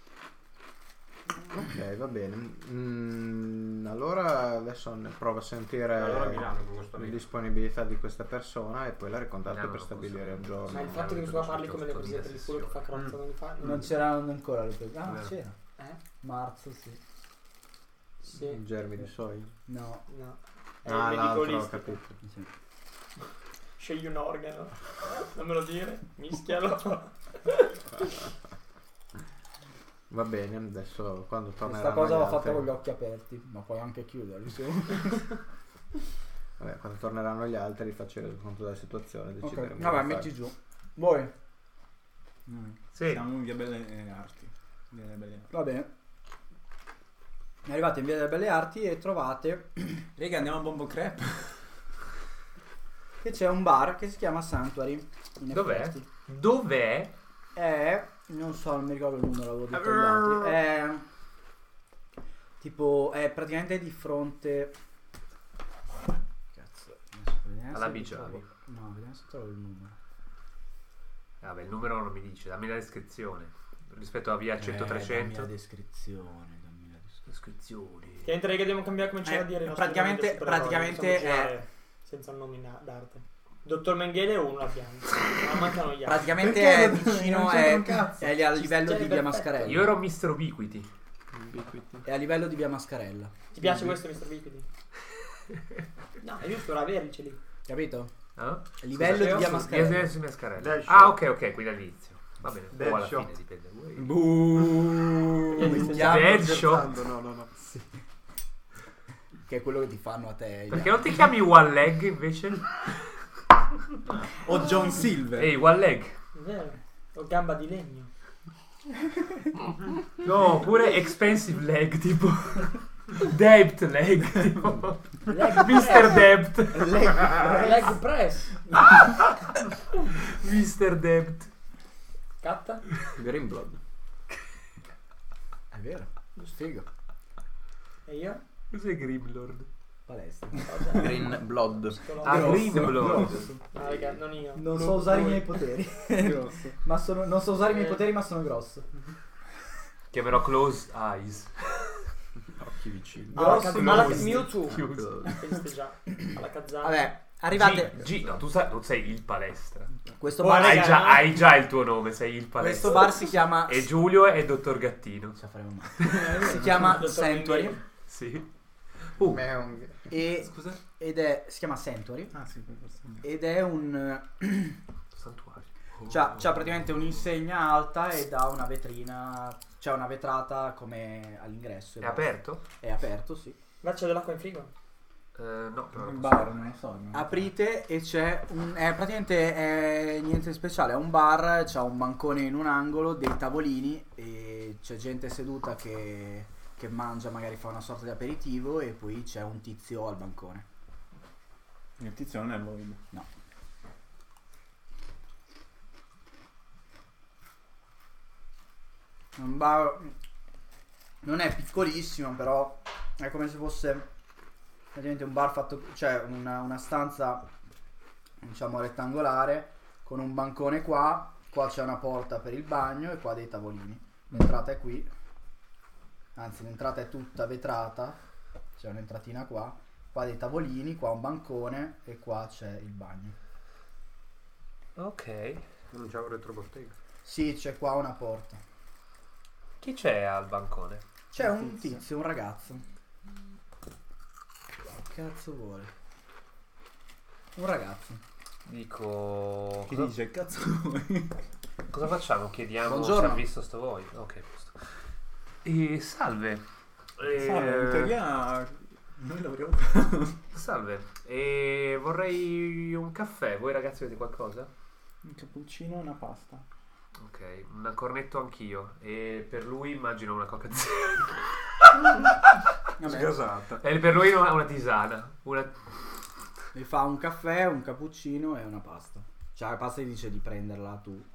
Speaker 4: Ok, va bene. Mm, allora adesso ne provo a sentire
Speaker 9: Allora a Milano con questo
Speaker 4: la
Speaker 9: amico.
Speaker 4: disponibilità di questa persona e poi la ricontatto
Speaker 2: Milano
Speaker 4: per
Speaker 2: non
Speaker 4: stabilire il
Speaker 2: posso-
Speaker 4: giorno.
Speaker 3: Ma il
Speaker 2: Sì,
Speaker 3: fatto che
Speaker 2: veramente
Speaker 3: tu
Speaker 2: non
Speaker 3: parli
Speaker 2: so
Speaker 3: come le
Speaker 2: sto
Speaker 3: cose per il culo che fa
Speaker 2: sessione.
Speaker 3: cazzo non fa.
Speaker 1: Non c'erano ancora le cose. Ah,
Speaker 2: Vero.
Speaker 1: c'era.
Speaker 3: Eh?
Speaker 1: Marzo, sì.
Speaker 3: Sì.
Speaker 4: Germi di soia.
Speaker 1: No.
Speaker 3: No. È
Speaker 4: Ah,
Speaker 3: il
Speaker 4: l'altro, ho
Speaker 3: medicolista.
Speaker 4: capito.
Speaker 1: Sì.
Speaker 3: Scegli un organo. Non me lo dire. Mischialo.
Speaker 4: Va bene, adesso quando tornerà
Speaker 1: Questa cosa l'ho fatta con gli occhi aperti, ma puoi anche chiuderli. se vuoi.
Speaker 4: Vabbè, quando torneranno gli altri faccio il conto della situazione e
Speaker 1: Ok,
Speaker 4: decideremo.
Speaker 1: vabbè,
Speaker 4: cosa
Speaker 1: metti
Speaker 4: fare.
Speaker 1: giù. Voi?
Speaker 7: Mm.
Speaker 2: Sì.
Speaker 7: Siamo in via Belle Arti. Via delle Belle Arti.
Speaker 1: Va bene. Arrivate in via delle Belle Arti e trovate
Speaker 7: Raga, andiamo a Bombo Crepe.
Speaker 1: che c'è un bar che si chiama Sanctuary. In
Speaker 2: Dov'è?
Speaker 1: effetti.
Speaker 2: Dov'è?
Speaker 1: È, non so, non mi ricordo il numero, l'avevo detto agli altri. È tipo, è praticamente di fronte. Cazzo, adesso vediamo
Speaker 2: Alla
Speaker 1: se
Speaker 2: Bigiavi.
Speaker 1: trovo- No, vediamo se trovo il numero.
Speaker 2: Vabbè, il numero non mi dice, dammi la descrizione. Rispetto a via cento
Speaker 1: Eh, dammi
Speaker 2: trecento.
Speaker 1: la descrizione, dammi la descrizione.
Speaker 2: Descrizioni.
Speaker 3: Che entra che dobbiamo cambiare, cominciare
Speaker 1: Eh,
Speaker 3: a dire i nostri
Speaker 1: praticamente-
Speaker 3: nomi da supereroi,
Speaker 1: praticamente
Speaker 3: possiamo
Speaker 1: è-
Speaker 3: girare senza nomi na- d'arte. Dottor Mengele uno l'abbiamo. Ma mancano gli altri.
Speaker 1: Praticamente
Speaker 4: Perché
Speaker 1: è
Speaker 4: non-
Speaker 1: vicino,
Speaker 4: non c'entra
Speaker 1: è,
Speaker 4: un cazzo?
Speaker 1: è lì a
Speaker 3: Ci
Speaker 1: livello
Speaker 3: stai
Speaker 1: di via
Speaker 3: perfetto.
Speaker 1: Mascarella.
Speaker 2: Io ero mister Ubiquity.
Speaker 1: È a livello di via Mascarella.
Speaker 3: Ti piace questo mister Liquidi? No, è giusto, ora averli lì.
Speaker 1: Capito?
Speaker 2: Eh?
Speaker 1: A livello
Speaker 2: Scusa,
Speaker 1: di via
Speaker 2: io-
Speaker 1: Mascarella.
Speaker 2: io- io- Mascarella.
Speaker 9: Dead
Speaker 2: Ah,
Speaker 9: shot.
Speaker 2: ok, ok, quindi all'inizio. Va bene,
Speaker 9: Dead
Speaker 2: o alla
Speaker 9: shot.
Speaker 2: fine, dipende. Ui.
Speaker 1: Chiamo-
Speaker 2: Dead
Speaker 5: Scherzando,
Speaker 2: shot.
Speaker 5: no, no, no.
Speaker 1: Che è quello che ti fanno a te.
Speaker 2: Perché non ti chiami One Leg invece?
Speaker 7: O John Silver.
Speaker 2: Ehi, One Leg.
Speaker 3: È vero. Ho gamba di legno.
Speaker 2: No, pure Expensive Leg, tipo. Debt Leg, tipo. mister Debt.
Speaker 3: Leg press.
Speaker 2: mister Debt.
Speaker 3: Catta.
Speaker 4: Green Blood.
Speaker 1: È vero. Figo.
Speaker 3: E io?
Speaker 2: Cos'è Grimlord?
Speaker 1: Palestra.
Speaker 4: Green Blood.
Speaker 2: Ah,
Speaker 1: Grosso,
Speaker 2: Grimlord.
Speaker 3: No, raga, non io.
Speaker 1: Non so usare i miei poteri. ma sono, non so usare i miei
Speaker 3: Eh.
Speaker 1: poteri, ma sono grosso.
Speaker 2: Chiamerò Close Eyes.
Speaker 4: Occhi vicini.
Speaker 3: Alla
Speaker 1: Grosso
Speaker 3: Kaz- alla
Speaker 1: close.
Speaker 3: Mewtwo.
Speaker 2: Chiuso.
Speaker 3: Esiste già. Alla Kazzana.
Speaker 1: Vabbè, arrivate.
Speaker 2: G, G- no, tu sai, non sei il palestra.
Speaker 1: Questo
Speaker 3: Oh,
Speaker 1: bar,
Speaker 2: Hai
Speaker 3: raga,
Speaker 2: già,
Speaker 3: no?
Speaker 2: hai già il tuo nome, sei il palestra.
Speaker 1: questo bar si chiama.
Speaker 2: E Giulio è Dottor Gattino.
Speaker 1: Ce la faremo mai. Si chiama
Speaker 3: Dottor
Speaker 1: Sanctuary.
Speaker 3: Mengele.
Speaker 2: Sì. Uh,
Speaker 4: Meong.
Speaker 1: E,
Speaker 7: Scusa?
Speaker 1: ed è. Si chiama Sanctuary.
Speaker 7: Ah, sì, per forza.
Speaker 1: Ed è un.
Speaker 2: santuario.
Speaker 1: C'ha, c'ha praticamente un'insegna alta e dà una vetrina. C'è una vetrata come all'ingresso.
Speaker 2: È aperto?
Speaker 1: È aperto, sì.
Speaker 3: Ma c'è dell'acqua in frigo?
Speaker 2: Eh, no, però
Speaker 7: Un
Speaker 2: non
Speaker 7: bar, non lo so. non lo so.
Speaker 1: Aprite e c'è un. È praticamente è niente di speciale. È un bar, c'ha un bancone in un angolo, dei tavolini e c'è gente seduta che, che mangia, magari fa una sorta di aperitivo e poi c'è un tizio al bancone.
Speaker 7: Il tizio non è Lloyd.
Speaker 1: No. È un bar. Non è piccolissimo, però è come se fosse praticamente un bar fatto. Cioè una, una stanza diciamo rettangolare con un bancone qua. Qua c'è una porta per il bagno e qua dei tavolini. L'entrata è qui. Anzi, l'entrata è tutta vetrata. C'è un'entratina qua. Qua dei tavolini, qua un bancone e qua c'è il bagno.
Speaker 2: Ok.
Speaker 5: Non c'è un retrobottega.
Speaker 1: Sì, c'è qua una porta.
Speaker 2: Chi c'è al bancone?
Speaker 1: C'è un tizio, un ragazzo. Che cazzo vuole? Un ragazzo.
Speaker 2: Dico...
Speaker 7: Chi
Speaker 2: cosa,
Speaker 7: dice cazzo vuoi?
Speaker 2: cosa facciamo? Chiediamo
Speaker 1: Buongiorno.
Speaker 2: se ha visto sto voi. Ok, posto. E salve. E...
Speaker 7: Salve, in teoria noi lavoriamo.
Speaker 2: Salve. E vorrei un caffè. Voi ragazzi avete qualcosa?
Speaker 7: Un cappuccino e una pasta.
Speaker 2: Ok, un cornetto anch'io. E per lui immagino una coca zero.
Speaker 5: Sgasata.
Speaker 2: E per lui una, una tisana. Una...
Speaker 1: Mi fa un caffè, un cappuccino e una pasta. Cioè la pasta gli dice di prenderla tu.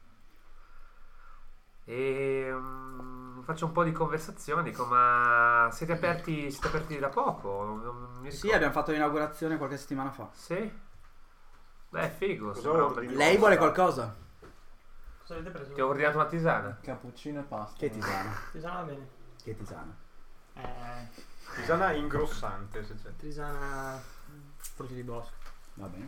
Speaker 2: E um, faccio un po' di conversazione. Dico, ma siete aperti, siete aperti da poco? Non mi
Speaker 1: Sì,
Speaker 2: ricordo.
Speaker 1: abbiamo fatto l'inaugurazione qualche settimana fa.
Speaker 2: Sì? Beh, figo.
Speaker 5: Cosa
Speaker 2: sembra un
Speaker 5: ordini?
Speaker 2: bel-
Speaker 1: Lei vuole qualcosa?
Speaker 3: Cosa avete preso?
Speaker 2: Ti ho ordinato una tisana.
Speaker 7: Cappuccino e pasta.
Speaker 1: Che tisana?
Speaker 3: Tisana bene.
Speaker 1: Che tisana?
Speaker 3: Eh,
Speaker 5: Tisana ingrossante se c'è.
Speaker 3: tisana frutti di bosco.
Speaker 1: Va bene.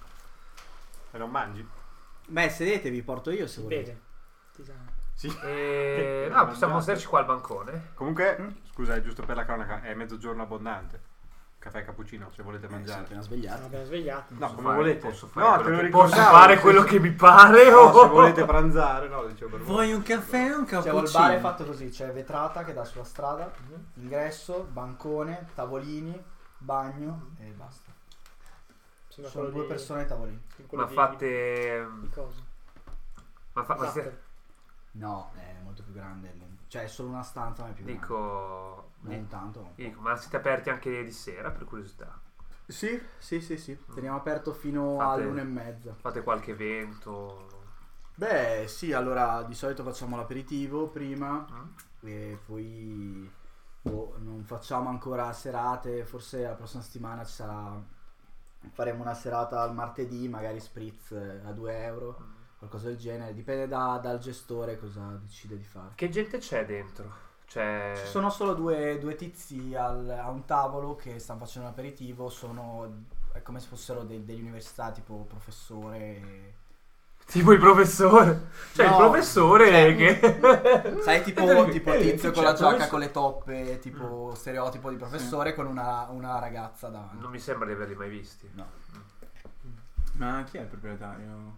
Speaker 5: E non mangi?
Speaker 1: Beh, sedetevi, porto io se
Speaker 3: Si
Speaker 1: volete.
Speaker 3: beve. Tisana.
Speaker 5: Sì.
Speaker 2: E... No, possiamo sederci qua al bancone.
Speaker 5: Comunque, scusa, è giusto per la cronaca, è mezzogiorno abbondante. Caffè e cappuccino, se volete
Speaker 1: Eh, sono
Speaker 5: mangiare.
Speaker 1: appena
Speaker 3: Siamo
Speaker 1: svegliati.
Speaker 3: appena svegliati.
Speaker 5: No,
Speaker 2: Posso
Speaker 5: come
Speaker 2: fare-
Speaker 5: volete.
Speaker 2: Posso fare,
Speaker 5: No,
Speaker 2: quello,
Speaker 5: te lo
Speaker 2: che,
Speaker 5: ricordavo,
Speaker 2: posso fare
Speaker 5: se-
Speaker 2: quello che mi pare.
Speaker 5: No,
Speaker 2: o-
Speaker 5: se volete pranzare, no, dicevo per voi.
Speaker 7: Vuoi un caffè o un
Speaker 1: Cioè, il
Speaker 7: cappuccino?
Speaker 1: bar è fatto così, c'è vetrata che dà sulla strada, ingresso, bancone, tavolini, bagno e basta.
Speaker 3: Sembra
Speaker 1: Sono
Speaker 3: quello
Speaker 1: due
Speaker 3: di-
Speaker 1: persone ai tavolini.
Speaker 3: quello
Speaker 2: Ma
Speaker 3: di-
Speaker 2: fate...
Speaker 3: Di cosa?
Speaker 2: Ma, fa... ma
Speaker 3: Zappe.
Speaker 2: siete...
Speaker 1: No, è molto più grande. Cioè, è solo una stanza, ma è più grande.
Speaker 2: Dico...
Speaker 1: Non tanto. ma un po'.
Speaker 2: Dico, ma siete aperti anche di sera, per curiosità?
Speaker 1: Sì, sì, sì, sì. Teniamo aperto fino
Speaker 2: Fate-
Speaker 1: all'una e mezza.
Speaker 2: Fate qualche evento?
Speaker 1: Beh, sì, allora di solito facciamo l'aperitivo prima
Speaker 2: Mm?
Speaker 1: e poi boh, non facciamo ancora serate, forse la prossima settimana ci sarà, faremo una serata al martedì, magari spritz eh, a due euro, qualcosa del genere, dipende da- dal gestore cosa decide di fare.
Speaker 2: Che gente c'è dentro? Cioè...
Speaker 1: Ci sono solo due, due tizi al- a un tavolo che stanno facendo un aperitivo, sono è come se fossero de- degli università tipo professore e...
Speaker 2: Tipo il professore? Cioè
Speaker 1: No,
Speaker 2: il professore
Speaker 1: cioè-
Speaker 2: che...
Speaker 1: Sai, tipo,
Speaker 2: Eh,
Speaker 1: tipo
Speaker 2: eh,
Speaker 1: tizio con
Speaker 2: cioè,
Speaker 1: la giacca
Speaker 2: professore-
Speaker 1: con le toppe, tipo stereotipo di professore con una, una ragazza davanti.
Speaker 2: Non mi sembra di averli mai visti.
Speaker 1: No.
Speaker 7: Ma chi è il proprietario?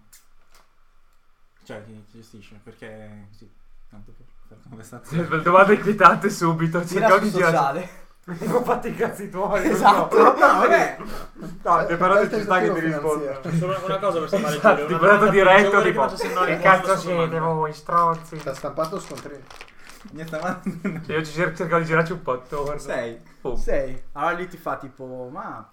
Speaker 7: Cioè, chi, chi gestisce? Perché sì, tanto per fare conversazione.
Speaker 2: Domanda inquietante subito.
Speaker 1: Tira
Speaker 2: cercavo
Speaker 1: sul
Speaker 2: di girare-
Speaker 1: sociale.
Speaker 5: Non fatti i cazzi tuoi.
Speaker 1: Esatto.
Speaker 5: No, vabbè. No, però ci sta che ti rispondo.
Speaker 3: Solo una cosa per salvare il
Speaker 2: Esatto,
Speaker 3: giro.
Speaker 2: tipo
Speaker 3: una
Speaker 2: dato
Speaker 3: domanda
Speaker 2: diretto,
Speaker 3: peggiore
Speaker 2: tipo,
Speaker 3: che faccio sembrare
Speaker 2: che
Speaker 3: un
Speaker 2: cazzo
Speaker 3: posto
Speaker 2: siete
Speaker 3: domanda.
Speaker 2: voi, stronzi?
Speaker 4: Sta stampato scontrino.
Speaker 7: Niente avanti.
Speaker 2: Cioè, io ci cer- cercavo di girarci un po' attorno.
Speaker 7: Sei.
Speaker 2: Oh.
Speaker 1: Sei. Allora lì ti fa tipo, ma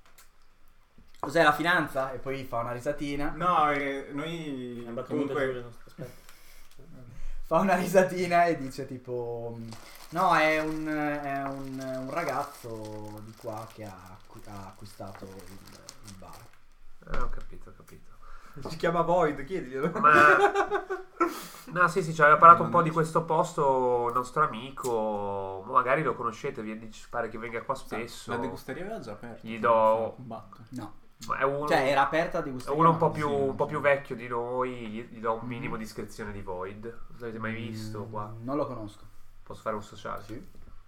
Speaker 1: cos'è la finanza? E poi fa una risatina.
Speaker 7: No, eh, noi
Speaker 3: È una battuta,
Speaker 7: comunque
Speaker 3: Giulio, non- aspetta.
Speaker 1: Fa una risatina e dice tipo, no, è un, è un, un ragazzo di qua che ha, acqu- ha acquistato il, il bar.
Speaker 2: Eh, ho capito, ho capito.
Speaker 5: Si chiama Void, chiediglielo.
Speaker 2: Ma... No, sì, sì, ci aveva parlato un po' di questo posto il nostro amico. Magari lo conoscete, vi dice- pare che venga qua spesso.
Speaker 7: la degusteria aveva già aperto.
Speaker 2: Gli do-
Speaker 7: Combatto.
Speaker 1: No.
Speaker 2: Ma è uno,
Speaker 1: Cioè era aperta di
Speaker 2: è
Speaker 1: gusto.
Speaker 2: uno un po' più,
Speaker 7: sì,
Speaker 2: un po'
Speaker 7: sì.
Speaker 2: più vecchio di noi. Gli, gli do un minimo di iscrizione di Void. Non l'avete mai visto qua?
Speaker 1: Non lo conosco.
Speaker 2: Posso fare un sociale?
Speaker 1: Sì.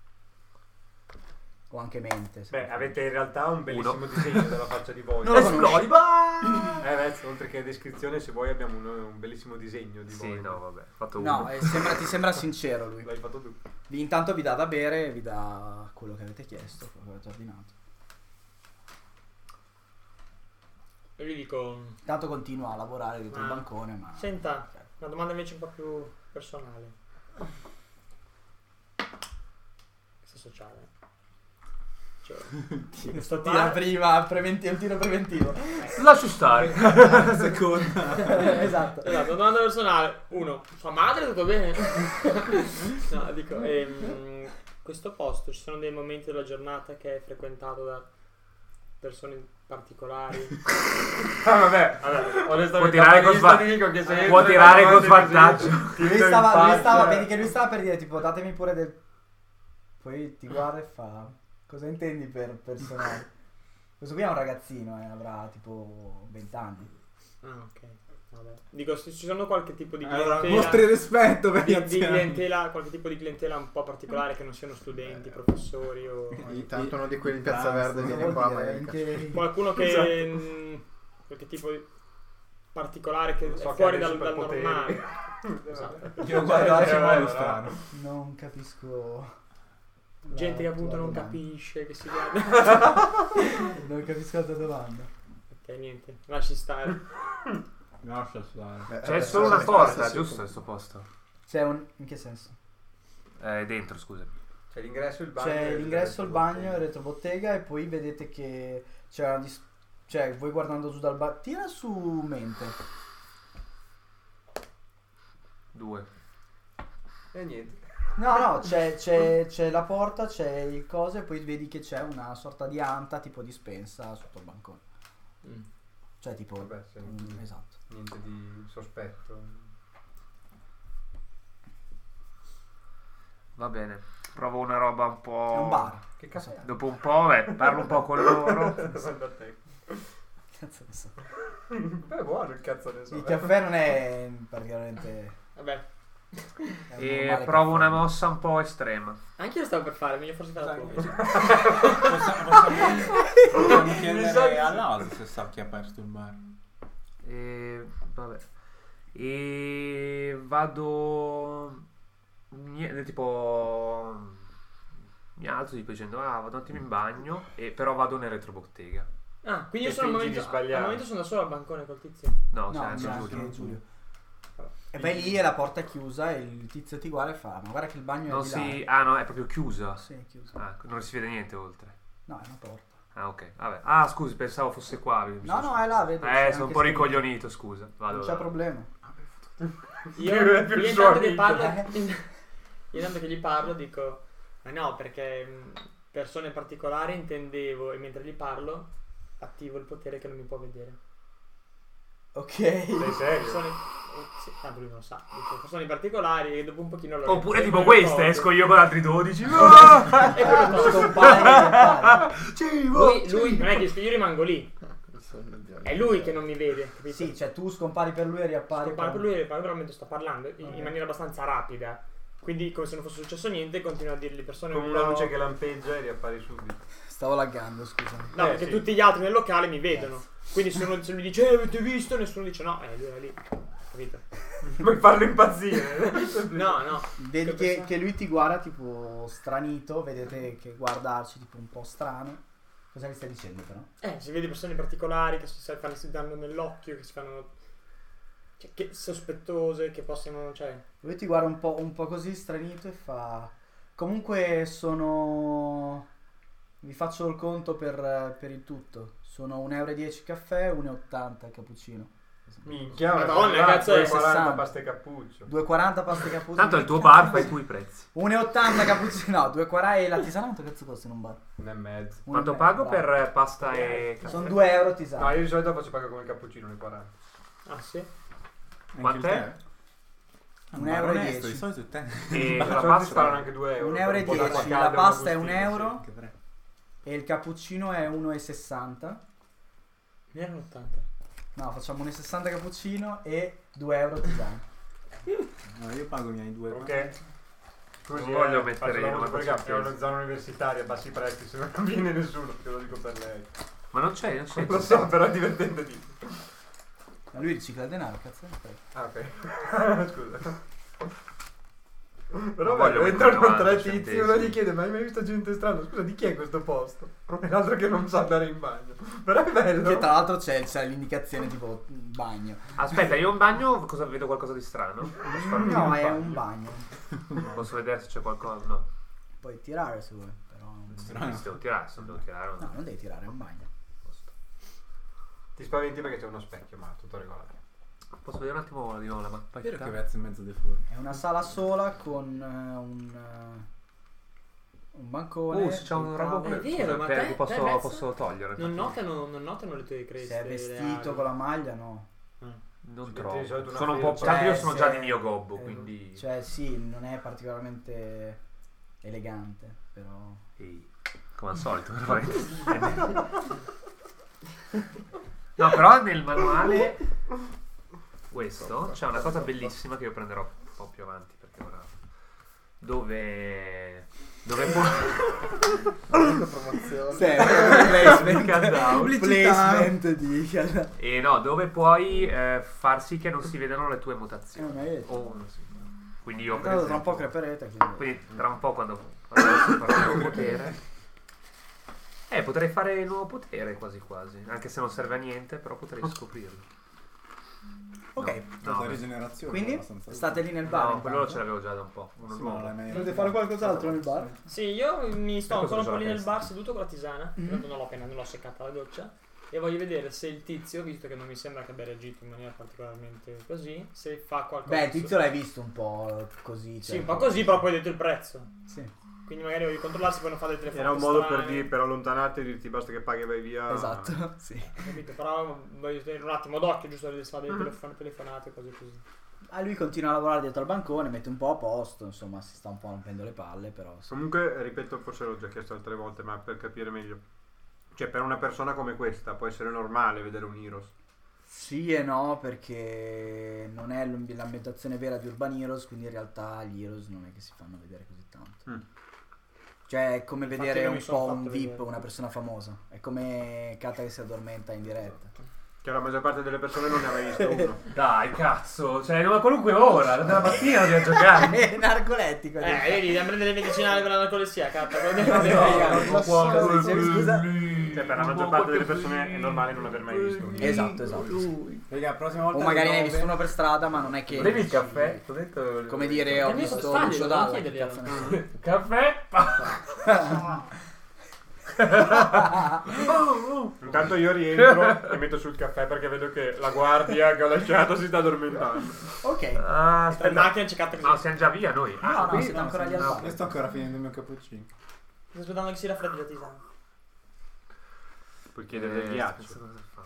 Speaker 1: O anche mente. se
Speaker 5: Beh,
Speaker 1: vuoi.
Speaker 5: avete in realtà un bellissimo
Speaker 2: Uno.
Speaker 5: disegno della faccia di Void.
Speaker 1: Non lo conosco.
Speaker 2: Esplodi, bah!
Speaker 5: Eh, beh, oltre che descrizione, se vuoi abbiamo un, un bellissimo disegno di
Speaker 2: Sì,
Speaker 5: Void.
Speaker 2: no, vabbè, ho fatto uno.
Speaker 1: No, eh, sembra- ti sembra sincero lui.
Speaker 5: L'hai fatto tu.
Speaker 1: Vi, intanto vi dà da bere, vi dà quello che avete chiesto, quello che avete ordinato.
Speaker 3: E gli dico,
Speaker 1: Intanto continua a lavorare dietro il
Speaker 3: Ah.
Speaker 1: bancone, ma...
Speaker 3: senta, una domanda invece un po' più personale. Questa sociale. Cioè, questo
Speaker 1: Tira
Speaker 3: bar...
Speaker 1: prima, preventi- un tiro preventivo.
Speaker 2: Lascio stare.
Speaker 7: Seconda.
Speaker 1: Esatto.
Speaker 3: Esatto, domanda personale. Uno, sua madre tutto bene? No, dico, ehm, questo posto, ci sono dei momenti della giornata che è frequentato da persone particolari?
Speaker 5: Ah, vabbè.
Speaker 3: Allora,
Speaker 5: Onestamente,
Speaker 2: Può tirare con
Speaker 5: sta-
Speaker 2: sva-
Speaker 5: ti dico che se
Speaker 2: può
Speaker 5: entri
Speaker 2: tirare con
Speaker 5: davanti così,
Speaker 2: svantaggio.
Speaker 5: ti
Speaker 1: Lui
Speaker 5: vedo in
Speaker 1: stava, lui
Speaker 5: faccia.
Speaker 1: stava, vedi che lui stava per dire tipo datemi pure del... Poi ti guarda e fa, cosa intendi per personale? Questo qui è un ragazzino, eh, avrà tipo venti anni.
Speaker 3: Ah, ok. Vabbè. Dico, se ci sono qualche tipo di
Speaker 7: Allora,
Speaker 3: clientela,
Speaker 7: mostri rispetto per gli
Speaker 3: di, di
Speaker 7: anziani.
Speaker 3: clientela, qualche tipo di clientela un po' particolare che non siano studenti, professori o
Speaker 4: Ogni tanto uno di quelli in Piazza
Speaker 7: Basta,
Speaker 4: Verde
Speaker 1: Cosa
Speaker 4: viene
Speaker 1: vuol
Speaker 4: qua,
Speaker 1: dire?
Speaker 4: ma
Speaker 1: In che-
Speaker 3: qualcuno che
Speaker 5: Esatto.
Speaker 3: mh, qualche tipo di particolare che
Speaker 5: Non so
Speaker 3: è
Speaker 5: che
Speaker 3: fuori
Speaker 5: ha dei
Speaker 3: dal, dal
Speaker 5: superpoteri.
Speaker 3: normale. Esatto.
Speaker 7: Io guardo
Speaker 1: Eh,
Speaker 7: in
Speaker 1: eh,
Speaker 7: modo
Speaker 1: eh,
Speaker 7: strano.
Speaker 1: Non capisco. la
Speaker 3: Gente che appunto
Speaker 1: tua
Speaker 3: non
Speaker 1: domanda.
Speaker 3: capisce, che si guarda.
Speaker 1: Non capisco la tua domanda.
Speaker 3: Ok, niente, lasci stare.
Speaker 7: Lascia stare.
Speaker 2: C'è
Speaker 4: Eh,
Speaker 2: solo
Speaker 4: eh,
Speaker 2: una
Speaker 4: sì,
Speaker 2: porta,
Speaker 4: sì,
Speaker 2: giusto,
Speaker 4: sì.
Speaker 2: questo posto?
Speaker 1: C'è un. In che senso?
Speaker 2: Eh, dentro, scusa.
Speaker 5: C'è l'ingresso, il bagno.
Speaker 1: C'è
Speaker 5: e
Speaker 1: l'ingresso, il bagno, il
Speaker 5: retrobottega.
Speaker 1: retrobottega e poi vedete che c'è una dis- cioè voi guardando giù dal bar. Tira su mente.
Speaker 2: Due.
Speaker 5: E niente.
Speaker 1: No, no, c'è, c'è, c'è la porta, c'è il coso e poi vedi che c'è una sorta di anta tipo dispensa sotto il bancone.
Speaker 3: Mm.
Speaker 1: Cioè tipo.
Speaker 5: Vabbè, se-
Speaker 1: mm, esatto.
Speaker 5: Niente di sospetto.
Speaker 2: Va bene. Provo una roba un po'.
Speaker 1: È un bar.
Speaker 5: Che cazzo è?
Speaker 2: Dopo un po', beh, parlo un po' con loro.
Speaker 5: Domanda a te.
Speaker 1: Cazzo ne so.
Speaker 5: Beh, è buono il cazzo ne so.
Speaker 1: Il
Speaker 5: eh.
Speaker 1: caffè non è particolarmente.
Speaker 3: Vabbè,
Speaker 1: è un
Speaker 2: E
Speaker 1: normale
Speaker 2: provo
Speaker 1: caffè.
Speaker 2: una mossa un po' estrema.
Speaker 3: anche io stavo per fare, meglio forse fare la tua.
Speaker 7: Possiamo, possiamo, possiamo chiedere all'A S se sa chi ha aperto il bar.
Speaker 2: E vabbè. E vado. Niente, tipo. Mi alzo tipo dicendo ah vado un attimo in bagno. E però vado nel retrobottega.
Speaker 3: Ah, quindi io
Speaker 5: E
Speaker 3: sono al
Speaker 5: fingi
Speaker 3: momento,
Speaker 5: di sbagliare.
Speaker 3: al momento sono da solo al bancone col tizio.
Speaker 2: No,
Speaker 1: No,
Speaker 2: c'è anche
Speaker 1: c'è
Speaker 2: Giulio.
Speaker 1: anche Giulio. E vai lì e la porta è chiusa e il tizio ti guarda e fa ma guarda che il bagno è
Speaker 2: Non
Speaker 1: di
Speaker 2: si.
Speaker 1: là.
Speaker 2: Ah no, è proprio chiusa.
Speaker 1: Sì, è chiusa.
Speaker 2: Ah, non si vede niente oltre.
Speaker 1: No, è una porta.
Speaker 2: Ah, ok. Vabbè. Ah, scusi, pensavo fosse qua. mi
Speaker 1: No,
Speaker 2: sono-
Speaker 1: no, è là, vedi. c'è
Speaker 2: Eh, sono un
Speaker 1: anche
Speaker 2: po'
Speaker 1: scritto.
Speaker 2: ricoglionito, scusa. Vado.
Speaker 1: Non c'è problema.
Speaker 3: Io,
Speaker 5: Che non è più
Speaker 3: io
Speaker 5: il suo
Speaker 3: intanto che
Speaker 5: amico.
Speaker 3: parlo,
Speaker 1: Eh.
Speaker 3: io intanto che gli parlo dico, ma no, perché mh, persone particolari intendevo e mentre gli parlo attivo il potere che non mi può vedere.
Speaker 1: Ok.
Speaker 5: Sei serio?
Speaker 3: Persone, eh, sì, tanto lui non lo sa, dico, persone particolari e dopo un pochino lo
Speaker 2: Oppure
Speaker 3: lo
Speaker 2: tipo
Speaker 3: ricordo.
Speaker 2: queste, esco io con altri dodici. Ah!
Speaker 3: E quello no.
Speaker 1: Scompare e riappare.
Speaker 3: lui, lui non è che io rimango lì, è lui che non mi vede, capito?
Speaker 1: Sì, cioè tu scompari per lui e riappari.
Speaker 3: Scompare per
Speaker 1: poi-
Speaker 3: lui e riappare, però mentre sto parlando in,
Speaker 1: Ok.
Speaker 3: in maniera abbastanza rapida. Quindi come se non fosse successo niente continuo a dirgli persone
Speaker 5: Con
Speaker 3: un
Speaker 5: una
Speaker 3: po'-
Speaker 5: luce che lampeggia e riappari subito.
Speaker 1: Stavo laggando, scusami.
Speaker 3: No,
Speaker 5: Eh,
Speaker 3: perché
Speaker 5: sì.
Speaker 3: tutti gli altri nel locale mi vedono. Quindi se, uno, se lui dice eh, avete visto? Nessuno dice no, eh lui era lì. Capito?
Speaker 5: Vuoi farlo impazzire?
Speaker 3: No, no.
Speaker 1: Vedi
Speaker 3: Che
Speaker 1: che,
Speaker 3: pensa-
Speaker 1: che lui ti guarda tipo stranito, vedete che guardarci tipo un po' strano. Cosa mi stai dicendo però?
Speaker 3: Eh, si vede persone particolari che si, si fanno, si danno nell'occhio, che si fanno. Cioè, che sospettose, che possono. Cioè.
Speaker 1: Lui ti guarda un po', un po' così stranito e fa... Comunque sono... Vi faccio il conto per, per il tutto. Sono un euro e dieci caffè e uno e ottanta cappuccino.
Speaker 5: Minchia,
Speaker 3: Madonna,
Speaker 5: ma
Speaker 3: cazzo, è
Speaker 5: quaranta
Speaker 1: sessanta.
Speaker 5: pasta e cappuccio.
Speaker 1: due e quaranta pasta e cappuccino.
Speaker 2: Tanto è il tuo bar, fai tu i prezzi.
Speaker 1: uno e ottanta cappuccino. No, due e quaranta e la tisana quanto cazzo costa in un bar?
Speaker 5: Un e mezzo.
Speaker 1: Uno e
Speaker 2: Quanto
Speaker 1: mezzo,
Speaker 2: pago
Speaker 1: bravo.
Speaker 2: per eh, pasta e caffè?
Speaker 1: Sono due euro
Speaker 5: No,
Speaker 1: tisana.
Speaker 5: io di solito faccio pagare come il cappuccino, nei quaranta.
Speaker 3: Ah sì?
Speaker 2: Quant'è?
Speaker 1: Un euro e
Speaker 7: onesto,
Speaker 1: dieci.
Speaker 7: di solito te.
Speaker 2: E
Speaker 5: Ma
Speaker 2: la
Speaker 5: solito
Speaker 2: pasta
Speaker 5: sparano anche due euro.
Speaker 1: Un euro e
Speaker 5: per un po' d'acqua
Speaker 1: dieci,
Speaker 5: calda,
Speaker 1: la pasta è
Speaker 5: una
Speaker 1: un
Speaker 5: bustina,
Speaker 1: euro
Speaker 7: Che pre-
Speaker 1: e il cappuccino è uno e sessanta.
Speaker 3: Ne erano ottanta.
Speaker 1: No, facciamo uno e sessanta cappuccino e due euro tisana.
Speaker 7: No, io pago i miei due.
Speaker 5: Ok. Scusi,
Speaker 2: Non voglio
Speaker 5: eh,
Speaker 2: mettere
Speaker 5: faccio la
Speaker 2: i
Speaker 5: voce perché
Speaker 2: novanta
Speaker 5: è una zona universitaria, bassi prezzi, se non viene nessuno, te lo dico per lei.
Speaker 2: Ma non c'è, non c'è.
Speaker 5: Lo so, però è divertente di.
Speaker 1: Ma lui ricicla il denaro, cazzo. ne frega.
Speaker 5: Ah, ok. Scusa. Però
Speaker 2: Non voglio
Speaker 5: bello,
Speaker 2: mettere
Speaker 5: entrano tre
Speaker 2: novanta
Speaker 5: tizi,
Speaker 2: centesimi.
Speaker 5: uno gli chiede ma hai mai visto gente strana? Scusa, di chi è questo posto? E l'altro che non sa andare in bagno. Però è bello.
Speaker 1: Che tra l'altro c'è, c'è l'indicazione tipo bagno.
Speaker 2: Aspetta, io in bagno cosa vedo qualcosa di strano? Posso fare
Speaker 1: No, è
Speaker 2: bagno?
Speaker 1: un bagno.
Speaker 2: Posso vedere se c'è qualcosa? No.
Speaker 1: Puoi tirare se vuoi, però.
Speaker 2: Se devo tirare, se non devo tirare.
Speaker 1: No, non devi tirare, è un bagno.
Speaker 5: Ti spaventi perché c'è uno specchio, ma tutto regolare.
Speaker 2: Posso vedere un attimo di nuovo la mappa?
Speaker 7: Spero che
Speaker 2: città?
Speaker 7: vezzo in mezzo deforme.
Speaker 1: È una sala sola con eh, un. eh, un bancone.
Speaker 2: Uh, se c'è un
Speaker 1: dei
Speaker 2: robo
Speaker 1: tavoli.
Speaker 3: È vero, ma
Speaker 2: per-
Speaker 3: te-
Speaker 2: che posso,
Speaker 3: te mezzo-
Speaker 2: posso togliere.
Speaker 3: Non
Speaker 2: infatti.
Speaker 3: notano, non notano le tue creste.
Speaker 1: Se è vestito
Speaker 3: reali.
Speaker 1: con la maglia, no.
Speaker 3: Ah.
Speaker 2: Non
Speaker 5: Sì,
Speaker 2: trovo.
Speaker 5: di solito una
Speaker 2: Sono un po'.
Speaker 5: felpa.
Speaker 2: Tanto io
Speaker 1: Cioè,
Speaker 2: sono
Speaker 1: se-
Speaker 2: già di mio gobbo,
Speaker 1: eh,
Speaker 2: quindi.
Speaker 1: Cioè, sì, non è particolarmente elegante, però.
Speaker 2: Ehi, come al solito, no, però nel manuale questo c'è una cosa bellissima che io prenderò un po' più avanti perché ora dove Dove puoi...
Speaker 4: promozione.
Speaker 1: placement,
Speaker 2: Countdown.
Speaker 1: placement di
Speaker 2: E no, dove puoi eh, far sì che non si vedano le tue
Speaker 1: Eh,
Speaker 2: mutazioni.
Speaker 1: ma hai detto.
Speaker 2: O non si- Quindi io per
Speaker 1: Tra un
Speaker 2: esempio-
Speaker 1: po' creperete, quindi.
Speaker 2: Quindi tra un po' quando quando farò il potere. Eh, potrei fare il nuovo potere quasi quasi. Anche se non serve a niente, però potrei scoprirlo.
Speaker 1: Ok,
Speaker 2: No,
Speaker 6: Tanta
Speaker 2: no,
Speaker 6: rigenerazione.
Speaker 1: quindi
Speaker 6: abbastanza
Speaker 1: state lì nel bar.
Speaker 2: no, quello
Speaker 1: intanto?
Speaker 2: ce l'avevo già da un po'. Uno
Speaker 6: Sì, ma non
Speaker 2: nuovo.
Speaker 6: l'hai mai-
Speaker 1: Volete fare qualcos'altro nel bar?
Speaker 3: Sì, io mi sto
Speaker 2: Ecco
Speaker 3: ancora un
Speaker 2: cosa
Speaker 3: po' lì
Speaker 2: la
Speaker 3: nel
Speaker 2: testa.
Speaker 3: bar seduto con la tisana.
Speaker 1: Mhm.
Speaker 3: Tanto non l'ho appena, non l'ho seccata la doccia. E voglio vedere se il tizio, visto che non mi sembra che abbia reagito in maniera particolarmente così, se fa qualcosa.
Speaker 1: Beh, il
Speaker 3: su-
Speaker 1: tizio l'hai visto un po' così.
Speaker 3: Sì,
Speaker 1: cioè-
Speaker 3: un po' così, però poi hai detto il prezzo.
Speaker 1: Sì,
Speaker 3: Quindi magari voglio controllare se poi non fate delle telefonate
Speaker 5: Era un modo per,
Speaker 3: strane.
Speaker 5: dire, per allontanarti e dirti basta che paghi e vai via.
Speaker 1: esatto. Sì.
Speaker 3: Capito? Però voglio tenere un attimo d'occhio, giusto per fare
Speaker 1: Mm.
Speaker 3: delle telefon- telefonate, cose così.
Speaker 1: Ah, lui continua a lavorare dietro al bancone, mette un po' a posto, insomma, si sta un po' rompendo le palle, però.
Speaker 5: Comunque, ripeto, forse l'ho già chiesto altre volte, ma per capire meglio. Cioè, per una persona come questa può essere normale vedere un Heroes.
Speaker 1: Sì e no, perché non è l'am- l'ambientazione vera di Urban Heroes, quindi in realtà gli Heroes non è che si fanno vedere così tanto.
Speaker 5: Mm.
Speaker 1: Cioè è come
Speaker 3: Infatti
Speaker 1: vedere
Speaker 3: non mi
Speaker 1: un
Speaker 3: sono
Speaker 1: po' un
Speaker 3: fatto
Speaker 1: V I P,
Speaker 3: vedere.
Speaker 1: una persona famosa. È come Kata che si addormenta in diretta.
Speaker 5: Che la maggior parte delle persone non ne ha mai visto uno.
Speaker 2: Dai, cazzo, cioè a qualunque ora, dalla mattina dobbiamo giocare.
Speaker 1: È narcolettico.
Speaker 3: Eh, vedi, devi prendere le medicinali per la narcolessia, cazzo.
Speaker 1: non lo so, scusa.
Speaker 5: Cioè, per la maggior parte delle persone è normale non aver mai visto uno.
Speaker 1: Esatto, esatto. sì.
Speaker 6: Raga, la prossima volta
Speaker 1: O magari ne hai
Speaker 6: alle
Speaker 1: visto
Speaker 6: nove-
Speaker 1: uno per strada, ma non è che.
Speaker 2: Volevi il caffè? T'ho detto...
Speaker 1: Come dire, ho
Speaker 3: Che mi
Speaker 1: visto
Speaker 3: sbagli,
Speaker 1: Lucio
Speaker 3: non
Speaker 1: Dalla.
Speaker 3: chiedergli,
Speaker 1: che cazzo ne so.
Speaker 2: Caffè?
Speaker 5: Intanto io rientro e metto sul caffè perché vedo che la guardia che ho lasciato si sta addormentando.
Speaker 1: Ok.
Speaker 2: Ah,
Speaker 3: Sta in
Speaker 2: aspetta.
Speaker 3: macchina c'è così.
Speaker 2: No, siamo già via noi.
Speaker 1: No, no,
Speaker 6: Quindi-
Speaker 1: siete ancora lì al
Speaker 6: no,
Speaker 1: bar.
Speaker 6: io sto ancora finendo il mio cappuccino.
Speaker 3: Sto aspettando che si raffreddi la tisana.
Speaker 5: Puoi chiedere del
Speaker 2: Eh,
Speaker 5: ghiaccio.
Speaker 2: aspetta, cosa fa?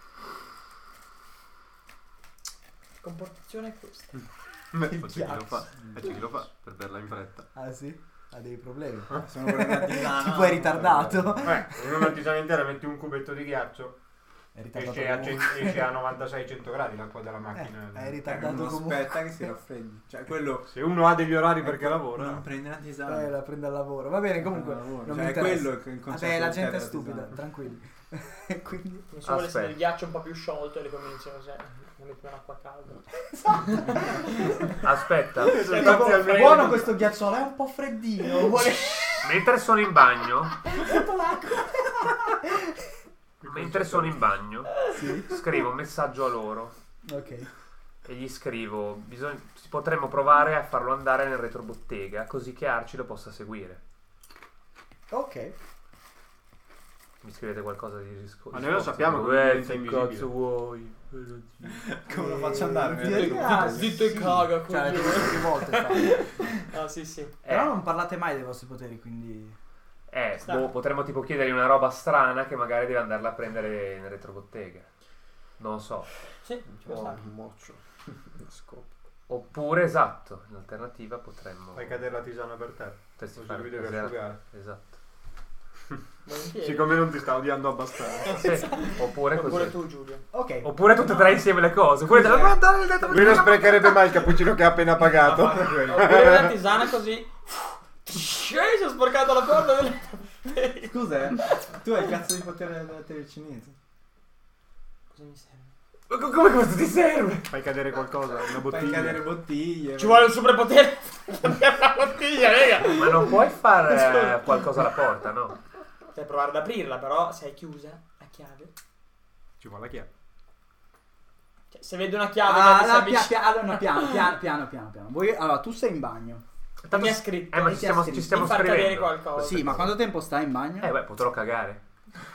Speaker 3: Comportazione è questa.
Speaker 5: Beh, c'è chi lo fa. E c'è chi lo fa per berla in fretta.
Speaker 1: Ah sì? Ha dei problemi.
Speaker 6: Sono con una tisana.
Speaker 1: Tipo è ritardato.
Speaker 5: Eh, in una tisana intera metti un cubetto di ghiaccio,
Speaker 1: È ritardato
Speaker 5: esce a,
Speaker 1: comunque.
Speaker 5: cen- esce a novantasei cento gradi l'acqua della macchina.
Speaker 1: Eh, è
Speaker 6: Eh,
Speaker 1: ritardato
Speaker 6: uno
Speaker 1: comunque.
Speaker 6: aspetta che si raffreddi. Cioè, quello.
Speaker 5: Se uno ha degli orari perché
Speaker 6: ecco,
Speaker 5: lavora.
Speaker 6: Non prende la tisana.
Speaker 1: Eh, la prende al lavoro. Va bene, comunque.
Speaker 6: Prende al lavoro.
Speaker 1: Non
Speaker 6: Cioè,
Speaker 1: mi
Speaker 6: è
Speaker 1: interessa.
Speaker 6: quello il concetto
Speaker 1: Vabbè, la
Speaker 6: del
Speaker 1: gente è
Speaker 6: tè della
Speaker 1: stupida,
Speaker 6: tisana.
Speaker 1: tranquilli. Quindi.
Speaker 3: Non so, volessi
Speaker 2: Aspetta.
Speaker 3: del ghiaccio un po' più sciolto e le comincio cioè, a mettere l'acqua calda.
Speaker 2: Aspetta.
Speaker 1: Tipo, buono questo ghiacciolo, è un po' freddino. Vuole
Speaker 2: Mentre sono in bagno,
Speaker 1: sotto l'acqua.
Speaker 2: mentre sono in bagno,
Speaker 1: Sì.
Speaker 2: scrivo un messaggio a loro
Speaker 1: Ok.
Speaker 2: e gli scrivo: bisogna, potremmo provare a farlo andare nel retrobottega così che Arci lo possa seguire.
Speaker 1: Ok.
Speaker 2: Mi scrivete qualcosa di risco-
Speaker 5: Ma noi lo
Speaker 2: risposta?
Speaker 5: sappiamo che
Speaker 2: Eh,
Speaker 5: diventa
Speaker 2: che
Speaker 5: invisibile.
Speaker 2: cazzo vuoi?
Speaker 6: Come lo faccio andare?
Speaker 1: In teoria,
Speaker 3: Zitto e
Speaker 1: sì.
Speaker 3: caga,
Speaker 1: Cioè, l'avete
Speaker 3: coglione.
Speaker 1: visto più volte fa.
Speaker 3: Ah, sì, sì.
Speaker 1: Però
Speaker 2: Eh,
Speaker 1: non parlate mai dei vostri poteri, quindi.
Speaker 2: eh,
Speaker 3: Sta.
Speaker 2: boh, potremmo tipo chiedergli una roba strana che magari deve andarla a prendere nel retrobottega. Non so.
Speaker 3: Sì, ci può
Speaker 5: Oh,
Speaker 3: stare.
Speaker 5: un moccio. Scopo.
Speaker 2: Oppure, esatto, in alternativa potremmo
Speaker 5: Fai cadere la tisana per te.
Speaker 2: potresti
Speaker 5: Così
Speaker 2: fare
Speaker 5: lui deve
Speaker 2: esatto,
Speaker 5: asciugare.
Speaker 2: esatto.
Speaker 3: Volentieri.
Speaker 5: Siccome non ti sta odiando abbastanza.
Speaker 2: Sì, oppure
Speaker 3: Oppure
Speaker 2: così.
Speaker 3: tu, Giulio.
Speaker 1: Ok.
Speaker 2: Oppure tutte e tre insieme le cose. Oppure te la guardare il retro-
Speaker 5: Lui non sprecherebbe mai il cappuccino che ha appena pagato.
Speaker 3: Oppure una tisana così. Scesi, ho sporcato la porta del...
Speaker 6: Scusa, eh, tu hai il cazzo di potere della tele cinese.
Speaker 3: Cosa mi serve?
Speaker 2: Ma co- come questo ti serve?
Speaker 5: Fai cadere qualcosa, una
Speaker 6: Fai
Speaker 5: bottiglia.
Speaker 6: cadere bottiglie.
Speaker 3: Ci vuole un superpotere per la bottiglia, raga.
Speaker 2: Ma non puoi fare eh, qualcosa alla porta, no?
Speaker 3: Per provare ad aprirla, però se è chiusa a chiave.
Speaker 5: Ci vuole la chiave.
Speaker 3: Cioè, se vedi una chiave
Speaker 1: Ah,
Speaker 3: che si
Speaker 1: no,
Speaker 3: avvicina...
Speaker 1: pia- pia- allora, no, piano, piano, piano, piano, piano. Voi, allora, tu sei in bagno.
Speaker 3: Mi ha scritto.
Speaker 2: Eh, ma
Speaker 1: E
Speaker 2: ci
Speaker 1: ti ha
Speaker 2: stiamo,
Speaker 1: scritto
Speaker 2: ci stiamo
Speaker 3: di far cadere
Speaker 2: scrivendo.
Speaker 3: qualcosa.
Speaker 1: Sì, ma quanto tempo stai in bagno?
Speaker 2: Eh, beh, potrò cagare.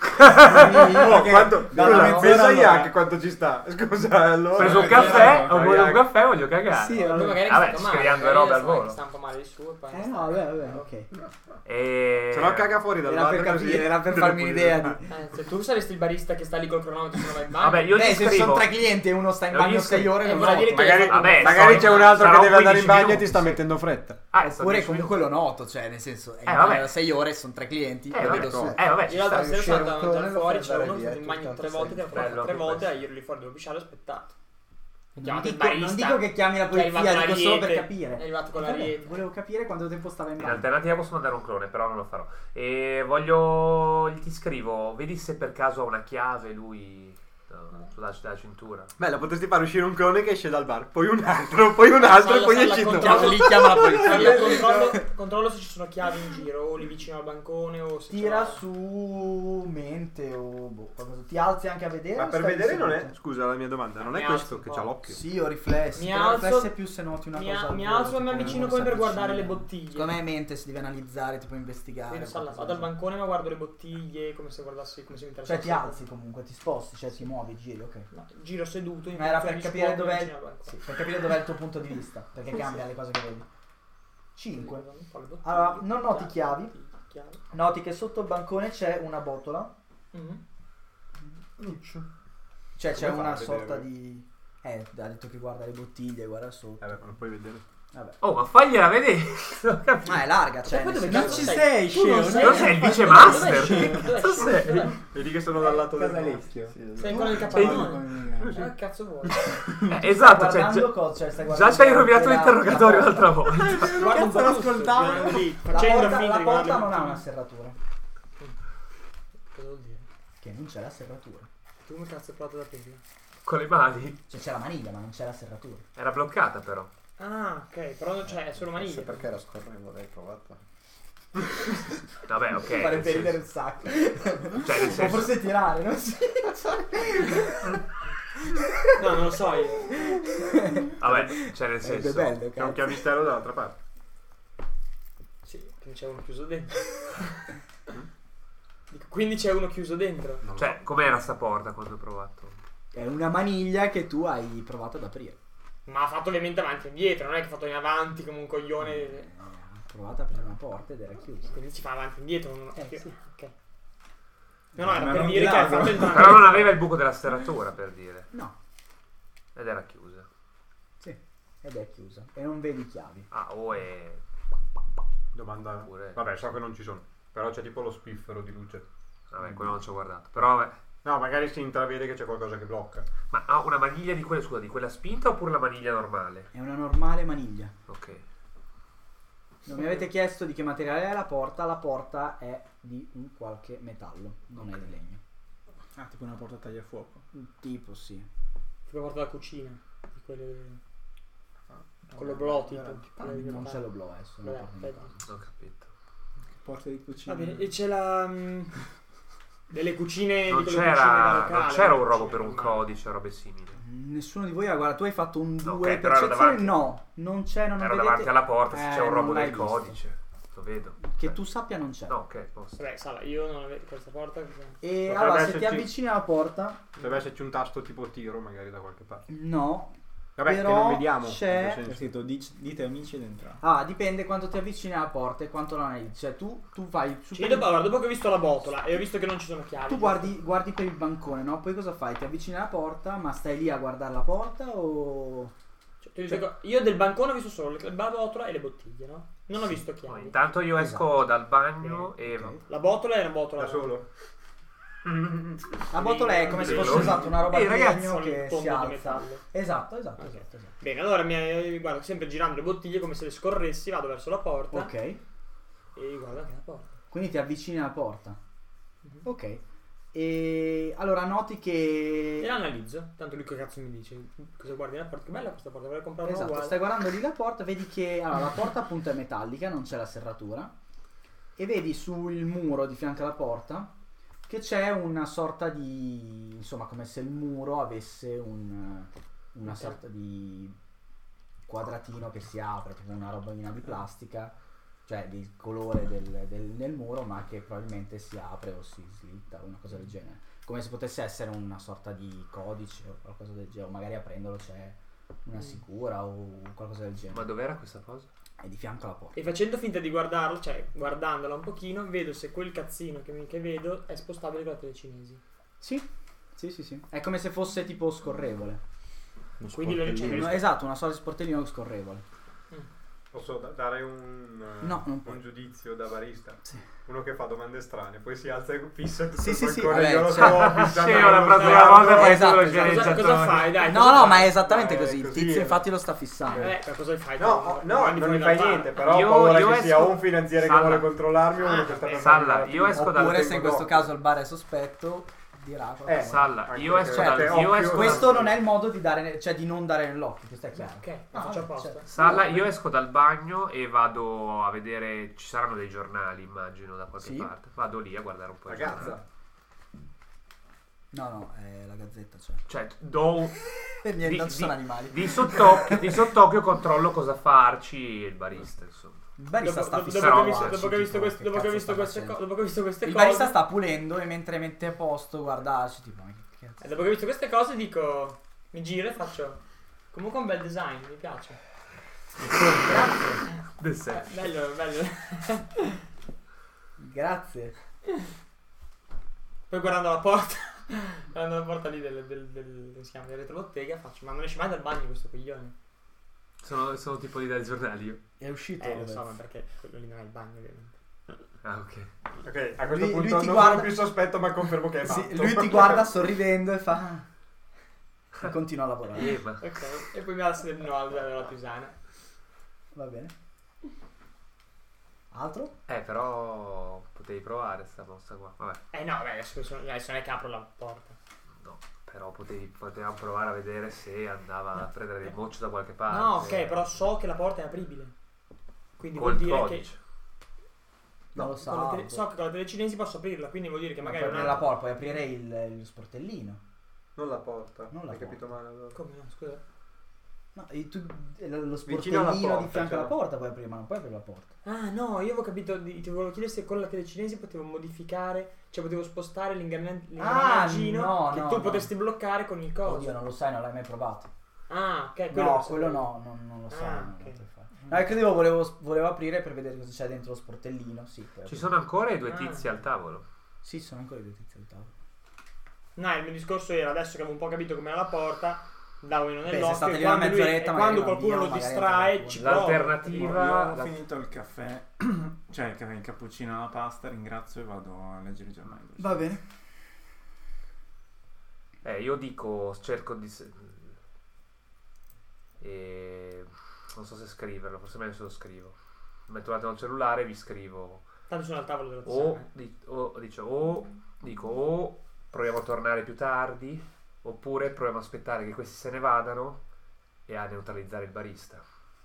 Speaker 5: Oh, quanto,
Speaker 6: dalla
Speaker 5: scusa,
Speaker 6: mezz'ora
Speaker 5: pensa
Speaker 6: allora.
Speaker 5: anche quanto ci sta. Scusa, allora.
Speaker 2: Ho preso un
Speaker 6: eh,
Speaker 2: caffè,
Speaker 6: eh,
Speaker 2: ho preso un
Speaker 5: eh,
Speaker 2: caffè, voglio cagare.
Speaker 1: Sì,
Speaker 3: Poi
Speaker 1: allora.
Speaker 3: magari
Speaker 2: Vabbè,
Speaker 3: sta
Speaker 2: ci
Speaker 3: male,
Speaker 2: scriviamo
Speaker 3: magari
Speaker 2: le robe al
Speaker 3: sta-
Speaker 2: volo.
Speaker 3: sta un po' male il suo e poi...
Speaker 1: Eh no, vabbè, vabbè, ok.
Speaker 2: E...
Speaker 5: Se no caga fuori dal
Speaker 1: Era
Speaker 5: bar
Speaker 1: per
Speaker 5: così.
Speaker 1: capire, era per
Speaker 5: te lo
Speaker 1: farmi
Speaker 5: puoi
Speaker 1: un'idea
Speaker 5: dire.
Speaker 1: di...
Speaker 3: Eh, se tu saresti il barista che sta lì col cronometro se non vai in bagno.
Speaker 2: Vabbè, io
Speaker 1: Beh,
Speaker 2: gli
Speaker 1: se ci
Speaker 2: scrivo.
Speaker 1: sono tre clienti e uno sta in
Speaker 2: Io
Speaker 1: bagno
Speaker 2: gli
Speaker 1: sei
Speaker 2: scrivo.
Speaker 1: ore,
Speaker 3: Eh,
Speaker 1: non
Speaker 3: vuol dire
Speaker 1: noto.
Speaker 3: che-
Speaker 5: Magari,
Speaker 2: Vabbè,
Speaker 5: magari
Speaker 2: sto-
Speaker 5: c'è un altro
Speaker 2: sarà
Speaker 5: che deve andare in
Speaker 2: quindici
Speaker 5: bagno e ti
Speaker 2: minuti,
Speaker 5: sta
Speaker 2: sì.
Speaker 5: mettendo fretta.
Speaker 2: Ah,
Speaker 1: Oppure
Speaker 2: dieci
Speaker 1: comunque lo noto, cioè nel senso, è
Speaker 2: Eh,
Speaker 1: in
Speaker 2: vabbè.
Speaker 1: bagno da sei ore, sono tre clienti,
Speaker 2: Eh,
Speaker 1: lo
Speaker 2: vabbè,
Speaker 1: vedo su.
Speaker 2: Eh, vabbè, ci
Speaker 3: Io l'altra
Speaker 2: sta.
Speaker 3: sera sono
Speaker 4: uscire un
Speaker 3: andato
Speaker 4: turno e
Speaker 3: fuori,
Speaker 4: lo
Speaker 3: c'era
Speaker 4: fai
Speaker 3: uno
Speaker 4: andare
Speaker 3: in
Speaker 4: via,
Speaker 3: bagno
Speaker 4: tanto
Speaker 3: tre volte, che
Speaker 4: sei
Speaker 3: l'ho fatto
Speaker 2: bello
Speaker 3: tre
Speaker 2: anche
Speaker 3: volte,
Speaker 2: questo.
Speaker 3: e io ero lì fuori, devo pisciare, ho aspettato.
Speaker 1: Non
Speaker 3: Chiamate il
Speaker 1: dico, non
Speaker 3: barista.
Speaker 1: dico che chiami la
Speaker 3: Che è arrivato
Speaker 1: polizia,
Speaker 3: con
Speaker 1: dico solo per
Speaker 3: l'ariete.
Speaker 1: capire.
Speaker 3: È arrivato con
Speaker 1: Vabbè,
Speaker 3: l'ariete.
Speaker 1: volevo capire quanto tempo stava in
Speaker 2: In
Speaker 1: bagno.
Speaker 2: alternativa posso mandare un clone, però non lo farò. E voglio. Ti scrivo, vedi se per caso ha una chiave lui no, sulla, sulla cintura.
Speaker 5: Bella, potresti fare uscire un clone che esce dal bar, poi un altro, poi un altro
Speaker 3: Salla,
Speaker 5: e poi
Speaker 3: salla,
Speaker 5: esci tu.
Speaker 3: controllo.
Speaker 1: Lì chiama la polizia.
Speaker 3: Allora, controllo, controllo se ci sono chiavi in giro o lì vicino al bancone o se
Speaker 1: Tira
Speaker 3: c'è-
Speaker 1: su mente o boh, qualcosa. Ti alzi anche a vedere?
Speaker 5: Ma
Speaker 1: o
Speaker 5: per
Speaker 1: stai
Speaker 5: vedere non è,
Speaker 1: seduto?
Speaker 5: scusa la mia domanda, non
Speaker 3: Mi
Speaker 5: è
Speaker 3: alzo
Speaker 5: questo
Speaker 3: un
Speaker 5: che
Speaker 3: po'.
Speaker 5: c'ha l'occhio?
Speaker 1: Sì, ho riflessi.
Speaker 3: Mi
Speaker 1: Però
Speaker 3: alzo-
Speaker 1: riflessi è più se noti una
Speaker 3: Mi,
Speaker 1: cosa.
Speaker 3: a-
Speaker 1: al
Speaker 3: mi
Speaker 1: volo,
Speaker 3: alzo e mi
Speaker 1: tipo
Speaker 3: avvicino
Speaker 1: uno
Speaker 3: poi
Speaker 1: si
Speaker 3: per
Speaker 1: avvicina.
Speaker 3: guardare le bottiglie.
Speaker 1: Secondo me mente si deve analizzare, tipo investigare.
Speaker 3: Quindi salla,
Speaker 1: qualcosa
Speaker 3: vado al
Speaker 1: del
Speaker 3: bancone ma guardo le bottiglie come se guardassi come se mi
Speaker 1: genere. Cioè ti
Speaker 3: interessasse.
Speaker 1: alzi comunque, ti sposti, cioè ti muovi, giri, ok.
Speaker 3: No, giro seduto in
Speaker 1: Ma era per
Speaker 3: posizione di
Speaker 1: capire
Speaker 3: squat
Speaker 1: dov'è
Speaker 3: vicino al bancone.
Speaker 1: sì, per capire dov'è il tuo punto di vista, perché cambia le cose che vedi. cinque.
Speaker 3: Un po' le bottiglie,
Speaker 1: Allora, non noti chiavi?
Speaker 3: bottiglie, chiavi.
Speaker 1: Noti che sotto il bancone c'è una botola,
Speaker 3: Mhm.
Speaker 1: cioè c'è
Speaker 5: Come fa
Speaker 1: una
Speaker 5: a vedere?
Speaker 1: sorta di eh, ha detto che guarda le bottiglie, guarda sotto.
Speaker 5: Eh beh, non puoi vedere.
Speaker 1: Vabbè.
Speaker 2: Oh, ma fagliela vedere! Non capisco.
Speaker 1: Ma è larga, cioè.
Speaker 3: poi
Speaker 1: nel
Speaker 3: dove
Speaker 1: senso-
Speaker 3: cazzo
Speaker 1: Non ci
Speaker 3: sei?
Speaker 1: sei,
Speaker 3: Tu non
Speaker 1: scemo.
Speaker 3: sei-
Speaker 2: Non sei il vice
Speaker 3: Dov'è
Speaker 2: master?
Speaker 3: scemo? Dov'è
Speaker 2: Cosa
Speaker 3: scemo?
Speaker 2: sei?
Speaker 3: Dov'è?
Speaker 5: Vedi che sono dal lato del
Speaker 4: Cosa
Speaker 5: bar.
Speaker 4: rischio?
Speaker 3: Sei ancora nel
Speaker 2: Sei-
Speaker 3: capannone? Eh, cazzo vuoi?
Speaker 2: Eh, esatto, cioè,
Speaker 1: guardando
Speaker 2: già,
Speaker 1: cosa, cioè, stai
Speaker 2: già
Speaker 1: guardando
Speaker 2: ci hai rovinato
Speaker 1: anche la-
Speaker 2: l'interrogatorio l'altra volta.
Speaker 3: Guarda un po'
Speaker 4: l'ho
Speaker 3: tutto,
Speaker 4: ascoltato.
Speaker 3: girando lì,
Speaker 1: La
Speaker 3: facendo
Speaker 1: porta,
Speaker 3: finta
Speaker 1: la
Speaker 3: di
Speaker 1: porta
Speaker 3: guardare
Speaker 1: non ha
Speaker 3: le
Speaker 1: una
Speaker 3: bottiglie.
Speaker 1: serratura.
Speaker 3: Cosa vuol dire?
Speaker 1: Che non c'è la serratura.
Speaker 3: Tu come cazzo hai provato da prima?
Speaker 2: Con le mani.
Speaker 1: Cioè c'è la maniglia, ma non c'è la serratura.
Speaker 2: Era bloccata però.
Speaker 3: Ah, ok, però non c'è, è solo
Speaker 4: Forse
Speaker 3: maniglia.
Speaker 4: perché era scorrevole, hai provato.
Speaker 2: Vabbè, ok.
Speaker 1: Fare
Speaker 2: nel
Speaker 1: per ridere
Speaker 2: senso-
Speaker 1: un sacco.
Speaker 2: Cioè, nel
Speaker 1: O
Speaker 2: senso.
Speaker 1: forse tirare, non si.
Speaker 3: No, non lo so io.
Speaker 2: Vabbè, cioè nel
Speaker 1: Sarebbe
Speaker 2: senso.
Speaker 1: bello,
Speaker 5: C'è un
Speaker 1: cazzo.
Speaker 5: chiavistello dall'altra parte.
Speaker 3: Sì, quindi c'è uno chiuso dentro. Dico, quindi c'è uno chiuso dentro.
Speaker 5: Non lo
Speaker 2: Cioè, com'era sta porta quando ho provato?
Speaker 1: È una maniglia che tu hai provato ad aprire.
Speaker 3: Ma ha fatto ovviamente avanti e indietro, non è che ha fatto in avanti come un coglione.
Speaker 1: Eh, ha provato a aprire una porta ed era chiusa.
Speaker 3: Quindi si fa avanti e indietro. Non...
Speaker 1: Eh, sì.
Speaker 3: Ok. No, no, era
Speaker 4: Ma
Speaker 3: per
Speaker 4: non
Speaker 3: dire
Speaker 4: ti
Speaker 3: che hai
Speaker 4: lago.
Speaker 3: fatto entrare.
Speaker 2: Però non aveva il buco della serratura, per dire.
Speaker 1: No,
Speaker 2: Ed era chiusa.
Speaker 1: sì, ed è chiusa. E non vedi chiavi.
Speaker 2: Ah, o è.
Speaker 5: Domanda.
Speaker 2: Pure-
Speaker 5: Vabbè, so che non ci sono. Però c'è tipo lo spiffero di luce.
Speaker 2: Vabbè, quello non ci ho guardato. Però vabbè.
Speaker 5: No, magari si intravede che c'è qualcosa che blocca.
Speaker 2: Ma ha una maniglia di quella, scusa, di quella spinta oppure la maniglia normale?
Speaker 1: È una normale maniglia.
Speaker 2: Ok.
Speaker 1: Non mi avete chiesto di che materiale è la porta. La porta è di un qualche metallo, non è di legno.
Speaker 4: Ah, tipo una porta tagliafuoco.
Speaker 1: Tipo sì.
Speaker 3: Tipo porta da cucina. Di quelle. Con
Speaker 4: Vabbè,
Speaker 3: l'oblò tipo.
Speaker 4: vabbè,
Speaker 3: quelle di
Speaker 1: Non
Speaker 3: metallo.
Speaker 1: c'è l'oblò, è solo una
Speaker 3: Vabbè,
Speaker 1: porta di
Speaker 3: aspetta.
Speaker 1: metallo.
Speaker 2: Non ho capito.
Speaker 4: Porta di cucina.
Speaker 3: Va bene, e c'è la. mm, delle cucine.
Speaker 2: Non
Speaker 3: di quelle cucine da
Speaker 2: c'era,
Speaker 3: locale,
Speaker 2: non c'era un
Speaker 3: cucine
Speaker 2: robo per un
Speaker 3: normali.
Speaker 2: codice, robe simili.
Speaker 1: Nessuno di voi ha guarda, tu hai fatto un due
Speaker 2: Ok, però ero
Speaker 1: percezione?
Speaker 2: davanti-
Speaker 1: No, non c'è, non
Speaker 2: Ero
Speaker 1: vedete-
Speaker 2: davanti alla porta, se
Speaker 1: Eh,
Speaker 2: c'è un
Speaker 1: non
Speaker 2: robo
Speaker 1: l'hai
Speaker 2: del
Speaker 1: visto.
Speaker 2: codice. Lo vedo.
Speaker 1: Che
Speaker 2: Beh.
Speaker 1: tu sappia non c'è.
Speaker 2: No, ok, posso.
Speaker 3: Vabbè, Sala, io non avevo questa porta.
Speaker 1: E
Speaker 5: Potrebbe
Speaker 1: allora se ti
Speaker 5: esserci-
Speaker 1: avvicini alla porta,
Speaker 5: Deve esserci un tasto tipo tiro, magari da qualche parte.
Speaker 1: no.
Speaker 5: Vabbè,
Speaker 1: Però
Speaker 5: che non vediamo.
Speaker 1: c'è-
Speaker 5: nel
Speaker 4: C'è
Speaker 5: senso.
Speaker 4: scritto "Dic- dite amici ed entrate".
Speaker 1: Ah, dipende quanto ti avvicini alla porta e quanto la analizzi. Cioè tu, tu vai su
Speaker 3: Cioè,
Speaker 1: per-
Speaker 3: dopo, allora, dopo che ho visto la botola e ho visto che non ci sono chiavi.
Speaker 1: tu guardi, guardi per il bancone, no? Poi cosa fai? Ti avvicini alla porta, ma stai lì a guardare la porta o...
Speaker 3: Cioè, ti dico, io del bancone ho visto solo le- la botola e le bottiglie, no? Non ho visto
Speaker 2: Poi,
Speaker 3: chiavi.
Speaker 2: intanto io esco
Speaker 1: Esatto.
Speaker 2: dal bagno e.
Speaker 1: Ok.
Speaker 3: La botola è una botola.
Speaker 5: Da solo?
Speaker 1: La botola è come se fosse
Speaker 2: Bello.
Speaker 1: esatto una roba
Speaker 2: Ehi,
Speaker 1: di
Speaker 2: ragazzi,
Speaker 1: legno
Speaker 3: con il
Speaker 1: che
Speaker 3: tondo
Speaker 1: si
Speaker 3: di
Speaker 1: alza.
Speaker 3: metallo.
Speaker 1: Esatto, esatto,
Speaker 3: Ok.
Speaker 1: esatto, esatto.
Speaker 3: Bene, allora mi guardo sempre girando le bottiglie come se le scorressi, vado verso la porta
Speaker 1: Ok,
Speaker 3: e guardo anche la porta.
Speaker 1: quindi ti avvicini alla porta.
Speaker 3: Mhm.
Speaker 1: Ok. E allora noti che...
Speaker 3: E l'analizzo, tanto lui che cazzo mi dice, cosa guardi nella porta? Che bella questa porta, vorrei comprare una
Speaker 1: Esatto,
Speaker 3: uguale.
Speaker 1: stai guardando lì la porta, vedi che allora, la porta appunto è metallica, non c'è la serratura e vedi sul muro di fianco alla porta che c'è una sorta di, insomma, come se il muro avesse un, una
Speaker 3: Ok.
Speaker 1: sorta di quadratino che si apre, tipo una robina di plastica, cioè del colore del, del, del muro, ma che probabilmente si apre o si slitta o una cosa del genere, come se potesse essere una sorta di codice o qualcosa del genere, o magari aprendolo c'è una sicura o qualcosa del genere.
Speaker 2: Ma dov'era questa cosa?
Speaker 1: È di fianco alla porta.
Speaker 3: E facendo finta di guardarlo, cioè guardandola un pochino, vedo se quel cazzino che, mi, che vedo è spostabile con la telecinesi.
Speaker 1: Sì, sì, sì, sì. È come se fosse tipo scorrevole.
Speaker 3: Quindi lo
Speaker 1: Cioè,
Speaker 3: ricevi.
Speaker 1: no, esatto, una sorta di sportellino scorrevole.
Speaker 5: Posso da- dare un,
Speaker 1: No, non
Speaker 5: un
Speaker 1: puoi.
Speaker 5: giudizio da barista?
Speaker 1: Sì.
Speaker 5: Uno che fa domande strane, poi si alza e fissa tutto
Speaker 1: Sì,
Speaker 5: il
Speaker 1: sì, sì,
Speaker 5: balcone,
Speaker 1: vabbè,
Speaker 5: io lo
Speaker 1: cioè-
Speaker 5: sto fissando
Speaker 2: Sì, la
Speaker 5: nello
Speaker 2: prossima
Speaker 5: sguardo.
Speaker 2: volta fai
Speaker 1: Esatto,
Speaker 2: solo
Speaker 1: esatto.
Speaker 3: Cosa,
Speaker 2: sceneggiatori.
Speaker 3: cosa fai? Dai,
Speaker 1: No,
Speaker 3: cosa
Speaker 1: no,
Speaker 3: fai?
Speaker 1: ma è esattamente
Speaker 5: Eh,
Speaker 1: così. Il
Speaker 5: così
Speaker 1: tizio
Speaker 5: è.
Speaker 1: infatti lo sta fissando.
Speaker 3: Eh, ma cosa fai?
Speaker 5: No,
Speaker 3: Tu?
Speaker 5: no,
Speaker 3: Mandi
Speaker 5: non
Speaker 3: fuori
Speaker 5: mi fai
Speaker 3: dal bar.
Speaker 5: niente, però
Speaker 2: Io-
Speaker 5: ho paura
Speaker 2: io
Speaker 5: che
Speaker 2: esco-
Speaker 5: sia un finanziere
Speaker 2: Salla.
Speaker 5: che vuole controllarmi o uno
Speaker 3: Ah,
Speaker 5: che sta
Speaker 3: ok.
Speaker 5: per
Speaker 2: Salla,
Speaker 5: farmi
Speaker 2: io
Speaker 5: la
Speaker 2: esco
Speaker 5: fine.
Speaker 2: dal
Speaker 1: Oppure se in
Speaker 5: tempo
Speaker 1: questo
Speaker 5: dopo.
Speaker 1: caso il bar è sospetto, dirà qualcosa.
Speaker 5: Eh,
Speaker 2: Salla,
Speaker 5: anche
Speaker 2: io
Speaker 5: perché
Speaker 2: esco dal-
Speaker 5: te-
Speaker 2: io
Speaker 5: occhio-
Speaker 2: esco
Speaker 1: Questo non è il modo di dare, cioè di non dare nell'occhio, questo è chiaro.
Speaker 3: Ok, la
Speaker 1: Ah,
Speaker 3: faccio
Speaker 1: vabbè,
Speaker 3: apposta.
Speaker 1: certo.
Speaker 2: Salla, io esco dal bagno e vado a vedere, ci saranno dei giornali, immagino, da qualche
Speaker 1: Sì.
Speaker 2: parte. Vado lì a guardare un po' i giornali.
Speaker 5: Ragazza,
Speaker 1: No, no, è la gazzetta, cioè.
Speaker 2: Cioè, do un-
Speaker 1: Per niente,
Speaker 2: Di-
Speaker 1: non ci sono
Speaker 2: di-
Speaker 1: animali.
Speaker 2: di sottocchio, di sottocchio controllo cosa farci il barista, insomma.
Speaker 1: Il barista
Speaker 3: Dopo,
Speaker 1: sta
Speaker 3: dopo,
Speaker 1: fissando.
Speaker 3: dopo che ho
Speaker 2: Però,
Speaker 3: visto,
Speaker 1: guarda,
Speaker 3: dopo che ho visto
Speaker 1: tipo,
Speaker 3: queste,
Speaker 1: che
Speaker 3: dopo che ho
Speaker 1: cazzo
Speaker 3: visto
Speaker 1: sta
Speaker 3: queste
Speaker 1: facendo?
Speaker 3: co- dopo che ho visto queste
Speaker 1: Il
Speaker 3: cose,
Speaker 1: barista sta pulendo e mentre mette a posto guardarci tipo ma che cazzo.
Speaker 3: eh, dopo che ho visto queste cose dico, mi giro e faccio comunque un bel design, mi piace.
Speaker 1: Grazie.
Speaker 2: Del
Speaker 3: Eh,
Speaker 2: set.
Speaker 3: bello, bello.
Speaker 1: Grazie.
Speaker 3: Poi guardando la porta, guardando la porta lì del, del, del, come si chiama, del retrobottega, faccio, ma non esce mai dal bagno questo coglione.
Speaker 2: Sono, sono tipo lì dai giornali io.
Speaker 1: È uscito.
Speaker 3: Eh, lo
Speaker 1: Lopez.
Speaker 3: so, ma perché quello lì non è il bagno, ovviamente.
Speaker 2: Ah, ok.
Speaker 5: ok, a questo
Speaker 1: Lui- lui
Speaker 5: punto
Speaker 1: ti
Speaker 5: non
Speaker 1: guarda-
Speaker 5: sono più sospetto, ma confermo che è
Speaker 1: Sì,
Speaker 5: matto.
Speaker 1: lui ti guarda sorridendo e fa e continua a lavorare.
Speaker 2: Eh, ma
Speaker 3: Ok, e poi mi alzo di nuovo alla tisana.
Speaker 1: Va bene. Altro?
Speaker 2: Eh, però potevi provare sta mossa qua. Vabbè,
Speaker 3: Eh no, beh, adesso, sono- adesso non è che apro la porta.
Speaker 2: no. Però potevi, potevamo provare a vedere se andava a prendere il moccio da qualche parte.
Speaker 3: No, ok, però so che la porta è apribile. Quindi
Speaker 2: Col
Speaker 3: vuol dire
Speaker 2: codice.
Speaker 3: che
Speaker 1: Non lo
Speaker 3: con
Speaker 1: so.
Speaker 3: la tele- so che con la telecinesi posso aprirla, quindi vuol dire che
Speaker 1: Ma
Speaker 3: magari
Speaker 1: puoi
Speaker 3: una...
Speaker 1: aprire la porta, puoi aprire il, lo sportellino.
Speaker 5: Non la porta,
Speaker 1: Non la
Speaker 5: hai
Speaker 1: porta.
Speaker 5: capito male allora.
Speaker 3: Come no, scusa.
Speaker 1: No, e tu, lo lo
Speaker 5: Vicino alla
Speaker 1: sportellino di
Speaker 5: porta,
Speaker 1: fianco alla
Speaker 5: cioè.
Speaker 1: porta puoi aprire, ma non puoi aprire la porta.
Speaker 3: Ah no, io avevo capito, di- ti volevo chiedere se con la telecinesi potevo modificare, cioè potevo spostare l'ingrana- l'ingranaggino
Speaker 1: no,
Speaker 3: che
Speaker 1: no,
Speaker 3: tu
Speaker 1: no.
Speaker 3: potesti bloccare con il coso.
Speaker 1: Oddio, non lo sai, non l'hai mai provato.
Speaker 3: Ah, ok, quello
Speaker 1: No,
Speaker 3: lo so.
Speaker 1: quello no, non, non lo sai.
Speaker 3: Ah,
Speaker 1: non
Speaker 3: ok.
Speaker 1: lo puoi fare. No, credevo volevo, volevo aprire per vedere cosa c'è dentro lo sportellino. Sì, puoi
Speaker 2: Ci
Speaker 1: aprire.
Speaker 2: sono ancora i due
Speaker 3: Ah.
Speaker 2: tizi al tavolo.
Speaker 1: Sì, sono ancora i due tizi al tavolo.
Speaker 3: No, il mio discorso era adesso che avevo un po' capito com'era la porta, davo uno
Speaker 1: se
Speaker 3: nell'occhio
Speaker 1: state
Speaker 3: e
Speaker 1: lì una
Speaker 3: quando, lui-
Speaker 1: mezz'oretta
Speaker 3: e
Speaker 1: magari
Speaker 3: quando
Speaker 1: va
Speaker 3: qualcuno
Speaker 1: via,
Speaker 3: lo
Speaker 1: magari
Speaker 3: distrae
Speaker 1: entra
Speaker 3: ci
Speaker 1: qualcuno.
Speaker 3: provo.
Speaker 2: L'alternativa-
Speaker 7: Io ho
Speaker 2: la-
Speaker 7: finito il caffè, cioè il caffè, il cappuccino e la pasta, ringrazio e vado a leggere i giornali.
Speaker 1: Va bene.
Speaker 2: Eh, io dico, cerco di... se- E... non so se scriverlo, forse meglio se lo scrivo. Metto un attimo il cellulare e vi scrivo.
Speaker 3: Tanto sono al tavolo della
Speaker 2: O,
Speaker 3: tisana.
Speaker 2: di- o dice, o dico o proviamo a tornare più tardi, oppure proviamo a aspettare che questi se ne vadano e a neutralizzare il barista.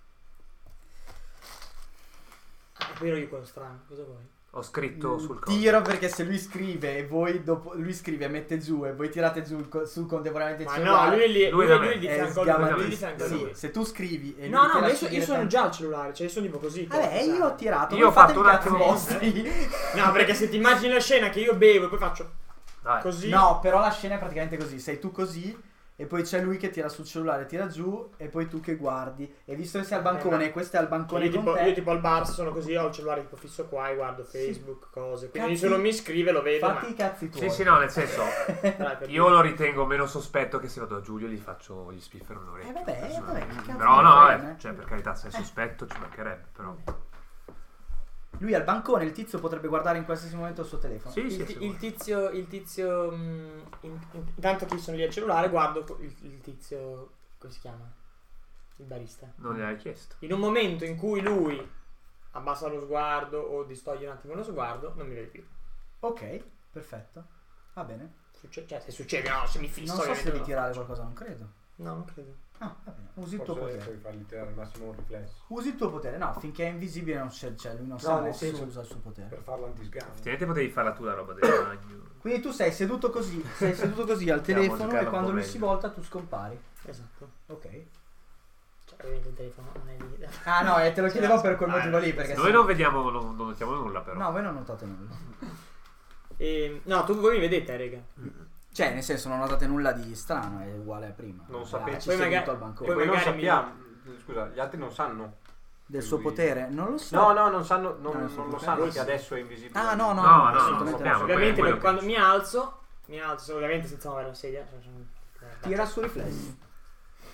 Speaker 3: Ah, poi ero io quello strano, cosa vuoi?
Speaker 2: Ho scritto sul coso.
Speaker 1: Tiro perché se lui scrive e voi dopo lui scrive e mette giù e voi tirate giù co- su contemporaneamente il
Speaker 3: Ma
Speaker 1: cellulare.
Speaker 3: no, lui è lì,
Speaker 2: Lui
Speaker 3: lui,
Speaker 2: da
Speaker 3: lui,
Speaker 2: me.
Speaker 3: è di
Speaker 1: è
Speaker 3: fianco a lui, lui è di
Speaker 1: sgamatissimo.
Speaker 3: fianco a
Speaker 1: Sì,
Speaker 3: lui.
Speaker 1: se tu scrivi e lui
Speaker 3: No,
Speaker 1: ti
Speaker 3: no, ma io,
Speaker 1: lascia
Speaker 3: so- io sono
Speaker 1: direttamente-
Speaker 3: già al cellulare, cioè io sono tipo così. con la
Speaker 1: Vabbè,
Speaker 3: tisana.
Speaker 1: io ho tirato.
Speaker 2: Io ho
Speaker 1: voi fate
Speaker 2: fatto
Speaker 1: i
Speaker 2: un
Speaker 1: cazzi
Speaker 2: attimo-
Speaker 1: vostri.
Speaker 3: No, perché se ti immagini la scena che io bevo e poi faccio
Speaker 2: Dai.
Speaker 3: così.
Speaker 1: No, però la scena è praticamente così. Sei tu così e poi c'è lui che tira sul cellulare, tira giù e poi tu che guardi. E visto che sei al bancone
Speaker 3: ma-
Speaker 1: e questo è al bancone
Speaker 3: io,
Speaker 1: con
Speaker 3: tipo,
Speaker 1: te.
Speaker 3: io tipo al bar se sono così, ho il cellulare tipo fisso qua e guardo Facebook, cose. Quindi
Speaker 1: Cazzi-
Speaker 3: se non mi scrive lo vedo.
Speaker 1: Fatti
Speaker 3: Ma...
Speaker 1: i cazzi tuoi.
Speaker 2: Sì, sì, no, nel senso,
Speaker 3: Dai, per
Speaker 2: io
Speaker 3: dire.
Speaker 2: lo ritengo meno sospetto che se vado a Giulio gli faccio, gli spiffero un orecchio.
Speaker 1: Eh, vabbè,
Speaker 2: personalmente.
Speaker 1: vabbè, che cazzo
Speaker 2: Però
Speaker 1: me
Speaker 2: no,
Speaker 1: ne
Speaker 2: vabbè,
Speaker 1: frega, eh.
Speaker 2: cioè per carità, se è sospetto ci mancherebbe, però.
Speaker 1: Lui al bancone, il tizio potrebbe guardare in qualsiasi momento il suo telefono.
Speaker 2: Sì, sì,
Speaker 3: Il,
Speaker 2: sì,
Speaker 3: il tizio, il tizio, mh, in- in- intanto che sono lì al cellulare, guardo il, il tizio, come si chiama? Il barista.
Speaker 2: Non gliel'hai chiesto.
Speaker 3: In un momento in cui lui abbassa lo sguardo o distoglie un attimo lo sguardo, non mi vede più.
Speaker 1: Ok, perfetto. Va bene.
Speaker 3: Succe- cioè, se succede, no, se mi fisso.
Speaker 1: Non so se
Speaker 3: ovviamente
Speaker 1: devi
Speaker 3: lo
Speaker 1: tirare
Speaker 3: faccio.
Speaker 1: qualcosa, non credo.
Speaker 3: No, non credo.
Speaker 1: Ah, va bene. Usi il tuo
Speaker 5: Forse
Speaker 1: potere.
Speaker 5: puoi fargli tirare al massimo un riflesso.
Speaker 1: Usi il tuo potere. No, finché è invisibile non c'è, cioè lui non sa
Speaker 5: No, nel
Speaker 1: mosso,
Speaker 5: senso-
Speaker 1: usa il suo potere.
Speaker 5: Per farlo antisgamo.
Speaker 2: Effettivamente potevi farla tu la roba del bagno.
Speaker 1: Quindi tu sei seduto così, sei seduto così al
Speaker 2: Andiamo a
Speaker 1: telefono
Speaker 2: giocarla
Speaker 1: e
Speaker 2: un
Speaker 1: quando
Speaker 2: po'
Speaker 1: lui
Speaker 2: meglio.
Speaker 1: si volta tu scompari.
Speaker 3: Esatto.
Speaker 1: Ok.
Speaker 3: Cioè, ovviamente il telefono non è lì.
Speaker 1: Ah no, e te lo chiedevo per quel
Speaker 3: Ah,
Speaker 1: motivo lì perché
Speaker 2: Noi
Speaker 1: se-
Speaker 2: non vediamo, non, non notiamo nulla però.
Speaker 1: No, voi non notate nulla.
Speaker 3: E, no, tu voi mi vedete, rega.
Speaker 1: Cioè, nel senso non notate nulla di strano, è uguale a prima.
Speaker 5: Non
Speaker 1: Ah,
Speaker 5: sapete.
Speaker 1: ci
Speaker 3: Poi
Speaker 1: seduto
Speaker 3: magari-
Speaker 1: al bancone.
Speaker 5: E poi non
Speaker 3: magari mi-
Speaker 5: sappiamo. Scusa, gli altri non sanno.
Speaker 1: Del suo
Speaker 5: lui-
Speaker 1: potere? Non lo so.
Speaker 5: No, no, non sanno, non,
Speaker 1: No, non so
Speaker 5: non lo
Speaker 1: perché.
Speaker 5: sanno
Speaker 3: Voi
Speaker 5: che
Speaker 3: sì.
Speaker 5: adesso è invisibile.
Speaker 1: Ah, no, no,
Speaker 2: No,
Speaker 1: no,
Speaker 2: no, non
Speaker 1: assolutamente
Speaker 2: sappiamo.
Speaker 1: no.
Speaker 3: Ovviamente
Speaker 2: quello
Speaker 3: per
Speaker 2: che-
Speaker 3: quando mi alzo, mi alzo ovviamente senza muovere la sedia. Cioè, sono-
Speaker 1: Tira su riflessi.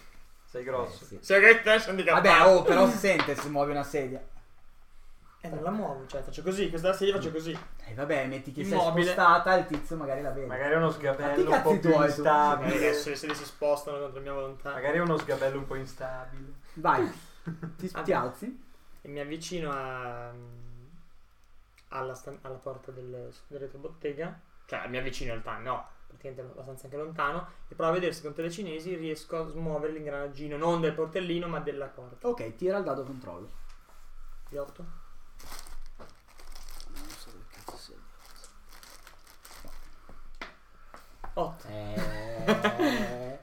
Speaker 5: Sei grosso.
Speaker 1: Eh, sì.
Speaker 3: Se che te sei handicappato.
Speaker 1: Vabbè, oh, però si sente se muovi una sedia.
Speaker 3: Eh, non la muovo, cioè faccio così, questa sedia faccio così.
Speaker 1: Eh, vabbè, metti che
Speaker 3: Immobile.
Speaker 1: sei spostata, il tizio magari la vede.
Speaker 5: Magari è uno
Speaker 1: Fatti
Speaker 5: sgabello
Speaker 1: i
Speaker 5: un
Speaker 1: cazzi
Speaker 5: po' più
Speaker 1: tuoi, tu.
Speaker 3: Magari
Speaker 5: instabile.
Speaker 3: adesso le sedie si spostano contro mia volontà.
Speaker 5: Magari è uno sgabello un po' instabile.
Speaker 1: Vai, ti,
Speaker 3: Ah,
Speaker 1: ti alzi.
Speaker 3: E mi avvicino a, alla, stan- alla porta del, del retrobottega. Cioè mi avvicino in realtà, no, praticamente abbastanza anche lontano. E provo a vedere se con telecinesi riesco a smuovere l'ingranaggino, non del portellino ma della porta.
Speaker 1: Ok, tira il dado controllo.
Speaker 3: Di otto.
Speaker 1: Non so dove cazzo sia il
Speaker 3: otto.
Speaker 1: Eh...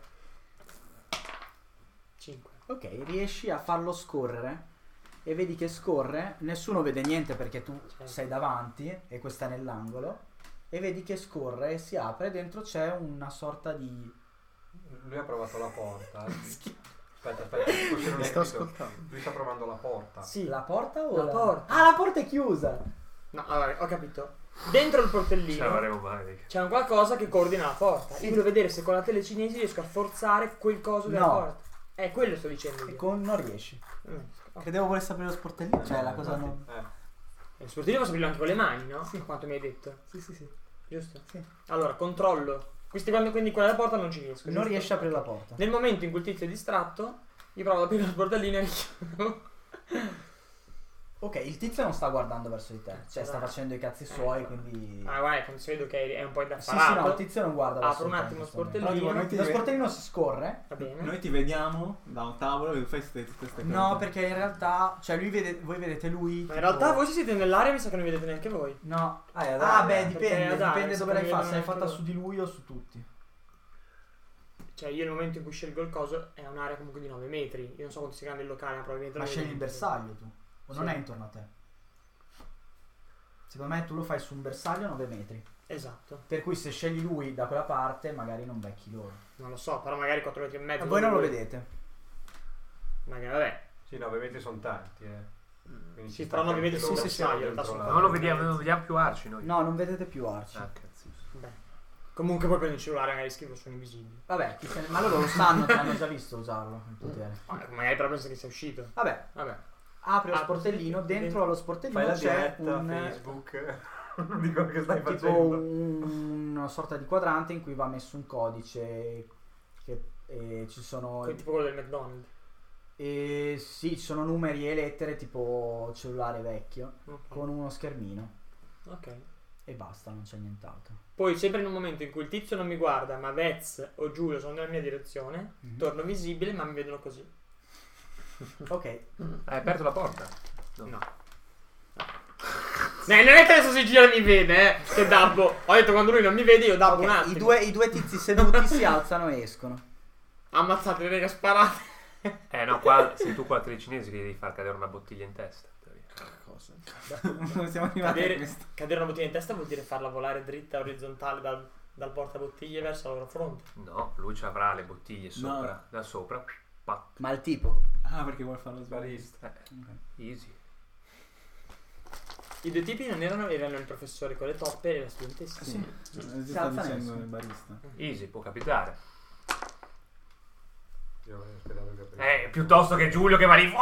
Speaker 3: cinque.
Speaker 1: Ok, riesci a farlo scorrere e vedi che scorre, nessuno vede niente perché tu
Speaker 3: Certo.
Speaker 1: sei davanti e questa è nell'angolo, e vedi che scorre e si apre, dentro c'è una sorta di...
Speaker 5: Lui ha provato la porta. Aspetta, aspetta, forse non
Speaker 4: Mi
Speaker 5: hai
Speaker 4: sto
Speaker 5: capito.
Speaker 4: ascoltando.
Speaker 5: Lui sta provando la porta.
Speaker 3: Sì.
Speaker 1: La porta o
Speaker 3: La
Speaker 1: la...
Speaker 3: porta.
Speaker 1: Ah, la porta è chiusa!
Speaker 3: No, allora, ho capito. Dentro il
Speaker 2: Ce
Speaker 3: portellino
Speaker 2: l'avremo mai.
Speaker 3: c'è un qualcosa che coordina la porta. Io voglio vedere se con la telecinesi riesco a forzare quel coso della
Speaker 1: No.
Speaker 3: porta. Eh, quello sto dicendo
Speaker 1: E
Speaker 3: io.
Speaker 1: con... non riesci.
Speaker 3: Mm. Oh.
Speaker 1: Credevo volessi aprire lo sportellino, cioè la cosa non...
Speaker 5: Eh.
Speaker 3: Il sportello posso aprirlo anche con le mani, no? Sì. Quanto mi hai detto.
Speaker 1: Sì, sì, sì.
Speaker 3: Giusto?
Speaker 1: Sì.
Speaker 3: Allora, controllo. Questi quando, quindi quella della porta non ci riesco.
Speaker 1: Non
Speaker 3: giusto?
Speaker 1: riesci a aprire la porta.
Speaker 3: Nel momento in cui il tizio è distratto, io provo ad aprire lo sportellino e richiudo.
Speaker 1: Ok, il tizio non sta guardando verso di te, cioè sta
Speaker 3: Dai.
Speaker 1: facendo i cazzi suoi, quindi...
Speaker 3: Ah, guarda, quando si vedo che è un po'
Speaker 1: Sì,
Speaker 3: indaffarato.
Speaker 1: sì, no, il tizio non guarda verso
Speaker 3: Apro un
Speaker 1: di te
Speaker 3: attimo
Speaker 1: in
Speaker 3: lo
Speaker 1: questo momento.
Speaker 3: sportellino.
Speaker 6: Però, tipo, noi
Speaker 1: Lo
Speaker 6: ti-
Speaker 1: sportellino si scorre.
Speaker 3: Va bene.
Speaker 6: Noi ti vediamo da un tavolo e fai tutte queste cose.
Speaker 1: No, perché in realtà, cioè lui vede, voi vedete lui.
Speaker 3: Ma in
Speaker 1: tipo-
Speaker 3: realtà voi se siete nell'area mi sa che non vedete neanche voi.
Speaker 1: No.
Speaker 5: Ah, è ad
Speaker 1: Ah,
Speaker 5: area.
Speaker 1: beh,
Speaker 3: perché
Speaker 1: dipende,
Speaker 3: è ad area,
Speaker 1: dipende
Speaker 3: se
Speaker 1: dove l'hai
Speaker 3: non
Speaker 1: fatta,
Speaker 3: vedono
Speaker 1: se l'hai
Speaker 3: neanche
Speaker 1: fatta
Speaker 3: loro.
Speaker 1: su di lui o su tutti.
Speaker 3: Cioè io nel momento in cui scelgo il coso è un'area comunque di nove metri. Io non so quanto sia grande il locale, ma probabilmente...
Speaker 1: Ma
Speaker 3: non
Speaker 1: scegli il
Speaker 3: vedo.
Speaker 1: bersaglio tu, o non
Speaker 3: Sì.
Speaker 1: è intorno a te. Secondo me tu lo fai su un bersaglio a nove metri.
Speaker 3: Esatto.
Speaker 1: Per cui se scegli lui da quella parte, magari non becchi loro.
Speaker 3: Non lo so, però magari quattro metri e mezzo.
Speaker 1: E voi non lo
Speaker 3: dove-
Speaker 1: vedete.
Speaker 3: Magari, vabbè.
Speaker 5: Sì, no, ovviamente sono tanti, eh. Quindi
Speaker 3: Sì,
Speaker 5: ci
Speaker 3: però
Speaker 5: sta
Speaker 3: non vi
Speaker 5: anche
Speaker 3: vede
Speaker 5: loro
Speaker 3: sul
Speaker 5: che siano
Speaker 3: bersaglio, in
Speaker 5: dentro
Speaker 3: realtà
Speaker 5: la-
Speaker 2: Non lo vediamo, non vediamo più arci noi.
Speaker 1: No, non vedete più arci.
Speaker 2: Ah, cazzo.
Speaker 3: Beh. Comunque poi prendi il cellulare magari scrivo sono invisibili.
Speaker 1: Vabbè, chi se ne- ma loro lo sanno, ti hanno già visto usarlo, il potere.
Speaker 3: Ah, magari però penso che sia uscito.
Speaker 1: Vabbè,
Speaker 3: Vabbè.
Speaker 1: apri lo
Speaker 3: Ah,
Speaker 1: sportellino,
Speaker 3: sì,
Speaker 1: dentro
Speaker 3: sì.
Speaker 1: allo
Speaker 5: Fai
Speaker 1: sportellino
Speaker 5: la
Speaker 1: c'è
Speaker 5: diretta
Speaker 1: un...
Speaker 5: Facebook di quello che stai
Speaker 1: tipo
Speaker 5: facendo.
Speaker 1: un- una sorta di quadrante in cui va messo un codice che e ci sono
Speaker 3: Quel tipo quello del McDonald's.
Speaker 1: e sì, ci sono numeri e lettere tipo cellulare vecchio
Speaker 3: Ok.
Speaker 1: con uno schermino
Speaker 3: Ok.
Speaker 1: e basta, non c'è nient'altro.
Speaker 3: Poi sempre in un momento in cui il tizio non mi guarda, ma Vez o Giulio sono nella mia direzione,
Speaker 1: Mhm.
Speaker 3: torno visibile ma mi vedono così.
Speaker 1: Ok,
Speaker 2: Hai aperto la porta?
Speaker 3: No. Eh, non è che adesso si gira e mi vede, eh. Che dabbo. Ho detto quando lui non mi vede io dabbo
Speaker 1: ok,
Speaker 3: un attimo.
Speaker 1: i, due, i due tizi seduti si alzano e escono.
Speaker 3: Ammazzate, raga, sparate.
Speaker 2: Eh no, qua sei tu qua telecinesi che devi far cadere una bottiglia in testa.
Speaker 6: Cosa? Non siamo arrivati a
Speaker 3: Cadere,
Speaker 6: questo.
Speaker 3: cadere una bottiglia in testa vuol dire farla volare dritta orizzontale dal, dal portabottiglie verso la loro fronte.
Speaker 2: No, lui ci avrà le bottiglie sopra,
Speaker 6: No.
Speaker 2: da sopra. Pa.
Speaker 1: Ma il tipo?
Speaker 6: Ah, perché vuole farlo
Speaker 5: Barista.
Speaker 2: Eh, easy.
Speaker 3: I due tipi non erano, erano il professore con le toppe e la studentessa.
Speaker 6: Sì,
Speaker 1: Si
Speaker 6: sta
Speaker 1: alza
Speaker 6: dicendo
Speaker 1: nessuno.
Speaker 6: il barista.
Speaker 2: Easy, può capitare.
Speaker 5: Io avrei sperato che aprisse.
Speaker 2: Eh, piuttosto che Giulio che va lì.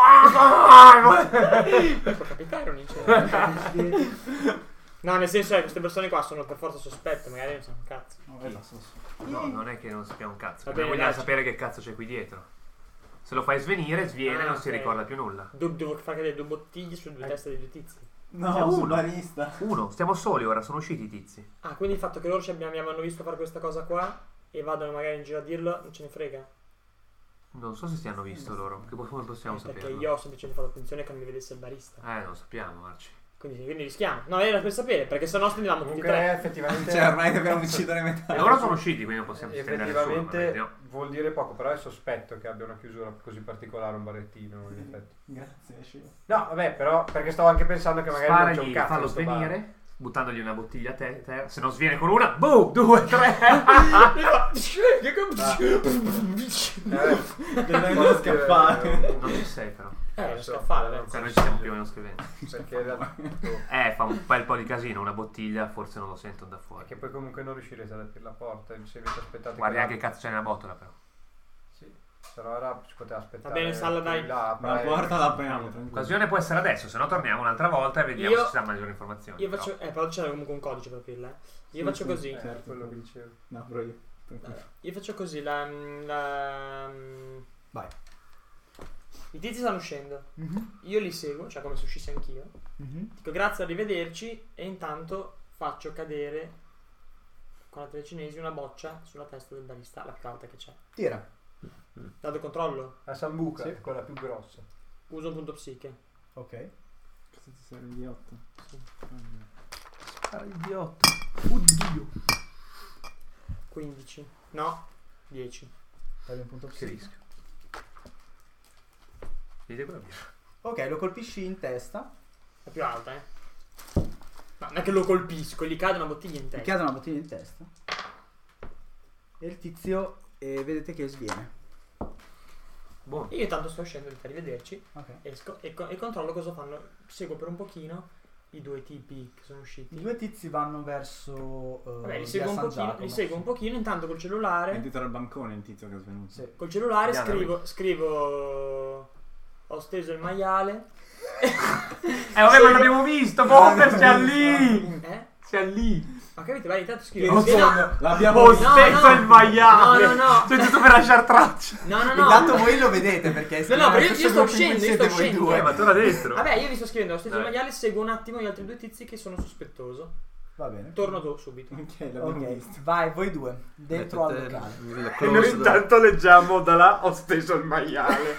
Speaker 3: Può capitare un incendio. No, nel senso è queste persone qua sono per forza sospette, magari non sanno un cazzo.
Speaker 2: No, non è che non sappiamo un cazzo.
Speaker 3: Va
Speaker 2: Noi
Speaker 3: bene,
Speaker 2: vogliamo
Speaker 3: dai.
Speaker 2: sapere che cazzo c'è qui dietro. Se lo fai svenire, sviene e
Speaker 3: Ah,
Speaker 2: non si
Speaker 3: ok.
Speaker 2: ricorda più nulla.
Speaker 3: Du- devo far cadere due bottiglie sulle due teste dei due tizi.
Speaker 6: No,
Speaker 2: Siamo
Speaker 6: sul
Speaker 2: uno.
Speaker 6: barista.
Speaker 2: Uno, stiamo soli ora, sono usciti i tizi.
Speaker 3: Ah, quindi il fatto che loro ci abbiamo, mi avevano visto fare questa cosa qua e vadano magari in giro a dirlo, non ce ne frega.
Speaker 2: Non so se ti hanno visto loro, che come possiamo
Speaker 3: Eh, perché
Speaker 2: saperlo?
Speaker 3: io ho semplicemente fatto attenzione che non mi vedesse il barista.
Speaker 2: Eh, non sappiamo, Arci.
Speaker 3: Quindi, quindi rischiamo. No, era per sapere, perché se no stendevamo tutti e
Speaker 5: Comunque
Speaker 3: tre.
Speaker 5: effettivamente
Speaker 6: Cioè, ormai dobbiamo uccidere metà.
Speaker 2: E loro sono usciti, quindi non possiamo stendere nessuno.
Speaker 5: effettivamente
Speaker 2: magari, no?
Speaker 5: vuol dire poco, però è sospetto che abbia una chiusura così particolare un barettino in effetti.
Speaker 6: Grazie, esci.
Speaker 5: No, vabbè, però perché stavo anche pensando che magari non c'è un
Speaker 2: Sparagli,
Speaker 5: cazzo
Speaker 2: fallo
Speaker 5: in sto bar.
Speaker 2: svenire, buttandogli una bottiglia a te- terra. Se non sviene con una, boom, due, tre.
Speaker 5: Eh,
Speaker 6: Dobbiamo scappare.
Speaker 2: Non ci sei però.
Speaker 3: Eh, lo scaffale, dai.
Speaker 2: Cioè, noi ci stiamo più o meno scrivendo.
Speaker 5: perché in realtà
Speaker 2: Eh, fa un bel po' di casino, una bottiglia, forse non lo sentono da fuori.
Speaker 5: che poi comunque non riuscirete ad aprire la porta se avete aspettato
Speaker 2: Guardi
Speaker 5: che
Speaker 2: anche che cazzo c'è nella botola però.
Speaker 5: Sì. Però era, ci poteva aspettare.
Speaker 3: Va bene, Salla, dai.
Speaker 5: Là,
Speaker 7: La
Speaker 5: pre-
Speaker 7: porta la apriamo, tranquillo.
Speaker 2: L'occasione può essere adesso, se no torniamo un'altra volta e vediamo
Speaker 3: Io-
Speaker 2: se ci dà maggiori informazioni.
Speaker 3: Io faccio... Eh, però c'è comunque un codice per aprirla, eh. Io
Speaker 7: Sì,
Speaker 3: faccio
Speaker 7: sì,
Speaker 3: così.
Speaker 5: Eh,
Speaker 7: certo.
Speaker 5: quello che dicevo.
Speaker 7: No, però io. tranquillo.
Speaker 3: Io faccio così, la... la...
Speaker 1: Vai.
Speaker 3: I tizi stanno uscendo.
Speaker 1: Mhm,
Speaker 3: Io li seguo, cioè come se uscissi anch'io.
Speaker 1: mhm.
Speaker 3: Dico grazie, arrivederci. E intanto faccio cadere con la telecinesi una boccia sulla testa del barista, la più alta che c'è.
Speaker 1: Tira.
Speaker 3: Dato controllo,
Speaker 5: La Sambuca,
Speaker 1: Sì.
Speaker 5: è quella più grossa.
Speaker 3: uso un punto psiche.
Speaker 1: Ok.
Speaker 7: Cosa ti serve di otto?
Speaker 5: Ah, idiota. Oddio.
Speaker 3: quindici. No, dieci.
Speaker 1: Togli un punto
Speaker 2: Che
Speaker 1: psiche.
Speaker 2: rischio. Vedete quella birra?
Speaker 1: Ok, lo colpisci in testa.
Speaker 3: La più alta, eh. No, non è che lo colpisco, gli cade una bottiglia in
Speaker 1: Ti
Speaker 3: testa.
Speaker 1: cade una bottiglia in testa. E il tizio, eh, vedete che sviene.
Speaker 2: Buono.
Speaker 3: Io intanto sto uscendo, dite arrivederci.
Speaker 1: Ok.
Speaker 3: Esco e, co- e controllo cosa fanno. Seguo per un pochino i due tipi che sono usciti.
Speaker 1: I due tizi vanno verso eh,
Speaker 3: Vabbè, li
Speaker 1: via
Speaker 3: seguo un
Speaker 1: San
Speaker 3: pochino,
Speaker 1: Giacomo.
Speaker 3: li seguo un pochino, intanto col
Speaker 7: È
Speaker 3: cellulare.
Speaker 7: dietro al bancone il tizio che è svenuto.
Speaker 1: Sì.
Speaker 3: Col cellulare
Speaker 2: Diana,
Speaker 3: scrivo, scrivo. Ho steso il maiale.
Speaker 2: Eh vabbè, ma l'abbiamo visto, Popper, c'è lì!
Speaker 3: Eh?
Speaker 2: C'è lì!
Speaker 3: Ma capite? Vai, intanto
Speaker 7: Che
Speaker 3: scrivo.
Speaker 7: in
Speaker 3: Sì, no,
Speaker 7: fondo l'abbiamo
Speaker 2: Ho
Speaker 7: visto.
Speaker 3: no,
Speaker 2: steso
Speaker 3: no.
Speaker 2: il maiale!
Speaker 3: No, no, no.
Speaker 2: Cioè, giusto per lasciare traccia!
Speaker 3: no, no,
Speaker 1: Intanto
Speaker 3: no.
Speaker 1: voi lo vedete perché
Speaker 3: No, no, però io-
Speaker 1: questo
Speaker 3: io sto
Speaker 1: gruppo in cui
Speaker 3: uscendo, io
Speaker 1: siete
Speaker 3: sto
Speaker 1: voi
Speaker 3: uscendo.
Speaker 1: due.
Speaker 2: Eh, ma tu là dentro!
Speaker 3: Vabbè, io vi sto scrivendo. Ho steso il
Speaker 2: Dai.
Speaker 3: maiale. Seguo un attimo gli altri due tizi che sono sospettoso.
Speaker 1: Va bene.
Speaker 3: Torno dopo subito.
Speaker 7: Ok, l'abbiamo
Speaker 1: Ok,
Speaker 7: visto.
Speaker 1: vai voi due dentro al
Speaker 5: Mettete
Speaker 1: locale.
Speaker 5: il- il
Speaker 2: E
Speaker 5: close
Speaker 2: noi
Speaker 5: da-
Speaker 2: intanto leggiamo da là, ho steso il maiale.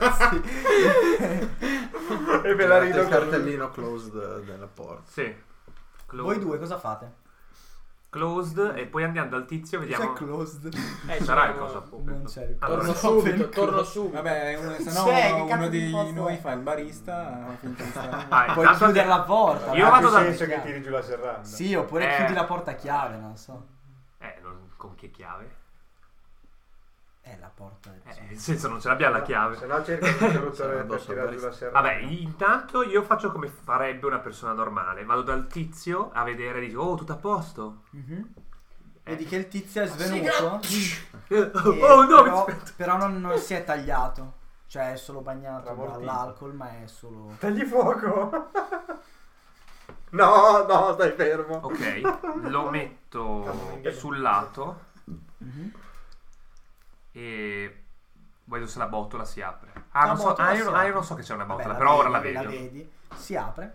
Speaker 2: E me la
Speaker 5: Tirate
Speaker 2: rido
Speaker 5: il
Speaker 2: con-
Speaker 5: cartellino closed della porta.
Speaker 2: Sì. Clo-
Speaker 1: Voi due cosa fate?
Speaker 2: Closed e poi andiamo dal tizio, vediamo.
Speaker 1: C'è closed.
Speaker 3: Eh,
Speaker 2: Sarà il
Speaker 3: ci
Speaker 2: cosa
Speaker 3: siamo-
Speaker 1: Non c'è il
Speaker 2: Allora,
Speaker 3: Torno
Speaker 1: coso.
Speaker 3: subito,
Speaker 1: Open
Speaker 3: torno
Speaker 1: close.
Speaker 3: subito.
Speaker 7: Vabbè, uno- se no
Speaker 1: C'è, che
Speaker 7: uno
Speaker 1: cazzo
Speaker 7: di
Speaker 1: di posto
Speaker 7: noi
Speaker 1: è?
Speaker 7: fa il barista. fa finta di stare-
Speaker 2: Vai,
Speaker 1: Puoi
Speaker 2: intanto-
Speaker 1: chiudere la porta.
Speaker 2: Io
Speaker 1: no?
Speaker 2: vado
Speaker 5: Ha più
Speaker 2: da-
Speaker 5: senso che tiri giù la serranda.
Speaker 1: Sì, oppure
Speaker 2: Eh.
Speaker 1: chiudi la porta a chiave, non so.
Speaker 2: Eh, non... con che chiave?
Speaker 1: È la porta.
Speaker 2: Eh, nel senso non ce l'abbiamo la chiave.
Speaker 5: Se no cerca un interruttore
Speaker 6: Sarà
Speaker 5: per
Speaker 6: addosso al
Speaker 5: tirare giù
Speaker 6: barista.
Speaker 5: la serranda.
Speaker 2: Vabbè, intanto io faccio come farebbe una persona normale. Vado dal tizio a vedere e dico, oh, tutto a posto?
Speaker 1: Mhm.
Speaker 2: Eh.
Speaker 1: Vedi che il tizio è svenuto. e
Speaker 2: Oh no, mi
Speaker 1: però,
Speaker 2: aspetta.
Speaker 1: però non, non si è tagliato. Cioè è solo bagnato
Speaker 5: Tramortito.
Speaker 1: dall'alcol, ma è solo.
Speaker 5: Tagli fuoco. No, no, stai fermo.
Speaker 2: Ok, lo metto sul lato
Speaker 1: Mhm.
Speaker 2: e vedo se la botola si apre. Ah,
Speaker 1: La
Speaker 2: non so,
Speaker 1: botola
Speaker 2: ah,
Speaker 1: si
Speaker 2: io,
Speaker 1: apre.
Speaker 2: ah, io non so che c'è una
Speaker 1: Vabbè,
Speaker 2: botola,
Speaker 1: la
Speaker 2: però ora
Speaker 1: vedi,
Speaker 2: la vedo.
Speaker 1: vedi. Si apre.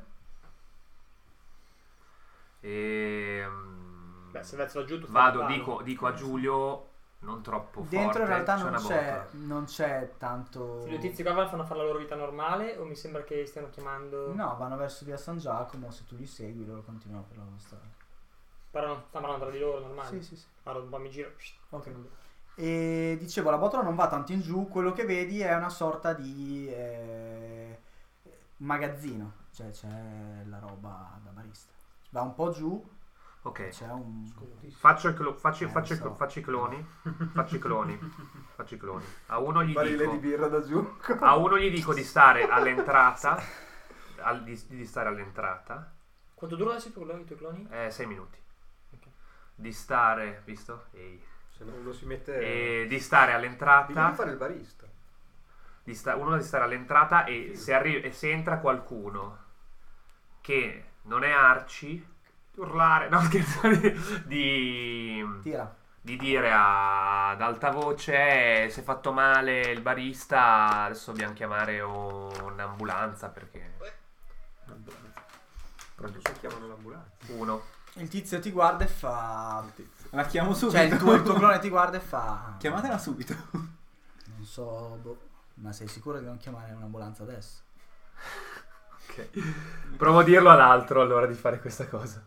Speaker 2: E
Speaker 3: Beh, se verso giù tu fai
Speaker 2: vado,
Speaker 3: la palla.
Speaker 2: dico, dico a Giulio, non troppo forte.
Speaker 1: Dentro in realtà
Speaker 2: c'è
Speaker 1: non
Speaker 2: una
Speaker 1: c'è,
Speaker 2: botola.
Speaker 1: non c'è tanto.
Speaker 3: I due tizi qua fanno fare la loro vita normale o mi sembra che stiano chiamando.
Speaker 1: No, vanno verso via San Giacomo. Se tu li segui, loro continuano per la loro strada.
Speaker 3: Però non stanno parlando tra di loro normale.
Speaker 1: Sì, sì, sì.
Speaker 3: Allora un po' mi giro.
Speaker 1: Ok. E dicevo, la botola non va tanto in giù. Quello che vedi è una sorta di eh, magazzino. Cioè c'è la roba da barista. Va un po' giù.
Speaker 2: Ok,
Speaker 1: C'è un.
Speaker 2: faccio, i clo- faccio,
Speaker 1: Eh,
Speaker 2: faccio, i
Speaker 1: so.
Speaker 2: clo- faccio i cloni. Faccio i cloni. Faccio i cloni. A uno gli
Speaker 5: Barile di
Speaker 2: dico.
Speaker 5: birra da giù.
Speaker 2: A uno gli dico di stare all'entrata. al- di, di stare all'entrata.
Speaker 3: Quanto dura adesso i tuoi cloni? I tuoi cloni?
Speaker 2: Eh, sei minuti. Di stare. Visto? Ehi.
Speaker 5: Se non lo si mette.
Speaker 2: E di stare
Speaker 5: Devi
Speaker 2: all'entrata.
Speaker 5: fare il barista.
Speaker 2: Di sta- uno di stare all'entrata e se, arri- e se entra qualcuno che non è Arci, urlare, no scherzo, di,
Speaker 1: Tira.
Speaker 2: di dire a- ad alta voce "Eh, si è fatto male il barista, adesso dobbiamo chiamare un'ambulanza perché
Speaker 5: Quando si chiamano l'ambulanza.
Speaker 2: uno.
Speaker 1: Il tizio ti guarda e fa.
Speaker 7: La chiamo subito.
Speaker 1: Cioè il tuo, il tuo clone ti guarda e fa.
Speaker 7: Chiamatela subito.
Speaker 1: Non so, boh, ma sei sicuro di non chiamare un'ambulanza adesso?
Speaker 2: Ok. Provo a dirlo all'altro allora di fare questa cosa.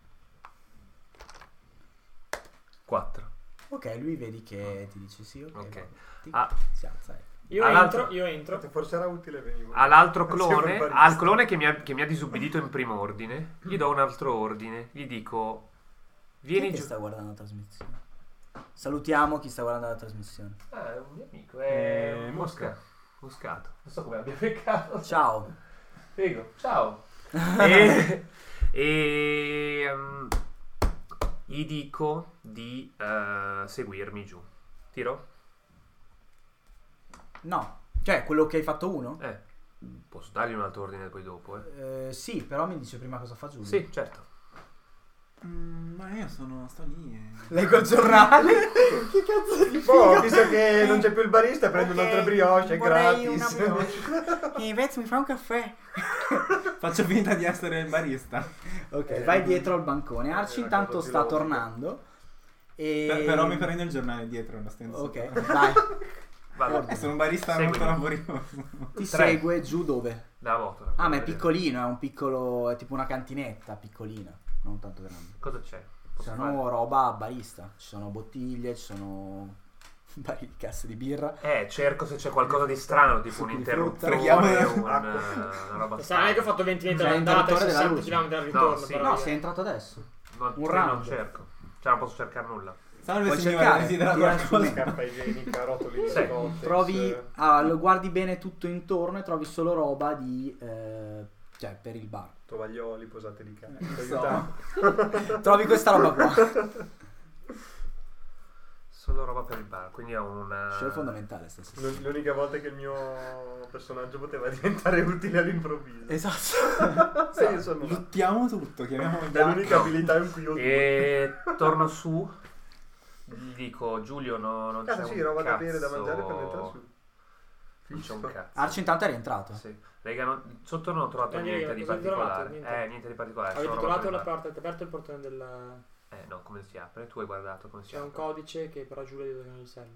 Speaker 2: quattro.
Speaker 1: Ok, lui vedi che ti dice sì, ok.
Speaker 2: Ok.
Speaker 1: va. Ti-
Speaker 2: Ah.
Speaker 1: Si alza. eh.
Speaker 3: Io
Speaker 2: All'altro-
Speaker 3: entro, io entro.
Speaker 5: Forse era utile venivo.
Speaker 2: All'altro
Speaker 5: Insieme
Speaker 2: clone,
Speaker 5: al barista.
Speaker 2: al clone che mi, ha, che mi ha disubbidito in primo ordine, gli do un altro ordine. Gli dico:
Speaker 1: Chi è
Speaker 2: vieni
Speaker 1: che
Speaker 2: giù.
Speaker 1: sta guardando la trasmissione? Salutiamo chi sta guardando la trasmissione.
Speaker 2: Ah, è un mio amico, è
Speaker 7: Eh,
Speaker 2: Mosca. Moscato. Non so come abbia beccato.
Speaker 1: Ciao.
Speaker 2: Prego, ciao. e e um, gli dico di eh, seguirmi giù. Tiro?
Speaker 1: No, cioè quello che hai fatto uno?
Speaker 2: Eh, posso dargli un altro ordine poi dopo, eh?
Speaker 1: Eh, sì, però mi dice prima cosa fa Giulio.
Speaker 2: Sì, certo.
Speaker 7: Mm, ma io sono sto lì e...
Speaker 1: Leggo il giornale.
Speaker 5: Che cazzo di boh, visto che non c'è più il barista, prendo
Speaker 1: Ok,
Speaker 5: un'altra brioche, è
Speaker 1: vorrei
Speaker 5: gratis.
Speaker 1: una brioche. E Vez mi fa un caffè.
Speaker 7: Faccio finta di essere il barista.
Speaker 1: Ok, vai dietro al bancone. Arci
Speaker 5: Eh,
Speaker 1: intanto
Speaker 5: racconto
Speaker 1: sta
Speaker 5: filosofico.
Speaker 1: tornando. E...
Speaker 7: Per- però mi prendo il giornale dietro una stenza.
Speaker 1: Ok, vai.
Speaker 2: Vado.
Speaker 7: Eh, sono un barista
Speaker 2: Seguimi.
Speaker 7: molto laborioso.
Speaker 1: Ti
Speaker 2: Tre.
Speaker 1: segue giù dove?
Speaker 2: La moto.
Speaker 1: Ah, ma è piccolino, è un piccolo, è tipo una cantinetta piccolina, non tanto grande.
Speaker 2: Cosa c'è?
Speaker 1: Ci
Speaker 2: Posso
Speaker 1: sono
Speaker 2: fare?
Speaker 1: roba a barista, ci sono bottiglie, ci sono vari casse di birra.
Speaker 2: Eh, cerco se c'è qualcosa di strano, tipo un
Speaker 1: Succhi di
Speaker 2: interruttore,
Speaker 7: frutta.
Speaker 2: un,
Speaker 5: Acqua.
Speaker 2: una roba
Speaker 3: E sarà che ho fatto venti metri
Speaker 1: C'è
Speaker 3: all'andata e
Speaker 1: l'interruttore della
Speaker 3: sessanta
Speaker 1: luce.
Speaker 3: chilometri al ritorno.
Speaker 2: No, sì.
Speaker 3: però
Speaker 1: No,
Speaker 3: io-
Speaker 1: sei entrato adesso.
Speaker 2: Non,
Speaker 1: Un
Speaker 2: sì,
Speaker 1: round.
Speaker 2: non cerco. Cioè, non posso cercare nulla.
Speaker 7: Salve
Speaker 1: Puoi
Speaker 7: signore,
Speaker 1: cercare,
Speaker 7: desidera
Speaker 1: tira
Speaker 7: qualcosa?
Speaker 1: su.
Speaker 5: Carta igienica, rotoli di
Speaker 2: Sì.
Speaker 5: Contex.
Speaker 1: Trovi, ah, lo guardi bene tutto intorno e trovi solo roba di, eh, cioè per il bar.
Speaker 5: Tovaglioli, posate di carta.
Speaker 7: Eh,
Speaker 5: Aiutate.
Speaker 1: Trovi questa roba qua.
Speaker 2: Solo roba per il bar, quindi è una...
Speaker 1: Scelta fondamentale stasera.
Speaker 5: L- L'unica volta che il mio personaggio poteva diventare utile all'improvviso.
Speaker 1: Esatto.
Speaker 5: Sì, insomma,
Speaker 7: Luttiamo tutto, chiamiamo il
Speaker 5: è l'unica abilità in cui ho due.
Speaker 2: E torno su, gli dico Giulio no, non c'è
Speaker 5: Cazzo, sì,
Speaker 2: un
Speaker 5: roba da
Speaker 2: cazzo.
Speaker 5: bere, da mangiare per mettere su.
Speaker 2: Non c'è un cazzo.
Speaker 1: Arci intanto è rientrato.
Speaker 2: Sì. Raga, non- sotto non ho trovato
Speaker 3: Eh,
Speaker 2: niente
Speaker 3: niente,
Speaker 2: di
Speaker 3: cosa avete trovato?
Speaker 2: particolare.
Speaker 3: Niente.
Speaker 2: Eh, niente di particolare.
Speaker 3: Avete
Speaker 2: solo roba
Speaker 3: trovato
Speaker 2: per
Speaker 3: la
Speaker 2: il bar.
Speaker 3: porta, avete aperto il portone del...
Speaker 2: Eh no, come si apre? Tu hai guardato come si
Speaker 3: C'è
Speaker 2: apre.
Speaker 3: un codice che però Giulio dice che non gli serve.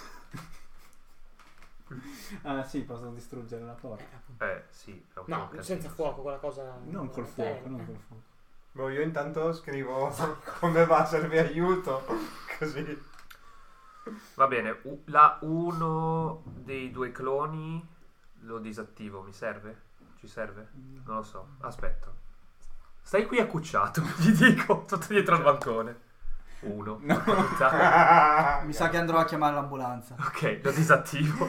Speaker 7: Ah sì, posso distruggere la porta.
Speaker 3: Eh, appunto.
Speaker 2: Eh, sì. è un po'
Speaker 3: No,
Speaker 2: un casino.
Speaker 3: senza fuoco, quella cosa...
Speaker 7: Non col
Speaker 3: Eh,
Speaker 7: fuoco, non col fuoco.
Speaker 5: Boh, io intanto scrivo come va, serve aiuto. Così.
Speaker 2: Va bene, u- la uno dei due cloni lo disattivo, mi serve? Ci serve? Non lo so, aspetto. Stai qui accucciato, gli dico, sotto dietro al bancone. Uno.
Speaker 7: No.
Speaker 2: Puttana.
Speaker 1: Mi sa che andrò a chiamare l'ambulanza.
Speaker 2: Ok, lo disattivo.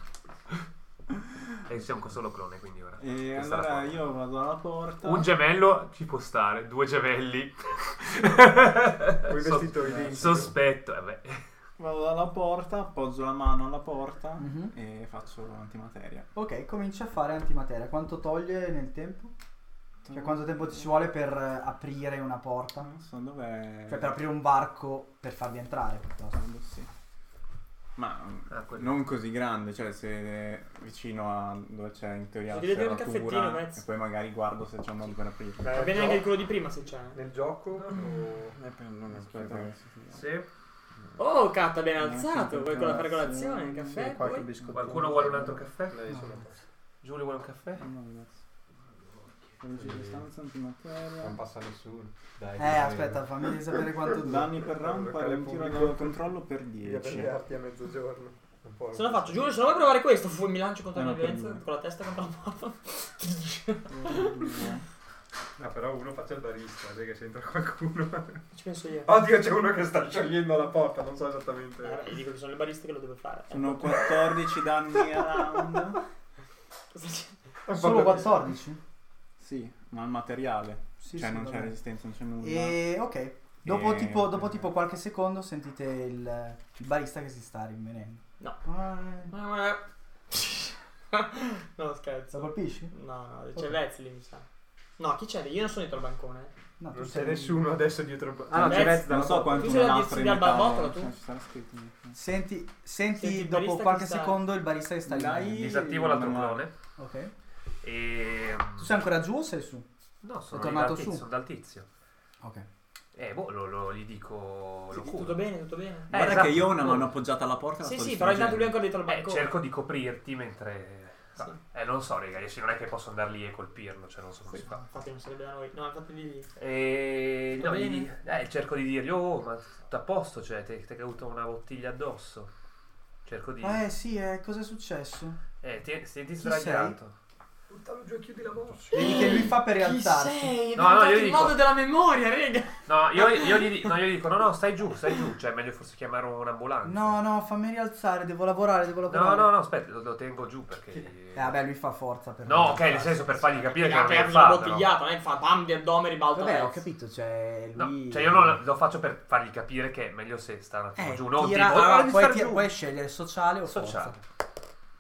Speaker 2: E siamo un solo clone, quindi ora.
Speaker 7: E
Speaker 2: questa è la
Speaker 7: allora
Speaker 2: porta.
Speaker 7: io vado alla porta.
Speaker 2: Un gemello ci può stare, due gemelli.
Speaker 5: Poi
Speaker 2: So-
Speaker 5: vestito identico.
Speaker 2: Sospetto, eh beh.
Speaker 7: Vado alla porta, appoggio la mano alla porta
Speaker 1: Mhm.
Speaker 7: e faccio antimateria.
Speaker 1: Ok, comincia a fare antimateria. Quanto toglie nel tempo? Cioè quanto tempo ci vuole per eh, aprire una porta?
Speaker 7: Non so dov'è.
Speaker 1: Cioè per aprire un varco per farvi entrare piuttosto.
Speaker 7: Sì. Ma
Speaker 2: Ah, quello.
Speaker 7: non così grande, cioè se è vicino a dove c'è in teoria la
Speaker 3: Ti devi vedere il
Speaker 7: serratura
Speaker 3: caffettino, Mezz.
Speaker 7: e poi magari guardo se c'è un modo per aprire.
Speaker 5: Beh,
Speaker 3: Va
Speaker 5: nel
Speaker 3: bene anche il
Speaker 5: gioco-
Speaker 3: quello di prima se c'è.
Speaker 5: Nel gioco o-
Speaker 7: Eh, per- non aspetta.
Speaker 2: Sì.
Speaker 3: Oh, Catta, ben
Speaker 7: Eh,
Speaker 3: alzato.
Speaker 7: sì,
Speaker 3: Vuoi con la fare
Speaker 7: colazione,
Speaker 3: colazione, il caffè?
Speaker 5: qualche
Speaker 3: poi?
Speaker 5: biscottino.
Speaker 2: Qualcuno vuole un altro caffè?
Speaker 5: Lei sono
Speaker 2: Giulio vuole un caffè?
Speaker 7: Luce di stanza, antimateria.
Speaker 5: Non passa nessuno. Dai,
Speaker 1: Eh, aspetta, fammi sapere quanto dura.
Speaker 7: Danni per round, pare un tiro da controllo per
Speaker 5: Via per
Speaker 7: dieci.
Speaker 5: le arti a mezzogiorno. Un po'.
Speaker 3: Se lo faccio, Giulio, se non vuoi provare questo, fu- mi lancio contro
Speaker 7: Eh,
Speaker 3: la
Speaker 7: no, per
Speaker 3: violenza
Speaker 7: due.
Speaker 3: con la testa contro la porta.
Speaker 5: No, però uno faccia il barista, vedi che se entra qualcuno.
Speaker 3: Ci penso io.
Speaker 5: Oddio, c'è uno che sta sciogliendo la porta, non so esattamente.
Speaker 3: Eh, vabbè, gli dico che sono le bariste che lo deve fare.
Speaker 7: Sono quattordici danni a round.
Speaker 3: Cosa c'è?
Speaker 5: È un po'
Speaker 1: Solo
Speaker 5: per-
Speaker 1: quattordici?
Speaker 7: Sì, ma il materiale.
Speaker 1: Sì,
Speaker 7: cioè
Speaker 1: sì,
Speaker 7: non c'è
Speaker 1: vabbè.
Speaker 7: resistenza, non c'è nulla.
Speaker 1: E ok. Dopo,
Speaker 7: E-
Speaker 1: tipo, dopo tipo qualche secondo sentite il, il barista che si sta rinvenendo.
Speaker 3: No.
Speaker 1: Ah,
Speaker 3: No, scherzo.
Speaker 1: lo colpisci?
Speaker 3: No, no, c'è
Speaker 1: Ok.
Speaker 3: Vez lì, mi sa. No, chi c'è lì? Io non sono dietro il bancone.
Speaker 1: No, tu
Speaker 5: Non c'è
Speaker 1: sei
Speaker 5: nessuno adesso dietro il
Speaker 7: Ah no, c'è
Speaker 3: Vez-
Speaker 7: Vez non so
Speaker 3: Tu
Speaker 7: quanto
Speaker 3: sei
Speaker 7: una
Speaker 3: la
Speaker 7: lastra in
Speaker 3: di Alba
Speaker 7: metallo.
Speaker 3: Bottola, tu?
Speaker 7: Cioè, ci sarà scritto.
Speaker 1: Senti, senti,
Speaker 3: Senti il
Speaker 1: dopo
Speaker 3: barista
Speaker 1: qualche
Speaker 3: che sta-
Speaker 1: secondo il barista che sta
Speaker 7: Dai.
Speaker 1: rimanendo.
Speaker 2: Disattivo l'altro
Speaker 7: normale.
Speaker 2: clone.
Speaker 1: Ok.
Speaker 2: E...
Speaker 1: Tu sei ancora giù o sei su?
Speaker 2: No, sono
Speaker 1: Sei
Speaker 2: lì
Speaker 1: tornato
Speaker 2: dal tizio,
Speaker 1: su?
Speaker 2: sono dal tizio.
Speaker 1: Ok.
Speaker 2: Eh, boh, lo, lo- gli dico... Lo curo.
Speaker 3: Tutto bene, tutto bene.
Speaker 2: Eh,
Speaker 7: Guarda
Speaker 2: esatto.
Speaker 7: che io ho una mano appoggiata alla porta. la
Speaker 3: Sì,
Speaker 7: sto
Speaker 3: sì, però intanto lui è
Speaker 7: distruggendo.
Speaker 3: ancora dietro il
Speaker 2: Eh,
Speaker 3: bancone.
Speaker 2: cerco di coprirti mentre...
Speaker 3: Sì.
Speaker 2: Eh, non so, raga, sì, non è che posso andare lì e colpirlo, cioè non so come si fa.
Speaker 3: Infatti non sarebbe da noi. No, infatti lì...
Speaker 2: E...
Speaker 3: Va
Speaker 2: No,
Speaker 3: bene.
Speaker 2: gli- eh, cerco di dirgli, oh, ma tutto a posto, cioè, ti ti è caduta una bottiglia addosso. Cerco di...
Speaker 1: Eh sì, eh, cosa è successo?
Speaker 2: Eh, ti, senti
Speaker 1: Chi
Speaker 2: sdraiato.
Speaker 5: Buttalo giù e chiudi la voce.
Speaker 1: Vedi che lui fa per
Speaker 3: Chi
Speaker 1: rialzarsi.
Speaker 3: sei?
Speaker 2: No, no, io
Speaker 3: il
Speaker 2: dico-
Speaker 3: modo della memoria, rega.
Speaker 2: No, io, io gli, di- no, io gli dico, no, no, stai giù, stai giù, cioè è meglio forse chiamare un'ambulanza.
Speaker 1: No, no, fammi rialzare, devo lavorare, devo
Speaker 2: No,
Speaker 1: lavorare.
Speaker 2: no, no, aspetta, lo, lo tengo giù perché...
Speaker 1: Eh vabbè, lui fa forza per
Speaker 2: No, ok, nel
Speaker 1: rialzarsi.
Speaker 2: senso per fargli capire che
Speaker 3: Ha
Speaker 2: non è
Speaker 3: preso una
Speaker 2: fatto.
Speaker 3: bottigliata, non è che fa bam di addome ribalta.
Speaker 1: Vabbè, ho
Speaker 3: Vez.
Speaker 1: capito, cioè lui...
Speaker 2: No, cioè io non lo faccio per fargli capire che è meglio se sta un attimo
Speaker 1: Eh,
Speaker 2: giù, non
Speaker 1: tira-
Speaker 2: tipo,
Speaker 1: allora,
Speaker 2: "Ah, devi
Speaker 1: puoi,
Speaker 2: star
Speaker 1: ti-
Speaker 2: giù".
Speaker 1: puoi scegliere sociale o
Speaker 2: Sociale.
Speaker 1: forza.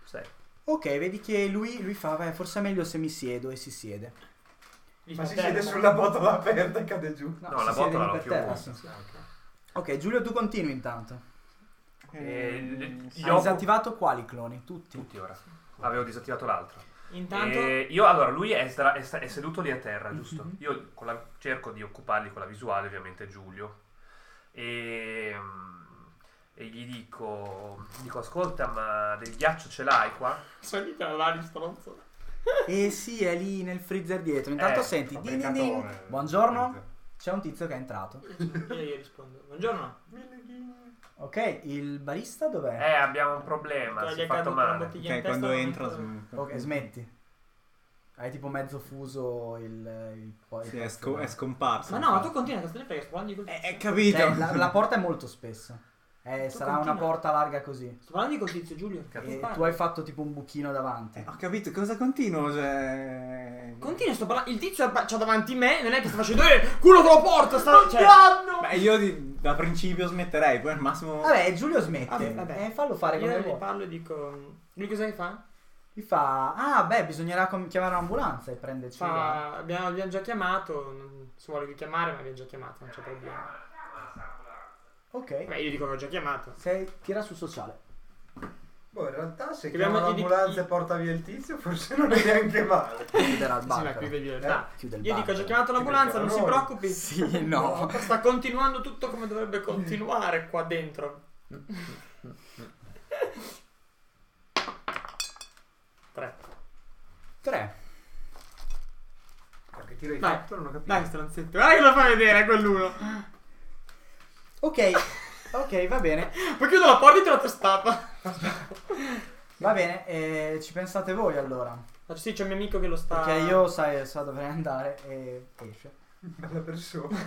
Speaker 2: sei.
Speaker 1: Ok, vedi che lui, lui fa, "Beh, forse è meglio se mi siedo", e si siede.
Speaker 3: Gli
Speaker 9: Ma
Speaker 3: fa
Speaker 9: si
Speaker 3: terra,
Speaker 9: siede
Speaker 3: ma-
Speaker 9: sulla botola aperta e cade giù.
Speaker 2: No,
Speaker 1: si
Speaker 2: la
Speaker 1: siede
Speaker 2: botola
Speaker 1: lì
Speaker 2: l'ho
Speaker 1: per
Speaker 2: più
Speaker 1: terra,
Speaker 2: chiusa.
Speaker 1: sì. Ok, Giulio, tu continui intanto.
Speaker 2: E
Speaker 1: Hai
Speaker 2: io
Speaker 1: disattivato quali cloni? Tutti.
Speaker 2: tutti ora. Avevo disattivato l'altro.
Speaker 3: Intanto
Speaker 2: E io allora lui è, stra- è sta- è seduto lì a terra, giusto?
Speaker 1: Mhm.
Speaker 2: Io con la- cerco di occuparli con la visuale, ovviamente Giulio. E, mm, e gli dico, dico ascolta, ma del ghiaccio ce l'hai qua?
Speaker 3: sono lì per la stronzo.
Speaker 1: E sì, è lì nel freezer dietro. Intanto
Speaker 2: Eh,
Speaker 1: senti, din din din.
Speaker 6: Fabbricatore.
Speaker 1: Buongiorno. C'è un tizio che è entrato.
Speaker 3: Io gli rispondo. Buongiorno.
Speaker 1: Ok, il barista dov'è?
Speaker 2: Eh, abbiamo un problema,
Speaker 3: Gli
Speaker 2: si
Speaker 3: è
Speaker 2: è fatto
Speaker 3: caduta una
Speaker 2: male.
Speaker 3: bottiglia in
Speaker 7: Ok,
Speaker 3: testa,
Speaker 7: quando
Speaker 3: non
Speaker 7: entra...
Speaker 3: ancora-
Speaker 1: Ok, smetti. Hai tipo mezzo fuso il... il poi
Speaker 7: Sì, è, sco- è scomparso.
Speaker 3: Ma no, tu continua, cosa te ne frega? Sto parlando di quel
Speaker 7: Eh,
Speaker 3: tizio.
Speaker 7: eh, capito.
Speaker 1: Cioè, la, la porta è molto spessa. Eh,
Speaker 3: Tu
Speaker 1: sarà
Speaker 3: continua.
Speaker 1: una porta larga così.
Speaker 3: Sto parlando di quel tizio, Giulio.
Speaker 2: Cazzo.
Speaker 1: E
Speaker 3: Parla.
Speaker 1: tu hai fatto tipo un buchino davanti.
Speaker 7: Eh, ho capito, cosa continuo? Cioè...
Speaker 3: Continua, sto parlando. Il tizio c'ha davanti me, non è che sta facendo. Eh, culo con la porta! Sta... Cioè,
Speaker 7: Beh, io di- da principio smetterei, poi al massimo...
Speaker 1: Vabbè, Giulio smette.
Speaker 3: Vabbè, vabbè.
Speaker 1: Eh, fallo fare come
Speaker 3: io gli
Speaker 1: vuoi.
Speaker 3: parlo e dico. Lui cosa che fa?
Speaker 1: Gli fa, ah beh, bisognerà com- chiamare un'ambulanza e prenderci.
Speaker 3: Fa. Abbiamo, abbiamo già chiamato. Non si vuole richiamare, ma abbiamo già chiamato, non c'è problema.
Speaker 1: Ok.
Speaker 3: Beh, io dico che ho già chiamato.
Speaker 1: Sei, tira sul sociale.
Speaker 9: Boh, in realtà se
Speaker 3: Abbiamo
Speaker 9: chiama
Speaker 3: i-
Speaker 9: l'ambulanza
Speaker 3: i-
Speaker 9: e porta via il tizio forse non è neanche male.
Speaker 1: Chiuderà il
Speaker 3: Sì,
Speaker 1: bar.
Speaker 3: ma
Speaker 1: però.
Speaker 3: qui vedi
Speaker 9: Eh?
Speaker 3: realtà.
Speaker 1: Chiude il
Speaker 3: Io
Speaker 1: bar,
Speaker 3: dico, ho già
Speaker 1: però.
Speaker 3: chiamato l'ambulanza, non si
Speaker 9: noi.
Speaker 3: preoccupi.
Speaker 1: Sì, no.
Speaker 3: Sta continuando tutto come dovrebbe continuare qua dentro. Tre.
Speaker 1: Tre.
Speaker 9: Perché tiro hai
Speaker 3: Dai,
Speaker 9: fatto non ho capito.
Speaker 3: Dai, stronzetto. Dai che lo fai vedere quell'uno.
Speaker 1: Ok. Ok, va bene.
Speaker 3: Poi chiudo la porta e te la testata.
Speaker 1: Va bene, eh, ci pensate voi allora.
Speaker 3: Sì, c'è un mio amico che lo sta.
Speaker 1: Perché io, sai, so dove andare e esce.
Speaker 9: Bella persona.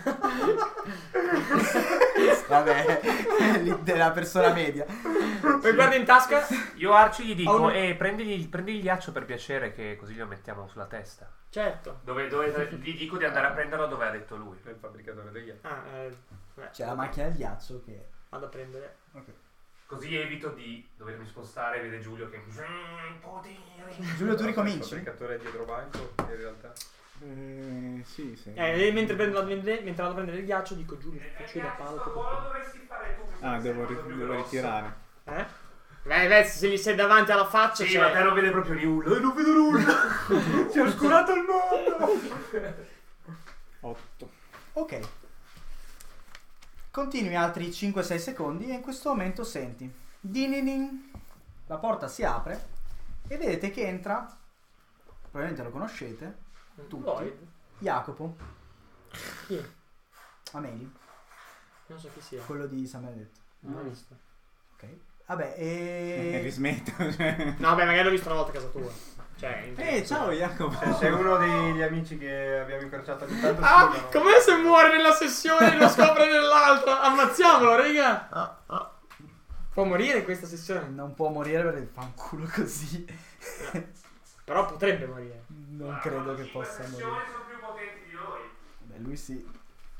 Speaker 1: Vabbè, lì della persona media.
Speaker 3: Poi guarda in tasca.
Speaker 2: Io Arci gli
Speaker 3: Ho
Speaker 2: dico,
Speaker 3: un-
Speaker 2: eh, prendili, prendi il ghiaccio per piacere che così lo mettiamo sulla testa.
Speaker 3: Certo.
Speaker 2: Dove, dove gli dico di andare a prenderlo dove ha detto lui.
Speaker 9: Il fabbricatore degli altri.
Speaker 3: Ah, eh, beh,
Speaker 1: C'è la macchina del ghiaccio che...
Speaker 3: vado a prendere.
Speaker 2: Così evito di dovermi spostare e vede Giulio che... Mm, poteri.
Speaker 1: Giulio, tu
Speaker 9: Il
Speaker 1: ricominci?
Speaker 9: fabbricatore è dietro banco in realtà.
Speaker 7: Eh, sì, sì.
Speaker 3: Eh, e mentre, prendo, mentre, mentre vado a prendere il ghiaccio dico Giulio, faccio da palo.
Speaker 2: Cosa dovresti fare tu?
Speaker 7: Ah, devo, ri- devo ritirare.
Speaker 3: Eh? Beh, beh, se gli sei davanti alla faccia,
Speaker 2: Sì,
Speaker 3: cioè...
Speaker 2: ma te non vede proprio nulla. Eh, non vedo nulla.
Speaker 9: Si è oscurato il mondo!
Speaker 7: otto.
Speaker 1: Ok. Continui altri cinque sei secondi e in questo momento senti. Dininin. La porta si apre e vedete che entra, probabilmente lo conoscete, tutti.
Speaker 3: Lloyd?
Speaker 1: Jacopo,
Speaker 3: Chi è?
Speaker 1: Ameli,
Speaker 3: Non so chi sia.
Speaker 1: quello di San Benedetto.
Speaker 3: Non l'ho visto.
Speaker 1: Ok. Vabbè,
Speaker 7: E
Speaker 1: e...
Speaker 7: rismetto. Cioè.
Speaker 3: No, beh, magari l'ho visto una volta a casa tua. Cioè, in
Speaker 7: Eh, ciao Jacopo.
Speaker 9: Cioè, sei uno degli amici che abbiamo incrociato ogni tanto.
Speaker 3: Ah,
Speaker 9: scrivono.
Speaker 3: com'è se muore nella sessione e lo scopre nell'altra? Ammazziamolo, raga! Può morire in questa sessione?
Speaker 1: non può morire perché fa un culo così.
Speaker 3: Però potrebbe morire.
Speaker 1: Non credo che possa morire.
Speaker 2: sono più potenti di noi.
Speaker 1: Beh, lui sì.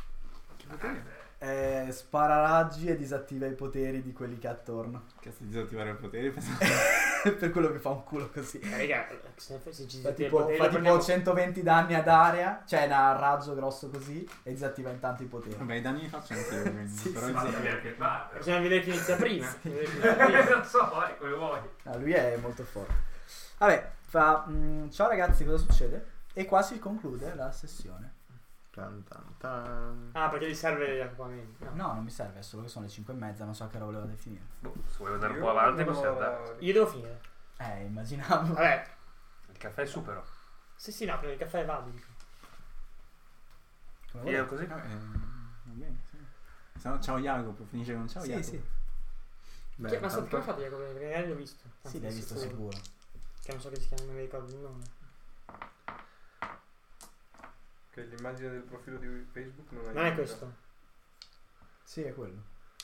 Speaker 1: Eh, spara raggi e disattiva i poteri di quelli che ha attorno.
Speaker 7: Cazzo, disattivare il potere. pensavo-
Speaker 1: Per quello che fa un culo così.
Speaker 3: Eh, raga, se, se ci
Speaker 1: Fa
Speaker 3: siete
Speaker 1: tipo,
Speaker 3: poteri,
Speaker 1: fa
Speaker 3: lo
Speaker 1: tipo
Speaker 3: prendiamo-
Speaker 1: centoventi danni ad area, cioè un raggio grosso così, e disattiva intanto i poteri.
Speaker 7: Vabbè, i danni li faccio anche io. quindi,
Speaker 1: Sì,
Speaker 7: però
Speaker 1: sì,
Speaker 7: il-
Speaker 2: Basta vedere che va.
Speaker 3: Bisogna vedere chi inizia prima. Vedere chi inizia prima.
Speaker 2: Non so, eh, come vuoi.
Speaker 1: No, lui è molto forte. Vabbè, fa mm, ciao ragazzi, cosa succede? E qua si conclude la sessione.
Speaker 4: Tan, tan, tan.
Speaker 3: Ah, perché gli serve gli acquamenti. No.
Speaker 1: No, non mi serve, è solo che sono le cinque e mezza, non so che ora voleva finire.
Speaker 2: Boh, se vuoi andare un
Speaker 9: Io
Speaker 2: po' avanti
Speaker 9: volevo-
Speaker 2: possiamo andare.
Speaker 3: Io devo finire.
Speaker 1: Eh, immaginavo.
Speaker 3: Vabbè.
Speaker 2: Il caffè è supero.
Speaker 3: Sì, sì, no, prendo il caffè e vado. dico.
Speaker 1: Come
Speaker 2: Io
Speaker 1: volete.
Speaker 2: così?
Speaker 7: Vabbè, va bene, sì. Se no, ciao Jacopo, finisce con ciao
Speaker 1: Sì,
Speaker 7: Jacopo.
Speaker 1: sì.
Speaker 4: Beh,
Speaker 3: Chi- ma sta-
Speaker 4: tanto-
Speaker 3: come fate Jacopo? Perché magari l'ho visto. Anzi,
Speaker 1: Sì, l'hai visto sicuro.
Speaker 3: Che non so che si chiama, non mi ricordo il nome.
Speaker 9: Che l'immagine del profilo di Facebook non,
Speaker 3: Non è questo.
Speaker 1: Sì, è quello.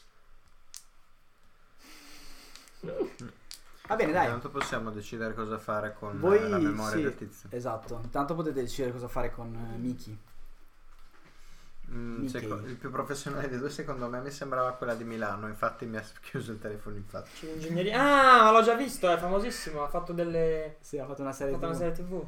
Speaker 1: Va bene, dai.
Speaker 4: Intanto possiamo decidere cosa fare con
Speaker 1: Voi
Speaker 4: eh, la memoria
Speaker 1: sì,
Speaker 4: del tizio.
Speaker 1: esatto. Intanto potete decidere cosa fare con eh, Miki.
Speaker 4: Mm,
Speaker 1: Michele.
Speaker 4: seco- il più professionale dei due secondo me mi sembrava quella di Milano, infatti mi ha chiuso il telefono in faccia.
Speaker 3: C'è l'ingegneria. Ah, ma l'ho già visto, è famosissimo. Ha fatto delle.
Speaker 1: Sì, ha fatto una
Speaker 3: Ha
Speaker 1: serie
Speaker 3: fatto una
Speaker 1: T V.
Speaker 3: serie tivù.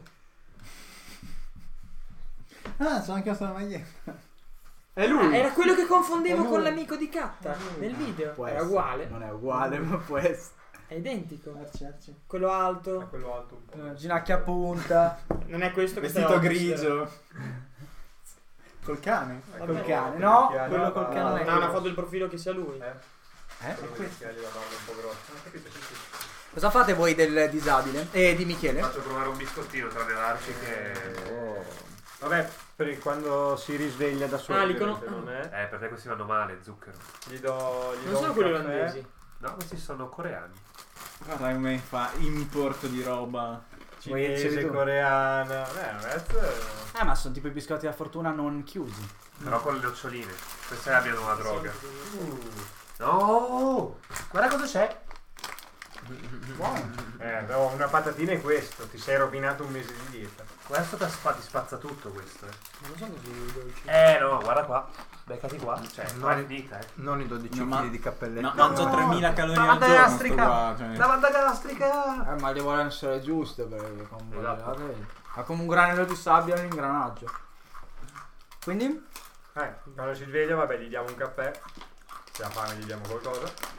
Speaker 4: Ah, sono anche sulla maglietta.
Speaker 5: È lui.
Speaker 3: Ah, era quello che confondevo
Speaker 4: È lui.
Speaker 3: con l'amico di Katta nel video.
Speaker 1: Può
Speaker 3: Era
Speaker 1: essere.
Speaker 3: uguale.
Speaker 1: Non è uguale, ma può essere.
Speaker 3: È identico. Quello alto.
Speaker 9: È quello alto un po'.
Speaker 1: Eh, Ginocchia a punta.
Speaker 3: Non è questo che
Speaker 4: Vestito
Speaker 3: stavo
Speaker 4: grigio. Col cane?
Speaker 1: Col cane. No, quello col cane non
Speaker 3: No,
Speaker 1: è
Speaker 3: no, una
Speaker 1: quello.
Speaker 3: foto del profilo che sia lui.
Speaker 9: Eh?
Speaker 1: Eh?
Speaker 9: Quello con gli occhiali, la barba un po' grossa. Non ho capito, sì, sì.
Speaker 1: Cosa fate voi del disabile? E di Michele?
Speaker 2: Faccio provare un biscottino tra le arci che...
Speaker 5: Vabbè, per quando si risveglia da solo.
Speaker 3: Ah, li cono-
Speaker 5: ovviamente, non è.
Speaker 2: Eh, perché questi vanno male, zucchero.
Speaker 5: Gli do, gli
Speaker 3: Non
Speaker 5: do
Speaker 3: sono
Speaker 5: un
Speaker 3: quelli
Speaker 5: caffè.
Speaker 3: olandesi.
Speaker 2: No, questi sono coreani.
Speaker 7: Guarda come fa importo di roba.
Speaker 5: Cinese,
Speaker 1: Vuoi-
Speaker 5: coreana. Beh, questo è...
Speaker 1: Ah, ma sono tipo i biscotti della fortuna non chiusi.
Speaker 2: Però con le noccioline. Questa è la mia nuova droga. No! Guarda cosa c'è.
Speaker 5: Eh, no, una patatina è questo. Ti sei rovinato un mese di dieta.
Speaker 2: Questo ti spa- ti spazza tutto questo, eh.
Speaker 3: Non sono così dolci.
Speaker 2: Eh no, guarda qua. Beccati qua. Cioè,
Speaker 4: No,
Speaker 2: qua è
Speaker 4: eh.
Speaker 2: finita, eh.
Speaker 4: Non i dodici
Speaker 7: No, ma-
Speaker 4: chili di cappelletto.
Speaker 7: No, mangio tremila calorie al
Speaker 2: Lavanda
Speaker 7: giorno. sto
Speaker 2: gastrica!
Speaker 7: qua, cioè.
Speaker 2: Lavanda gastrica!
Speaker 1: Eh, ma devono essere giuste perché con
Speaker 2: Esatto.
Speaker 1: ma come un granello di sabbia nell'ingranaggio. Quindi?
Speaker 5: Eh, quando si sveglia, vabbè, gli diamo un caffè. Se ha fame gli diamo qualcosa.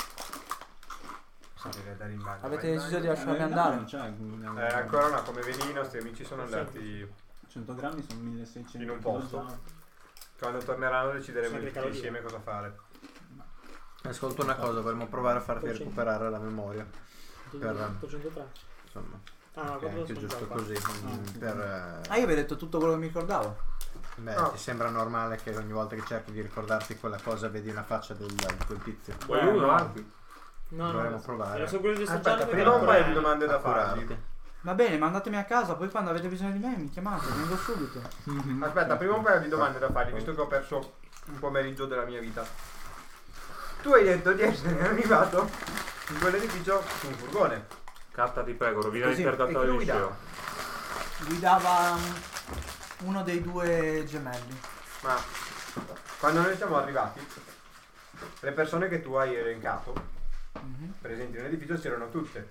Speaker 5: Si deve andare in bagno.
Speaker 1: Avete
Speaker 5: vai in
Speaker 1: deciso di
Speaker 5: bagno.
Speaker 1: lasciarmi
Speaker 7: Eh,
Speaker 1: andare?
Speaker 7: non c'è, andiamo-
Speaker 5: Eh, ancora no, come vedi i nostri amici sono andati.
Speaker 7: cento grammi sono milleseicento
Speaker 5: In un
Speaker 7: chilo
Speaker 5: posto.
Speaker 7: già.
Speaker 5: Quando torneranno decideremo
Speaker 3: Sempre
Speaker 5: tutti
Speaker 3: calorie.
Speaker 5: insieme cosa fare.
Speaker 4: Ascolta una cosa, vorremmo provare a farti
Speaker 3: Così.
Speaker 4: recuperare la memoria. Per-
Speaker 3: ottocentotré.
Speaker 4: Insomma,
Speaker 3: Ah, no,
Speaker 4: che è
Speaker 3: quello
Speaker 4: anche
Speaker 3: sono
Speaker 4: giusto
Speaker 3: qua.
Speaker 4: così. mm, Per, eh,
Speaker 1: Ah, io vi ho detto tutto quello che mi ricordavo.
Speaker 4: beh,
Speaker 5: No.
Speaker 4: ti sembra normale che ogni volta che cerchi di ricordarti quella cosa vedi una faccia del, di quel tizio?
Speaker 5: Vuoi
Speaker 2: Eh,
Speaker 5: uno
Speaker 2: no.
Speaker 5: anche?
Speaker 3: No,
Speaker 4: Dovremmo
Speaker 3: no.
Speaker 4: provare.
Speaker 3: Era solo quello di
Speaker 5: Aspetta,
Speaker 3: assaggiare
Speaker 5: prima un paio di domande da
Speaker 4: Accurarti.
Speaker 5: fargli.
Speaker 1: Va bene, mandatemi a casa, poi quando avete bisogno di me mi chiamate, vengo subito.
Speaker 5: Aspetta, prima un paio di domande da fargli, visto che ho perso un pomeriggio della mia vita. Tu hai detto di essere arrivato in quell'edificio su un furgone.
Speaker 2: Carta, ti prego, rovina
Speaker 1: Così,
Speaker 2: l'interrogatorio
Speaker 5: e chi lo
Speaker 2: del liceo.
Speaker 1: Guidava um, uno dei due gemelli.
Speaker 5: Ma quando noi siamo arrivati, le persone che tu hai elencato
Speaker 1: Mhm.
Speaker 5: presenti nell'edificio c'erano tutte.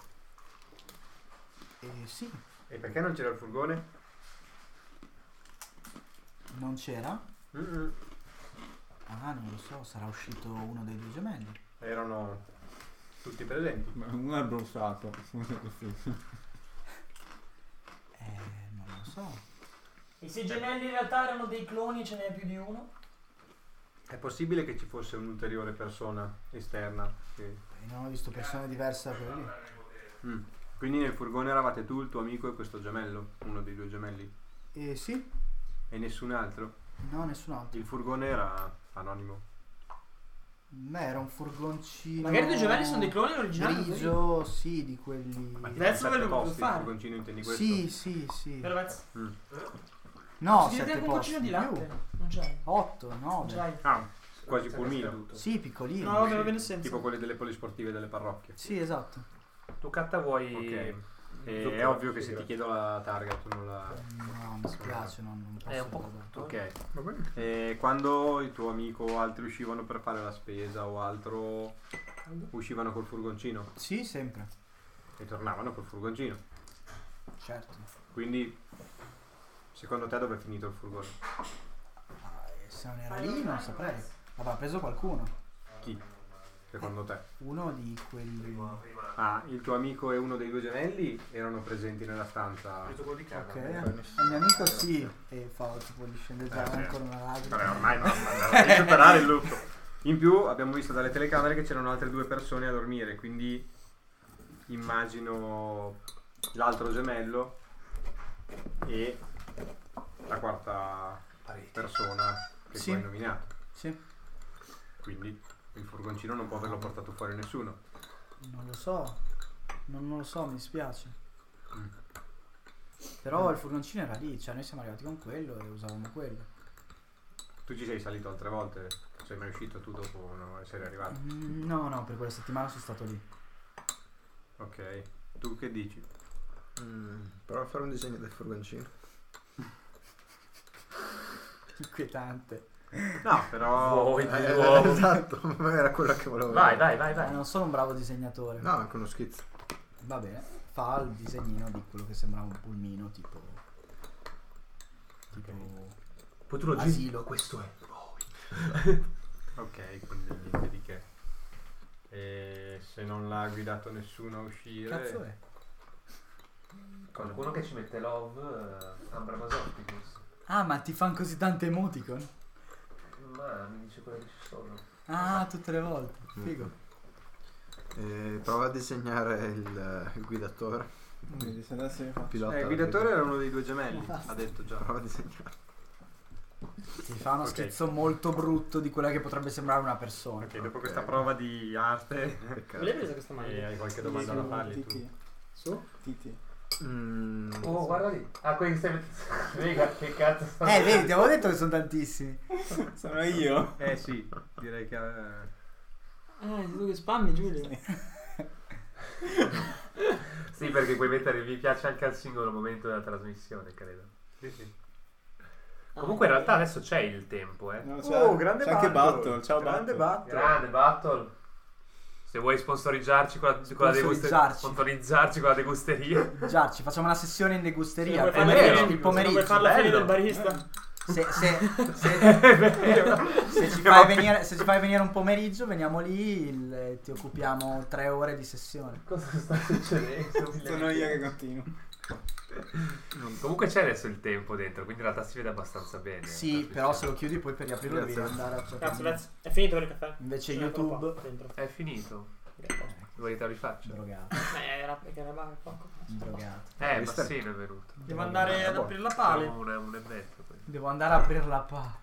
Speaker 1: E sì,
Speaker 5: E perché non c'era il furgone?
Speaker 1: non c'era.
Speaker 5: Mm-mm.
Speaker 1: Ah, non lo so, sarà uscito uno dei due gemelli.
Speaker 5: Erano tutti presenti.
Speaker 7: Ma uno è brussato.
Speaker 1: Eh, non lo so.
Speaker 3: I sei gemelli in realtà erano dei cloni, ce n'è più di uno.
Speaker 5: È possibile che ci fosse un'ulteriore persona esterna? Che...
Speaker 1: Eh, non ho visto persone diverse da quelle lì.
Speaker 5: Mm. Quindi nel furgone eravate tu, il tuo amico e questo gemello, uno dei due gemelli.
Speaker 1: Eh sì,
Speaker 5: E nessun altro?
Speaker 1: no, nessun altro.
Speaker 5: Il furgone era anonimo.
Speaker 1: Beh, era un furgoncino.
Speaker 3: Magari i due gemelli sono dei cloni originali.
Speaker 1: grigio, sì, di quelli.
Speaker 5: Ma
Speaker 3: Verso
Speaker 5: sette
Speaker 3: dove lo
Speaker 5: posti,
Speaker 3: fare?
Speaker 5: il furgoncino intendi questo?
Speaker 1: Sì, sì, sì.
Speaker 3: Per Vezzo.
Speaker 5: Mm.
Speaker 1: No,
Speaker 3: Si vede
Speaker 1: sette
Speaker 3: anche un
Speaker 1: posti
Speaker 3: goccino di
Speaker 1: più.
Speaker 3: latte. Non c'è.
Speaker 1: Otto,
Speaker 3: Non
Speaker 1: nove.
Speaker 3: c'hai.
Speaker 5: Ah, quasi pulmino.
Speaker 1: Sì, piccolini.
Speaker 3: No, vabbè, va bene senza.
Speaker 5: Tipo quelli delle polisportive delle parrocchie.
Speaker 1: Sì, esatto.
Speaker 2: Tu, Catta, vuoi...
Speaker 5: Ok. E
Speaker 2: Zucchero,
Speaker 5: è ovvio che se
Speaker 2: sì,
Speaker 5: ti chiedo la targa tu non la...
Speaker 1: No, mi spiace, non, non posso.
Speaker 2: È un po'
Speaker 1: guardare.
Speaker 5: Ok. E quando il tuo amico o altri uscivano per fare la spesa o altro, uscivano col furgoncino
Speaker 1: Sì, sempre.
Speaker 5: e tornavano col furgoncino.
Speaker 1: Certo.
Speaker 5: Quindi, secondo te dove è finito il furgone?
Speaker 1: Ah, e se non era lì non saprei. Avrà preso qualcuno.
Speaker 5: Chi? Secondo te?
Speaker 1: Uno di quelli.
Speaker 5: Ah, il tuo amico e uno dei due gemelli erano presenti nella stanza.
Speaker 2: quello di
Speaker 1: Ok.
Speaker 2: carne.
Speaker 1: Il mio amico sì. E fa tipo gli scende già
Speaker 5: Eh, sì.
Speaker 1: ancora una lacrima.
Speaker 5: Vabbè, ormai no, devi superare il lutto. In più abbiamo visto dalle telecamere che c'erano altre due persone a dormire, quindi immagino l'altro gemello e la quarta persona che
Speaker 1: Sì.
Speaker 5: tu hai nominato.
Speaker 1: Sì.
Speaker 5: Quindi il furgoncino non può averlo portato fuori nessuno.
Speaker 1: Non lo so. Non, non lo so, mi dispiace.
Speaker 5: Mm.
Speaker 1: Però il furgoncino era lì, cioè noi siamo arrivati con quello e usavamo quello.
Speaker 5: Tu ci sei salito altre volte? Sei mai uscito tu dopo non essere arrivato?
Speaker 1: Mm, no, no, per quella settimana sono stato lì.
Speaker 5: Ok. Tu che dici?
Speaker 4: Mm, prova a fare un disegno del furgoncino.
Speaker 1: Inquietante.
Speaker 5: No, però...
Speaker 2: Voi di
Speaker 4: Eh,
Speaker 2: nuovo.
Speaker 4: esatto, era quello che volevo
Speaker 2: Vai,
Speaker 4: vedere.
Speaker 2: vai, vai,
Speaker 1: Eh,
Speaker 2: vai.
Speaker 1: non sono un bravo disegnatore.
Speaker 4: No, anche uno schizzo.
Speaker 1: Va bene, fa il disegnino di quello che sembra un pulmino, tipo... Tipo...
Speaker 2: Poi tu lo giri.
Speaker 1: Asilo.
Speaker 2: Questo è.
Speaker 5: Ok, quindi niente di che. E se non l'ha guidato nessuno a uscire...
Speaker 1: Cazzo è?
Speaker 2: Qualcuno che ci mette love, uh, Ambra Masotti, questo.
Speaker 1: Ah, ma ti fanno così tante emoticon?
Speaker 2: Ma mi dice quelle che ci sono.
Speaker 1: Ah, tutte le volte. Figo.
Speaker 4: Eh, prova a disegnare il, il guidatore.
Speaker 7: Vedi, se adesso io faccio-
Speaker 4: Pilota
Speaker 5: Eh, il
Speaker 4: la
Speaker 5: guidatore
Speaker 4: guida.
Speaker 5: era uno dei due gemelli, ha detto già.
Speaker 4: Prova a disegnare.
Speaker 1: Ti fa uno
Speaker 5: Ok.
Speaker 1: schizzo molto brutto di quella che potrebbe sembrare una persona.
Speaker 5: Ok, dopo
Speaker 4: Ok.
Speaker 5: questa prova di arte
Speaker 4: Peccato.
Speaker 3: L'hai presa questa
Speaker 5: e
Speaker 3: maglia?
Speaker 5: hai qualche domanda da fargli tu.
Speaker 7: Titi.
Speaker 3: Su?
Speaker 7: Titi.
Speaker 4: Mm,
Speaker 2: Oh, guarda lì. Ah, quelli che stai mettendo. Vedi che cazzo sta.
Speaker 1: Eh, vedi, ti avevo detto che sono tantissimi.
Speaker 7: Sono io.
Speaker 5: Eh sì, direi che... eh,
Speaker 3: Ah, sei tu che spammi, Giulio.
Speaker 2: Sì, perché puoi mettere mi piace anche al singolo momento della trasmissione, credo.
Speaker 5: Sì, sì.
Speaker 2: Comunque in realtà adesso c'è il tempo, eh.
Speaker 7: No, c'è,
Speaker 5: Oh, grande
Speaker 7: c'è anche
Speaker 5: battle.
Speaker 7: Battle. Ciao
Speaker 5: Grande
Speaker 7: Battle.
Speaker 5: battle.
Speaker 2: Grande battle. Se vuoi sponsorizzarci con la, con la degusteria,
Speaker 1: Sponsorizzarci.
Speaker 2: sponsorizzarci con la degusteria.
Speaker 1: Già, ci facciamo una sessione in
Speaker 3: Se
Speaker 1: degusteria.
Speaker 3: vuoi
Speaker 1: Il
Speaker 2: è
Speaker 3: farla
Speaker 2: vero,
Speaker 3: fine-
Speaker 1: pomeriggio.
Speaker 3: se
Speaker 1: Il
Speaker 3: non vuoi
Speaker 1: pomeriggio.
Speaker 3: farla fine
Speaker 2: bello.
Speaker 3: del barista.
Speaker 1: Se, se, se,
Speaker 2: È vero.
Speaker 1: se ci fai venire, se ci fai venire un pomeriggio, veniamo lì, il- ti occupiamo tre ore di sessione.
Speaker 2: Cosa sta succedendo?
Speaker 7: Sono io che continuo.
Speaker 2: Comunque c'è adesso il tempo dentro, quindi in realtà si vede abbastanza bene.
Speaker 1: Sì, però se lo chiudi poi per riaprirlo devi
Speaker 4: Grazie.
Speaker 1: andare a
Speaker 3: Grazie,
Speaker 1: cercare.
Speaker 3: grazie. È finito per il caffè?
Speaker 1: Invece
Speaker 3: Ce n'è ancora
Speaker 1: YouTube,
Speaker 3: qua dentro.
Speaker 2: È finito.
Speaker 3: Eh,
Speaker 2: Vuoi che te lo rifaccia?
Speaker 1: drogato,
Speaker 3: era perché era poco.
Speaker 1: drogato.
Speaker 2: Eh,
Speaker 4: Visto?
Speaker 2: Bassino è venuto.
Speaker 3: Devo andare ad aprire la pale.
Speaker 2: Siamo una, una e mezzo. poi.
Speaker 1: Devo andare a aprire la pa.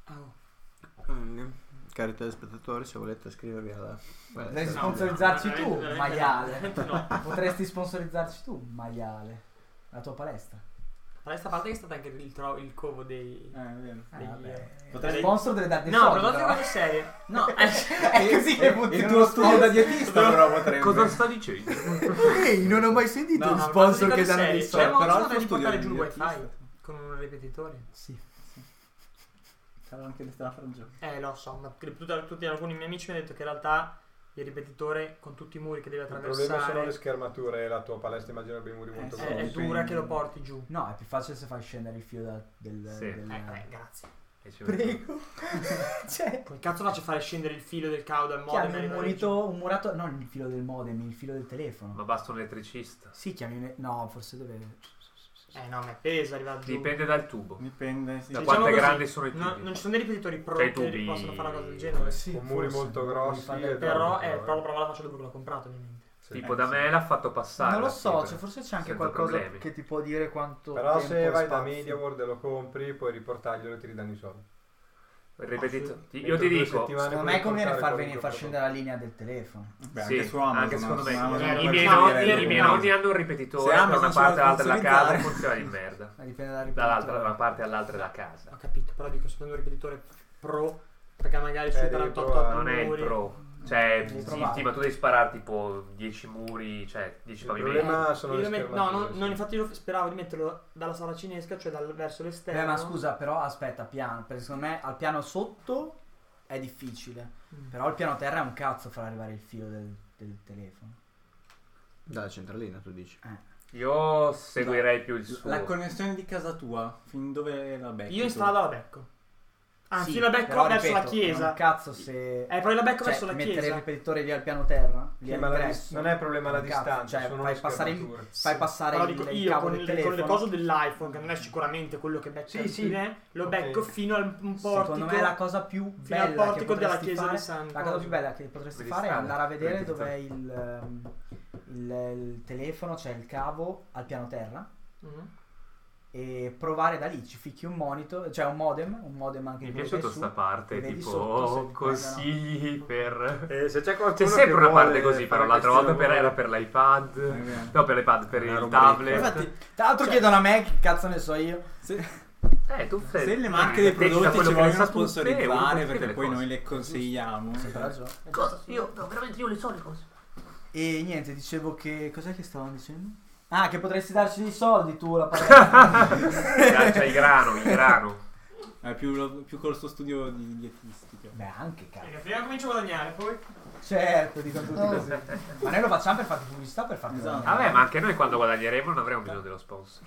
Speaker 4: Mm, Cari telespettatori, se volete scrivervi alla...
Speaker 1: Potresti
Speaker 3: No,
Speaker 1: sponsorizzarci
Speaker 3: no,
Speaker 1: tu,
Speaker 3: veramente-
Speaker 1: maiale.
Speaker 3: veramente no.
Speaker 1: Potresti sponsorizzarci tu, maiale. La tua palestra.
Speaker 3: Adesso a parte che è stato anche il, tro- il covo dei...
Speaker 7: Eh, è vero.
Speaker 1: Eh,
Speaker 3: Degli-
Speaker 1: vabbè.
Speaker 7: Potrei-
Speaker 1: Lo sponsor deve dare dei
Speaker 3: No,
Speaker 1: soldi,
Speaker 3: però
Speaker 1: però.
Speaker 3: cose cose serie. No,
Speaker 1: È così che funziona.
Speaker 7: Il tuo studio da dietista però potrebbe.
Speaker 2: Cosa sta dicendo?
Speaker 1: Ehi, non ho mai sentito
Speaker 7: No,
Speaker 1: un
Speaker 7: no,
Speaker 1: sponsor
Speaker 3: cose
Speaker 1: che danno
Speaker 3: serie.
Speaker 1: dei
Speaker 3: Cioè,
Speaker 1: soldi.
Speaker 3: ma
Speaker 7: però
Speaker 3: però
Speaker 7: il tuo
Speaker 3: di
Speaker 7: studio
Speaker 3: portare
Speaker 7: è
Speaker 3: giù il
Speaker 7: di
Speaker 3: wifi
Speaker 7: artista.
Speaker 3: con un ripetitore.
Speaker 1: Sì.
Speaker 7: Stavo anche di stare giù.
Speaker 3: Eh, lo so, ma perché tutti, tutti alcuni miei amici mi hanno detto che in realtà il ripetitore con tutti i muri che deve
Speaker 9: Il problema sono
Speaker 3: attraversare
Speaker 9: le schermature e la tua palestra immagino abbia i muri molto
Speaker 3: è, è
Speaker 9: grossi.
Speaker 3: dura che lo porti giù.
Speaker 1: No, è più facile se fai scendere il filo da- del...
Speaker 2: Sì.
Speaker 1: del-
Speaker 3: Eh, vabbè, grazie.
Speaker 2: E ci metto-
Speaker 1: Prego. Cioè,
Speaker 3: Come cazzo faccio a fare scendere il filo del cavo dal modem?
Speaker 1: chiami
Speaker 3: e
Speaker 1: un
Speaker 3: arrivare
Speaker 1: monito, un murato, non il filo del modem, il filo del telefono.
Speaker 2: Ma basta un elettricista.
Speaker 1: Sì, chiami un... No, forse deve...
Speaker 3: giù? Eh no, ma è peso arrivare giù.
Speaker 2: Dipende dal tubo.
Speaker 7: Dipende, sì.
Speaker 2: Da
Speaker 3: Diciamo
Speaker 2: quanto è
Speaker 3: così,
Speaker 2: grande sono i tubi.
Speaker 3: No, non ci sono dei ripetitori pro
Speaker 2: Cioè, i
Speaker 3: che
Speaker 2: tubi-
Speaker 3: possono fare una cosa del genere.
Speaker 1: Sì,
Speaker 9: Con muri
Speaker 1: forse.
Speaker 9: molto grossi
Speaker 1: Devi
Speaker 9: e
Speaker 1: fare-
Speaker 3: Però,
Speaker 9: troppo,
Speaker 3: eh,
Speaker 9: eh.
Speaker 3: però la prova la faccio dopo che l'ho comprato, ovviamente.
Speaker 9: Sì.
Speaker 2: Tipo
Speaker 7: Eh,
Speaker 2: da
Speaker 7: sì.
Speaker 2: me l'ha fatto passare.
Speaker 1: Non lo
Speaker 2: la
Speaker 1: so,
Speaker 2: fibra,
Speaker 1: cioè, forse c'è anche
Speaker 2: senza
Speaker 1: qualcosa
Speaker 2: problemi.
Speaker 1: che ti può dire quanto
Speaker 9: Però
Speaker 1: tempo
Speaker 9: se
Speaker 1: e
Speaker 9: vai da
Speaker 1: spazio.
Speaker 9: Media World e lo compri, puoi riportarglielo e ti ridanno i soldi.
Speaker 2: Il ripetito-
Speaker 3: Ah,
Speaker 2: ti-
Speaker 9: sì.
Speaker 2: Io ti
Speaker 9: Entro due
Speaker 2: dico,
Speaker 9: settimane
Speaker 1: Secondo
Speaker 9: puoi
Speaker 1: me conviene
Speaker 9: riportare
Speaker 1: far, venire,
Speaker 9: qualunque
Speaker 1: far
Speaker 9: prodotto.
Speaker 1: scendere la linea del telefono.
Speaker 7: Beh,
Speaker 2: sì,
Speaker 7: anche su Amazon.
Speaker 2: anche secondo me
Speaker 7: su Amazon
Speaker 3: Eh,
Speaker 2: i
Speaker 7: puoi
Speaker 2: miei,
Speaker 3: no,
Speaker 7: scegliere
Speaker 2: nonni,
Speaker 3: ieri
Speaker 2: i
Speaker 7: il
Speaker 2: miei
Speaker 3: no.
Speaker 2: nonni hanno un ripetitore
Speaker 7: Se
Speaker 2: per
Speaker 7: Amazon
Speaker 2: una
Speaker 7: ce lo
Speaker 2: parte e l'altra della casa e
Speaker 7: sponsorizzare.
Speaker 2: funziona di merda.
Speaker 1: Ma dipende dal
Speaker 2: Dall'altra da
Speaker 1: ripetitore.
Speaker 2: una parte all'altra della casa.
Speaker 3: Ho capito, però dico, se prendo un ripetitore pro, perché magari
Speaker 9: Eh,
Speaker 3: supera
Speaker 9: devi
Speaker 3: il top
Speaker 9: provare.
Speaker 3: top
Speaker 2: Non è il
Speaker 3: muri.
Speaker 2: pro. Cioè,
Speaker 1: Devi
Speaker 2: sì,
Speaker 1: provare.
Speaker 2: sì, ma tu devi sparare tipo dieci muri, cioè dieci
Speaker 9: Il
Speaker 2: pavimenti.
Speaker 9: problema sono
Speaker 3: Io
Speaker 9: le
Speaker 3: lo met-
Speaker 9: schermature.
Speaker 3: no, non,
Speaker 9: sì.
Speaker 3: non- infatti io speravo di metterlo dalla sala cinesca, cioè dal, verso l'esterno.
Speaker 1: Eh, ma scusa, però aspetta, piano, perché secondo me al piano sotto è difficile,
Speaker 3: Mm.
Speaker 1: però al piano terra è un cazzo far arrivare il filo del, del telefono.
Speaker 4: Dalla centralina, tu dici.
Speaker 1: Eh.
Speaker 2: Io seguirei più il suo.
Speaker 7: La connessione di casa tua, fin dove la becchi?
Speaker 3: Io in
Speaker 7: tu?
Speaker 3: strada la becco. Anzi,
Speaker 1: Sì,
Speaker 3: la becco
Speaker 1: però,
Speaker 3: verso
Speaker 1: ripeto,
Speaker 3: la chiesa.
Speaker 1: è un cazzo se...
Speaker 3: Eh, però la becco
Speaker 1: cioè,
Speaker 3: verso la
Speaker 1: mettere il
Speaker 3: chiesa.
Speaker 1: ripetitore lì al piano terra, lì
Speaker 9: Sì, ma la dis-
Speaker 1: all'ingresso.
Speaker 9: non è il problema la
Speaker 1: un cazzo,
Speaker 9: distanza,
Speaker 1: cioè,
Speaker 9: sono
Speaker 1: fai
Speaker 9: le
Speaker 1: passare, il,
Speaker 9: schermature.
Speaker 1: fai passare
Speaker 3: Però
Speaker 1: il,
Speaker 3: dico,
Speaker 1: il
Speaker 3: io
Speaker 1: cavo
Speaker 3: con
Speaker 1: del
Speaker 3: le,
Speaker 1: telefono.
Speaker 3: con le cose dell'iPhone, che non è sicuramente quello che becca
Speaker 1: Sì,
Speaker 3: il
Speaker 1: sì.
Speaker 3: fine, lo
Speaker 9: Ok.
Speaker 3: becco fino al un portico.
Speaker 1: Secondo me la cosa più
Speaker 3: fino al
Speaker 1: bella che
Speaker 3: portico della
Speaker 1: potresti
Speaker 3: chiesa
Speaker 1: fare,
Speaker 3: di San
Speaker 1: la cosa
Speaker 3: Coso.
Speaker 1: più bella che potresti
Speaker 2: Vedi
Speaker 1: fare è
Speaker 2: strada,
Speaker 1: andare a vedere
Speaker 2: vedi
Speaker 1: dov'è il, ehm, il, il telefono, cioè il cavo al piano terra
Speaker 3: Mhm.
Speaker 1: e provare da lì, ci ficchi un monitor, cioè un modem, un modem anche
Speaker 2: Mi è
Speaker 1: di quello
Speaker 2: piaciuta
Speaker 1: che è
Speaker 2: sta
Speaker 1: su,
Speaker 2: parte,
Speaker 1: e vedi
Speaker 2: tipo
Speaker 1: sotto se ti
Speaker 2: consigli per...
Speaker 5: E se c'è qualcuno
Speaker 2: C'è sempre
Speaker 5: che
Speaker 2: una parte
Speaker 5: vuole
Speaker 2: così, però
Speaker 5: fare
Speaker 2: l'altra
Speaker 5: questi
Speaker 2: volta per,
Speaker 5: lavori-
Speaker 2: era per l'iPad,
Speaker 7: È vero.
Speaker 2: no per l'iPad, per
Speaker 4: Una
Speaker 2: il
Speaker 4: rubrica.
Speaker 2: tablet.
Speaker 1: Infatti, tra l'altro
Speaker 3: Cioè-
Speaker 1: chiedono a me che cazzo ne so io.
Speaker 7: Se,
Speaker 2: Eh, tu fai...
Speaker 7: se le marche dei
Speaker 2: Tecnica
Speaker 7: prodotti
Speaker 2: quello
Speaker 7: ci
Speaker 2: che ne
Speaker 7: vogliono
Speaker 2: sa tutte, uno può
Speaker 7: sponsorizzare
Speaker 2: scrivere
Speaker 7: perché
Speaker 2: le
Speaker 7: poi
Speaker 2: cose.
Speaker 7: noi le consigliamo.
Speaker 1: Sempre ragione.
Speaker 2: Cosa? Io, no, veramente io le so le cose.
Speaker 1: E niente, dicevo che... Cos'è che stavano dicendo? Ah, che potresti darci dei soldi tu, la palestra.
Speaker 2: C'è il grano, il grano.
Speaker 7: È più, più con il suo studio di dietistico.
Speaker 1: Beh, anche cazzo.
Speaker 3: Perché prima comincio a guadagnare, poi...
Speaker 1: Certo, dicono tutti così. Ma noi lo facciamo per farti pubblicità, per farti
Speaker 7: Esatto.
Speaker 1: guadagnare.
Speaker 2: Vabbè, ma anche noi quando guadagneremo non avremo bisogno dello sponsor.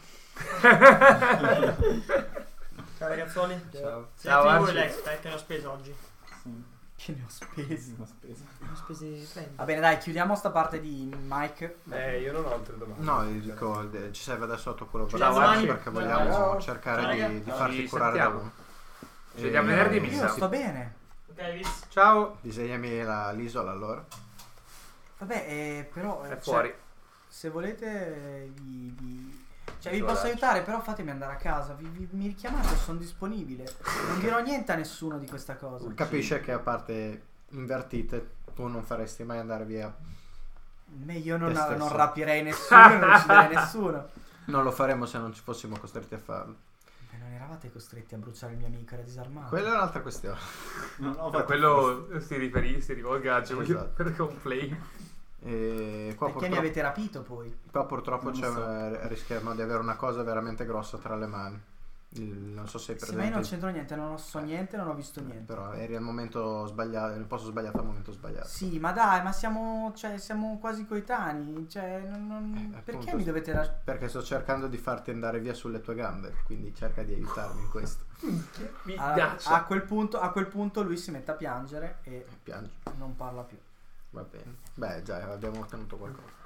Speaker 3: Ciao ragazzuoli.
Speaker 9: Ciao.
Speaker 3: Sì,
Speaker 2: Ciao,
Speaker 3: voi
Speaker 2: Arci.
Speaker 3: Lex, dai, che ne ho speso oggi.
Speaker 7: Sì.
Speaker 1: Che ne ho spesi.
Speaker 7: Ho speso.
Speaker 3: Ne ho spesi trenta.
Speaker 1: Va bene, dai, chiudiamo sta parte di Mike.
Speaker 9: Eh, io non ho altre domande.
Speaker 4: No, io dico, de- ci serve adesso la tua
Speaker 3: Ciao,
Speaker 4: collaborazione
Speaker 3: Arci.
Speaker 4: perché
Speaker 3: Ciao.
Speaker 4: vogliamo
Speaker 3: Ciao.
Speaker 4: cercare
Speaker 3: Ciao,
Speaker 4: di,
Speaker 3: raga.
Speaker 4: di
Speaker 2: Ci
Speaker 4: farti curare da
Speaker 2: sentiamo.
Speaker 4: uno.
Speaker 2: Ci vediamo venerdì, mi
Speaker 1: Io
Speaker 2: sa.
Speaker 1: sto bene.
Speaker 3: Ok, Viz.
Speaker 5: Ciao.
Speaker 4: Disegnami la- l'isola allora.
Speaker 1: Vabbè, eh, però...
Speaker 2: È
Speaker 1: cioè,
Speaker 2: fuori.
Speaker 1: se volete vi... vi- Cioè, vi
Speaker 2: Isola
Speaker 1: posso
Speaker 2: Arci.
Speaker 1: aiutare, però fatemi andare a casa. Vi, vi- mi richiamate, sono disponibile. Non dirò niente a nessuno di questa cosa.
Speaker 4: Capisce che a parte invertite tu non faresti mai andare via.
Speaker 1: Me io non,
Speaker 4: Te stesso.
Speaker 1: non rapirei nessuno, non ucciderei nessuno.
Speaker 4: Non lo faremo se non ci fossimo costretti a farlo.
Speaker 1: Ma non eravate costretti a bruciare il mio amico, era disarmato.
Speaker 4: Quella è un'altra questione.
Speaker 7: Non ho
Speaker 2: Per
Speaker 7: fatto
Speaker 2: quello si riferì, si rivolga a Giulio
Speaker 4: Esatto.
Speaker 2: per complain.
Speaker 4: E qua,
Speaker 1: Perché mi
Speaker 4: purtroppo,
Speaker 1: avete rapito poi?
Speaker 4: qua purtroppo
Speaker 7: Non lo
Speaker 4: c'è,
Speaker 7: so.
Speaker 4: eh, rischiamo di avere una cosa veramente grossa tra le mani. Il- non so se hai
Speaker 1: Sì, ma io
Speaker 4: presente.
Speaker 1: non c'entro niente, non so niente, non ho visto niente.
Speaker 4: Però eri al momento sbagliato, nel posto sbagliato al momento sbagliato.
Speaker 1: Sì, ma dai, ma siamo, cioè, siamo quasi coetanei. Cioè, non, non-
Speaker 4: Eh,
Speaker 1: perché
Speaker 4: appunto,
Speaker 1: mi dovete lasciare?
Speaker 4: Perché sto cercando di farti andare via sulle tue gambe, quindi cerca di aiutarmi in questo.
Speaker 2: Mi
Speaker 1: A,
Speaker 2: piace.
Speaker 1: a quel punto, a quel punto lui si mette a piangere e
Speaker 4: Piangi.
Speaker 1: non parla più.
Speaker 4: Va bene. Beh, già abbiamo ottenuto qualcosa.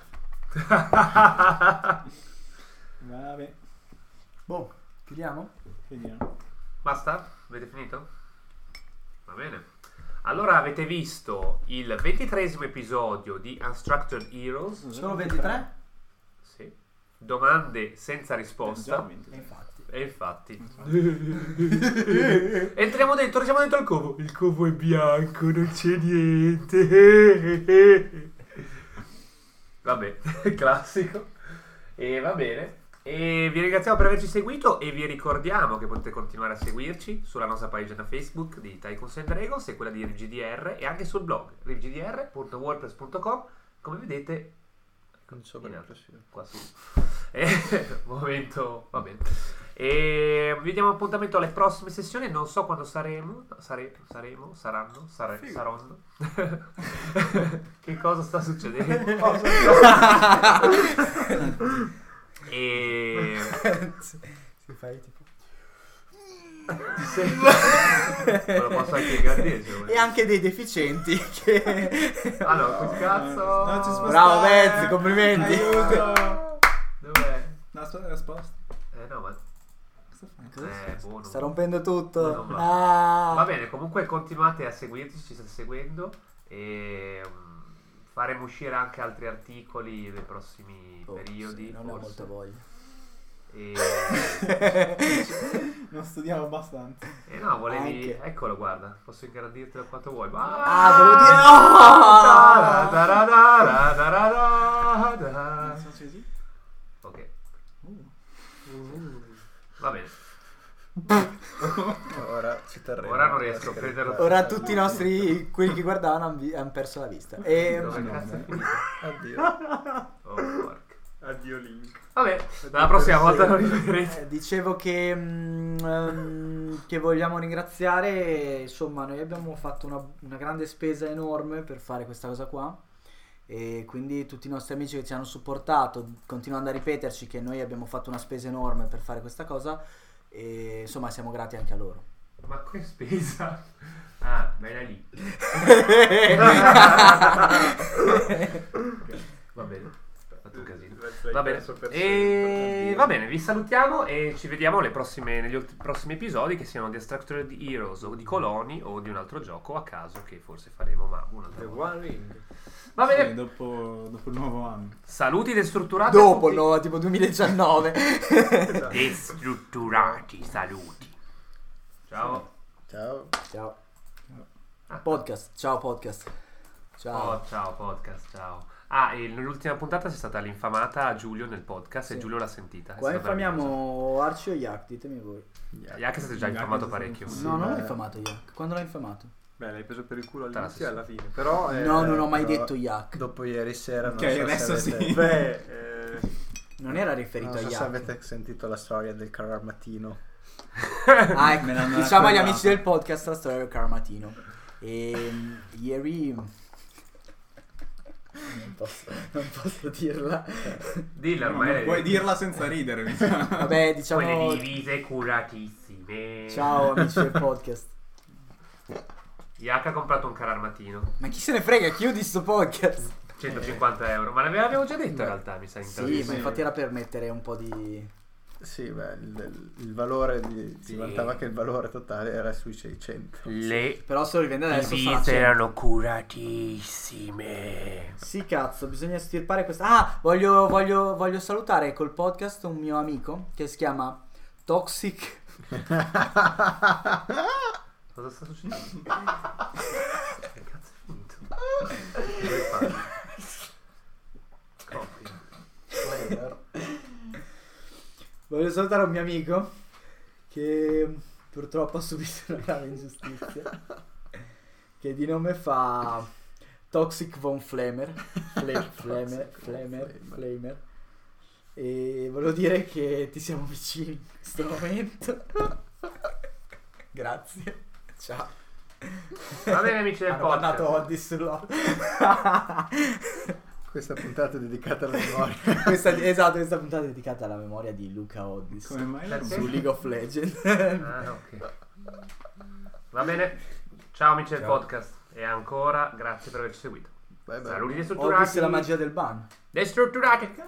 Speaker 7: Vabbè,
Speaker 1: Boh, chiudiamo?
Speaker 7: vediamo.
Speaker 2: Basta? Avete finito? Va bene. Allora avete visto il ventitreesimo episodio di Unstructured Heroes.
Speaker 1: Solo ventitré?
Speaker 2: Sì. Domande senza
Speaker 7: Già,
Speaker 2: risposta.
Speaker 7: venti.
Speaker 1: E infatti.
Speaker 2: E infatti. Entriamo dentro, siamo dentro al covo. Il covo è bianco, non c'è niente. Vabbè, classico. E va bene. E vi ringraziamo per averci seguito e vi ricordiamo che potete continuare a seguirci sulla nostra pagina Facebook di Tycoons and Dragons e quella di R G D R e anche sul blog r g d r punto wordpress punto com, come vedete
Speaker 4: Non so
Speaker 2: in
Speaker 4: per
Speaker 2: alto,
Speaker 4: impressione.
Speaker 2: qua su. E, momento, va bene. E vi diamo appuntamento alle prossime sessioni, non so quando saremo, sare, saremo, saranno, sare, saranno. Che cosa sta succedendo? E
Speaker 1: Si fai tipo.
Speaker 2: sì. Me lo posso anche ingrandire se vuoi.
Speaker 1: E anche dei deficienti che...
Speaker 2: Allora, che cazzo?
Speaker 7: Non ci spostare.
Speaker 1: Bravo Bez, complimenti.
Speaker 7: Aiuto.
Speaker 2: Dov'è?
Speaker 7: No, aspetta, la sposta.
Speaker 2: Eh no, ma
Speaker 7: Cosa fai?
Speaker 2: eh, buono.
Speaker 1: Sta rompendo tutto.
Speaker 2: No, no,
Speaker 1: Ah.
Speaker 2: Va bene, comunque continuate a seguirci, ci state seguendo e um, faremo uscire anche altri articoli nei prossimi
Speaker 1: Oh,
Speaker 2: periodi.
Speaker 1: sì, non ho
Speaker 2: forse.
Speaker 1: molta voglia.
Speaker 2: E,
Speaker 7: Non studiamo abbastanza.
Speaker 2: e no, volevi.
Speaker 1: Anche.
Speaker 2: Eccolo, guarda, posso ingrandirtelo quanto vuoi.
Speaker 1: Ah, volevo dire no!
Speaker 2: Da-da-da-da-da-da-da.
Speaker 7: Non so se così.
Speaker 2: Ok,
Speaker 7: Uh.
Speaker 2: va bene.
Speaker 4: Ora ci terremo.
Speaker 2: Ora non riesco a prenderlo.
Speaker 1: Ora tutti i nostri, quelli che guardavano, hanno vi- hanno perso la vista. E...
Speaker 2: Dove
Speaker 7: no,
Speaker 2: cazzo è
Speaker 7: no.
Speaker 2: finito?
Speaker 4: Addio.
Speaker 2: Oh, porca.
Speaker 9: Addio Link.
Speaker 2: Vabbè, la prossima volta lo rivedrete.
Speaker 1: Eh, dicevo che, mm, ehm, che vogliamo ringraziare, insomma, noi abbiamo fatto una, una grande spesa enorme per fare questa cosa qua e quindi tutti i nostri amici che ci hanno supportato, continuando a ripeterci che noi abbiamo fatto una spesa enorme per fare questa cosa e insomma siamo grati anche a loro.
Speaker 2: Ma che spesa? Ah, bella lì. Va bene. Fatto un casino. Va bene. E va bene, vi salutiamo e ci vediamo alle prossime, negli ultimi, prossimi episodi, che siano di Unstructured Heroes o di Coloni o di un altro gioco a caso che forse faremo, ma un'altra
Speaker 9: The
Speaker 2: volta.
Speaker 9: One Ring.
Speaker 2: Va
Speaker 7: Sì,
Speaker 2: bene.
Speaker 7: dopo, dopo il nuovo anno.
Speaker 2: Saluti destrutturati. a
Speaker 1: Dopo,
Speaker 2: tutti.
Speaker 1: no, tipo duemiladiciannove.
Speaker 2: Destrutturati saluti. Ciao.
Speaker 4: Ciao.
Speaker 1: Ciao. Podcast, ciao podcast. Ciao.
Speaker 2: Oh, ciao podcast, ciao. Ah, e l'ultima puntata c'è stata l'infamata Giulio nel podcast
Speaker 1: Sì.
Speaker 2: e Giulio l'ha sentita. È
Speaker 1: Qua
Speaker 2: stata meravigliosa.
Speaker 1: infamiamo Arci o Yak, ditemi voi.
Speaker 2: Yak è stato già
Speaker 7: Yak
Speaker 2: infamato
Speaker 7: è stato
Speaker 2: parecchio.
Speaker 7: infamato.
Speaker 1: No, non l'ho
Speaker 4: beh.
Speaker 1: infamato Yak. Quando l'ho infamato?
Speaker 5: Beh, l'hai preso per il culo
Speaker 2: Tutta la
Speaker 5: all'inizio e alla
Speaker 2: sessione.
Speaker 5: fine. Però eh,
Speaker 1: No, non ho mai
Speaker 4: però
Speaker 1: detto Yak.
Speaker 4: Dopo ieri sera non
Speaker 7: Ok,
Speaker 4: so se
Speaker 7: adesso
Speaker 4: avete-
Speaker 7: sì.
Speaker 5: Beh, eh,
Speaker 1: Non era riferito
Speaker 4: Non
Speaker 1: a
Speaker 4: so se
Speaker 1: Yak.
Speaker 4: avete sentito la storia del carro armatino
Speaker 1: Ah, ecco,
Speaker 7: Me l'hanno
Speaker 1: diciamo agli
Speaker 7: raccontata.
Speaker 1: amici del podcast la storia del Carmatino. E mm, ieri non posso, non posso dirla.
Speaker 2: Dilla,
Speaker 7: No,
Speaker 2: ormai.
Speaker 7: non puoi dirla senza ridere, mi sa.
Speaker 1: Vabbè, diciamo
Speaker 2: Quelle divise curatissime.
Speaker 1: ciao amici del podcast.
Speaker 2: Yaka ha comprato un carro armatino.
Speaker 1: Ma chi se ne frega, chiudi sto podcast.
Speaker 2: centocinquanta euro. Ma l'avevamo già detto in realtà, mi sa in
Speaker 1: Sì,
Speaker 2: introduzione.
Speaker 1: ma infatti era per mettere un po' di
Speaker 4: Sì, beh, il, il valore di, si
Speaker 2: Sì.
Speaker 4: vantava che il valore totale era sui seicento.
Speaker 2: Le
Speaker 1: però se lo rivende adesso sarà
Speaker 2: divise
Speaker 1: cento.
Speaker 2: erano curatissime.
Speaker 1: Sì, cazzo, bisogna estirpare questa. Ah, voglio, voglio, voglio salutare col podcast un mio amico che si chiama Toxic.
Speaker 2: Cosa sta succedendo? Che cazzo è finito? Dove fare? Coppia.
Speaker 1: Voglio salutare un mio amico che purtroppo ha subito una grave ingiustizia. Che di nome fa Toxic Von Flamer. Fle- Flamer, Flamer, Flamer. E volevo dire che ti siamo vicini in questo momento. Grazie. Ciao.
Speaker 2: Va bene amici del
Speaker 1: Hanno mandato
Speaker 2: podcast.
Speaker 1: Oddis sull'O.
Speaker 4: Questa puntata è dedicata alla memoria.
Speaker 1: questa, esatto, questa puntata è dedicata alla memoria di Luca Oddis
Speaker 7: Come mai la
Speaker 2: Perché?
Speaker 1: su League of Legends.
Speaker 2: Ah, ok. Va bene. Ciao amici del
Speaker 1: Ciao.
Speaker 2: podcast. E ancora grazie per averci seguito.
Speaker 4: Bye bye.
Speaker 2: Saluti
Speaker 1: Oddis
Speaker 2: destrutturati.
Speaker 1: è la magia del ban.
Speaker 2: Destrutturati.